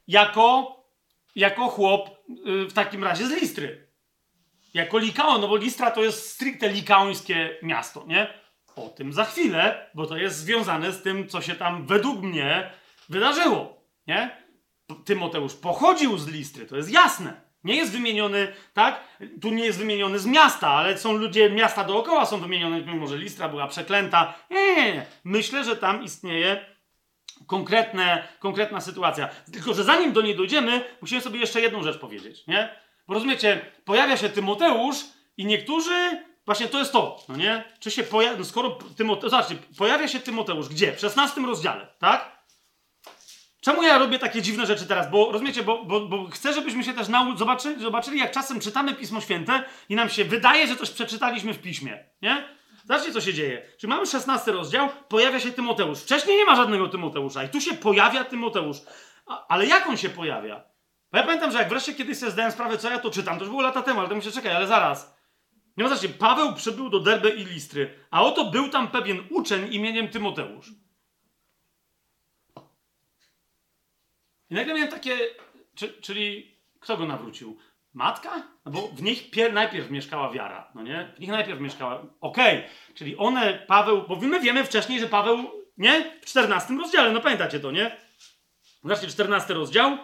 jako chłop w takim razie z Listry. Jako Likaon, bo Listra to jest stricte likaońskie miasto, nie? O tym za chwilę, bo to jest związane z tym, co się tam według mnie wydarzyło, nie? Tymoteusz pochodził z Listry, to jest jasne. Nie jest wymieniony, tak? Tu nie jest wymieniony z miasta, ale są ludzie, miasta dookoła są wymienione, mimo że Listra była przeklęta. Nie. Myślę, że tam istnieje konkretna sytuacja. Tylko, że zanim do niej dojdziemy, musimy sobie jeszcze jedną rzecz powiedzieć, nie? Bo rozumiecie, pojawia się Tymoteusz i niektórzy, właśnie to jest to, no nie? Czy się pojawia, skoro zobaczcie, pojawia się Tymoteusz, gdzie? W 16 rozdziale, tak? Czemu ja robię takie dziwne rzeczy teraz? Bo rozumiecie, bo chcę, żebyśmy się też zobaczyli, jak czasem czytamy Pismo Święte i nam się wydaje, że coś przeczytaliśmy w Piśmie, nie? Zobaczcie, co się dzieje. Czyli mamy 16 rozdział, pojawia się Tymoteusz. Wcześniej nie ma żadnego Tymoteusza i tu się pojawia Tymoteusz. Ale jak on się pojawia? Bo ja pamiętam, że jak wreszcie kiedyś sobie zdałem sprawę, co ja to czytam, to już było lata temu, ale to myślę, czekaj, ale zaraz. No zobaczcie, Paweł przybył do Derbe i Listry, a oto był tam pewien uczeń imieniem Tymoteusz. I nagle miałem takie, czyli kto go nawrócił? Matka? No bo w nich najpierw mieszkała wiara, no nie? W nich najpierw mieszkała, czyli Paweł, bo my wiemy wcześniej, że Paweł, nie? W 14 rozdziale, no pamiętacie to, nie? Zobaczcie, 14 rozdział.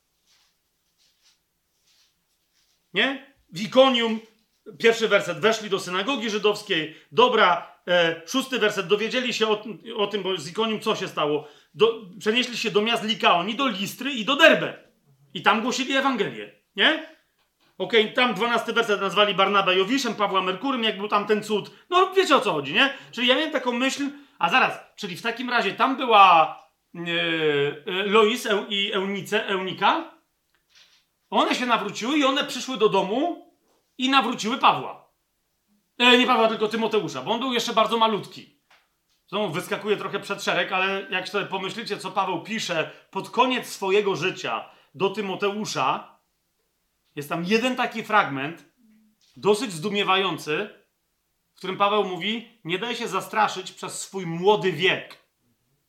Nie? W Ikonium, 1 werset, weszli do synagogi żydowskiej, dobra, 6 werset, dowiedzieli się o tym, bo z Ikonium co się stało? Przenieśli się do miast Likaonii, do Listry i do Derbe. I tam głosili Ewangelię, nie? Tam 12 werset nazwali Barnabę Jowiszem, Pawła Merkurym, jak był tam ten cud. No wiecie, o co chodzi, nie? Czyli ja miałem taką myśl, a zaraz, czyli w takim razie tam była Lois i Eunika, one się nawróciły i one przyszły do domu i nawróciły Pawła. Nie Pawła, tylko Tymoteusza, bo on był jeszcze bardzo malutki. Znowu wyskakuje trochę przed szereg, ale jak sobie pomyślicie, co Paweł pisze pod koniec swojego życia do Tymoteusza, jest tam jeden taki fragment, dosyć zdumiewający, w którym Paweł mówi, nie daj się zastraszyć przez swój młody wiek.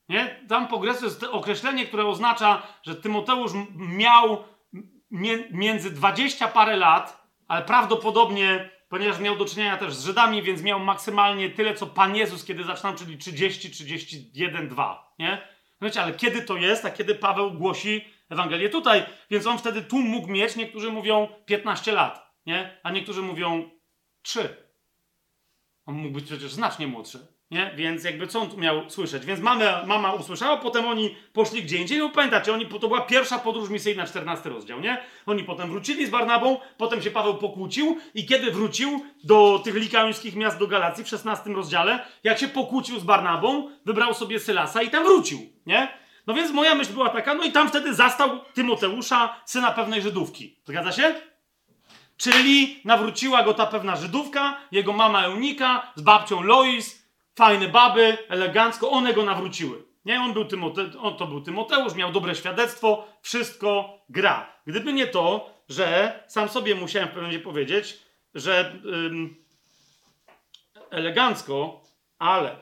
Nie? Tam po grecku jest określenie, które oznacza, że Tymoteusz miał między 20 parę lat, ale prawdopodobnie, ponieważ miał do czynienia też z Żydami, więc miał maksymalnie tyle, co Pan Jezus, kiedy zaczynał, czyli 30, 31, 2. Nie? Wiecie, ale kiedy to jest, a kiedy Paweł głosi Ewangelię tutaj? Więc on wtedy tu mógł mieć, niektórzy mówią 15 lat, nie? A niektórzy mówią 3. On mógł być przecież znacznie młodszy. Nie? Więc jakby co on tu miał słyszeć? Więc mama usłyszała, potem oni poszli gdzie indziej. No pamiętacie, to była pierwsza podróż misyjna, 14 rozdział, nie? Oni potem wrócili z Barnabą, potem się Paweł pokłócił i kiedy wrócił do tych likaońskich miast, do Galacji w 16 rozdziale, jak się pokłócił z Barnabą, wybrał sobie Sylasa i tam wrócił, nie? No więc moja myśl była taka, no i tam wtedy zastał Tymoteusza, syna pewnej Żydówki. Zgadza się? Czyli nawróciła go ta pewna Żydówka, jego mama Eunika z babcią Lois, fajne baby, elegancko, one go nawróciły. Nie, to był Tymoteusz, miał dobre świadectwo, wszystko gra. Gdyby nie to, że sam sobie musiałem w pewnym momencie powiedzieć, że elegancko, ale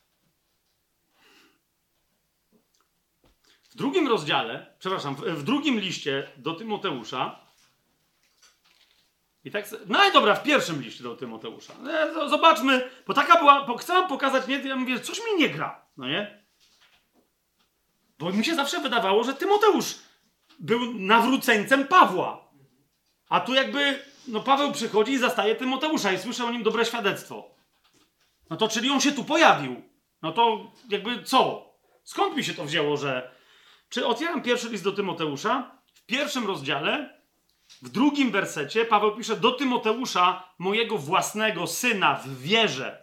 w drugim rozdziale, w drugim liście do Tymoteusza, i tak, no i dobra, w pierwszym liście do Tymoteusza. Zobaczmy, bo taka była, bo chcę wam pokazać, nie, ja mówię, coś mi nie gra, no nie? Bo mi się zawsze wydawało, że Tymoteusz był nawróceńcem Pawła. A tu jakby, no Paweł przychodzi i zastaje Tymoteusza i słyszę o nim dobre świadectwo. No to czyli on się tu pojawił. No to jakby co? Skąd mi się to wzięło, że... Czy otwieram pierwszy list do Tymoteusza? W pierwszym rozdziale, w drugim wersecie Paweł pisze do Tymoteusza, mojego własnego syna w wierze.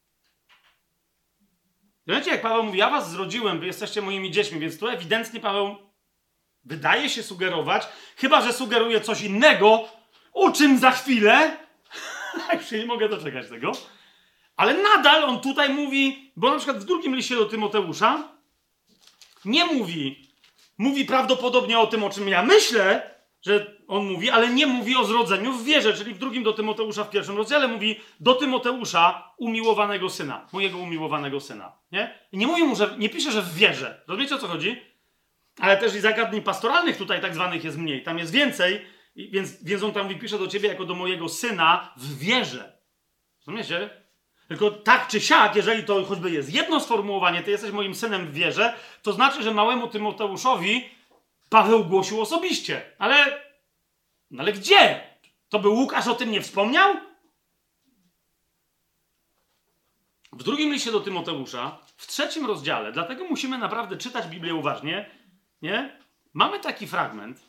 Wiecie, jak Paweł mówi, ja was zrodziłem, wy jesteście moimi dziećmi, więc tu ewidentnie Paweł wydaje się sugerować, chyba że sugeruje coś innego, o czym za chwilę, już się nie mogę doczekać tego, ale nadal on tutaj mówi, bo na przykład w drugim liście do Tymoteusza nie mówi prawdopodobnie o tym, o czym ja myślę, że on mówi, ale nie mówi o zrodzeniu w wierze, czyli w drugim do Tymoteusza w pierwszym rozdziale mówi do Tymoteusza umiłowanego syna, mojego umiłowanego syna, nie? I nie mówi mu, że nie pisze, że w wierze. Rozumiecie, o co chodzi? Ale też i zagadnień pastoralnych tutaj tak zwanych jest mniej. Tam jest więcej, więc on tam mówi, pisze do ciebie jako do mojego syna w wierze. Rozumiecie? Tylko tak czy siak, jeżeli to choćby jest jedno sformułowanie, ty jesteś moim synem w wierze, to znaczy, że małemu Tymoteuszowi Paweł głosił osobiście. Ale gdzie? To by Łukasz o tym nie wspomniał? W drugim liście do Tymoteusza, w 3 rozdziale, dlatego musimy naprawdę czytać Biblię uważnie, nie? Mamy taki fragment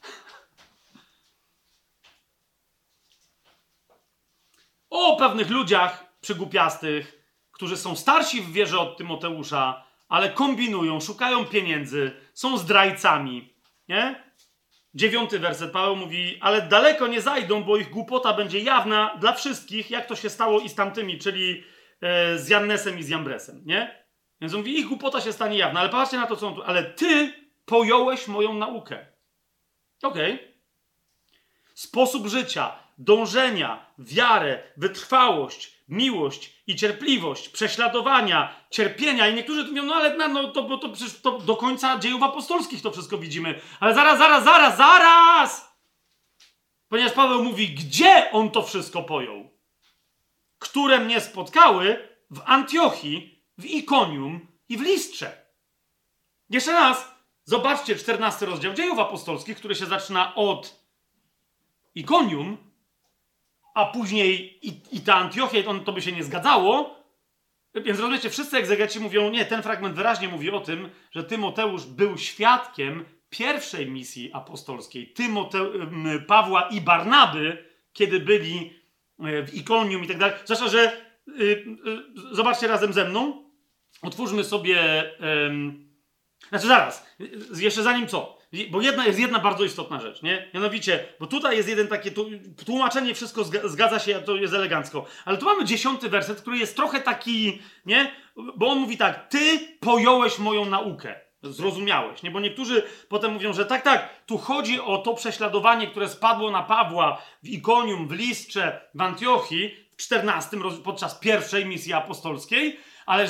o pewnych ludziach przygłupiastych, którzy są starsi w wierze od Tymoteusza, ale kombinują, szukają pieniędzy, są zdrajcami, nie? 9 werset Paweł mówi, ale daleko nie zajdą, bo ich głupota będzie jawna dla wszystkich, jak to się stało i z tamtymi, czyli z Jannesem i z Jambresem, nie? Więc on mówi, ich głupota się stanie jawna, ale patrzcie na to, co on tu... Ale ty pojąłeś moją naukę. Okej. Sposób życia, dążenia, wiarę, wytrwałość, miłość i cierpliwość, prześladowania, cierpienia. I niektórzy tu mówią, no ale to przecież to do końca dziejów apostolskich to wszystko widzimy. Ale zaraz! Ponieważ Paweł mówi, gdzie on to wszystko pojął? Które mnie spotkały w Antiochii, w Ikonium i w Listrze. Jeszcze raz, zobaczcie 14 rozdział dziejów apostolskich, który się zaczyna od Ikonium, a później i ta Antiochia, to by się nie zgadzało. Więc rozumiecie, wszyscy egzegeci mówią, nie, ten fragment wyraźnie mówi o tym, że Tymoteusz był świadkiem pierwszej misji apostolskiej Pawła i Barnaby, kiedy byli w Ikonium i tak dalej. Zwłaszcza, że zobaczcie razem ze mną, otwórzmy sobie... Znaczy zaraz, jeszcze zanim co? Bo jest jedna bardzo istotna rzecz, nie? Mianowicie, bo tutaj jest jeden takie, tłumaczenie, wszystko zgadza się, to jest elegancko. Ale tu mamy 10 werset, który jest trochę taki, nie? Bo on mówi tak, ty pojąłeś moją naukę. Zrozumiałeś, nie? Bo niektórzy potem mówią, że tak, tu chodzi o to prześladowanie, które spadło na Pawła w Ikonium, w Listrze, w Antiochii, w 14 podczas pierwszej misji apostolskiej, ale że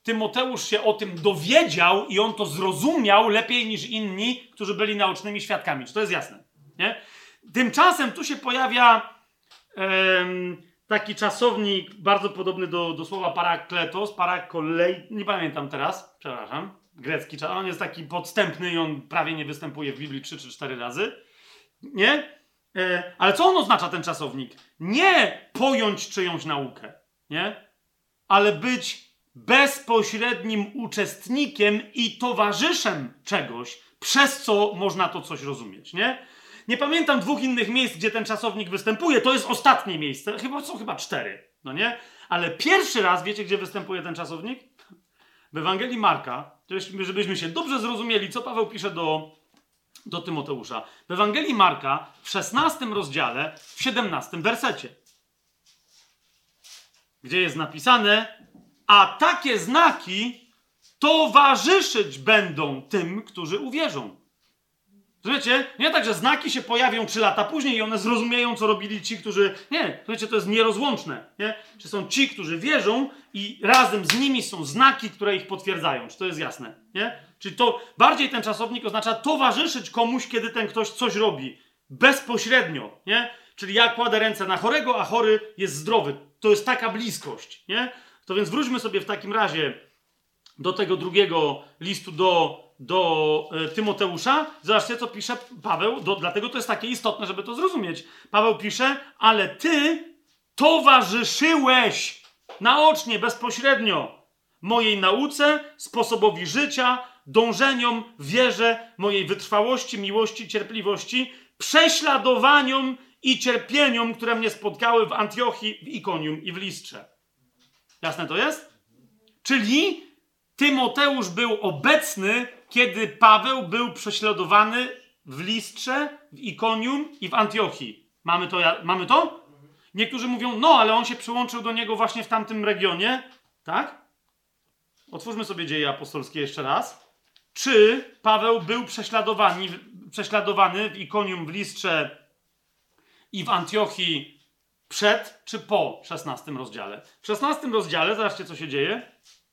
Tymoteusz się o tym dowiedział i on to zrozumiał lepiej niż inni, którzy byli naocznymi świadkami. Czy to jest jasne? Nie? Tymczasem tu się pojawia taki czasownik bardzo podobny do słowa parakletos, nie pamiętam teraz, przepraszam, grecki, on jest taki podstępny i on prawie nie występuje w Biblii 3 czy 4 razy. Nie? Ale co on oznacza, ten czasownik? Nie pojąć czyjąś naukę, nie? Ale być bezpośrednim uczestnikiem i towarzyszem czegoś, przez co można to coś rozumieć, nie? Nie pamiętam 2 innych miejsc, gdzie ten czasownik występuje. To jest ostatnie miejsce. Są chyba 4, no nie? Ale pierwszy raz, wiecie, gdzie występuje ten czasownik? W Ewangelii Marka, żebyśmy się dobrze zrozumieli, co Paweł pisze do Tymoteusza. W Ewangelii Marka, w 16 rozdziale, w 17 wersecie, gdzie jest napisane: a takie znaki towarzyszyć będą tym, którzy uwierzą. Rozumiecie? Nie tak, że znaki się pojawią 3 lata później i one zrozumieją, co robili ci, którzy... Nie, rozumiecie, to jest nierozłączne. Nie? Czy są ci, którzy wierzą i razem z nimi są znaki, które ich potwierdzają. Czy to jest jasne? Nie? Czyli to bardziej ten czasownik oznacza towarzyszyć komuś, kiedy ten ktoś coś robi. Bezpośrednio. Nie? Czyli ja kładę ręce na chorego, a chory jest zdrowy. To jest taka bliskość. Nie? To więc wróćmy sobie w takim razie do tego drugiego listu do Tymoteusza. Zobaczcie, co pisze Paweł. Dlatego to jest takie istotne, żeby to zrozumieć. Paweł pisze: ale ty towarzyszyłeś naocznie, bezpośrednio mojej nauce, sposobowi życia, dążeniom, wierze, mojej wytrwałości, miłości, cierpliwości, prześladowaniom i cierpieniom, które mnie spotkały w Antiochii, w Ikonium i w Listrze. Jasne to jest? Czyli Tymoteusz był obecny, kiedy Paweł był prześladowany w Listrze, w Ikonium i w Antiochii. Mamy to? Niektórzy mówią: no, ale on się przyłączył do niego właśnie w tamtym regionie. Tak? Otwórzmy sobie Dzieje Apostolskie jeszcze raz. Czy Paweł był prześladowany w Ikonium, w Listrze i w Antiochii przed czy po 16 rozdziale? W 16 rozdziale, zobaczcie, co się dzieje.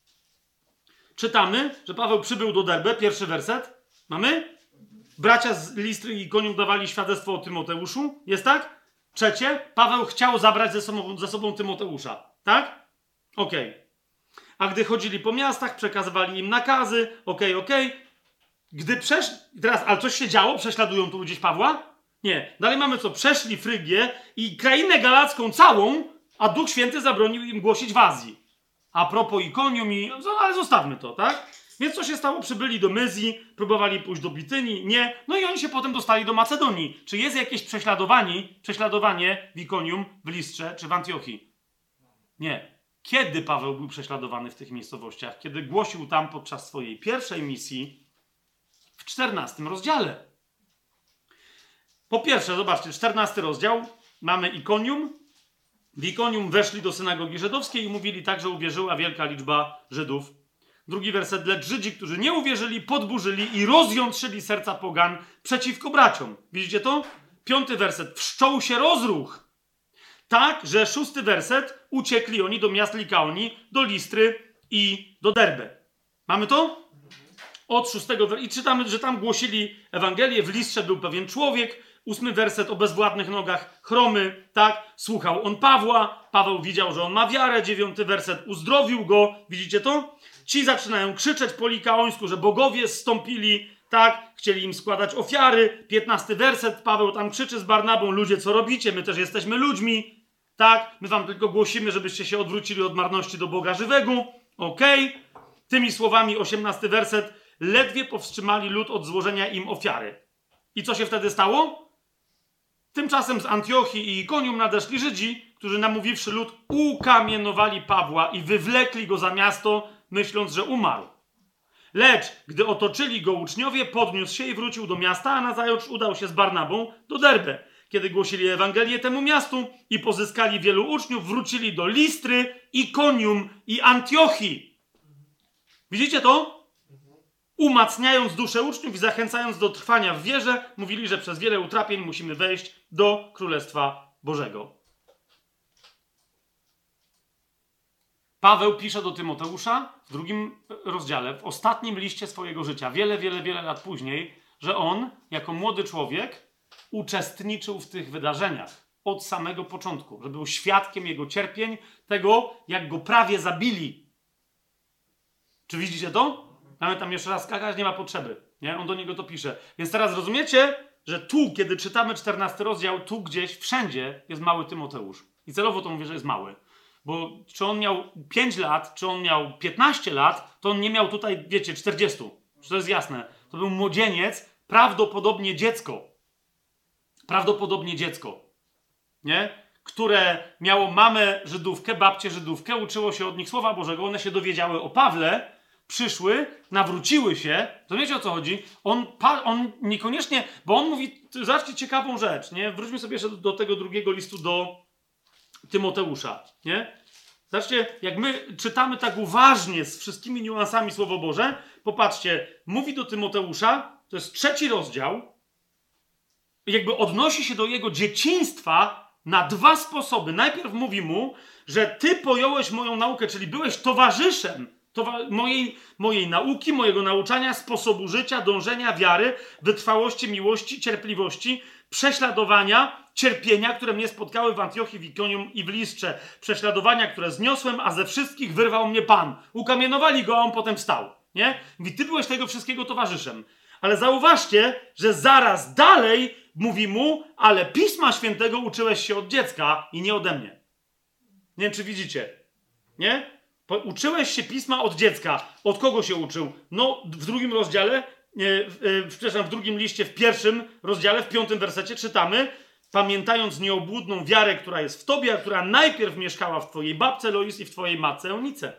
Czytamy, że Paweł przybył do Derbe, 1 werset. Mamy? Bracia z Listry i Ikonium dawali świadectwo o Tymoteuszu. Jest tak? 3. Paweł chciał zabrać ze sobą Tymoteusza. Tak? Okej. A gdy chodzili po miastach, przekazywali im nakazy. Okej. Gdy teraz, ale coś się działo? Prześladują tu gdzieś Pawła? Nie. Dalej mamy co? Przeszli Frygię i krainę galacką całą, a Duch Święty zabronił im głosić w Azji. A propos Ikonium ale zostawmy to, tak? Więc co się stało? Przybyli do Myzji, próbowali pójść do Bitynii, nie. No i oni się potem dostali do Macedonii. Czy jest jakieś prześladowanie w Ikonium, w Listrze czy w Antiochii? Nie. Kiedy Paweł był prześladowany w tych miejscowościach? Kiedy głosił tam podczas swojej pierwszej misji w 14 rozdziale. Po pierwsze, zobaczcie, 14 rozdział, mamy Ikonium. W Ikonium weszli do synagogi żydowskiej i mówili tak, że uwierzyła wielka liczba Żydów. 2 werset. Lecz Żydzi, którzy nie uwierzyli, podburzyli i rozjątrzyli serca pogan przeciwko braciom. Widzicie to? 5 werset. Wszczął się rozruch. Tak, że 6 werset. Uciekli oni do miast Likaonii, do Listry i do Derbe. Mamy to? Od 6 wersetu. I czytamy, że tam głosili Ewangelię. W Listrze był pewien człowiek. 8 werset, o bezwładnych nogach, chromy, tak? Słuchał on Pawła. Paweł widział, że on ma wiarę. 9 werset, uzdrowił go. Widzicie to? Ci zaczynają krzyczeć po likaońsku, że bogowie zstąpili, tak? Chcieli im składać ofiary. 15 werset, Paweł tam krzyczy z Barnabą: ludzie, co robicie? My też jesteśmy ludźmi, tak? My wam tylko głosimy, żebyście się odwrócili od marności do Boga żywego. Okej? Tymi słowami 18 werset, ledwie powstrzymali lud od złożenia im ofiary. I co się wtedy stało? Tymczasem z Antiochii i Ikonium nadeszli Żydzi, którzy namówiwszy lud, ukamienowali Pawła i wywlekli go za miasto, myśląc, że umarł. Lecz, gdy otoczyli go uczniowie, podniósł się i wrócił do miasta, a nazajutrz udał się z Barnabą do Derbe. Kiedy głosili Ewangelię temu miastu i pozyskali wielu uczniów, wrócili do Listry, Ikonium i Antiochii. Widzicie to? Umacniając duszę uczniów i zachęcając do trwania w wierze, mówili, że przez wiele utrapień musimy wejść do Królestwa Bożego. Paweł pisze do Tymoteusza w 2 rozdziale, w ostatnim liście swojego życia, wiele lat później, że on, jako młody człowiek, uczestniczył w tych wydarzeniach od samego początku, że był świadkiem jego cierpień, tego, jak go prawie zabili. Czy widzicie to? Mamy tam jeszcze raz skakać, nie ma potrzeby. Nie? On do niego to pisze. Więc teraz rozumiecie, że tu, kiedy czytamy 14 rozdział, tu gdzieś, wszędzie jest mały Tymoteusz. I celowo to mówię, że jest mały. Bo czy on miał 5 lat, czy on miał 15 lat, to on nie miał tutaj, wiecie, 40. Czy to jest jasne? To był młodzieniec, prawdopodobnie dziecko. Prawdopodobnie dziecko. Nie? Które miało mamę Żydówkę, babcię Żydówkę, uczyło się od nich Słowa Bożego, one się dowiedziały o Pawle, przyszły, nawróciły się. To wiecie, o co chodzi? On niekoniecznie, bo on mówi, zobaczcie ciekawą rzecz, nie? Wróćmy sobie jeszcze do tego 2 listu do Tymoteusza, nie? Zobaczcie, jak my czytamy tak uważnie z wszystkimi niuansami Słowo Boże, popatrzcie, mówi do Tymoteusza, to jest 3 rozdział, jakby odnosi się do jego dzieciństwa na 2 sposoby. Najpierw mówi mu, że ty pojąłeś moją naukę, czyli byłeś towarzyszem mojej nauki, mojego nauczania, sposobu życia, dążenia, wiary, wytrwałości, miłości, cierpliwości, prześladowania, cierpienia, które mnie spotkały w Antiochii, w Ikonium i w Listrze. Prześladowania, które zniosłem, a ze wszystkich wyrwał mnie Pan. Ukamienowali go, a on potem wstał. Nie? Mówi, ty byłeś tego wszystkiego towarzyszem. Ale zauważcie, że zaraz dalej mówi mu, ale Pisma Świętego uczyłeś się od dziecka i nie ode mnie. Nie wiem, czy widzicie. Nie? Uczyłeś się Pisma od dziecka. Od kogo się uczył? No, w 2 rozdziale, przepraszam, w 2 liście, w 1 rozdziale, w 5 wersecie czytamy, pamiętając nieobłudną wiarę, która jest w tobie, a która najpierw mieszkała w twojej babce Lois i w twojej matce Eunice.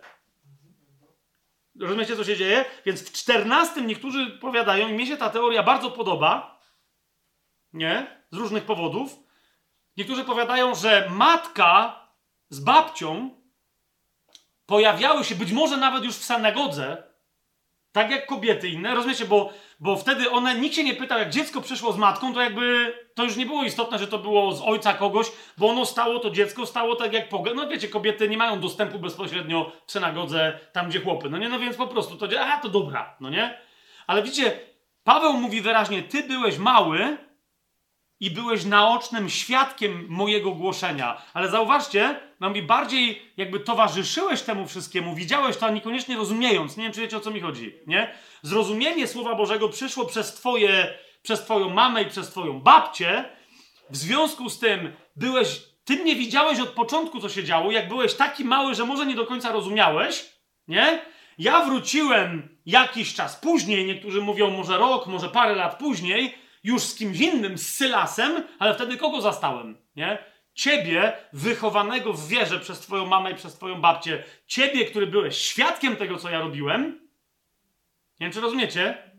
Rozumiecie, co się dzieje? Więc w 14 niektórzy powiadają, i mnie się ta teoria bardzo podoba, nie? Z różnych powodów. Niektórzy powiadają, że matka z babcią pojawiały się być może nawet już w synagodze, tak jak kobiety inne, rozumiecie, bo wtedy nikt się nie pytał, jak dziecko przyszło z matką, to jakby to już nie było istotne, że to było z ojca kogoś, bo to dziecko stało tak jak no wiecie, kobiety nie mają dostępu bezpośrednio w synagodze, tam gdzie chłopy, no nie, no więc po prostu to dobra, no nie? Ale widzicie, Paweł mówi wyraźnie, ty byłeś mały i byłeś naocznym świadkiem mojego głoszenia. Ale zauważcie, mówi, bardziej jakby towarzyszyłeś temu wszystkiemu, widziałeś to, a niekoniecznie rozumiejąc. Nie wiem, czy wiecie, o co mi chodzi, nie? Zrozumienie Słowa Bożego przyszło przez twoją mamę i przez twoją babcię. W związku z tym ty mnie widziałeś od początku, co się działo. Jak byłeś taki mały, że może nie do końca rozumiałeś, nie? Ja wróciłem jakiś czas później, niektórzy mówią może rok, może parę lat później, już z kimś innym, z Sylasem, ale wtedy kogo zastałem, nie? Ciebie, wychowanego w wierze przez twoją mamę i przez twoją babcię, ciebie, który byłeś świadkiem tego, co ja robiłem. Nie wiem, czy rozumiecie?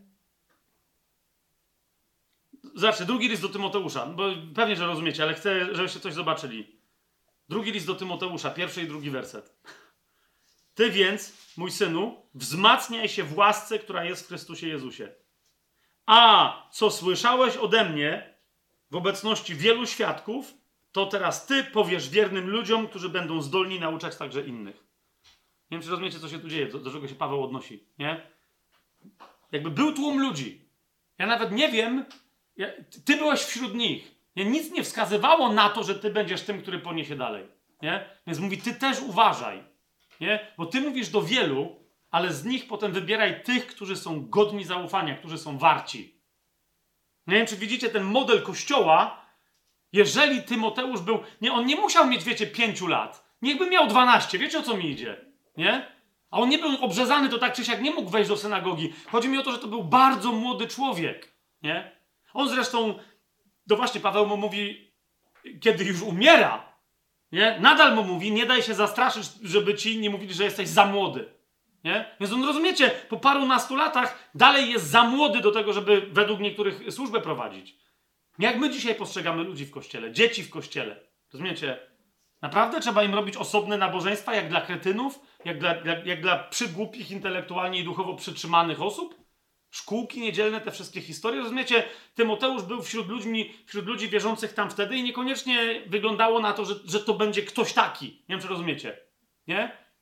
Zobaczcie, 2 list do Tymoteusza, bo pewnie, że rozumiecie, ale chcę, żebyście coś zobaczyli. 2 list do Tymoteusza, 1 i 2 werset. Ty więc, mój synu, wzmacniaj się w łasce, która jest w Chrystusie Jezusie. A co słyszałeś ode mnie w obecności wielu świadków, to teraz ty powiesz wiernym ludziom, którzy będą zdolni nauczać także innych. Nie wiem, czy rozumiecie, co się tu dzieje, do czego się Paweł odnosi, nie? Jakby był tłum ludzi. Ja nawet nie wiem, ty byłeś wśród nich. Nie? Nic nie wskazywało na to, że ty będziesz tym, który poniesie dalej. Nie? Więc mówi, ty też uważaj. Nie? Bo ty mówisz do wielu, ale z nich potem wybieraj tych, którzy są godni zaufania, którzy są warci. Nie wiem, czy widzicie ten model Kościoła. Jeżeli Tymoteusz był... on nie musiał mieć, wiecie, 5 lat. Niechby miał 12. Wiecie, o co mi idzie? Nie? A on nie był obrzezany, to tak czy siak nie mógł wejść do synagogi. Chodzi mi o to, że to był bardzo młody człowiek. Nie? On zresztą... To właśnie Paweł mu mówi, kiedy już umiera, nie? Nadal mu mówi, nie daj się zastraszyć, żeby ci inni mówili, że jesteś za młody. Nie? Więc on, rozumiecie, po parunastu latach dalej jest za młody do tego, żeby według niektórych służbę prowadzić. Jak my dzisiaj postrzegamy ludzi w kościele, dzieci w kościele. Rozumiecie? Naprawdę trzeba im robić osobne nabożeństwa, jak dla kretynów, jak dla przygłupich intelektualnie i duchowo przytrzymanych osób? Szkółki niedzielne, te wszystkie historie. Rozumiecie? Tymoteusz był wśród ludzi wierzących tam wtedy i niekoniecznie wyglądało na to, że to będzie ktoś taki. Nie wiem, czy rozumiecie. Nie?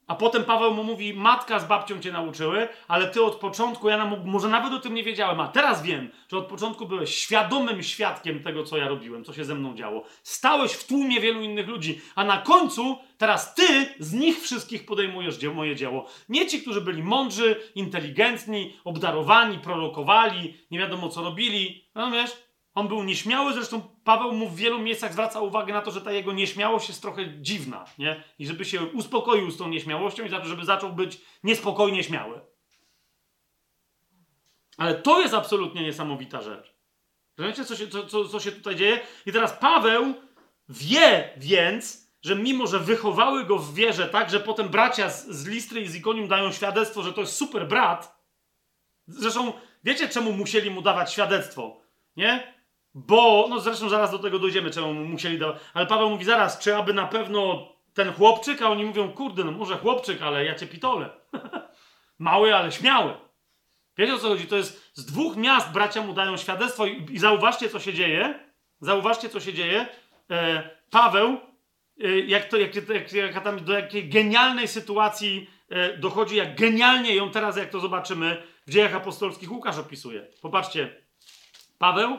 A potem Paweł mu mówi, matka z babcią cię nauczyły, ale ty od początku, ja może nawet o tym nie wiedziałem, a teraz wiem, że od początku byłeś świadomym świadkiem tego, co ja robiłem, co się ze mną działo. Stałeś w tłumie wielu innych ludzi, a na końcu teraz ty z nich wszystkich podejmujesz moje dzieło. Nie ci, którzy byli mądrzy, inteligentni, obdarowani, prorokowali, nie wiadomo co robili. No wiesz, on był nieśmiały, zresztą Paweł mu w wielu miejscach zwraca uwagę na to, że ta jego nieśmiałość jest trochę dziwna, nie? I żeby się uspokoił z tą nieśmiałością i żeby zaczął być niespokojnie śmiały. Ale to jest absolutnie niesamowita rzecz. Rozumiecie, co się tutaj dzieje? I teraz Paweł wie więc, że mimo, że wychowały go w wierze tak, że potem bracia z Listry i z Ikonium dają świadectwo, że to jest super brat. Zresztą wiecie, czemu musieli mu dawać świadectwo? Nie? Bo, no zresztą zaraz do tego dojdziemy, czemu mu musieli dawać. Ale Paweł mówi zaraz, czy aby na pewno ten chłopczyk, a oni mówią, kurde, no może chłopczyk, ale ja cię pitolę. Mały, ale śmiały. Wiecie o co chodzi? To jest z dwóch miast bracia mu dają świadectwo i zauważcie, co się dzieje. Zauważcie, co się dzieje. Paweł, do jakiej genialnej sytuacji dochodzi, jak genialnie ją teraz, jak to zobaczymy, w Dziejach Apostolskich Łukasz opisuje. Popatrzcie. Paweł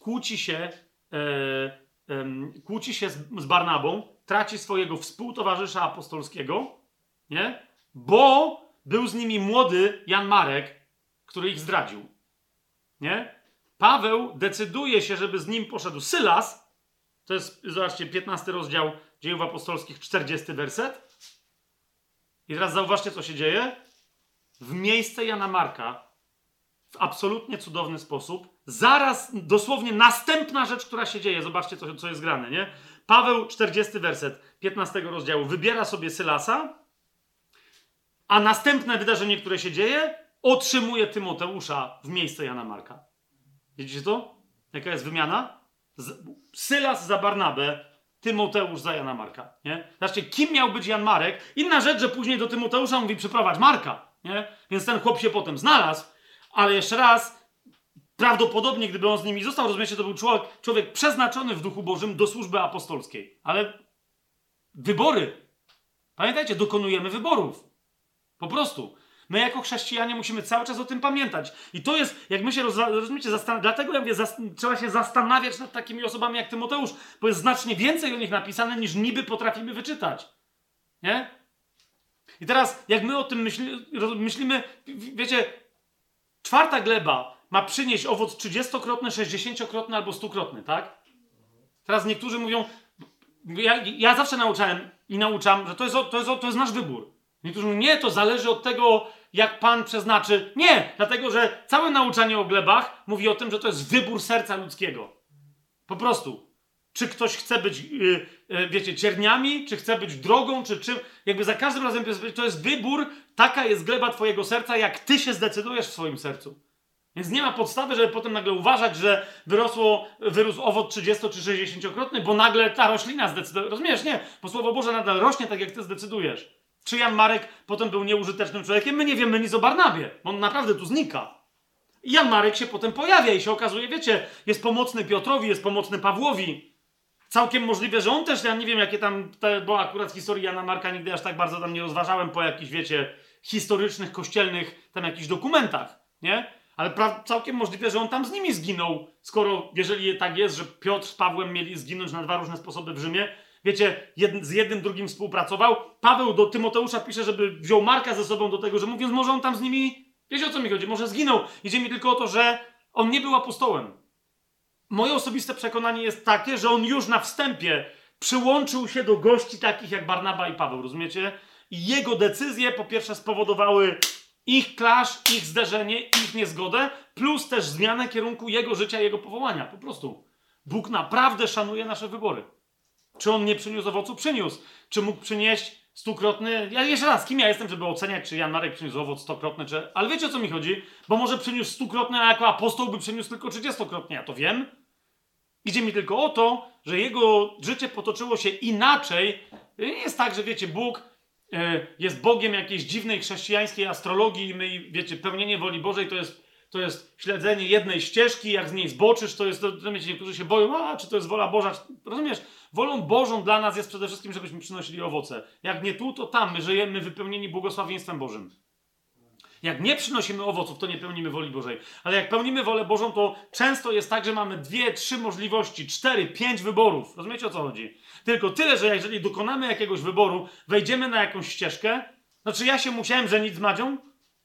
kłóci się z Barnabą, traci swojego współtowarzysza apostolskiego, nie? Bo był z nimi młody Jan Marek, który ich zdradził. Nie? Paweł decyduje się, żeby z nim poszedł Sylas. To jest, zobaczcie, 15 rozdział Dziejów Apostolskich, 40 werset. I teraz zauważcie, co się dzieje. W miejsce Jana Marka, w absolutnie cudowny sposób, zaraz, dosłownie następna rzecz, która się dzieje. Zobaczcie, co jest grane, nie? Paweł, 40 werset 15 rozdziału, wybiera sobie Sylasa, a następne wydarzenie, które się dzieje, otrzymuje Tymoteusza w miejsce Jana Marka. Widzicie to? Jaka jest wymiana? Sylas za Barnabę, Tymoteusz za Jana Marka. Nie? Zobaczcie, kim miał być Jan Marek? Inna rzecz, że później do Tymoteusza mówi, przyprowadź Marka. Nie? Więc ten chłop się potem znalazł, ale jeszcze raz, prawdopodobnie, gdyby on z nimi został, rozumiecie, to był człowiek przeznaczony w Duchu Bożym do służby apostolskiej. Ale wybory. Pamiętajcie, dokonujemy wyborów. Po prostu. My jako chrześcijanie musimy cały czas o tym pamiętać. I to jest, jak my się rozumiecie, dlatego ja mówię, trzeba się zastanawiać nad takimi osobami jak Tymoteusz, bo jest znacznie więcej o nich napisane, niż niby potrafimy wyczytać. Nie? I teraz, jak my o tym myślimy, wiecie, 4. gleba ma przynieść owoc 30-krotny, 60-krotny albo 100-krotny, tak? Teraz niektórzy mówią, ja zawsze nauczałem i nauczam, że to jest nasz wybór. Niektórzy mówią, nie, to zależy od tego, jak Pan przeznaczy. Nie, dlatego, że całe nauczanie o glebach mówi o tym, że to jest wybór serca ludzkiego. Po prostu. Czy ktoś chce być, wiecie, cierniami, czy chce być drogą, czy czym. Jakby za każdym razem to jest wybór, taka jest gleba twojego serca, jak ty się zdecydujesz w swoim sercu. Więc nie ma podstawy, żeby potem nagle uważać, że wyrósł owoc 30 czy 60-krotny, bo nagle ta roślina zdecyduje. Rozumiesz? Nie, bo Słowo Boże nadal rośnie tak, jak ty zdecydujesz. Czy Jan Marek potem był nieużytecznym człowiekiem? My nie wiemy nic o Barnabie. On naprawdę tu znika. I Jan Marek się potem pojawia i się okazuje, wiecie, jest pomocny Piotrowi, jest pomocny Pawłowi. Całkiem możliwe, że on też, ja nie wiem, jakie tam, bo akurat historii Jana Marka nigdy aż tak bardzo tam nie rozważałem po jakichś, wiecie, historycznych, kościelnych tam jakichś dokumentach, nie? Ale całkiem możliwe, że on tam z nimi zginął, skoro, jeżeli tak jest, że Piotr z Pawłem mieli zginąć na 2 różne sposoby w Rzymie, wiecie, z jednym, drugim współpracował. Paweł do Tymoteusza pisze, żeby wziął Marka ze sobą do tego, że mówiąc, może on tam z nimi, wiecie o co mi chodzi, może zginął. Idzie mi tylko o to, że on nie był apostołem. Moje osobiste przekonanie jest takie, że on już na wstępie przyłączył się do gości takich jak Barnaba i Paweł, rozumiecie? I jego decyzje po pierwsze spowodowały ich clash, ich zderzenie, ich niezgodę, plus też zmianę kierunku jego życia, jego powołania. Po prostu. Bóg naprawdę szanuje nasze wybory. Czy on nie przyniósł owocu? Przyniósł. Czy mógł przynieść 100-krotny? Ja jeszcze raz, kim ja jestem, żeby oceniać, czy Jan Marek przyniósł owoc 100-krotny, czy... Ale wiecie, o co mi chodzi? Bo może przyniósł 100-krotny, a jako apostoł by przyniósł tylko 30-krotny. Ja to wiem. Idzie mi tylko o to, że jego życie potoczyło się inaczej. Nie jest tak, że wiecie, Bóg jest Bogiem jakiejś dziwnej chrześcijańskiej astrologii i my, wiecie, pełnienie woli Bożej to jest to jest śledzenie jednej ścieżki, jak z niej zboczysz, to jest, wiecie, niektórzy się boją, czy to jest wola Boża, rozumiesz? Wolą Bożą dla nas jest przede wszystkim, żebyśmy przynosili owoce. Jak nie tu, to tam, my żyjemy wypełnieni błogosławieństwem Bożym. Jak nie przynosimy owoców, to nie pełnimy woli Bożej. Ale jak pełnimy wolę Bożą, to często jest tak, że mamy 2, 3 możliwości, 4, 5 wyborów. Rozumiecie, o co chodzi? Tylko tyle, że jeżeli dokonamy jakiegoś wyboru, wejdziemy na jakąś ścieżkę, znaczy ja się musiałem żenić z Madzią?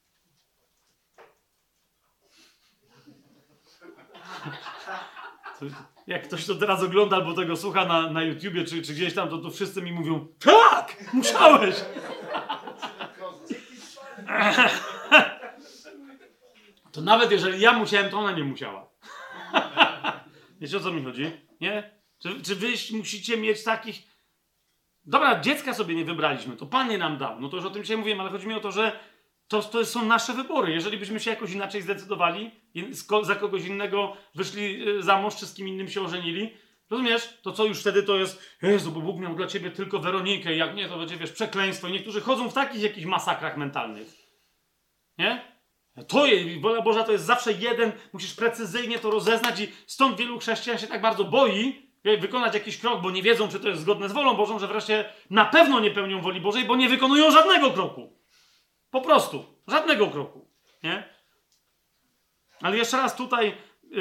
Jak ktoś to teraz ogląda albo tego słucha na YouTubie czy gdzieś tam, to wszyscy mi mówią: tak! Musiałeś! To nawet jeżeli ja musiałem, to ona nie musiała. Wiecie, o co mi chodzi? Nie? Czy wy musicie mieć takich... Dobra, dziecka sobie nie wybraliśmy, to Pan je nam dał. No to już o tym dzisiaj mówiłem, ale chodzi mi o to, że to są nasze wybory. Jeżeli byśmy się jakoś inaczej zdecydowali, za kogoś innego wyszli za mąż, czy z kim innym się ożenili, rozumiesz? To co już wtedy to jest: Jezu, bo Bóg miał dla ciebie tylko Weronikę, jak nie, to będzie, wiesz, przekleństwo. I niektórzy chodzą w takich jakichś masakrach mentalnych. Nie? Wola Boża to jest zawsze jeden, musisz precyzyjnie to rozeznać i stąd wielu chrześcijan się tak bardzo boi wykonać jakiś krok, bo nie wiedzą, czy to jest zgodne z wolą Bożą, że wreszcie na pewno nie pełnią woli Bożej, bo nie wykonują żadnego kroku. Po prostu. Żadnego kroku. Nie? Ale jeszcze raz tutaj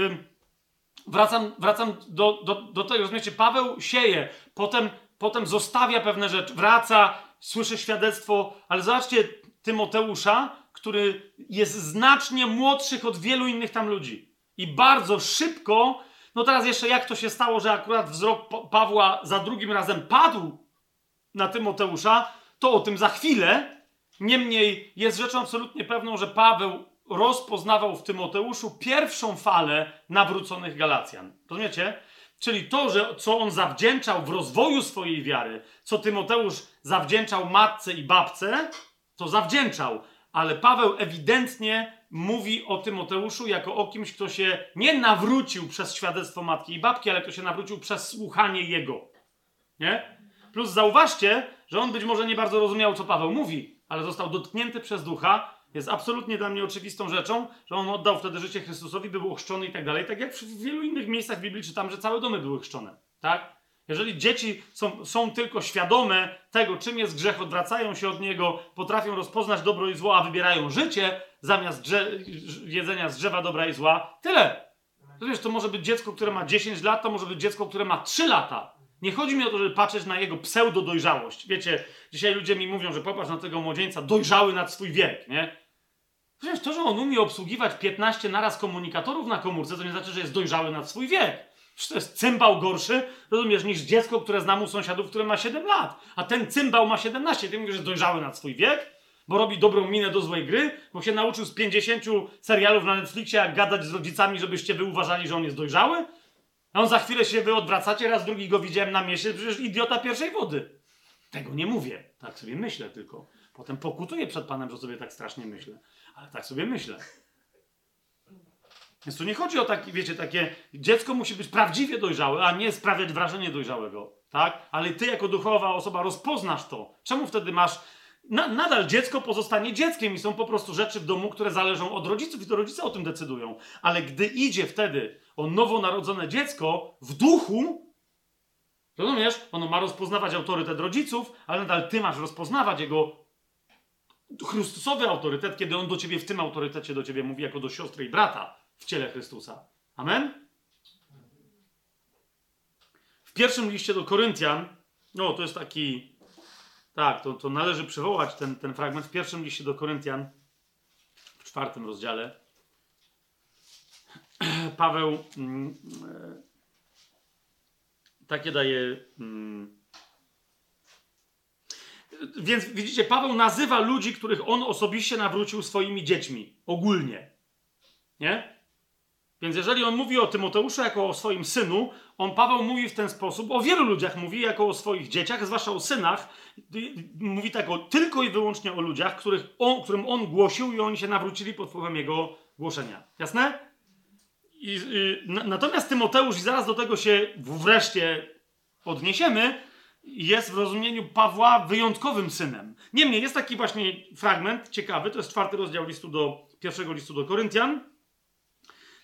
wracam do tego, rozumiecie, Paweł sieje, potem zostawia pewne rzeczy, wraca, słyszy świadectwo, ale zobaczcie Tymoteusza, który jest znacznie młodszych od wielu innych tam ludzi. I bardzo szybko, no teraz jeszcze jak to się stało, że akurat wzrok Pawła za drugim razem padł na Tymoteusza, to o tym za chwilę. Niemniej jest rzeczą absolutnie pewną, że Paweł rozpoznawał w Tymoteuszu pierwszą falę nawróconych Galacjan. Rozumiecie? Czyli to, co on zawdzięczał w rozwoju swojej wiary, co Tymoteusz zawdzięczał matce i babce, to zawdzięczał. Ale Paweł ewidentnie mówi o Tymoteuszu jako o kimś, kto się nie nawrócił przez świadectwo matki i babki, ale kto się nawrócił przez słuchanie jego. Nie? Plus zauważcie, że on być może nie bardzo rozumiał, co Paweł mówi, ale został dotknięty przez Ducha. Jest absolutnie dla mnie oczywistą rzeczą, że on oddał wtedy życie Chrystusowi, był ochrzczony i tak dalej. Tak jak w wielu innych miejscach w Biblii czytam, że całe domy były chrzczone. Tak? Jeżeli dzieci są tylko świadome tego, czym jest grzech, odwracają się od niego, potrafią rozpoznać dobro i zło, a wybierają życie zamiast jedzenia z drzewa dobra i zła, tyle. Wiesz, to może być dziecko, które ma 10 lat, to może być dziecko, które ma 3 lata. Nie chodzi mi o to, żeby patrzeć na jego pseudo-dojrzałość. Wiecie, dzisiaj ludzie mi mówią, że popatrz na tego młodzieńca, dojrzały nad swój wiek, nie? Wiesz, to, że on umie obsługiwać 15 naraz komunikatorów na komórce, to nie znaczy, że jest dojrzały nad swój wiek. Przecież to jest cymbał gorszy, rozumiesz, niż dziecko, które znam u sąsiadów, które ma 7 lat. A ten cymbał ma 17. Ty mówisz, że jest dojrzały nad swój wiek, bo robi dobrą minę do złej gry, bo się nauczył z 50 serialów na Netflixie, jak gadać z rodzicami, żebyście wy uważali, że on jest dojrzały. A on za chwilę się wy odwracacie, raz drugi go widziałem na mieście, przecież idiota pierwszej wody. Tego nie mówię. Tak sobie myślę tylko. Potem pokutuję przed Panem, że sobie tak strasznie myślę. Ale tak sobie myślę. Więc tu nie chodzi o takie, wiecie, takie... Dziecko musi być prawdziwie dojrzałe, a nie sprawiać wrażenie dojrzałego. Tak? Ale ty jako duchowa osoba rozpoznasz to. Czemu wtedy masz... Nadal dziecko pozostanie dzieckiem i są po prostu rzeczy w domu, które zależą od rodziców i to rodzice o tym decydują. Ale gdy idzie wtedy o nowonarodzone dziecko w duchu, rozumiesz? Ono ma rozpoznawać autorytet rodziców, ale nadal ty masz rozpoznawać jego Chrystusowy autorytet, kiedy on do ciebie w tym autorytecie do ciebie mówi jako do siostry i brata w ciele Chrystusa. Amen? W pierwszym liście do Koryntian, no to jest taki... Tak, to należy przywołać ten fragment w pierwszym liście do Koryntian, w 4 rozdziale. Paweł takie daje... Więc widzicie, Paweł nazywa ludzi, których on osobiście nawrócił swoimi dziećmi. Ogólnie. Nie? Więc jeżeli on mówi o Tymoteuszu jako o swoim synu, Paweł mówi w ten sposób, o wielu ludziach mówi jako o swoich dzieciach, zwłaszcza o synach. Mówi tak tylko i wyłącznie o ludziach, którym on głosił i oni się nawrócili pod wpływem jego głoszenia. Jasne? Natomiast Tymoteusz, i zaraz do tego się wreszcie odniesiemy, jest w rozumieniu Pawła wyjątkowym synem. Niemniej jest taki właśnie fragment ciekawy, to jest 4 rozdział pierwszego listu do Koryntian.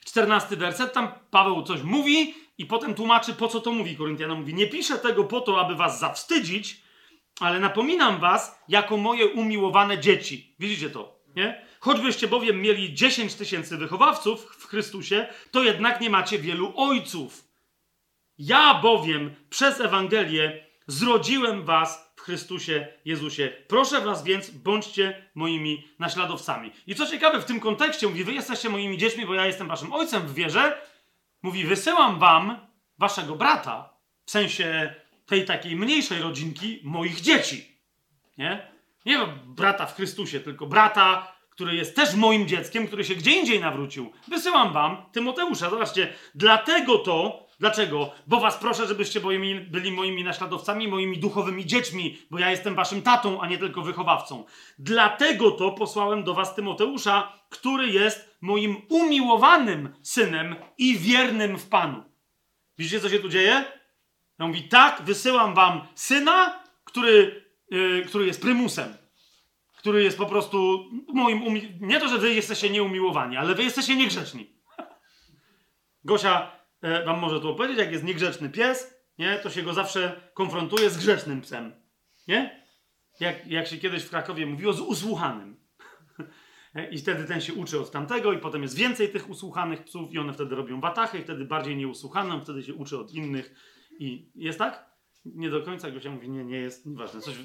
14 werset, tam Paweł coś mówi i potem tłumaczy, po co to mówi Koryntianom. Mówi, nie piszę tego po to, aby was zawstydzić, ale napominam was jako moje umiłowane dzieci. Widzicie to, nie? Choćbyście bowiem mieli 10 000 wychowawców w Chrystusie, to jednak nie macie wielu ojców. Ja bowiem przez Ewangelię zrodziłem was w Chrystusie Jezusie. Proszę was więc, bądźcie moimi naśladowcami. I co ciekawe, w tym kontekście mówi, wy jesteście moimi dziećmi, bo ja jestem waszym ojcem w wierze. Mówi, wysyłam wam waszego brata, w sensie tej takiej mniejszej rodzinki, moich dzieci. Nie brata w Chrystusie, tylko brata, który jest też moim dzieckiem, który się gdzie indziej nawrócił. Wysyłam wam Tymoteusza. Zobaczcie, dlaczego? Bo was proszę, żebyście byli moimi naśladowcami, moimi duchowymi dziećmi, bo ja jestem waszym tatą, a nie tylko wychowawcą. Dlatego to posłałem do was Tymoteusza, który jest moim umiłowanym synem i wiernym w Panu. Widzicie, co się tu dzieje? On mówi, tak, wysyłam wam syna, który jest prymusem. Który jest po prostu moim nie to, że wy jesteście nieumiłowani, ale wy jesteście niegrzeczni. Gosia wam może tu opowiedzieć, jak jest niegrzeczny pies, nie? To się go zawsze konfrontuje z grzecznym psem. Nie? Jak się kiedyś w Krakowie mówiło, z usłuchanym. I wtedy ten się uczy od tamtego i potem jest więcej tych usłuchanych psów i one wtedy robią watachy i wtedy bardziej nieusłuchaną, wtedy się uczy od innych. I jest tak? Nie do końca Gosia mówi, nie jest, nieważne. Coś...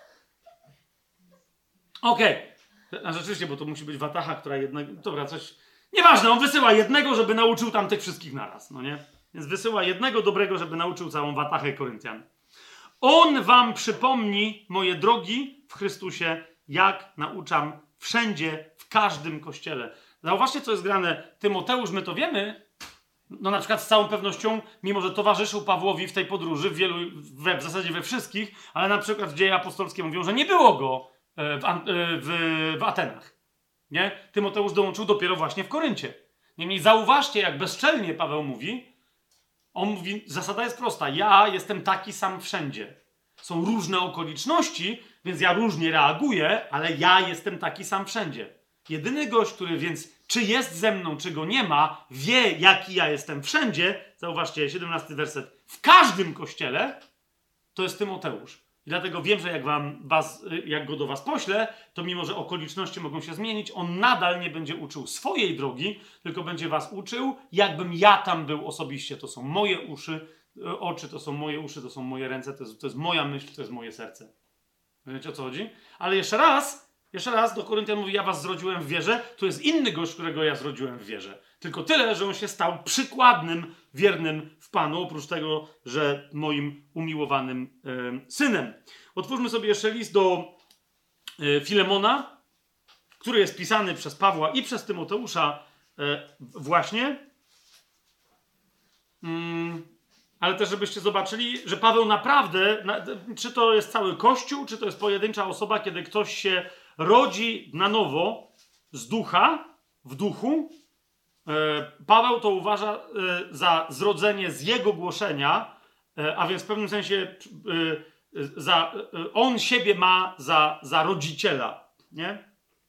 Okej. A rzeczywiście, bo to musi być watacha, która jednego... Dobra, coś... Nieważne, on wysyła jednego, żeby nauczył tam tych wszystkich naraz, no nie? Więc wysyła jednego dobrego, żeby nauczył całą watachę Koryntian. On wam przypomni, moje drogi w Chrystusie, jak nauczam wszędzie, w każdym kościele. Zauważcie, co jest grane. Tymoteusz, my to wiemy, no na przykład z całą pewnością, mimo że towarzyszył Pawłowi w tej podróży, w zasadzie we wszystkich, ale na przykład w Dzieje Apostolskie mówią, że nie było go w Atenach. Nie? Tymoteusz dołączył dopiero właśnie w Koryncie. Niemniej zauważcie, jak bezczelnie Paweł mówi. On mówi, zasada jest prosta. Ja jestem taki sam wszędzie. Są różne okoliczności, więc ja różnie reaguję, ale ja jestem taki sam wszędzie. Jedyny gość, który więc czy jest ze mną, czy go nie ma, wie, jaki ja jestem wszędzie. Zauważcie, 17 werset. W każdym kościele to jest Tymoteusz. I dlatego wiem, że jak go do was poślę, to mimo, że okoliczności mogą się zmienić, on nadal nie będzie uczył swojej drogi, tylko będzie was uczył, jakbym ja tam był osobiście. To są moje oczy, to są moje uszy, to są moje ręce, to jest moja myśl, to jest moje serce. Wiecie, o co chodzi? Ale jeszcze raz do Koryntian mówi, ja was zrodziłem w wierze, to jest inny gość, którego ja zrodziłem w wierze. Tylko tyle, że on się stał przykładnym, wiernym w Panu, oprócz tego, że moim umiłowanym synem. Otwórzmy sobie jeszcze list do Filemona, który jest pisany przez Pawła i przez Tymoteusza właśnie. Ale też, żebyście zobaczyli, że Paweł naprawdę, czy to jest cały Kościół, czy to jest pojedyncza osoba, kiedy ktoś się rodzi na nowo z ducha, w duchu, Paweł to uważa za zrodzenie z jego głoszenia, a więc w pewnym sensie on siebie ma za rodziciela, nie?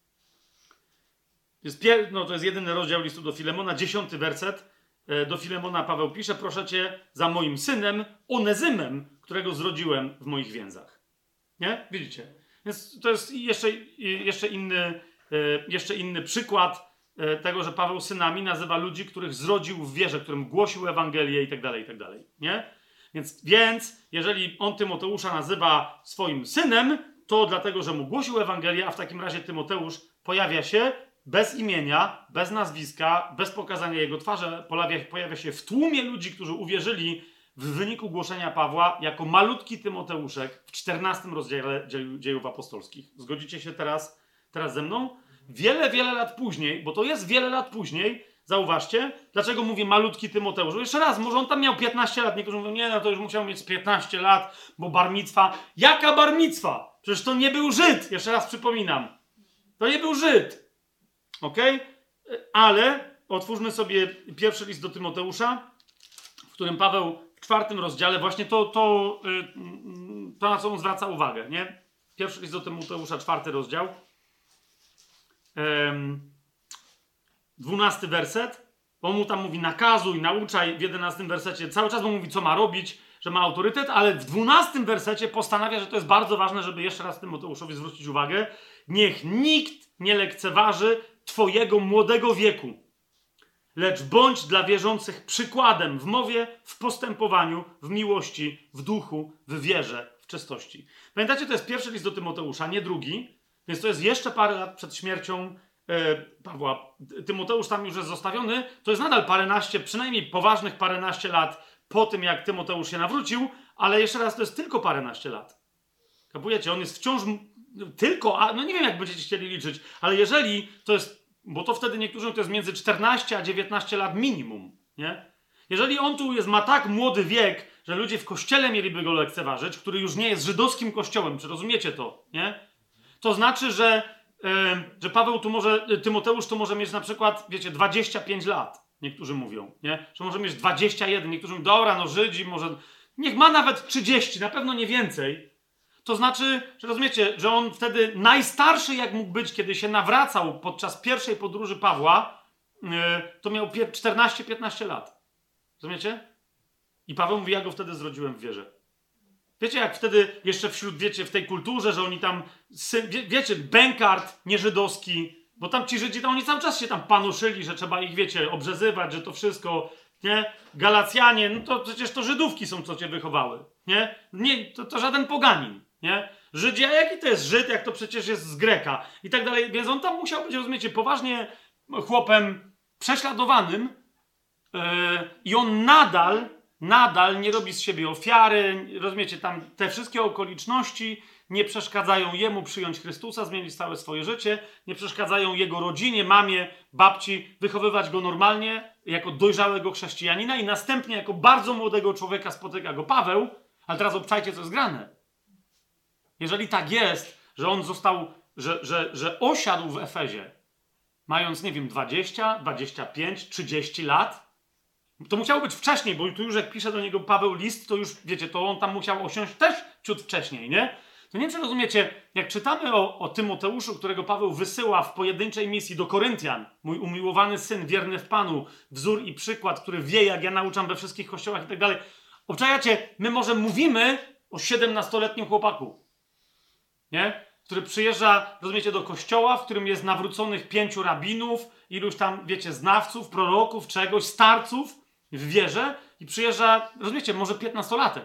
To jest jedyny rozdział listu do Filemona, 10 werset. Do Filemona Paweł pisze, proszę cię za moim synem Onezymem, którego zrodziłem w moich więzach. Nie? Widzicie? Więc to jest jeszcze inny przykład tego, że Paweł synami nazywa ludzi, których zrodził w wierze, którym głosił Ewangelię i tak dalej, nie? Więc jeżeli on Tymoteusza nazywa swoim synem, to dlatego, że mu głosił Ewangelię, a w takim razie Tymoteusz pojawia się bez imienia, bez nazwiska, bez pokazania jego twarzy, pojawia się w tłumie ludzi, którzy uwierzyli w wyniku głoszenia Pawła jako malutki Tymoteuszek w 14 rozdziale Dziejów Apostolskich. Zgodzicie się teraz ze mną? Wiele lat później, bo to jest wiele lat później, zauważcie, dlaczego mówię malutki Tymoteusz. Jeszcze raz, może on tam miał 15 lat. Niektórzy mówią, nie, no to już musiał mieć 15 lat, bo bar micwa. Jaka bar micwa? Przecież to nie był Żyd. Jeszcze raz przypominam. To nie był Żyd. Okej? Ale otwórzmy sobie pierwszy list do Tymoteusza, w którym Paweł w 4 rozdziale właśnie to na co on zwraca uwagę, nie? Pierwszy list do Tymoteusza, 4 rozdział. 12 werset. On mu tam mówi nakazuj, nauczaj w 11 wersecie. Cały czas mu mówi, co ma robić, że ma autorytet, ale w 12 wersecie postanawia, że to jest bardzo ważne, żeby jeszcze raz Tymoteuszowi zwrócić uwagę. Niech nikt nie lekceważy twojego młodego wieku, lecz bądź dla wierzących przykładem w mowie, w postępowaniu, w miłości, w duchu, w wierze, w czystości. Pamiętacie, to jest pierwszy list do Tymoteusza, nie drugi, więc to jest jeszcze parę lat przed śmiercią Pawła. Tymoteusz tam już jest zostawiony, to jest nadal paręnaście, przynajmniej poważnych paręnaście lat po tym, jak Tymoteusz się nawrócił, ale jeszcze raz, to jest tylko paręnaście lat. Kapujecie? On jest wciąż tylko, no nie wiem, jak będziecie chcieli liczyć, ale jeżeli to jest, bo to wtedy niektórzy to jest między 14 a 19 lat minimum, nie? Jeżeli on tu ma tak młody wiek, że ludzie w kościele mieliby go lekceważyć, który już nie jest żydowskim kościołem, czy rozumiecie to, nie? To znaczy, że Paweł tu może, Tymoteusz tu może mieć na przykład, wiecie, 25 lat, niektórzy mówią, nie? Że może mieć 21, niektórzy mówią, dobra, no Żydzi, może, niech ma nawet 30, na pewno nie więcej. To znaczy, że rozumiecie, że on wtedy najstarszy jak mógł być, kiedy się nawracał podczas pierwszej podróży Pawła, to miał 14-15 lat. Rozumiecie? I Paweł mówi, ja go wtedy zrodziłem w wierze. Wiecie, jak wtedy jeszcze wśród, wiecie, w tej kulturze, że oni tam, wiecie, bękart nieżydowski, bo tam ci Żydzi, oni cały czas się tam panoszyli, że trzeba ich, wiecie, obrzezywać, że to wszystko, nie? Galacjanie, no to przecież to Żydówki są, co cię wychowały, nie? Nie, to żaden poganin, nie? Żydzi, a jaki to jest Żyd, jak to przecież jest z Greka i tak dalej, więc on tam musiał być, rozumiecie, poważnie chłopem prześladowanym i on nadal nie robi z siebie ofiary, rozumiecie, tam te wszystkie okoliczności nie przeszkadzają jemu przyjąć Chrystusa, zmienić całe swoje życie, nie przeszkadzają jego rodzinie, mamie, babci, wychowywać go normalnie, jako dojrzałego chrześcijanina i następnie jako bardzo młodego człowieka spotyka go Paweł, ale teraz obczajcie, co jest grane. Jeżeli tak jest, że on został, że osiadł w Efezie, mając, nie wiem, 20, 25, 30 lat, to musiało być wcześniej, bo tu już jak pisze do niego Paweł list, to już, wiecie, to on tam musiał osiąść też ciut wcześniej, nie? To nie wiem, czy rozumiecie, jak czytamy o Tymoteuszu, którego Paweł wysyła w pojedynczej misji do Koryntian, mój umiłowany syn, wierny w Panu, wzór i przykład, który wie, jak ja nauczam we wszystkich kościołach i tak dalej. Obczajacie, my może mówimy o 17-letnim chłopaku, nie? Który przyjeżdża, rozumiecie, do kościoła, w którym jest nawróconych 5 rabinów, iluś tam, wiecie, znawców, proroków, czegoś, starców w wierze i przyjeżdża, rozumiecie, może 15-latek.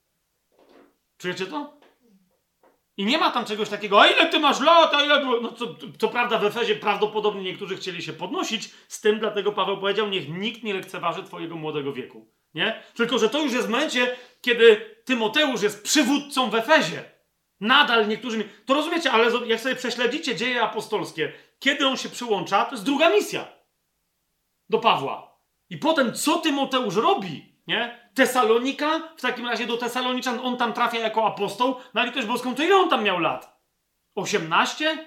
Czujecie to? I nie ma tam czegoś takiego, a ile ty masz lat, a ile... No to prawda, w Efezie prawdopodobnie niektórzy chcieli się podnosić z tym, dlatego Paweł powiedział, niech nikt nie lekceważy twojego młodego wieku. Nie? Tylko, że to już jest w momencie, kiedy Tymoteusz jest przywódcą w Efezie. Nadal niektórzy... To rozumiecie, ale jak sobie prześledzicie dzieje apostolskie, kiedy on się przyłącza, to jest druga misja do Pawła. I potem co Tymoteusz robi, nie? Tesalonika, w takim razie do Tesaloniczan on tam trafia jako apostoł, na litość boską, to ile on tam miał lat? 18?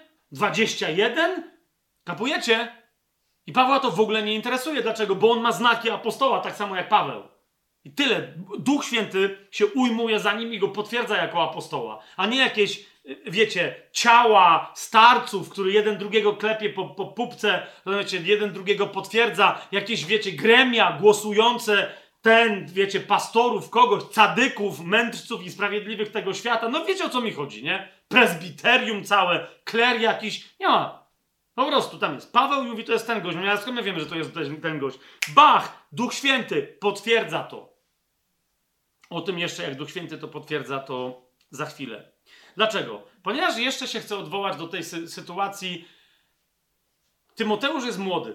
21? Kapujecie? I Pawła to w ogóle nie interesuje. Dlaczego? Bo on ma znaki apostoła, tak samo jak Paweł. I tyle. Duch Święty się ujmuje za nim i go potwierdza jako apostoła. A nie jakieś, wiecie, ciała starców, który jeden drugiego klepie po pupce, wiecie, jeden drugiego potwierdza. Jakieś, wiecie, gremia głosujące, wiecie, pastorów, kogoś, cadyków, mędrców i sprawiedliwych tego świata. No wiecie, o co mi chodzi, nie? Prezbiterium całe, kler jakiś. Nie ma. Po prostu tam jest Paweł i mówi, to jest ten gość. No skąd my wiemy, że to jest ten gość? Bach! Duch Święty potwierdza to. O tym jeszcze, jak Duch Święty to potwierdza, to za chwilę. Dlaczego? Ponieważ jeszcze się chcę odwołać do tej sytuacji. Tymoteusz jest młody.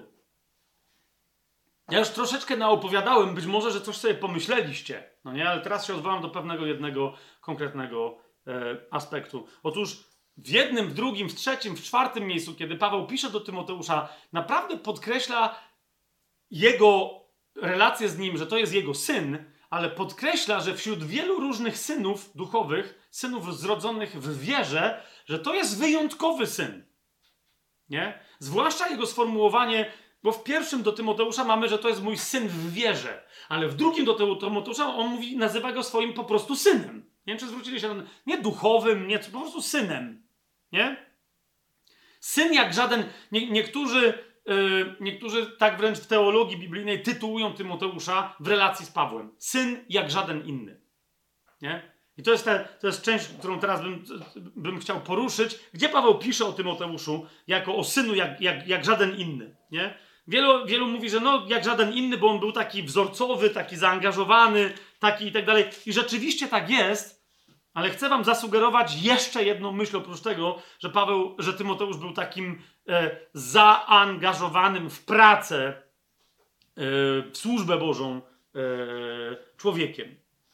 Ja już troszeczkę naopowiadałem, być może, że coś sobie pomyśleliście. No nie, ale teraz się odwołam do pewnego jednego konkretnego aspektu. Otóż w jednym, w drugim, w trzecim, w czwartym miejscu, kiedy Paweł pisze do Tymoteusza, naprawdę podkreśla jego relację z nim, że to jest jego syn, ale podkreśla, że wśród wielu różnych synów duchowych, synów zrodzonych w wierze, że to jest wyjątkowy syn. Nie? Zwłaszcza jego sformułowanie, bo w pierwszym do Tymoteusza mamy, że to jest mój syn w wierze, ale w drugim do Tymoteusza on mówi, nazywa go swoim po prostu synem. Nie wiem, czy zwrócili się na nie duchowym, nie, po prostu synem. Nie? Syn jak żaden... Niektórzy niektórzy tak wręcz w teologii biblijnej tytułują Tymoteusza w relacji z Pawłem. Syn jak żaden inny. Nie? I to jest część, którą teraz bym chciał poruszyć, gdzie Paweł pisze o Tymoteuszu jako o synu jak żaden inny. Nie? Wielu mówi, że no jak żaden inny, bo on był taki wzorcowy, taki zaangażowany, taki i tak dalej. I rzeczywiście tak jest, ale chcę wam zasugerować jeszcze jedną myśl oprócz tego, że Tymoteusz był takim zaangażowanym w pracę, w służbę Bożą człowiekiem.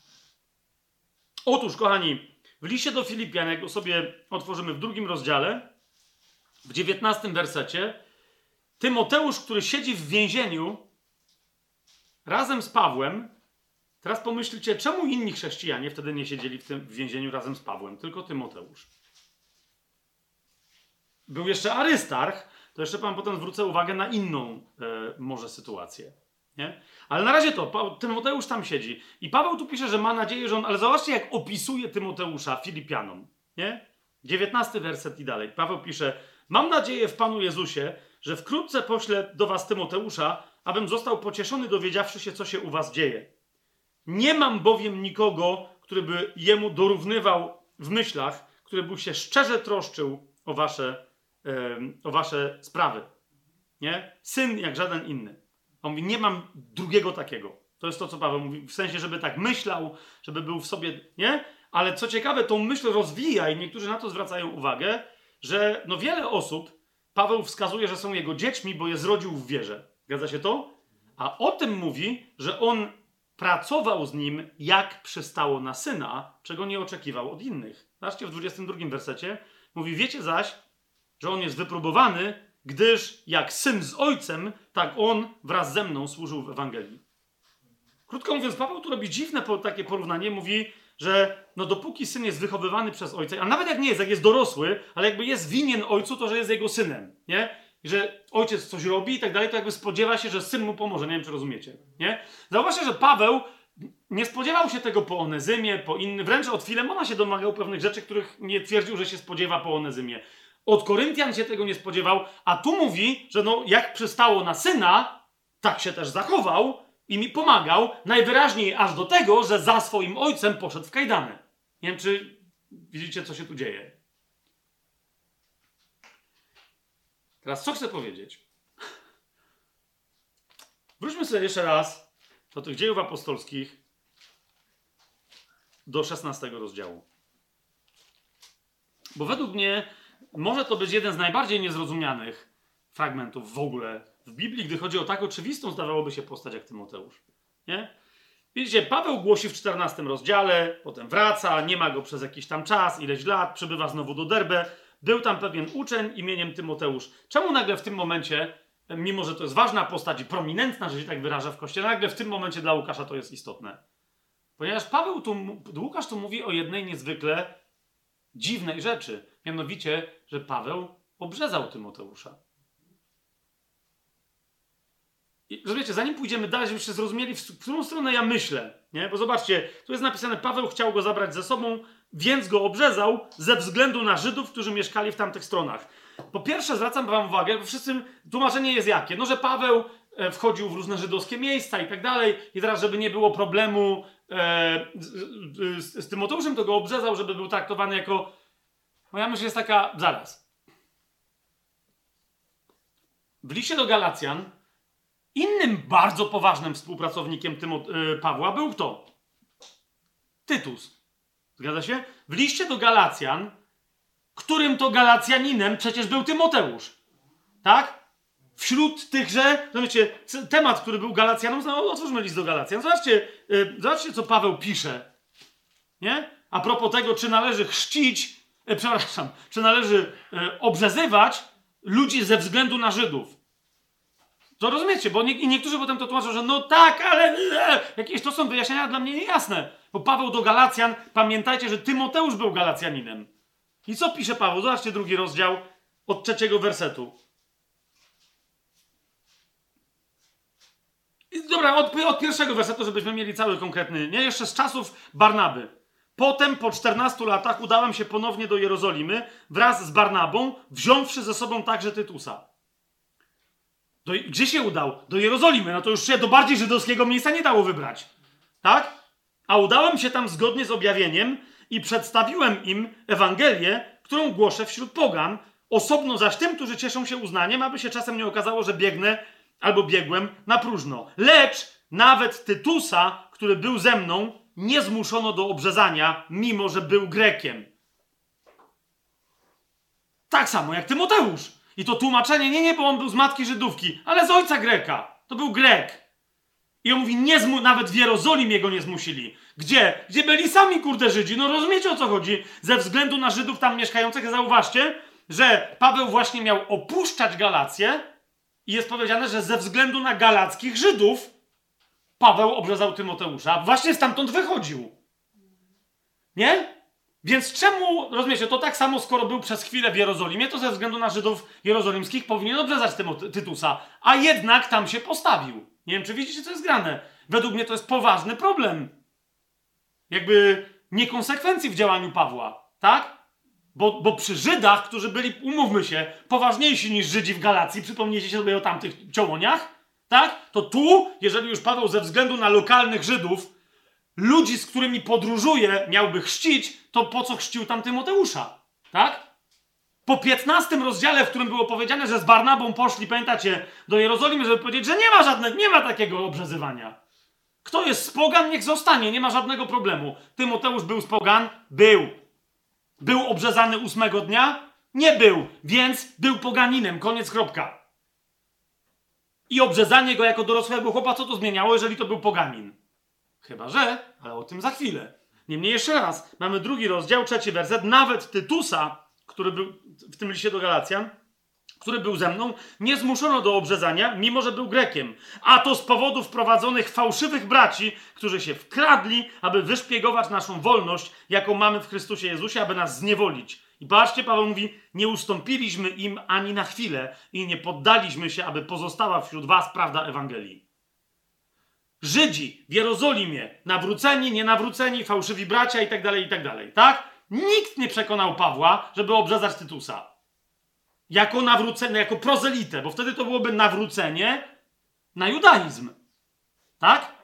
Otóż, kochani, w liście do Filipian, jak go sobie otworzymy w 2 rozdziale, w 19 wersecie, Tymoteusz, który siedzi w więzieniu razem z Pawłem, teraz pomyślcie, czemu inni chrześcijanie wtedy nie siedzieli w więzieniu razem z Pawłem, tylko Tymoteusz. Był jeszcze Arystarch, to jeszcze wam potem zwrócę uwagę na inną może sytuację. Nie? Ale na razie Tymoteusz tam siedzi. I Paweł tu pisze, że ma nadzieję, że on... Ale zobaczcie, jak opisuje Tymoteusza Filipianom. Nie? 19 werset i dalej. Paweł pisze: mam nadzieję w Panu Jezusie, że wkrótce poślę do was Tymoteusza, abym został pocieszony, dowiedziawszy się, co się u was dzieje. Nie mam bowiem nikogo, który by jemu dorównywał w myślach, który by się szczerze troszczył o wasze sprawy. Nie? Syn jak żaden inny. On mówi, nie mam drugiego takiego. To jest to, co Paweł mówi. W sensie, żeby tak myślał, żeby był w sobie, nie? Ale co ciekawe, tą myśl rozwija i niektórzy na to zwracają uwagę, że no wiele osób Paweł wskazuje, że są jego dziećmi, bo je zrodził w wierze. Zgadza się to? A o tym mówi, że on pracował z nim, jak przystało na syna, czego nie oczekiwał od innych. Zobaczcie, w 22 wersecie mówi, wiecie zaś, że on jest wypróbowany, gdyż jak syn z ojcem, tak on wraz ze mną służył w Ewangelii. Krótko mówiąc, Paweł tu robi dziwne takie porównanie. Mówi, że no dopóki syn jest wychowywany przez ojca, a nawet jak nie jest, jak jest dorosły, ale jakby jest winien ojcu, to że jest jego synem, nie? I że ojciec coś robi i tak dalej, to jakby spodziewa się, że syn mu pomoże. Nie wiem, czy rozumiecie, nie? Zauważcie, że Paweł nie spodziewał się tego po Onezymie, po innym. Wręcz od Filemona się domagał pewnych rzeczy, których nie twierdził, że się spodziewa po Onezymie. Od Koryntian się tego nie spodziewał, a tu mówi, że no jak przystało na syna, tak się też zachował i mi pomagał, najwyraźniej aż do tego, że za swoim ojcem poszedł w kajdany. Nie wiem, czy widzicie, co się tu dzieje. Teraz co chcę powiedzieć? Wróćmy sobie jeszcze raz do tych dziejów apostolskich, do 16 rozdziału. Bo według mnie może to być jeden z najbardziej niezrozumianych fragmentów w ogóle w Biblii, gdy chodzi o tak oczywistą, zdawałoby się, postać jak Tymoteusz. Nie? Widzicie, Paweł głosi w 14 rozdziale, potem wraca, nie ma go przez jakiś tam czas, ileś lat, przybywa znowu do Derbe. Był tam pewien uczeń imieniem Tymoteusz. Czemu nagle w tym momencie, mimo że to jest ważna postać i prominentna, że się tak wyraża w Kościele, nagle w tym momencie dla Łukasza to jest istotne? Ponieważ Łukasz tu mówi o jednej niezwykle dziwnej rzeczy. Mianowicie, że Paweł obrzezał Tymoteusza. I rozumiecie, zanim pójdziemy dalej, żebyście zrozumieli, w którą stronę ja myślę. Nie? Bo zobaczcie, tu jest napisane, Paweł chciał go zabrać ze sobą, więc go obrzezał ze względu na Żydów, którzy mieszkali w tamtych stronach. Po pierwsze, zwracam wam uwagę, bo wszyscy, tłumaczenie jest jakie? No, że Paweł wchodził w różne żydowskie miejsca i tak dalej. I teraz, żeby nie było problemu z Tymoteuszem, to go obrzezał, żeby był traktowany jako... Moja myśl jest taka, zaraz. W liście do Galacjan innym bardzo poważnym współpracownikiem Pawła był kto? Tytus. Zgadza się? W liście do Galacjan, którym to Galacjaninem przecież był Tymoteusz. Tak? Wśród tychże, zobaczcie, temat, który był Galacjanom, otwórzmy list do Galacjan. Zobaczcie, co Paweł pisze. Nie? A propos tego, czy należy chrzcić, czy należy obrzezywać ludzi ze względu na Żydów. To rozumiecie, bo niektórzy potem to tłumaczą, że no tak, ale jakieś to są wyjaśnienia dla mnie niejasne. Bo Paweł do Galacjan, pamiętajcie, że Tymoteusz był Galacjaninem. I co pisze Paweł? Zobaczcie 2 rozdział od 3 wersetu. Dobra, od 1 wersetu, żebyśmy mieli cały konkretny, nie? Jeszcze z czasów Barnaby. Potem, po 14 latach, udałem się ponownie do Jerozolimy wraz z Barnabą, wziąwszy ze sobą także Tytusa. Gdzie się udał? Do Jerozolimy. No to już się do bardziej żydowskiego miejsca nie dało wybrać. Tak? A udałem się tam zgodnie z objawieniem i przedstawiłem im Ewangelię, którą głoszę wśród pogan, osobno zaś tym, którzy cieszą się uznaniem, aby się czasem nie okazało, że biegnę albo biegłem na próżno. Lecz nawet Tytusa, który był ze mną, nie zmuszono do obrzezania, mimo że był Grekiem. Tak samo jak Tymoteusz. I to tłumaczenie, nie, bo on był z matki Żydówki, ale z ojca Greka. To był Grek. I on mówi, nawet w Jerozolimie go nie zmusili. Gdzie? Gdzie byli sami, kurde, Żydzi. No rozumiecie, o co chodzi? Ze względu na Żydów tam mieszkających, zauważcie, że Paweł właśnie miał opuszczać Galację i jest powiedziane, że ze względu na galackich Żydów Paweł obrzezał Tymoteusza. Właśnie stamtąd wychodził. Nie? Więc czemu, rozumiecie, to tak samo, skoro był przez chwilę w Jerozolimie, to ze względu na Żydów jerozolimskich powinien obrzezać Tytusa, a jednak tam się postawił. Nie wiem, czy widzicie, co jest grane. Według mnie to jest poważny problem. Jakby niekonsekwencji w działaniu Pawła, tak? Bo przy Żydach, którzy byli, umówmy się, poważniejsi niż Żydzi w Galacji, przypomnijcie sobie o tamtych ciołoniach, tak? To tu, jeżeli już Paweł ze względu na lokalnych Żydów, ludzi, z którymi podróżuje, miałby chrzcić, to po co chrzcił tam Tymoteusza? Tak? Po 15 rozdziale, w którym było powiedziane, że z Barnabą poszli, pamiętacie, do Jerozolimy, żeby powiedzieć, że nie ma takiego obrzezywania. Kto jest z pogan, niech zostanie, nie ma żadnego problemu. Tymoteusz był z pogan? Był. Był obrzezany 8 dnia? Nie był, więc był poganinem. Koniec, kropka. I obrzezanie go jako dorosłego chłopa, co to zmieniało, jeżeli to był poganin? Chyba że, ale o tym za chwilę. Niemniej jeszcze raz, mamy 2 rozdział, 3 werset. Nawet Tytusa, który był w tym liście do Galacjan, który był ze mną, nie zmuszono do obrzezania, mimo że był Grekiem. A to z powodu wprowadzonych fałszywych braci, którzy się wkradli, aby wyszpiegować naszą wolność, jaką mamy w Chrystusie Jezusie, aby nas zniewolić. I patrzcie, Paweł mówi, nie ustąpiliśmy im ani na chwilę i nie poddaliśmy się, aby pozostała wśród was prawda Ewangelii. Żydzi w Jerozolimie, nawróceni, nienawróceni, fałszywi bracia i tak dalej, tak? Nikt nie przekonał Pawła, żeby obrzezać Tytusa. Jako nawrócenie, jako prozelitę, bo wtedy to byłoby nawrócenie na judaizm. Tak?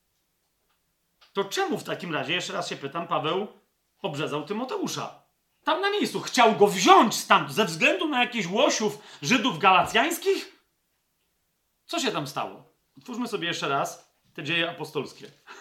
To czemu w takim razie, jeszcze raz się pytam, Paweł obrzezał Tymoteusza? Tam na miejscu. Chciał go wziąć stamtąd ze względu na jakichś łosiów Żydów galacjańskich? Co się tam stało? Otwórzmy sobie jeszcze raz te dzieje apostolskie.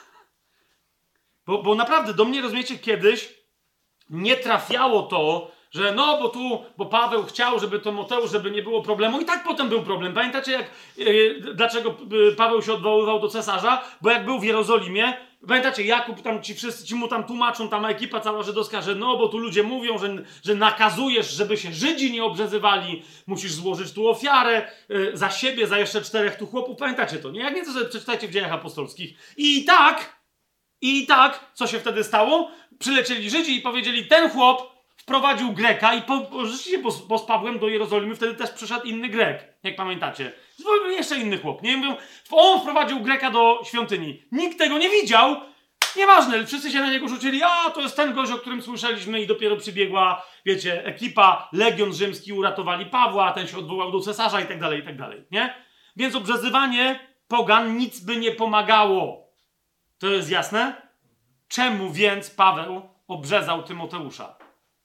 Bo naprawdę do mnie, rozumiecie, kiedyś nie trafiało to, że bo Paweł chciał, żeby Tymoteusz, żeby nie było problemu. I tak potem był problem. Pamiętacie, dlaczego Paweł się odwoływał do cesarza? Bo jak był w Jerozolimie, pamiętacie, Jakub, tam ci wszyscy mu tam tłumaczą, tam ekipa cała żydowska, że bo tu ludzie mówią, że nakazujesz, żeby się Żydzi nie obrzezywali, musisz złożyć tu ofiarę za siebie, za jeszcze 4 tu chłopów. Pamiętacie to, nie? Jak nie, to sobie przeczytajcie w Dziejach Apostolskich. I tak, co się wtedy stało? Przylecieli Żydzi i powiedzieli, ten chłop wprowadził Greka i rzeczywiście z Pawłem do Jerozolimy wtedy też przyszedł inny Grek, jak pamiętacie. Jeszcze inny chłop. Nie mówią, on wprowadził Greka do świątyni. Nikt tego nie widział. Nieważne, wszyscy się na niego rzucili. To jest ten gość, o którym słyszeliśmy i dopiero przybiegła, wiecie, ekipa, legion rzymski, uratowali Pawła, ten się odwołał do cesarza i tak dalej, nie? Więc obrzezywanie pogan nic by nie pomagało. To jest jasne? Czemu więc Paweł obrzezał Tymoteusza?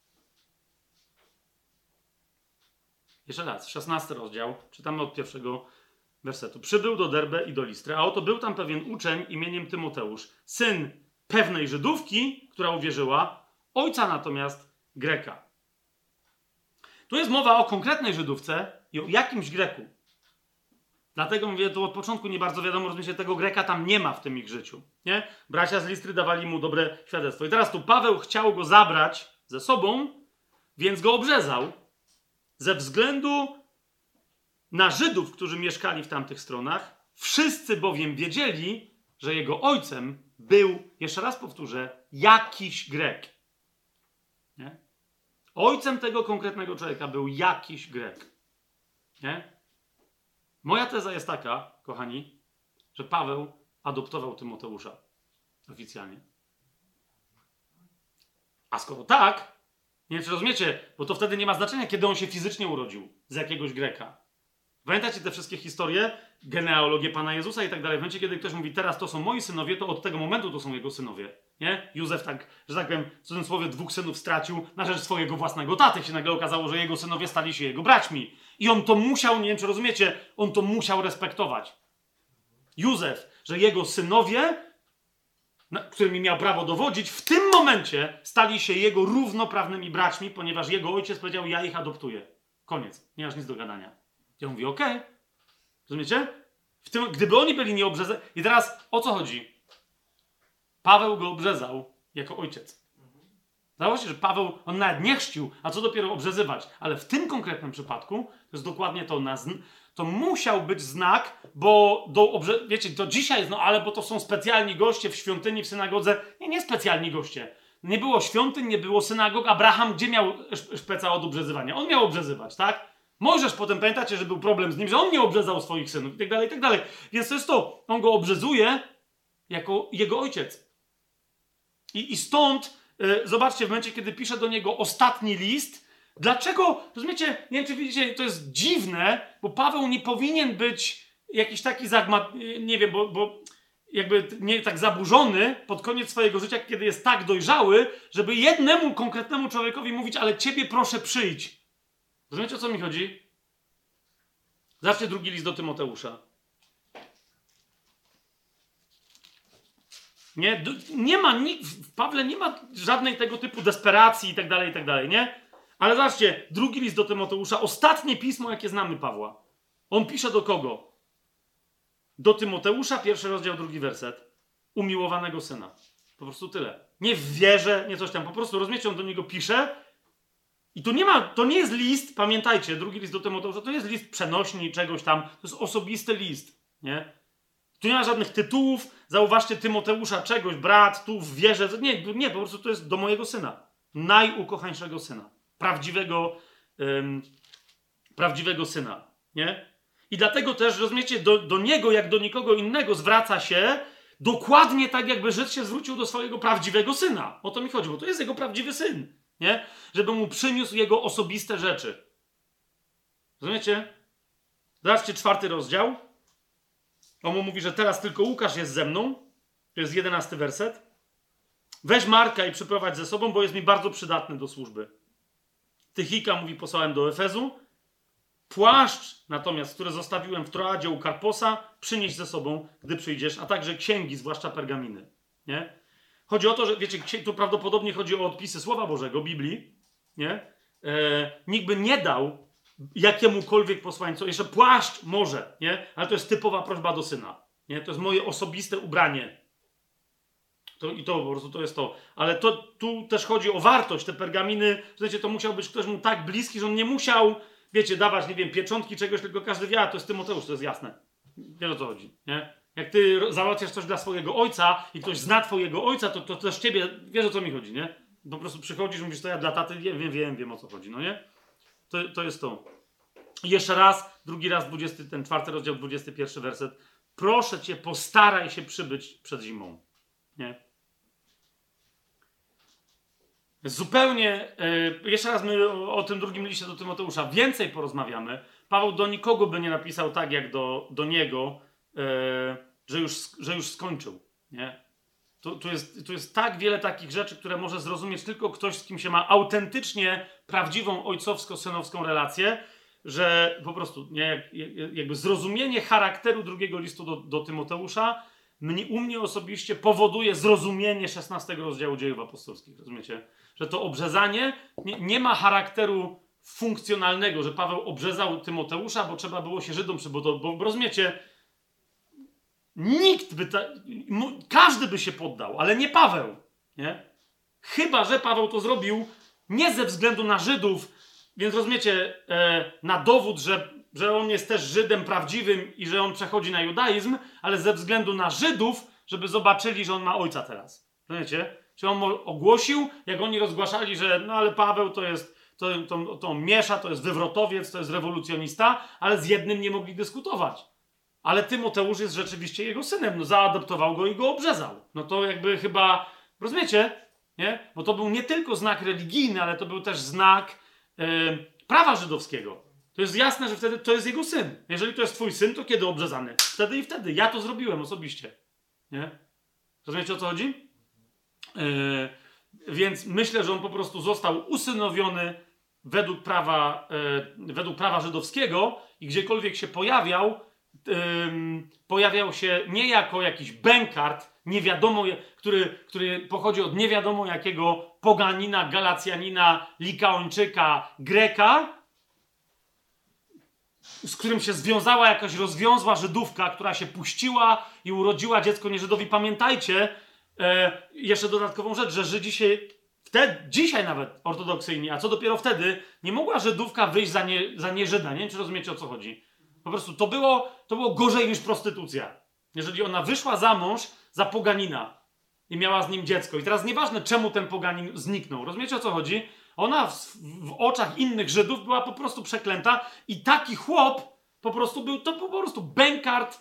Jeszcze raz, 16 rozdział, czytamy od 1 wersetu. Przybył do Derbe i do Listry, a oto był tam pewien uczeń imieniem Tymoteusz, syn pewnej Żydówki, która uwierzyła, ojca natomiast Greka. Tu jest mowa o konkretnej Żydówce i o jakimś Greku. Dlatego mówię, to od początku nie bardzo wiadomo, rozumiecie, tego Greka tam nie ma w tym ich życiu. Nie? Bracia z Listry dawali mu dobre świadectwo. I teraz tu Paweł chciał go zabrać ze sobą, więc go obrzezał. Ze względu na Żydów, którzy mieszkali w tamtych stronach, wszyscy bowiem wiedzieli, że jego ojcem był, jeszcze raz powtórzę, jakiś Grek. Nie? Ojcem tego konkretnego człowieka był jakiś Grek. Nie? Moja teza jest taka, kochani, że Paweł adoptował Tymoteusza oficjalnie. A skoro tak, nie wiem, czy rozumiecie, bo to wtedy nie ma znaczenia, kiedy on się fizycznie urodził z jakiegoś Greka. Pamiętacie te wszystkie historie? Genealogię Pana Jezusa i tak dalej. W momencie, kiedy ktoś mówi, teraz to są moi synowie, to od tego momentu to są jego synowie. Nie? Józef tak, że tak powiem, w cudzysłowie 2 synów stracił na rzecz swojego własnego taty. Się nagle okazało, że jego synowie stali się jego braćmi. I on to musiał, nie wiem czy rozumiecie, on to musiał respektować. Józef, że jego synowie, którymi miał prawo dowodzić, w tym momencie stali się jego równoprawnymi braćmi, ponieważ jego ojciec powiedział, ja ich adoptuję. Koniec. Nie masz nic do gadania. Ja mówię, okej. Rozumiecie? Gdyby oni byli nieobrzezani... I teraz o co chodzi? Paweł go obrzezał jako ojciec. Zdało się, że Paweł, on nawet nie chrzcił, a co dopiero obrzezywać. Ale w tym konkretnym przypadku, to jest dokładnie to, to musiał być znak, bo wiecie, to dzisiaj, no ale bo to są specjalni goście w świątyni, w synagodze. Nie specjalni goście. Nie było świątyń, nie było synagog. Abraham gdzie miał szpeca od obrzezywania? On miał obrzezywać, tak? Możesz potem, pamiętacie, że był problem z nim, że on nie obrzezał swoich synów i tak dalej, i tak dalej. Więc to jest to. On go obrzezuje jako jego ojciec. I stąd, zobaczcie, w momencie, kiedy pisze do niego ostatni list, dlaczego, rozumiecie, nie wiem, czy widzicie, to jest dziwne, bo Paweł nie powinien być jakiś taki nie wiem, bo jakby nie tak zaburzony pod koniec swojego życia, kiedy jest tak dojrzały, żeby jednemu konkretnemu człowiekowi mówić, ale ciebie proszę przyjdź. Rozumiecie, o co mi chodzi? Zobaczcie 2 list do Tymoteusza. Nie ma, w Pawle nie ma żadnej tego typu desperacji i tak dalej, nie? Ale zobaczcie, 2 list do Tymoteusza, ostatnie pismo, jakie znamy Pawła. On pisze do kogo? Do Tymoteusza, 1 rozdział, 2 werset. Umiłowanego syna. Po prostu tyle. Nie w wierze, nie coś tam. Po prostu, rozumiecie, on do niego pisze. I tu to nie jest list, pamiętajcie, 2 list do Tymoteusza, to jest list przenośni czegoś tam. To jest osobisty list, nie? Tu nie ma żadnych tytułów. Zauważcie Tymoteusza czegoś, brat, tu w wierze. Nie, po prostu to jest do mojego syna. Najukochańszego syna. Prawdziwego syna, nie? I dlatego też, rozumiecie, do niego, jak do nikogo innego zwraca się dokładnie tak, jakby Żyd się zwrócił do swojego prawdziwego syna. O to mi chodzi, bo to jest jego prawdziwy syn, nie? Żeby mu przyniósł jego osobiste rzeczy. Rozumiecie? Zobaczcie 4 rozdział. On mu mówi, że teraz tylko Łukasz jest ze mną. To jest 11 werset. Weź Marka i przyprowadź ze sobą, bo jest mi bardzo przydatny do służby. Tychika, mówi, posłałem do Efezu. Płaszcz natomiast, który zostawiłem w Troadzie u Karposa, przynieś ze sobą, gdy przyjdziesz, a także księgi, zwłaszcza pergaminy. Nie? Chodzi o to, że wiecie, tu prawdopodobnie chodzi o odpisy Słowa Bożego, Biblii. Nie? Nikt by nie dał jakiemukolwiek posłańcu, jeszcze płaszcz może, nie? Ale to jest typowa prośba do syna. Nie? To jest moje osobiste ubranie. To po prostu to jest to. Ale tu też chodzi o wartość. Te pergaminy, wiecie, to musiał być ktoś mu tak bliski, że on nie musiał, wiecie, dawać, nie wiem, pieczątki czegoś, tylko każdy wie, to jest Tymoteusz, to jest jasne. Wiesz, o co chodzi, nie? Jak ty załatwiasz coś dla swojego ojca i ktoś zna twojego ojca, to też ciebie, wiesz, o co mi chodzi, nie? Po prostu przychodzisz, mówisz, to ja dla taty wiem o co chodzi, no nie? To jest to. I jeszcze raz, drugi raz, 4 rozdział, 21 werset. Proszę cię, postaraj się przybyć przed zimą. Nie? Zupełnie, jeszcze raz my o tym 2 liście do Tymoteusza więcej porozmawiamy. Paweł do nikogo by nie napisał tak, jak do niego, że już skończył. Nie? Tu jest tak wiele takich rzeczy, które może zrozumieć tylko ktoś, z kim się ma autentycznie prawdziwą ojcowsko-synowską relację, że po prostu jakby zrozumienie charakteru 2 listu do Tymoteusza u mnie osobiście powoduje zrozumienie 16 rozdziału Dziejów Apostolskich. Rozumiecie? Że to obrzezanie nie ma charakteru funkcjonalnego, że Paweł obrzezał Tymoteusza, bo trzeba było się Żydom bo rozumiecie, każdy by się poddał, ale nie Paweł. Nie? Chyba że Paweł to zrobił nie ze względu na Żydów, więc rozumiecie, na dowód, że on jest też Żydem prawdziwym i że on przechodzi na judaizm, ale ze względu na Żydów, żeby zobaczyli, że on ma ojca teraz. Rozumiecie? Czy on ogłosił, jak oni rozgłaszali, że no ale Paweł to on miesza, to jest wywrotowiec, to jest rewolucjonista, ale z jednym nie mogli dyskutować. Ale Tymoteusz jest rzeczywiście jego synem, no zaadoptował go i go obrzezał. No to jakby chyba, rozumiecie? Nie? Bo to był nie tylko znak religijny, ale to był też znak prawa żydowskiego. To jest jasne, że wtedy to jest jego syn. Jeżeli to jest twój syn, to kiedy obrzezany? Wtedy i wtedy. Ja to zrobiłem osobiście. Nie? Rozumiecie, o co chodzi? Więc myślę, że on po prostu został usynowiony według prawa żydowskiego i gdziekolwiek się pojawiał się nie jako jakiś bękart, nie wiadomo, który pochodzi od nie wiadomo jakiego poganina, Galacjanina, Likaończyka, Greka, z którym się związała jakaś rozwiązła Żydówka, która się puściła i urodziła dziecko nieżydowi. Pamiętajcie jeszcze dodatkową rzecz, że Żydzi się dzisiaj nawet ortodoksyjni, a co dopiero wtedy, nie mogła Żydówka wyjść za nieżyda. Nie wiem, czy rozumiecie, o co chodzi. Po prostu to było gorzej niż prostytucja. Jeżeli ona wyszła za mąż za poganina i miała z nim dziecko. I teraz nieważne, czemu ten poganin zniknął. Rozumiecie, o co chodzi? Ona w oczach innych Żydów była po prostu przeklęta i taki chłop po prostu był po prostu bękart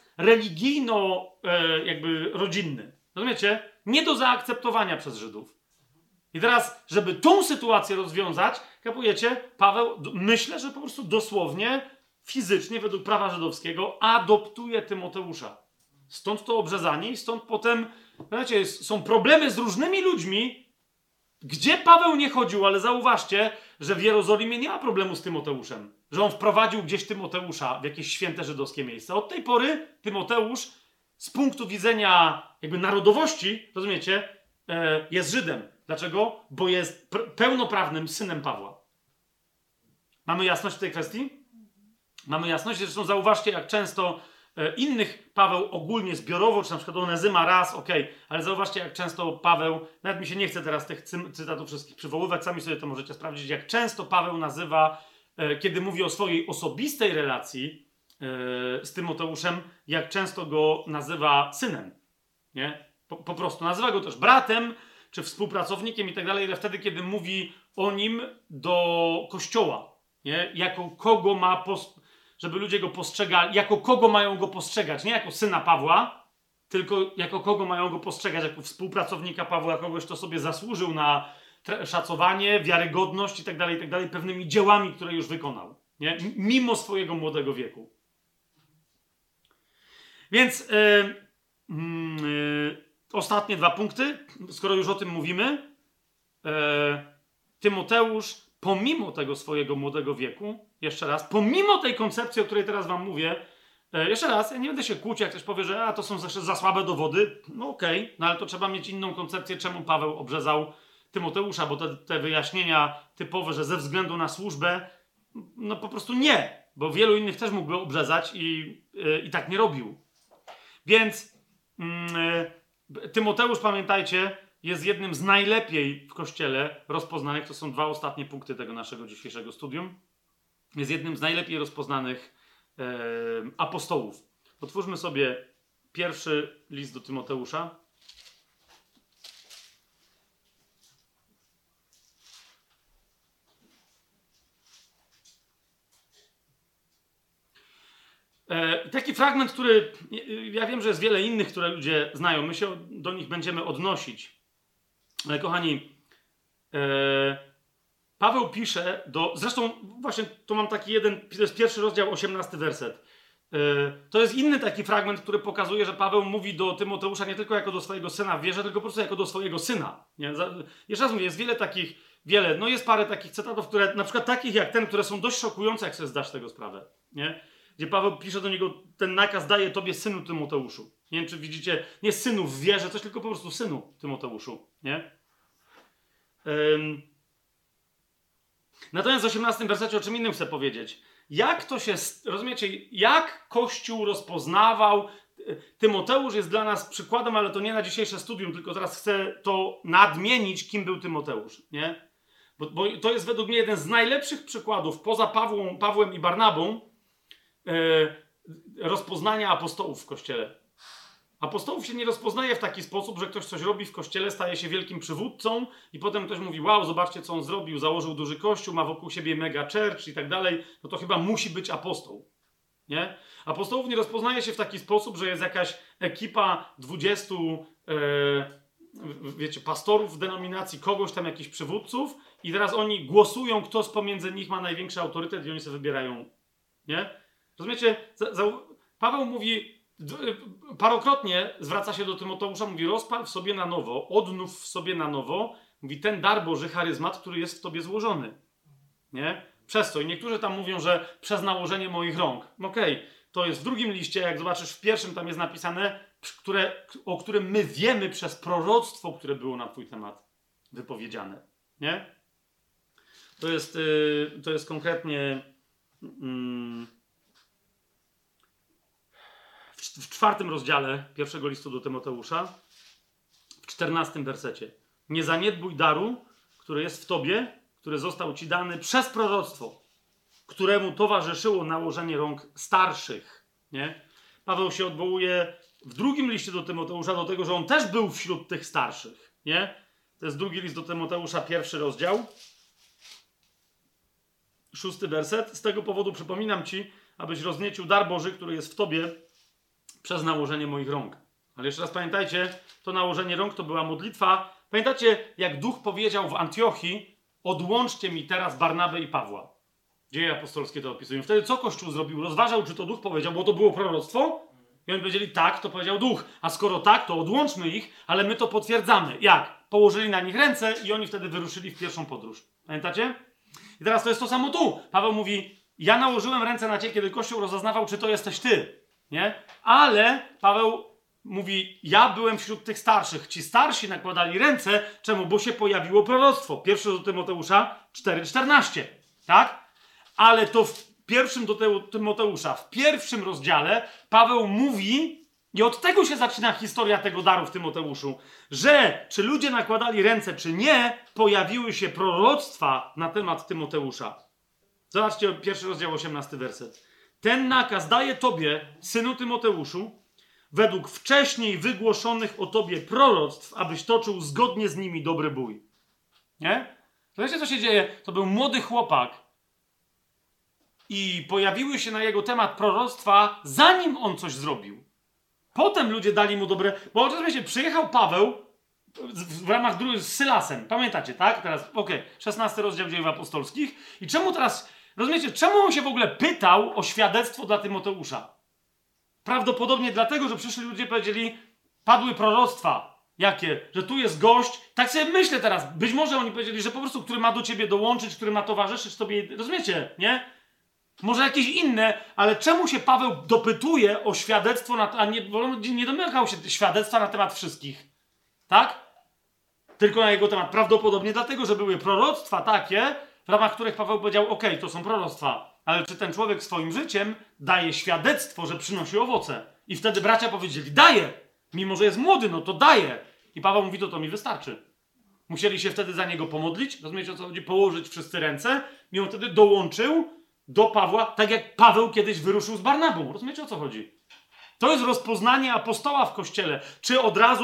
religijno rodzinny. Rozumiecie? Nie do zaakceptowania przez Żydów. I teraz, żeby tą sytuację rozwiązać, kapujecie, Paweł, myślę, że po prostu dosłownie, fizycznie, według prawa żydowskiego, adoptuje Tymoteusza. Stąd to obrzezanie i stąd potem, wiecie, są problemy z różnymi ludźmi, gdzie Paweł nie chodził, ale zauważcie, że w Jerozolimie nie ma problemu z Tymoteuszem. Że on wprowadził gdzieś Tymoteusza w jakieś święte żydowskie miejsce. Od tej pory Tymoteusz z punktu widzenia jakby narodowości, rozumiecie, jest Żydem. Dlaczego? Bo jest pełnoprawnym synem Pawła. Mamy jasność w tej kwestii? Mamy jasność? Zresztą zauważcie, jak często innych Paweł ogólnie zbiorowo, czy na przykład Onezyma raz, ale zauważcie, jak często Paweł, nawet mi się nie chce teraz tych cytatów wszystkich przywoływać, sami sobie to możecie sprawdzić, jak często Paweł nazywa, kiedy mówi o swojej osobistej relacji z Tymoteuszem, jak często go nazywa synem. Nie? Po prostu. Nazywa go też bratem, czy współpracownikiem i tak dalej, ale wtedy, kiedy mówi o nim do Kościoła. Nie? Jako kogo ma, żeby ludzie go postrzegali, jako kogo mają go postrzegać. Nie jako syna Pawła, tylko jako kogo mają go postrzegać, jako współpracownika Pawła, kogoś, kto sobie zasłużył na szacowanie, wiarygodność i tak dalej, pewnymi dziełami, które już wykonał. Nie? Mimo swojego młodego wieku. Więc ostatnie dwa punkty, skoro już o tym mówimy. Tymoteusz, pomimo tego swojego młodego wieku, jeszcze raz, pomimo tej koncepcji, o której teraz wam mówię, jeszcze raz, ja nie będę się kłócić, jak ktoś powie, że to są za słabe dowody. No okej, no ale to trzeba mieć inną koncepcję, czemu Paweł obrzezał Tymoteusza, bo te wyjaśnienia typowe, że ze względu na służbę, no po prostu nie, bo wielu innych też mógłby obrzezać i tak nie robił. Więc Tymoteusz, pamiętajcie, jest jednym z najlepiej w Kościele rozpoznanych, to są dwa ostatnie punkty tego naszego dzisiejszego studium, jest jednym z najlepiej rozpoznanych apostołów. Otwórzmy sobie pierwszy list do Tymoteusza. Taki fragment, który ja wiem, że jest wiele innych, które ludzie znają. My się do nich będziemy odnosić. Ale kochani, Paweł pisze zresztą właśnie tu mam taki jeden, to jest pierwszy rozdział, 18 werset. To jest inny taki fragment, który pokazuje, że Paweł mówi do Tymoteusza nie tylko jako do swojego syna w wierze, tylko po prostu jako do swojego syna. Nie? Jeszcze raz mówię, jest jest parę takich cytatów, które na przykład takich jak ten, które są dość szokujące, jak sobie zdasz tego sprawę. Nie? Gdzie Paweł pisze do niego, ten nakaz daje tobie, synu Tymoteuszu. Nie wiem, czy widzicie, nie synu w wierze, coś tylko po prostu synu Tymoteuszu. Nie? Natomiast w 18 wersecie o czym innym chcę powiedzieć. Jak to się, rozumiecie, jak Kościół rozpoznawał, Tymoteusz jest dla nas przykładem, ale to nie na dzisiejsze studium, tylko teraz chcę to nadmienić, kim był Tymoteusz. Nie? Bo to jest według mnie jeden z najlepszych przykładów, poza Pawłem i Barnabą, rozpoznania apostołów w Kościele. Apostołów się nie rozpoznaje w taki sposób, że ktoś coś robi w Kościele, staje się wielkim przywódcą i potem ktoś mówi, wow, zobaczcie, co on zrobił, założył duży kościół, ma wokół siebie mega church i tak dalej, no to chyba musi być apostoł. Nie? Apostołów nie rozpoznaje się w taki sposób, że jest jakaś ekipa 20 pastorów w denominacji, kogoś tam, jakichś przywódców i teraz oni głosują, kto z pomiędzy nich ma największy autorytet i oni sobie wybierają Nie? Rozumiecie? Paweł mówi, parokrotnie zwraca się do Tymoteusza, mówi, rozpal w sobie na nowo, odnów w sobie na nowo, mówi, ten dar Boży, charyzmat, który jest w tobie złożony. Nie? Przez to. I niektórzy tam mówią, że przez nałożenie moich rąk. Okej, to jest w drugim liście, jak zobaczysz w pierwszym, tam jest napisane, o którym my wiemy przez proroctwo, które było na twój temat wypowiedziane. Nie? To jest konkretnie w 4 rozdziale pierwszego listu do Tymoteusza, w 14 wersecie. Nie zaniedbuj daru, który jest w tobie, który został ci dany przez proroctwo, któremu towarzyszyło nałożenie rąk starszych. Nie? Paweł się odwołuje w drugim liście do Tymoteusza do tego, że on też był wśród tych starszych. Nie? To jest drugi list do Tymoteusza, 1 rozdział, 6 werset. Z tego powodu przypominam ci, abyś rozniecił dar Boży, który jest w tobie przez nałożenie moich rąk. Ale jeszcze raz pamiętajcie, to nałożenie rąk to była modlitwa. Pamiętacie, jak Duch powiedział w Antiochii, odłączcie mi teraz Barnabę i Pawła. Dzieje apostolskie to opisują. Wtedy co Kościół zrobił? Rozważał, czy to Duch powiedział, bo to było proroctwo? I oni powiedzieli, tak, to powiedział Duch. A skoro tak, to odłączmy ich, ale my to potwierdzamy. Jak? Położyli na nich ręce i oni wtedy wyruszyli w pierwszą podróż. Pamiętacie? I teraz to jest to samo tu. Paweł mówi, ja nałożyłem ręce na ciebie, kiedy Kościół rozeznawał, czy to jesteś ty. Nie? Ale Paweł mówi, ja byłem wśród tych starszych. Ci starsi nakładali ręce. Czemu? Bo się pojawiło proroctwo. 1 do Tymoteusza 4,14. Tak? Ale to w pierwszym do Tymoteusza, w 1 rozdziale Paweł mówi, i od tego się zaczyna historia tego daru w Tymoteuszu, że czy ludzie nakładali ręce, czy nie, pojawiły się proroctwa na temat Tymoteusza. Zobaczcie, 1 rozdział, 18 werset. Ten nakaz daje tobie, synu Tymoteuszu, według wcześniej wygłoszonych o tobie proroctw, abyś toczył zgodnie z nimi dobry bój. Nie? To wiecie, co się dzieje? To był młody chłopak i pojawiły się na jego temat proroctwa, zanim on coś zrobił. Potem ludzie dali mu dobre... Bo oczywiście przyjechał Paweł w ramach z Sylasem. Pamiętacie, tak? Teraz, 16 rozdział Dziejów Apostolskich. I czemu teraz... Rozumiecie, czemu on się w ogóle pytał o świadectwo dla Tymoteusza? Prawdopodobnie dlatego, że przyszli ludzie powiedzieli, padły proroctwa. Jakie? Że tu jest gość. Tak sobie myślę teraz. Być może oni powiedzieli, że po prostu, który ma do ciebie dołączyć, który ma towarzyszyć tobie. Rozumiecie, nie? Może jakieś inne, ale czemu się Paweł dopytuje o świadectwo, a nie domagał się świadectwa na temat wszystkich? Tak? Tylko na jego temat. Prawdopodobnie dlatego, że były proroctwa takie, w ramach których Paweł powiedział, to są proroctwa, ale czy ten człowiek swoim życiem daje świadectwo, że przynosi owoce? I wtedy bracia powiedzieli, daje! Mimo, że jest młody, no to daje! I Paweł mówi, to mi wystarczy. Musieli się wtedy za niego pomodlić, rozumiecie, o co chodzi? Położyć wszyscy ręce i on wtedy dołączył do Pawła, tak jak Paweł kiedyś wyruszył z Barnabą. Rozumiecie, o co chodzi? To jest rozpoznanie apostoła w Kościele. Czy od razu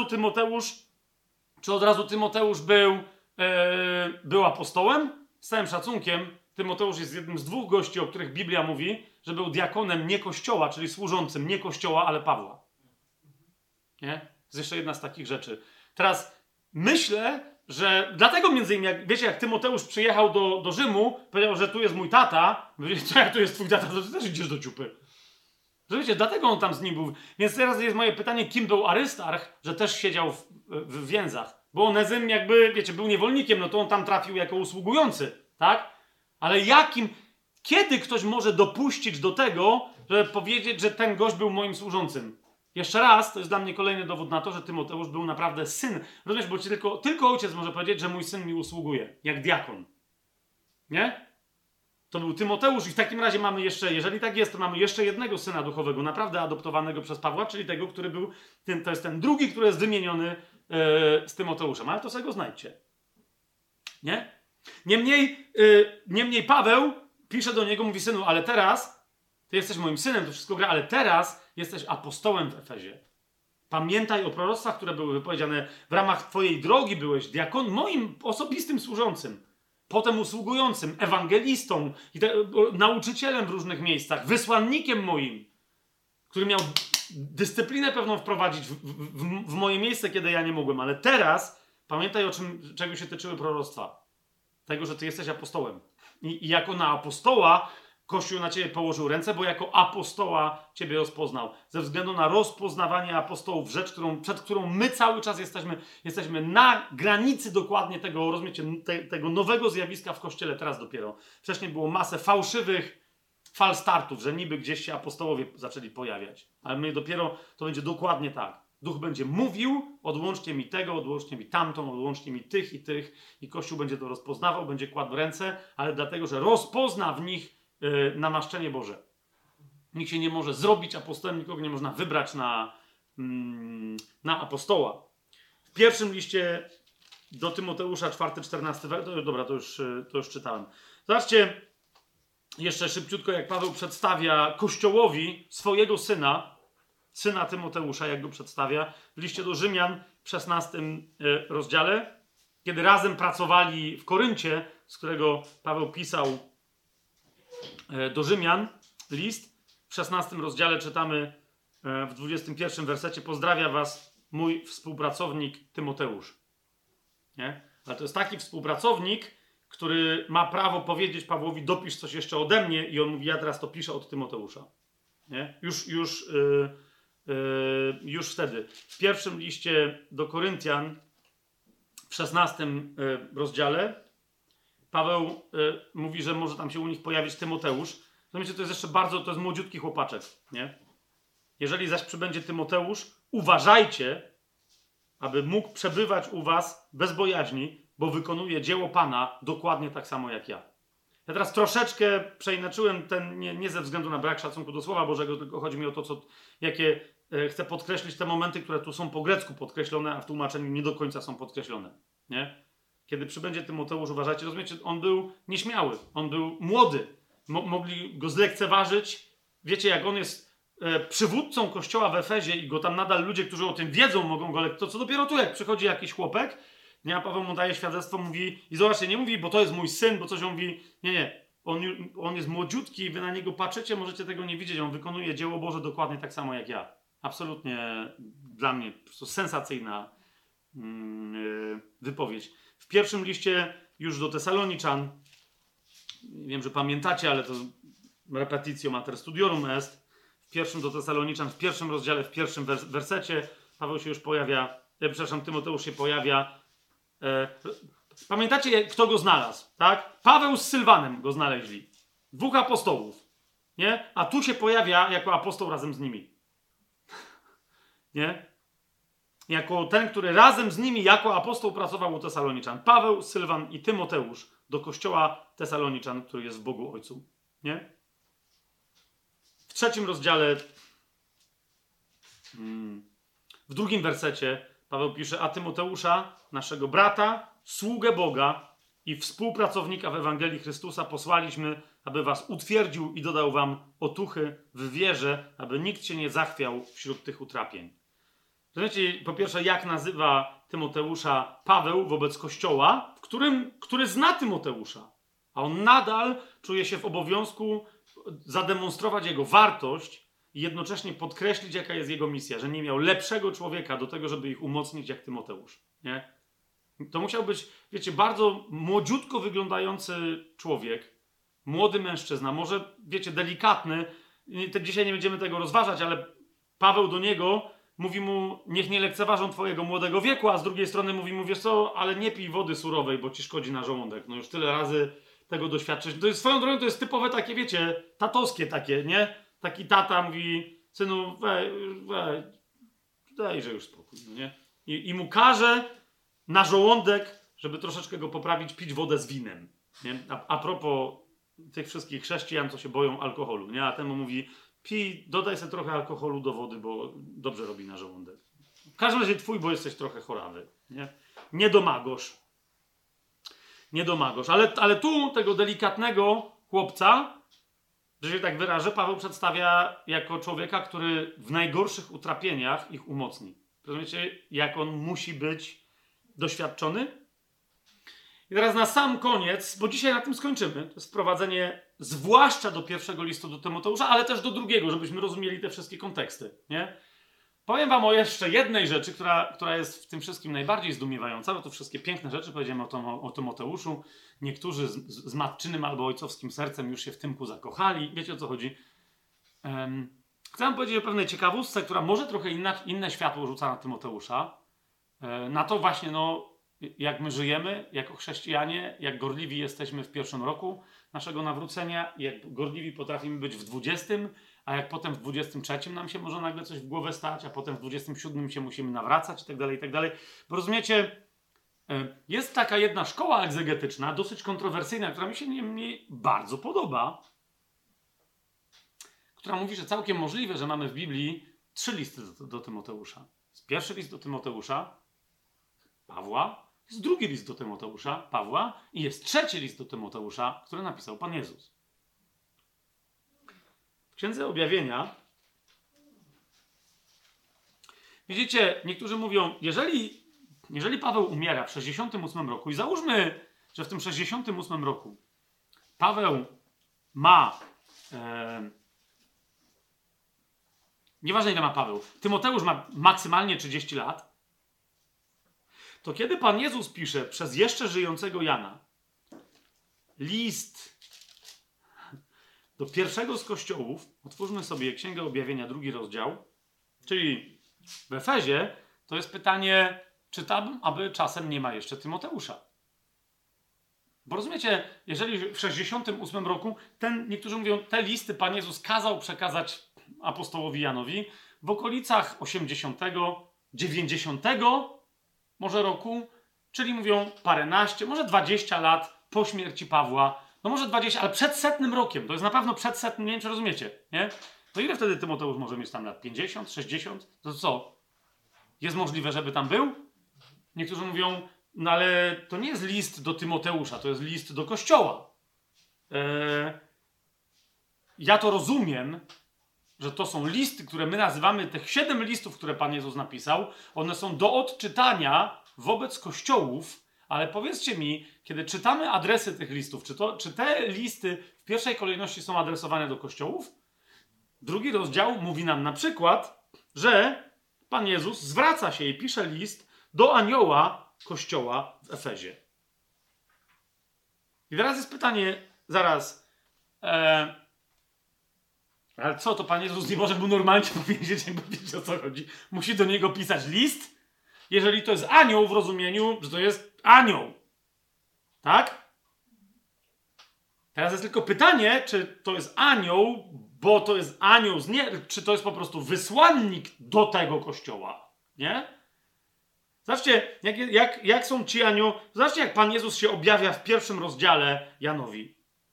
Tymoteusz był apostołem? Z całym szacunkiem, Tymoteusz jest jednym z 2 gości, o których Biblia mówi, że był diakonem nie Kościoła, czyli służącym nie Kościoła, ale Pawła. Nie? To jest jeszcze jedna z takich rzeczy. Teraz myślę, że dlatego między innymi, jak Tymoteusz przyjechał do Rzymu, powiedział, że tu jest mój tata, co jak tu jest twój tata, to ty też idziesz do ciupy. Że wiecie, dlatego on tam z nim był. Więc teraz jest moje pytanie, kim był Arystarch, że też siedział w więzach. Bo Onezym był niewolnikiem, no to on tam trafił jako usługujący, tak? Ale kiedy ktoś może dopuścić do tego, żeby powiedzieć, że ten gość był moim służącym? Jeszcze raz, to jest dla mnie kolejny dowód na to, że Tymoteusz był naprawdę syn. Rozumiesz, bo tylko ojciec może powiedzieć, że mój syn mi usługuje, jak diakon. Nie? To był Tymoteusz i w takim razie mamy jeszcze, jeżeli tak jest, to mamy jeszcze jednego syna duchowego, naprawdę adoptowanego przez Pawła, czyli tego, który był, to jest ten drugi, który jest wymieniony z Tymoteuszem. Ale to sobie go znajdźcie. Nie? Niemniej Paweł pisze do niego, mówi, synu, ale teraz ty jesteś moim synem, to wszystko gra, ale teraz jesteś apostołem w Efezie. Pamiętaj o proroctwach, które były wypowiedziane w ramach twojej drogi, byłeś moim osobistym służącym, potem usługującym, ewangelistą, nauczycielem w różnych miejscach, wysłannikiem moim, który miał dyscyplinę pewną wprowadzić w moje miejsce, kiedy ja nie mogłem. Ale teraz pamiętaj, czego się tyczyły proroctwa. Tego, że ty jesteś apostołem. I jako na apostoła Kościół na ciebie położył ręce, bo jako apostoła ciebie rozpoznał. Ze względu na rozpoznawanie apostołów, rzecz, przed którą my cały czas jesteśmy na granicy dokładnie tego, rozumiecie, tego nowego zjawiska w Kościele teraz dopiero. Wcześniej było masę fałszywych falstartów, że niby gdzieś się apostołowie zaczęli pojawiać. Ale my dopiero, to będzie dokładnie tak. Duch będzie mówił, odłączcie mi tego, odłączcie mi tamtą, odłączcie mi tych i tych. I Kościół będzie to rozpoznawał, będzie kładł ręce, ale dlatego, że rozpozna w nich namaszczenie Boże. Nikt się nie może zrobić apostołem, nikogo nie można wybrać na apostoła. W pierwszym liście do Tymoteusza, 4-14, dobra, to już czytałem. Zobaczcie jeszcze szybciutko, jak Paweł przedstawia Kościołowi swojego syna Tymoteusza, jak go przedstawia, w liście do Rzymian w 16 rozdziale, kiedy razem pracowali w Koryncie, z którego Paweł pisał do Rzymian list. W 16 rozdziale czytamy w 21 wersecie: pozdrawia was mój współpracownik Tymoteusz. Nie? Ale to jest taki współpracownik, który ma prawo powiedzieć Pawłowi: dopisz coś jeszcze ode mnie, i on mówi: ja teraz to piszę od Tymoteusza. Nie? Już wtedy. W pierwszym liście do Koryntian w 16 rozdziale Paweł mówi, że może tam się u nich pojawić Tymoteusz. Zobaczcie, to jest jeszcze to jest młodziutki chłopaczek, nie? Jeżeli zaś przybędzie Tymoteusz, uważajcie, aby mógł przebywać u was bez bojaźni, bo wykonuje dzieło Pana dokładnie tak samo jak ja. Ja teraz troszeczkę przeinaczyłem nie ze względu na brak szacunku do Słowa Bożego, tylko chodzi mi o to, jakie chcę podkreślić te momenty, które tu są po grecku podkreślone, a w tłumaczeniu nie do końca są podkreślone, nie? Kiedy przybędzie Tymoteusz, uważajcie, rozumiecie, on był nieśmiały, on był młody, mogli go zlekceważyć. Wiecie, jak on jest przywódcą kościoła w Efezie i go tam nadal ludzie, którzy o tym wiedzą, mogą go to co dopiero tu, jak przychodzi jakiś chłopek, nie, a Paweł mu daje świadectwo, mówi, i zobaczcie, nie mówi, bo to jest mój syn, bo coś on mówi, nie, on jest młodziutki i wy na niego patrzycie, możecie tego nie widzieć, on wykonuje dzieło Boże dokładnie tak samo jak ja. Absolutnie dla mnie po prostu sensacyjna wypowiedź. W pierwszym liście już do Tesaloniczan, wiem, że pamiętacie, ale to repetitio mater studiorum est, w pierwszym do Tesaloniczan, w pierwszym rozdziale, w pierwszym wersecie Paweł się już pojawia, Tymoteusz się pojawia. Pamiętacie, kto go znalazł, tak? Paweł z Sylwanem go znaleźli. 2 apostołów, nie? A tu się pojawia jako apostoł razem z nimi. Nie? Jako ten, który razem z nimi jako apostoł pracował u Tesaloniczan. Paweł, Sylwan i Tymoteusz do kościoła Tesaloniczan, który jest w Bogu Ojcu. Nie? W 3 rozdziale, w 2 wersecie Paweł pisze: a Tymoteusza, naszego brata, sługę Boga i współpracownika w Ewangelii Chrystusa posłaliśmy, aby was utwierdził i dodał wam otuchy w wierze, aby nikt się nie zachwiał wśród tych utrapień. Zobaczcie, po pierwsze, jak nazywa Tymoteusza Paweł wobec Kościoła, który zna Tymoteusza, a on nadal czuje się w obowiązku zademonstrować jego wartość i jednocześnie podkreślić, jaka jest jego misja, że nie miał lepszego człowieka do tego, żeby ich umocnić jak Tymoteusz. Nie? To musiał być, wiecie, bardzo młodziutko wyglądający człowiek, młody mężczyzna, może, wiecie, delikatny. Dzisiaj nie będziemy tego rozważać, ale Paweł do niego mówi mu: niech nie lekceważą twojego młodego wieku, a z drugiej strony mówi mu: wiesz co, ale nie pij wody surowej, bo ci szkodzi na żołądek. No już tyle razy tego doświadczyć. To jest, swoją drogą, to jest typowe takie, wiecie, tatowskie takie, nie? Taki tata mówi: synu, dajże już spokój, no nie? I mu każe na żołądek, żeby troszeczkę go poprawić, pić wodę z winem, nie? A propos tych wszystkich chrześcijan, co się boją alkoholu, nie? A temu mówi: pij, dodaj sobie trochę alkoholu do wody, bo dobrze robi na żołądek. W każdym razie twój, bo jesteś trochę chorawy, nie? Nie domagosz. Ale tu tego delikatnego chłopca, że się tak wyrażę, Paweł przedstawia jako człowieka, który w najgorszych utrapieniach ich umocni. Rozumiecie, jak on musi być doświadczony? I teraz na sam koniec, bo dzisiaj na tym skończymy, to jest wprowadzenie zwłaszcza do pierwszego listu do Tymoteusza, ale też do drugiego, żebyśmy rozumieli te wszystkie konteksty, nie? Powiem wam o jeszcze jednej rzeczy, która jest w tym wszystkim najbardziej zdumiewająca, bo to wszystkie piękne rzeczy, powiedziałem o Tymoteuszu. Niektórzy z matczynym albo ojcowskim sercem już się w Tymku zakochali. Wiecie, o co chodzi? Chcę wam powiedzieć o pewnej ciekawostce, która może trochę inne światło rzuca na Tymoteusza. Na to właśnie, jak my żyjemy jako chrześcijanie, jak gorliwi jesteśmy w pierwszym roku naszego nawrócenia, jak gorliwi potrafimy być w 20, a jak potem w 23 nam się może nagle coś w głowę stać, a potem w 27 się musimy nawracać i tak dalej, i tak dalej. Bo rozumiecie, jest taka jedna szkoła egzegetyczna, dosyć kontrowersyjna, która mi się niemniej bardzo podoba, która mówi, że całkiem możliwe, że mamy w Biblii 3 listy do Tymoteusza. Jest pierwszy list do Tymoteusza, Pawła, jest drugi list do Tymoteusza, Pawła i jest trzeci list do Tymoteusza, który napisał Pan Jezus. W Księdze Objawienia widzicie, niektórzy mówią, jeżeli Paweł umiera w 68 roku i załóżmy, że w tym 68 roku Paweł ma nieważne ile ma Paweł, Tymoteusz ma maksymalnie 30 lat, to kiedy Pan Jezus pisze przez jeszcze żyjącego Jana list do pierwszego z kościołów, otwórzmy sobie Księgę Objawienia, 2 rozdział, czyli w Efezie, to jest pytanie, czy tam, aby czasem nie ma jeszcze Tymoteusza. Bo rozumiecie, jeżeli w 68 roku, niektórzy mówią, te listy Pan Jezus kazał przekazać apostołowi Janowi w okolicach 80, 90 może roku, czyli mówią paręnaście, może 20 lat po śmierci Pawła, no może 20, ale przed 100 rokiem, to jest na pewno przed 100, nie wiem czy rozumiecie, nie? To ile wtedy Tymoteusz może mieć tam lat? 50, 60? To co? Jest możliwe, żeby tam był? Niektórzy mówią, no ale to nie jest list do Tymoteusza, to jest list do Kościoła. Ja to rozumiem, że to są listy, które my nazywamy, tych 7 listów, które Pan Jezus napisał, one są do odczytania wobec kościołów, ale powiedzcie mi, kiedy czytamy adresy tych listów, czy te listy w pierwszej kolejności są adresowane do kościołów? 2 rozdział mówi nam na przykład, że Pan Jezus zwraca się i pisze list do anioła kościoła w Efezie. I teraz jest pytanie, zaraz, ale co, to Pan Jezus nie może mu normalnie powiedzieć, jakby wiedzieć o co chodzi? Musi do niego pisać list? Jeżeli to jest anioł w rozumieniu, że to jest anioł. Tak? Teraz jest tylko pytanie, czy to jest anioł, bo to jest anioł czy to jest po prostu wysłannik do tego kościoła. Nie? Zobaczcie, jak są ci anioł. Zobaczcie, jak Pan Jezus się objawia w 1 rozdziale Janowi.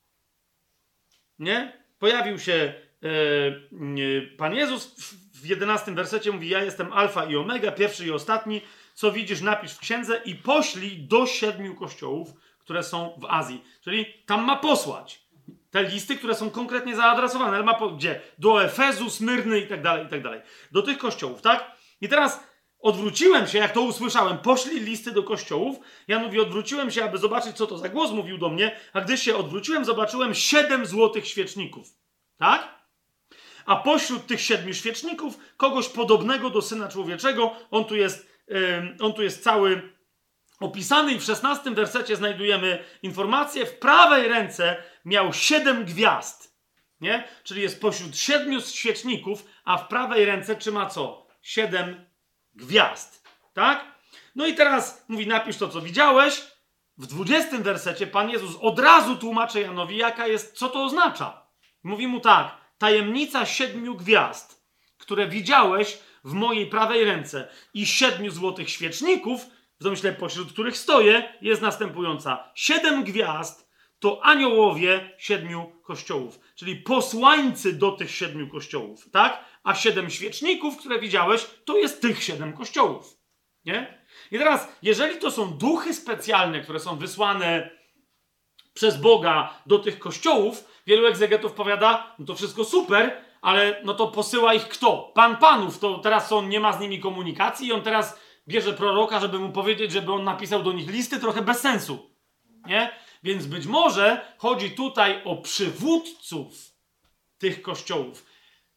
Nie? Pojawił się Pan Jezus w 11 wersecie mówi, ja jestem alfa i omega, pierwszy i ostatni, co widzisz napisz w księdze i poślij do 7 kościołów, które są w Azji. Czyli tam ma posłać te listy, które są konkretnie zaadresowane, ale gdzie? Do Efezu, Smyrny i tak dalej, do tych kościołów, tak? I teraz odwróciłem się, jak to usłyszałem, poszli listy do kościołów, ja mówię, odwróciłem się, aby zobaczyć, co to za głos mówił do mnie, a gdy się odwróciłem, zobaczyłem 7 złotych świeczników, tak? A pośród tych 7 świeczników kogoś podobnego do Syna Człowieczego, on tu jest cały opisany i w 16 wersecie znajdujemy informację, w prawej ręce miał 7 gwiazd, nie? Czyli jest pośród 7 świeczników, a w prawej ręce trzyma co? 7 gwiazd, tak? No i teraz mówi, napisz to, co widziałeś. W 20 wersecie Pan Jezus od razu tłumaczy Janowi, co to oznacza. Mówi mu tak, tajemnica 7 gwiazd, które widziałeś w mojej prawej ręce i 7 złotych świeczników, w domyśle pośród których stoję, jest następująca. 7 gwiazd to aniołowie 7 kościołów, czyli posłańcy do tych 7 kościołów, tak? A 7 świeczników, które widziałeś, to jest tych 7 kościołów, nie? I teraz, jeżeli to są duchy specjalne, które są wysłane przez Boga do tych kościołów, wielu egzegetów powiada, no to wszystko super, ale no to posyła ich kto? Pan Panów, to teraz on nie ma z nimi komunikacji i on teraz bierze proroka, żeby mu powiedzieć, żeby on napisał do nich listy, trochę bez sensu, nie? Więc być może chodzi tutaj o przywódców tych kościołów.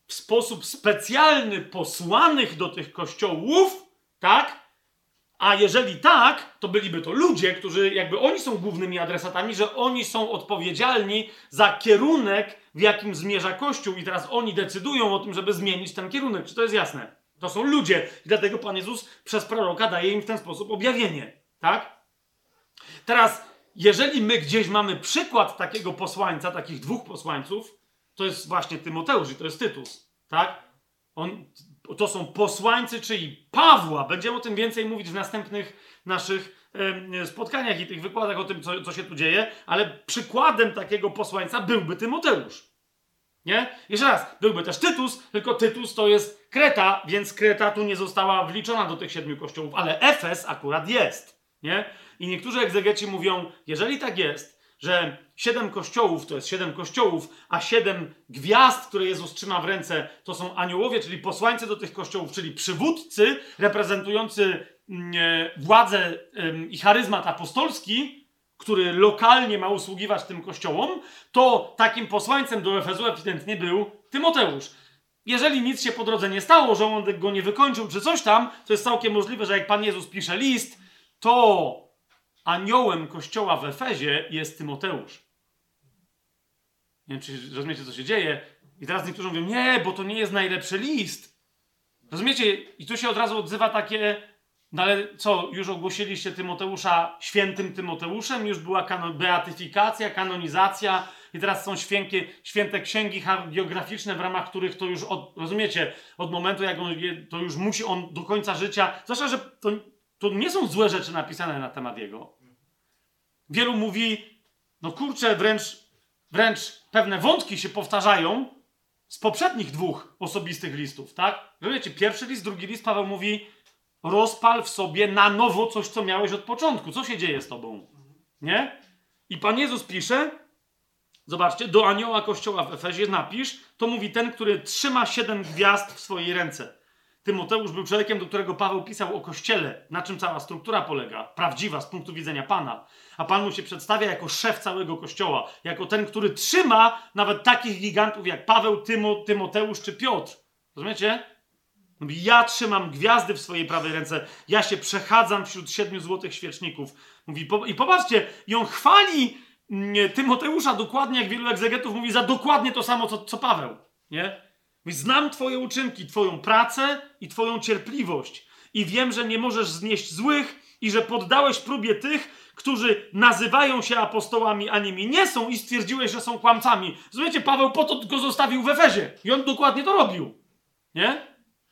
w sposób specjalny posłanych do tych kościołów, tak? A jeżeli tak, to byliby to ludzie, którzy jakby oni są głównymi adresatami, że oni są odpowiedzialni za kierunek, w jakim zmierza Kościół i teraz oni decydują o tym, żeby zmienić ten kierunek. Czy to jest jasne? To są ludzie i dlatego Pan Jezus przez proroka daje im w ten sposób objawienie, tak? Teraz, jeżeli my gdzieś mamy przykład takiego posłańca, takich dwóch posłańców, to jest właśnie Tymoteusz i to jest Tytus, tak? To są posłańcy, czyli Pawła. Będziemy o tym więcej mówić w następnych naszych spotkaniach i tych wykładach o tym, co się tu dzieje, ale przykładem takiego posłańca byłby Tymoteusz. Nie? Jeszcze raz, byłby też Tytus, tylko Tytus to jest Kreta, więc Kreta tu nie została wliczona do tych 7 kościołów, ale Efes akurat jest. Nie? I niektórzy egzegeci mówią, jeżeli tak jest, że 7 kościołów to jest 7 kościołów, a 7 gwiazd, które Jezus trzyma w ręce, to są aniołowie, czyli posłańcy do tych kościołów, czyli przywódcy reprezentujący władzę i charyzmat apostolski, który lokalnie ma usługiwać tym kościołom, to takim posłańcem do Efezu ewidentnie był Tymoteusz. Jeżeli nic się po drodze nie stało, żołądek go nie wykończył czy coś tam, to jest całkiem możliwe, że jak Pan Jezus pisze list, to aniołem kościoła w Efezie jest Tymoteusz. Nie wiem, czy rozumiecie, co się dzieje. I teraz niektórzy mówią, nie, bo to nie jest najlepszy list. Rozumiecie? I tu się od razu odzywa takie, no ale co, już ogłosiliście Tymoteusza świętym Tymoteuszem? Już była beatyfikacja, kanonizacja i teraz są święte księgi biograficzne, w ramach których to już, rozumiecie, od momentu, jak to już musi on do końca życia, zwłaszcza, że to nie są złe rzeczy napisane na temat jego. Wielu mówi, no kurczę, wręcz pewne wątki się powtarzają z poprzednich 2 osobistych listów, tak? Wiecie, pierwszy list, drugi list, Paweł mówi, rozpal w sobie na nowo coś, co miałeś od początku. Co się dzieje z tobą? Nie? I Pan Jezus pisze, zobaczcie, do anioła kościoła w Efezie napisz, to mówi ten, który trzyma 7 gwiazd w swojej ręce. Tymoteusz był człowiekiem, do którego Paweł pisał o Kościele, na czym cała struktura polega, prawdziwa z punktu widzenia Pana. A Pan mu się przedstawia jako szef całego Kościoła, jako ten, który trzyma nawet takich gigantów jak Paweł, Tymoteusz czy Piotr. Rozumiecie? Mówi, ja trzymam gwiazdy w swojej prawej ręce, ja się przechadzam wśród 7 złotych świeczników. Mówi, i popatrzcie, i on chwali Tymoteusza dokładnie, jak wielu egzegetów mówi, za dokładnie to samo, co Paweł. Nie? Znam twoje uczynki, twoją pracę i twoją cierpliwość i wiem, że nie możesz znieść złych i że poddałeś próbie tych, którzy nazywają się apostołami, a nimi nie są i stwierdziłeś, że są kłamcami. Rozumiecie, Paweł po to go zostawił w Efezie i on dokładnie to robił. Nie?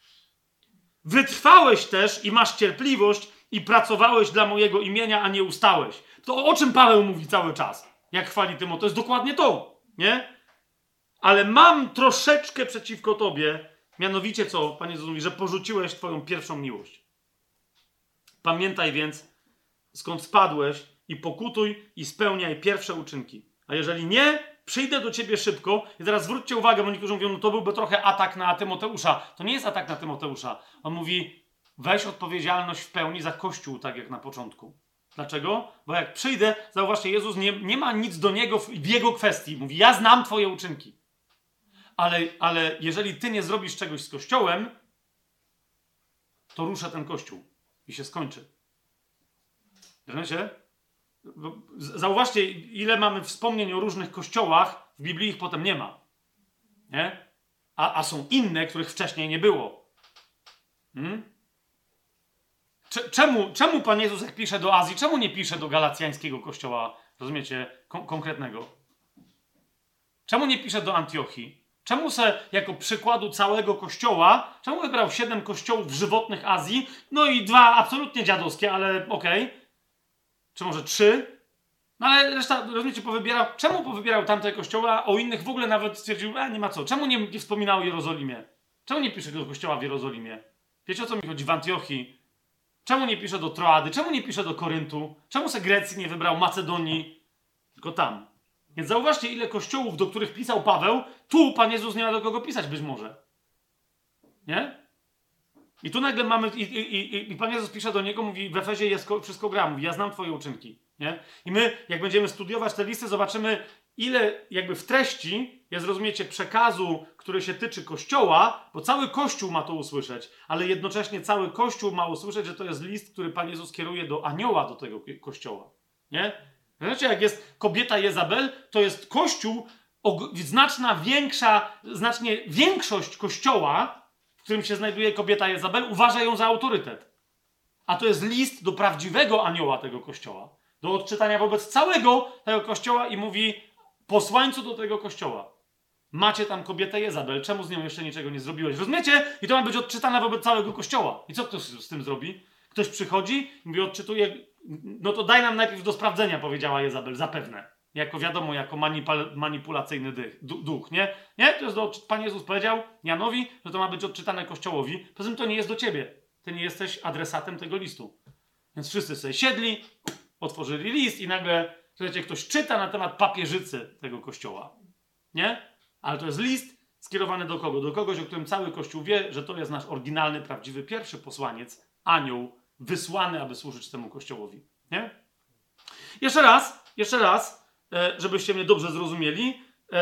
Wytrwałeś też i masz cierpliwość i pracowałeś dla mojego imienia, a nie ustałeś. To o czym Paweł mówi cały czas, jak chwali Tymoteusz, to jest dokładnie to. Nie? Ale mam troszeczkę przeciwko tobie, mianowicie co? Pan Jezus mówi, że porzuciłeś twoją pierwszą miłość. Pamiętaj więc, skąd spadłeś i pokutuj i spełniaj pierwsze uczynki. A jeżeli nie, przyjdę do ciebie szybko. I teraz zwróćcie uwagę, bo niektórzy mówią, no to byłby trochę atak na Tymoteusza. To nie jest atak na Tymoteusza. On mówi, weź odpowiedzialność w pełni za Kościół, tak jak na początku. Dlaczego? Bo jak przyjdę, zauważcie, Jezus nie ma nic do niego w jego kwestii. Mówi, ja znam twoje uczynki. Ale jeżeli ty nie zrobisz czegoś z Kościołem, to ruszę ten Kościół i się skończy. Rozumiecie? Zauważcie, ile mamy wspomnień o różnych kościołach, w Biblii ich potem nie ma. Nie? A są inne, których wcześniej nie było. Czemu Pan Jezus, jak pisze do Azji, czemu nie pisze do galacjańskiego kościoła, rozumiecie, konkretnego? Czemu nie pisze do Antiochii? Czemu se jako przykładu całego kościoła, czemu wybrał 7 kościołów żywotnych Azji, no i 2 absolutnie dziadowskie, ale okej. Czy może 3? No ale reszta, rozumiecie, czemu powybierał tamte kościoły, a o innych w ogóle nawet stwierdził, nie ma co. Czemu nie wspominał o Jerozolimie? Czemu nie pisze do kościoła w Jerozolimie? Wiecie, o co mi chodzi? W Antiochii. Czemu nie pisze do Troady? Czemu nie pisze do Koryntu? Czemu se Grecji nie wybrał, Macedonii? Tylko tam. Więc zauważcie, ile kościołów, do których pisał Paweł, tu Pan Jezus nie ma do kogo pisać być może. Nie? I tu nagle mamy, i Pan Jezus pisze do niego, mówi, w Efezie jest wszystko gra, mówi, ja znam twoje uczynki. Nie? I my, jak będziemy studiować te listy, zobaczymy, ile jakby w treści, jest, rozumiecie, przekazu, który się tyczy Kościoła, bo cały Kościół ma to usłyszeć, ale jednocześnie cały Kościół ma usłyszeć, że to jest list, który Pan Jezus kieruje do anioła do tego Kościoła. Nie? Znaczy, jak jest kobieta Jezabel, to jest Kościół, znacznie większość Kościoła, w którym się znajduje kobieta Jezabel, uważa ją za autorytet. A to jest list do prawdziwego anioła tego Kościoła. Do odczytania wobec całego tego Kościoła i mówi: posłańcu do tego Kościoła, macie tam kobietę Jezabel, czemu z nią jeszcze niczego nie zrobiłeś? Rozumiecie? I to ma być odczytane wobec całego Kościoła. I co ktoś z tym zrobi? Ktoś przychodzi i mówi, odczytuje, no to daj nam najpierw do sprawdzenia, powiedziała Jezabel, zapewne. Jako wiadomo, jako manipulacyjny duch, nie? Nie? To jest Pan Jezus powiedział Janowi, że to ma być odczytane Kościołowi. Poza tym to nie jest do ciebie. Ty nie jesteś adresatem tego listu. Więc wszyscy sobie siedli, otworzyli list i nagle, słuchajcie, ktoś czyta na temat papieżycy tego Kościoła. Nie? Ale to jest list skierowany do kogo? Do kogoś, o którym cały Kościół wie, że to jest nasz oryginalny, prawdziwy, pierwszy posłaniec, anioł, wysłany, aby służyć temu Kościołowi. Nie? Jeszcze raz, żebyście mnie dobrze zrozumieli.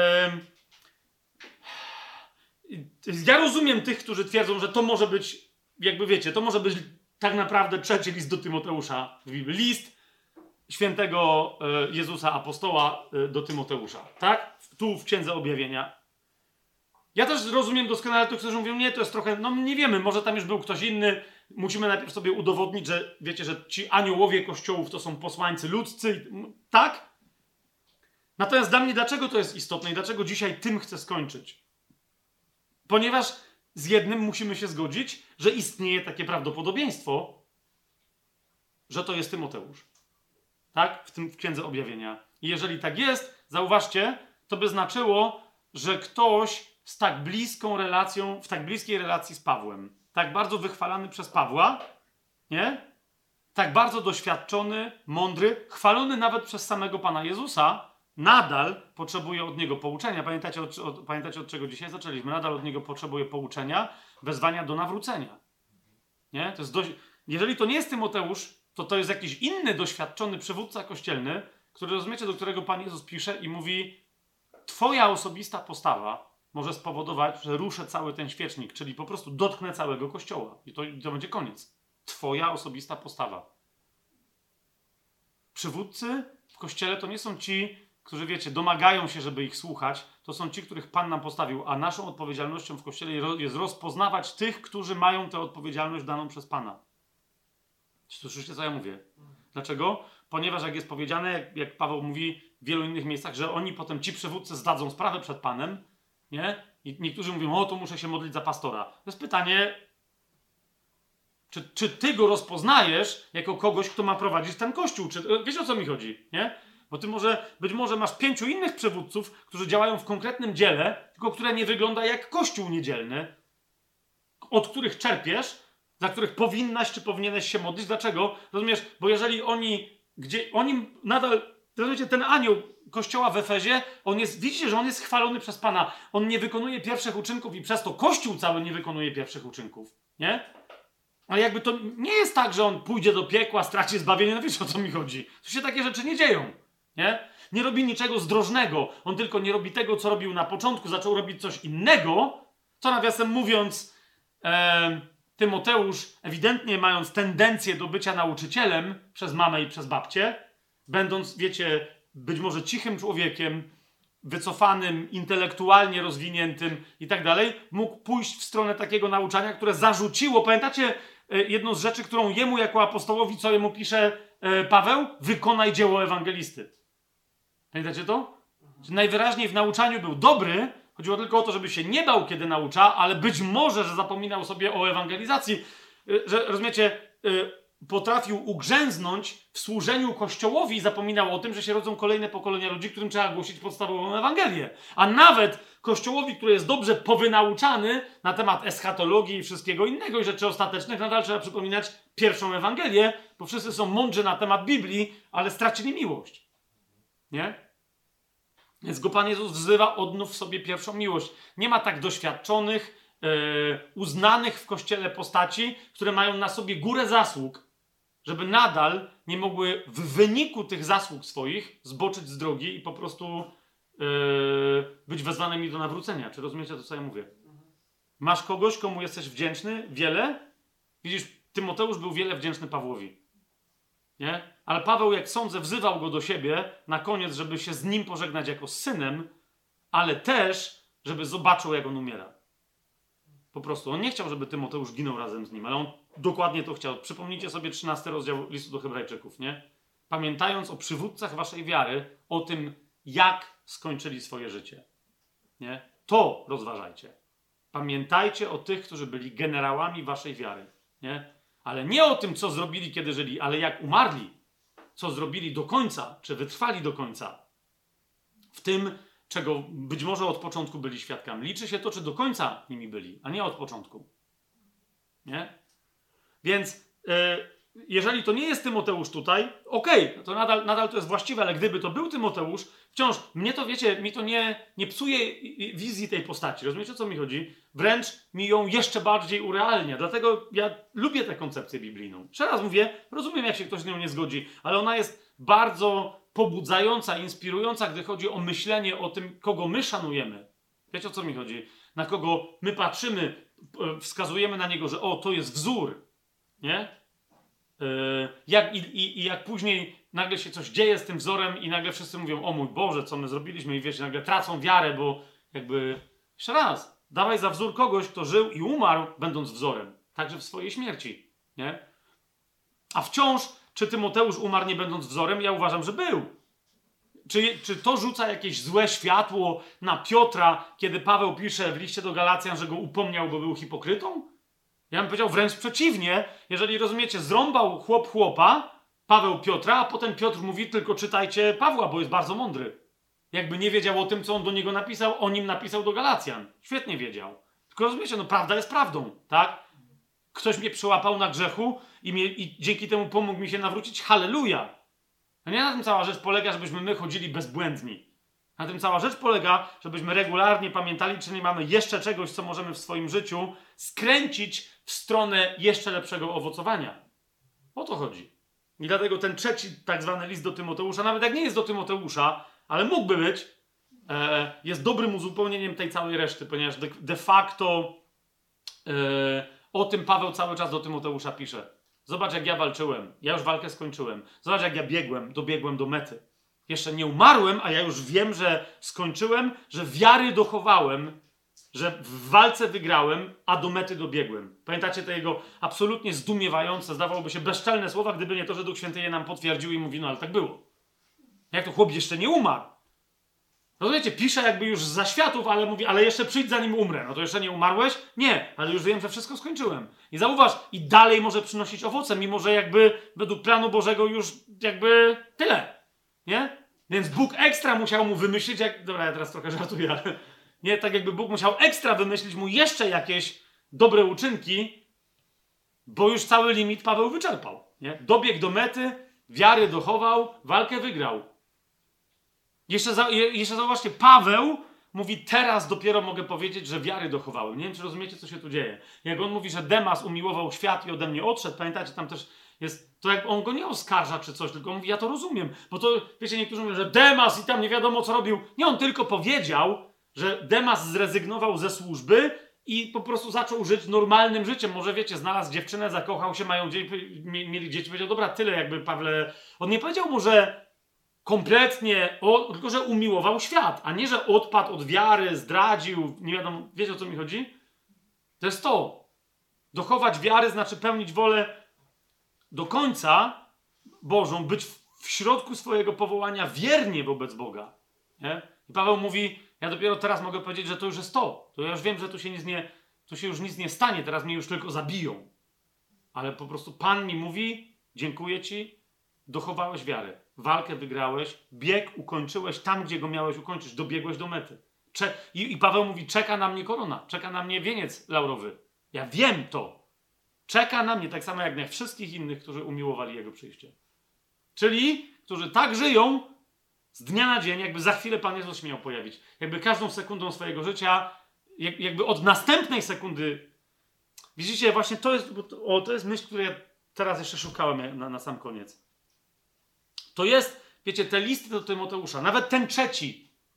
Ja rozumiem tych, którzy twierdzą, że to może być, jakby wiecie, to może być tak naprawdę trzeci list do Tymoteusza w Biblii. List świętego Jezusa Apostoła do Tymoteusza. Tak? Tu w Księdze Objawienia. Ja też rozumiem doskonale tych, którzy mówią, nie, to jest trochę, no nie wiemy, może tam już był ktoś inny. Musimy najpierw sobie udowodnić, że wiecie, że ci aniołowie kościołów to są posłańcy ludzcy. Tak? Natomiast dla mnie dlaczego to jest istotne i dlaczego dzisiaj tym chcę skończyć? Ponieważ z jednym musimy się zgodzić, że istnieje takie prawdopodobieństwo, że to jest Tymoteusz. Tak? W Księdze Objawienia. I jeżeli tak jest, zauważcie, to by znaczyło, że ktoś z tak bliską relacją, w tak bliskiej relacji z Pawłem, tak bardzo wychwalany przez Pawła, nie? Tak bardzo doświadczony, mądry, chwalony nawet przez samego Pana Jezusa, nadal potrzebuje od niego pouczenia. Pamiętacie, od czego dzisiaj zaczęliśmy? Nadal od niego potrzebuje pouczenia, wezwania do nawrócenia. Nie? To jest jeżeli to nie jest Tymoteusz, to jest jakiś inny doświadczony przywódca kościelny, który, rozumiecie, do którego Pan Jezus pisze i mówi: twoja osobista postawa może spowodować, że ruszę cały ten świecznik, czyli po prostu dotknę całego Kościoła. I to będzie koniec. Twoja osobista postawa. Przywódcy w Kościele to nie są ci, którzy, wiecie, domagają się, żeby ich słuchać. To są ci, których Pan nam postawił. A naszą odpowiedzialnością w Kościele jest rozpoznawać tych, którzy mają tę odpowiedzialność daną przez Pana. Słyszycie, co ja mówię? Dlaczego? Ponieważ jak jest powiedziane, jak Paweł mówi w wielu innych miejscach, że oni potem, ci przywódcy, zdadzą sprawę przed Panem, nie? I niektórzy mówią: o, to muszę się modlić za pastora. To jest pytanie, czy ty go rozpoznajesz jako kogoś, kto ma prowadzić ten kościół? Wiecie, o co mi chodzi, nie? Bo ty być może masz 5 innych przywódców, którzy działają w konkretnym dziele, tylko które nie wygląda jak kościół niedzielny, od których czerpiesz, za których powinnaś czy powinieneś się modlić. Dlaczego? Rozumiesz? Bo jeżeli oni nadal, rozumiecie, ten anioł Kościoła w Efezie, widzicie, że on jest chwalony przez Pana. On nie wykonuje pierwszych uczynków i przez to Kościół cały nie wykonuje pierwszych uczynków. Nie? Ale jakby to nie jest tak, że on pójdzie do piekła, straci zbawienie. No wiesz, o co mi chodzi. Tu się takie rzeczy nie dzieją. Nie? Nie robi niczego zdrożnego. On tylko nie robi tego, co robił na początku. Zaczął robić coś innego, co, nawiasem mówiąc, Tymoteusz, ewidentnie mając tendencję do bycia nauczycielem przez mamę i przez babcię, będąc, wiecie, być może cichym człowiekiem, wycofanym, intelektualnie rozwiniętym i tak dalej, mógł pójść w stronę takiego nauczania, które zarzuciło, pamiętacie jedną z rzeczy, którą jemu jako apostołowi, co jemu pisze Paweł? Wykonaj dzieło ewangelisty. Pamiętacie to? Że najwyraźniej w nauczaniu był dobry, chodziło tylko o to, żeby się nie bał, kiedy naucza, ale być może, że zapominał sobie o ewangelizacji, że, rozumiecie, potrafił ugrzęznąć w służeniu Kościołowi i zapominał o tym, że się rodzą kolejne pokolenia ludzi, którym trzeba głosić podstawową Ewangelię. A nawet Kościołowi, który jest dobrze powynauczany na temat eschatologii i wszystkiego innego i rzeczy ostatecznych, nadal trzeba przypominać pierwszą Ewangelię, bo wszyscy są mądrzy na temat Biblii, ale stracili miłość. Nie? Więc go Pan Jezus wzywa: odnów w sobie pierwszą miłość. Nie ma tak doświadczonych, uznanych w Kościele postaci, które mają na sobie górę zasług, żeby nadal nie mogły w wyniku tych zasług swoich zboczyć z drogi i po prostu być wezwanymi do nawrócenia. Czy rozumiecie to, co ja mówię? Masz kogoś, komu jesteś wdzięczny? Wiele? Widzisz, Tymoteusz był wiele wdzięczny Pawłowi. Nie? Ale Paweł, jak sądzę, wzywał go do siebie na koniec, żeby się z nim pożegnać jako z synem, ale też, żeby zobaczył, jak on umiera. Po prostu. On nie chciał, żeby Tymoteusz ginął razem z nim, ale on dokładnie to chciał. Przypomnijcie sobie 13 rozdział listu do Hebrajczyków, nie? Pamiętając o przywódcach waszej wiary, o tym, jak skończyli swoje życie. Nie? To rozważajcie. Pamiętajcie o tych, którzy byli generałami waszej wiary. Nie? Ale nie o tym, co zrobili, kiedy żyli, ale jak umarli. Co zrobili do końca, czy wytrwali do końca. W tym, czego być może od początku byli świadkami. Liczy się to, czy do końca nimi byli, a nie od początku. Nie? Więc jeżeli to nie jest Tymoteusz tutaj, okej, to nadal to jest właściwe, ale gdyby to był Tymoteusz, wciąż mnie to, wiecie, mi to nie psuje wizji tej postaci. Rozumiecie, o co mi chodzi? Wręcz mi ją jeszcze bardziej urealnia. Dlatego ja lubię tę koncepcję biblijną. Jeszcze raz mówię, rozumiem, jak się ktoś z nią nie zgodzi, ale ona jest bardzo pobudzająca, inspirująca, gdy chodzi o myślenie o tym, kogo my szanujemy. Wiecie, o co mi chodzi? Na kogo my patrzymy, wskazujemy na niego, że to jest wzór. Nie? Jak później nagle się coś dzieje z tym wzorem i nagle wszyscy mówią, o mój Boże, co my zrobiliśmy, i wiesz, nagle tracą wiarę, bo jakby, jeszcze raz, dawaj za wzór kogoś, kto żył i umarł, będąc wzorem, także w swojej śmierci, nie? A wciąż, czy Tymoteusz umarł nie będąc wzorem? Ja uważam, że był. Czy to rzuca jakieś złe światło na Piotra, kiedy Paweł pisze w liście do Galacjan, że go upomniał, bo był hipokrytą? Ja bym powiedział wręcz przeciwnie, jeżeli rozumiecie, zrąbał chłopa, Paweł Piotra, a potem Piotr mówi, tylko czytajcie Pawła, bo jest bardzo mądry. Jakby nie wiedział o tym, co on do niego napisał, o nim napisał do Galacjan. Świetnie wiedział. Tylko rozumiecie, prawda jest prawdą, tak? Ktoś mnie przyłapał na grzechu i dzięki temu pomógł mi się nawrócić, halleluja. A nie na tym cała rzecz polega, żebyśmy my chodzili bezbłędni. Na tym cała rzecz polega, żebyśmy regularnie pamiętali, czy nie mamy jeszcze czegoś, co możemy w swoim życiu skręcić w stronę jeszcze lepszego owocowania. O to chodzi. I dlatego ten trzeci tak zwany list do Tymoteusza, nawet jak nie jest do Tymoteusza, ale mógłby być, jest dobrym uzupełnieniem tej całej reszty, ponieważ de facto o tym Paweł cały czas do Tymoteusza pisze. Zobacz, jak ja walczyłem. Ja już walkę skończyłem. Zobacz, jak ja dobiegłem do mety. Jeszcze nie umarłem, a ja już wiem, że skończyłem, że wiary dochowałem, że w walce wygrałem, a do mety dobiegłem. Pamiętacie te jego absolutnie zdumiewające, zdawałoby się bezczelne słowa, gdyby nie to, że Duch Święty je nam potwierdził i mówi, ale tak było. Jak to chłop jeszcze nie umarł? Rozumiecie, pisze jakby już za światów, ale mówi, ale jeszcze przyjdź, zanim umrę. No to jeszcze nie umarłeś? Nie, ale już wiem, że wszystko skończyłem. I zauważ, i dalej może przynosić owoce, mimo że jakby według planu Bożego już jakby tyle. Nie? Więc Bóg ekstra musiał mu wymyślić, dobra, ja teraz trochę żartuję, ale nie, tak jakby Bóg musiał ekstra wymyślić mu jeszcze jakieś dobre uczynki, bo już cały limit Paweł wyczerpał. Nie? Dobiegł do mety, wiary dochował, walkę wygrał. Jeszcze zauważcie, Paweł mówi, teraz dopiero mogę powiedzieć, że wiary dochowałem. Nie wiem, czy rozumiecie, co się tu dzieje. Jak on mówi, że Demas umiłował świat i ode mnie odszedł, pamiętacie, tam też jest, to jak on go nie oskarża czy coś, tylko on mówi, ja to rozumiem. Bo to, wiecie, niektórzy mówią, że Demas i tam nie wiadomo, co robił. Nie, on tylko powiedział, że Demas zrezygnował ze służby i po prostu zaczął żyć normalnym życiem. Może, wiecie, znalazł dziewczynę, zakochał się, mieli dzieci, powiedział, dobra, tyle jakby, Pawle. On nie powiedział mu, że kompletnie, tylko że umiłował świat, a nie, że odpadł od wiary, zdradził, nie wiadomo, wiecie, o co mi chodzi? To jest to. Dochować wiary znaczy pełnić wolę do końca Bożą, być w środku swojego powołania wiernie wobec Boga. Nie? I Paweł mówi, ja dopiero teraz mogę powiedzieć, że to już jest to. To ja już wiem, że tu się już nic nie stanie, teraz mnie już tylko zabiją. Ale po prostu Pan mi mówi, dziękuję Ci, dochowałeś wiary. Walkę wygrałeś, bieg ukończyłeś tam, gdzie go miałeś ukończyć, dobiegłeś do mety. I Paweł mówi, czeka na mnie korona, czeka na mnie wieniec laurowy. Ja wiem to. Czeka na mnie, tak samo jak na wszystkich innych, którzy umiłowali Jego przyjście. Czyli, którzy tak żyją z dnia na dzień, jakby za chwilę Pan Jezus się miał pojawić. Jakby każdą sekundą swojego życia, jakby od następnej sekundy. Widzicie, właśnie to jest myśl, której ja teraz jeszcze szukałem na sam koniec. To jest, wiecie, te listy do Tymoteusza, nawet ten trzeci,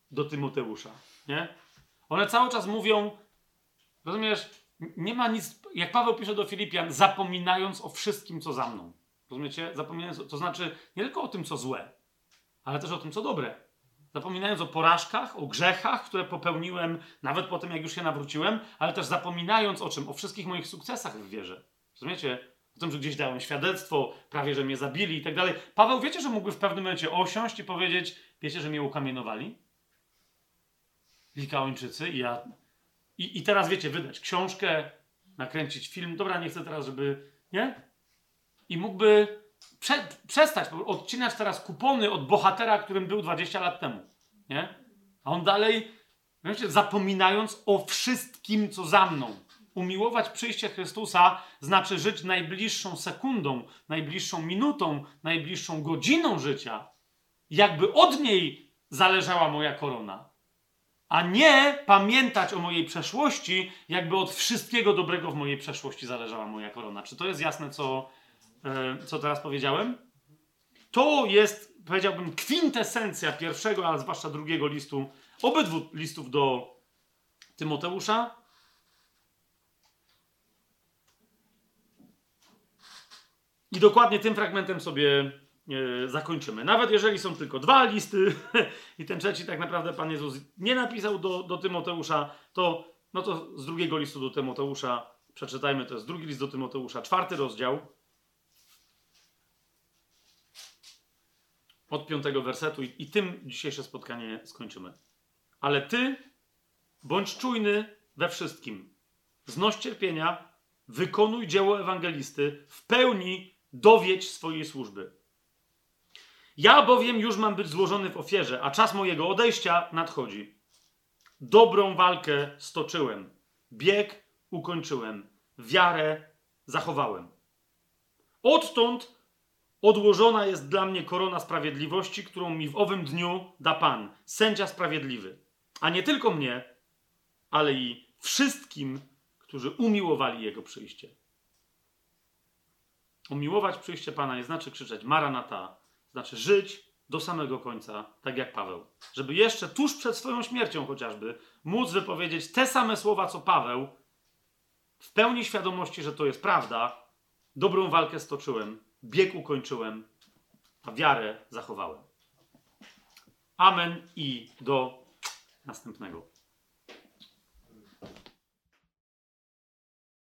do Tymoteusza, nie? One cały czas mówią, rozumiesz, nie ma nic, jak Paweł pisze do Filipian, zapominając o wszystkim, co za mną. Rozumiecie? Zapominając, to znaczy nie tylko o tym, co złe, ale też o tym, co dobre. Zapominając o porażkach, o grzechach, które popełniłem nawet po tym, jak już się nawróciłem, ale też zapominając o czym? O wszystkich moich sukcesach w wierze. Rozumiecie? O tym, że gdzieś dałem świadectwo, prawie, że mnie zabili i tak dalej. Paweł, wiecie, że mógłby w pewnym momencie osiąść i powiedzieć, wiecie, że mnie ukamienowali? Likaończycy i ja... I teraz, wiecie, wydać książkę, nakręcić film. Dobra, nie chcę teraz, żeby... Nie? I mógłby przestać, odcinać teraz kupony od bohatera, którym był 20 lat temu. Nie? A on dalej, wiecie, zapominając o wszystkim, co za mną. Umiłować przyjście Chrystusa znaczy żyć najbliższą sekundą, najbliższą minutą, najbliższą godziną życia. Jakby od niej zależała moja korona. A nie pamiętać o mojej przeszłości, jakby od wszystkiego dobrego w mojej przeszłości zależała moja korona. Czy to jest jasne, co teraz powiedziałem? To jest, powiedziałbym, kwintesencja pierwszego, ale zwłaszcza drugiego listu, obydwu listów do Tymoteusza. I dokładnie tym fragmentem sobie zakończymy. Nawet jeżeli są tylko 2 listy i ten trzeci tak naprawdę Pan Jezus nie napisał do Tymoteusza, to z drugiego listu do Tymoteusza przeczytajmy, to jest drugi list do Tymoteusza, 4 rozdział, od 5 wersetu i tym dzisiejsze spotkanie skończymy. Ale ty bądź czujny we wszystkim. Znoś cierpienia, wykonuj dzieło ewangelisty, w pełni dowiedź swojej służby. Ja bowiem już mam być złożony w ofierze, a czas mojego odejścia nadchodzi. Dobrą walkę stoczyłem, bieg ukończyłem, wiarę zachowałem. Odtąd odłożona jest dla mnie korona sprawiedliwości, którą mi w owym dniu da Pan, sędzia sprawiedliwy. A nie tylko mnie, ale i wszystkim, którzy umiłowali Jego przyjście. Umiłować przyjście Pana nie znaczy krzyczeć Maranata, znaczy żyć do samego końca, tak jak Paweł. Żeby jeszcze tuż przed swoją śmiercią chociażby móc wypowiedzieć te same słowa, co Paweł, w pełni świadomości, że to jest prawda, dobrą walkę stoczyłem, bieg ukończyłem, a wiarę zachowałem. Amen i do następnego.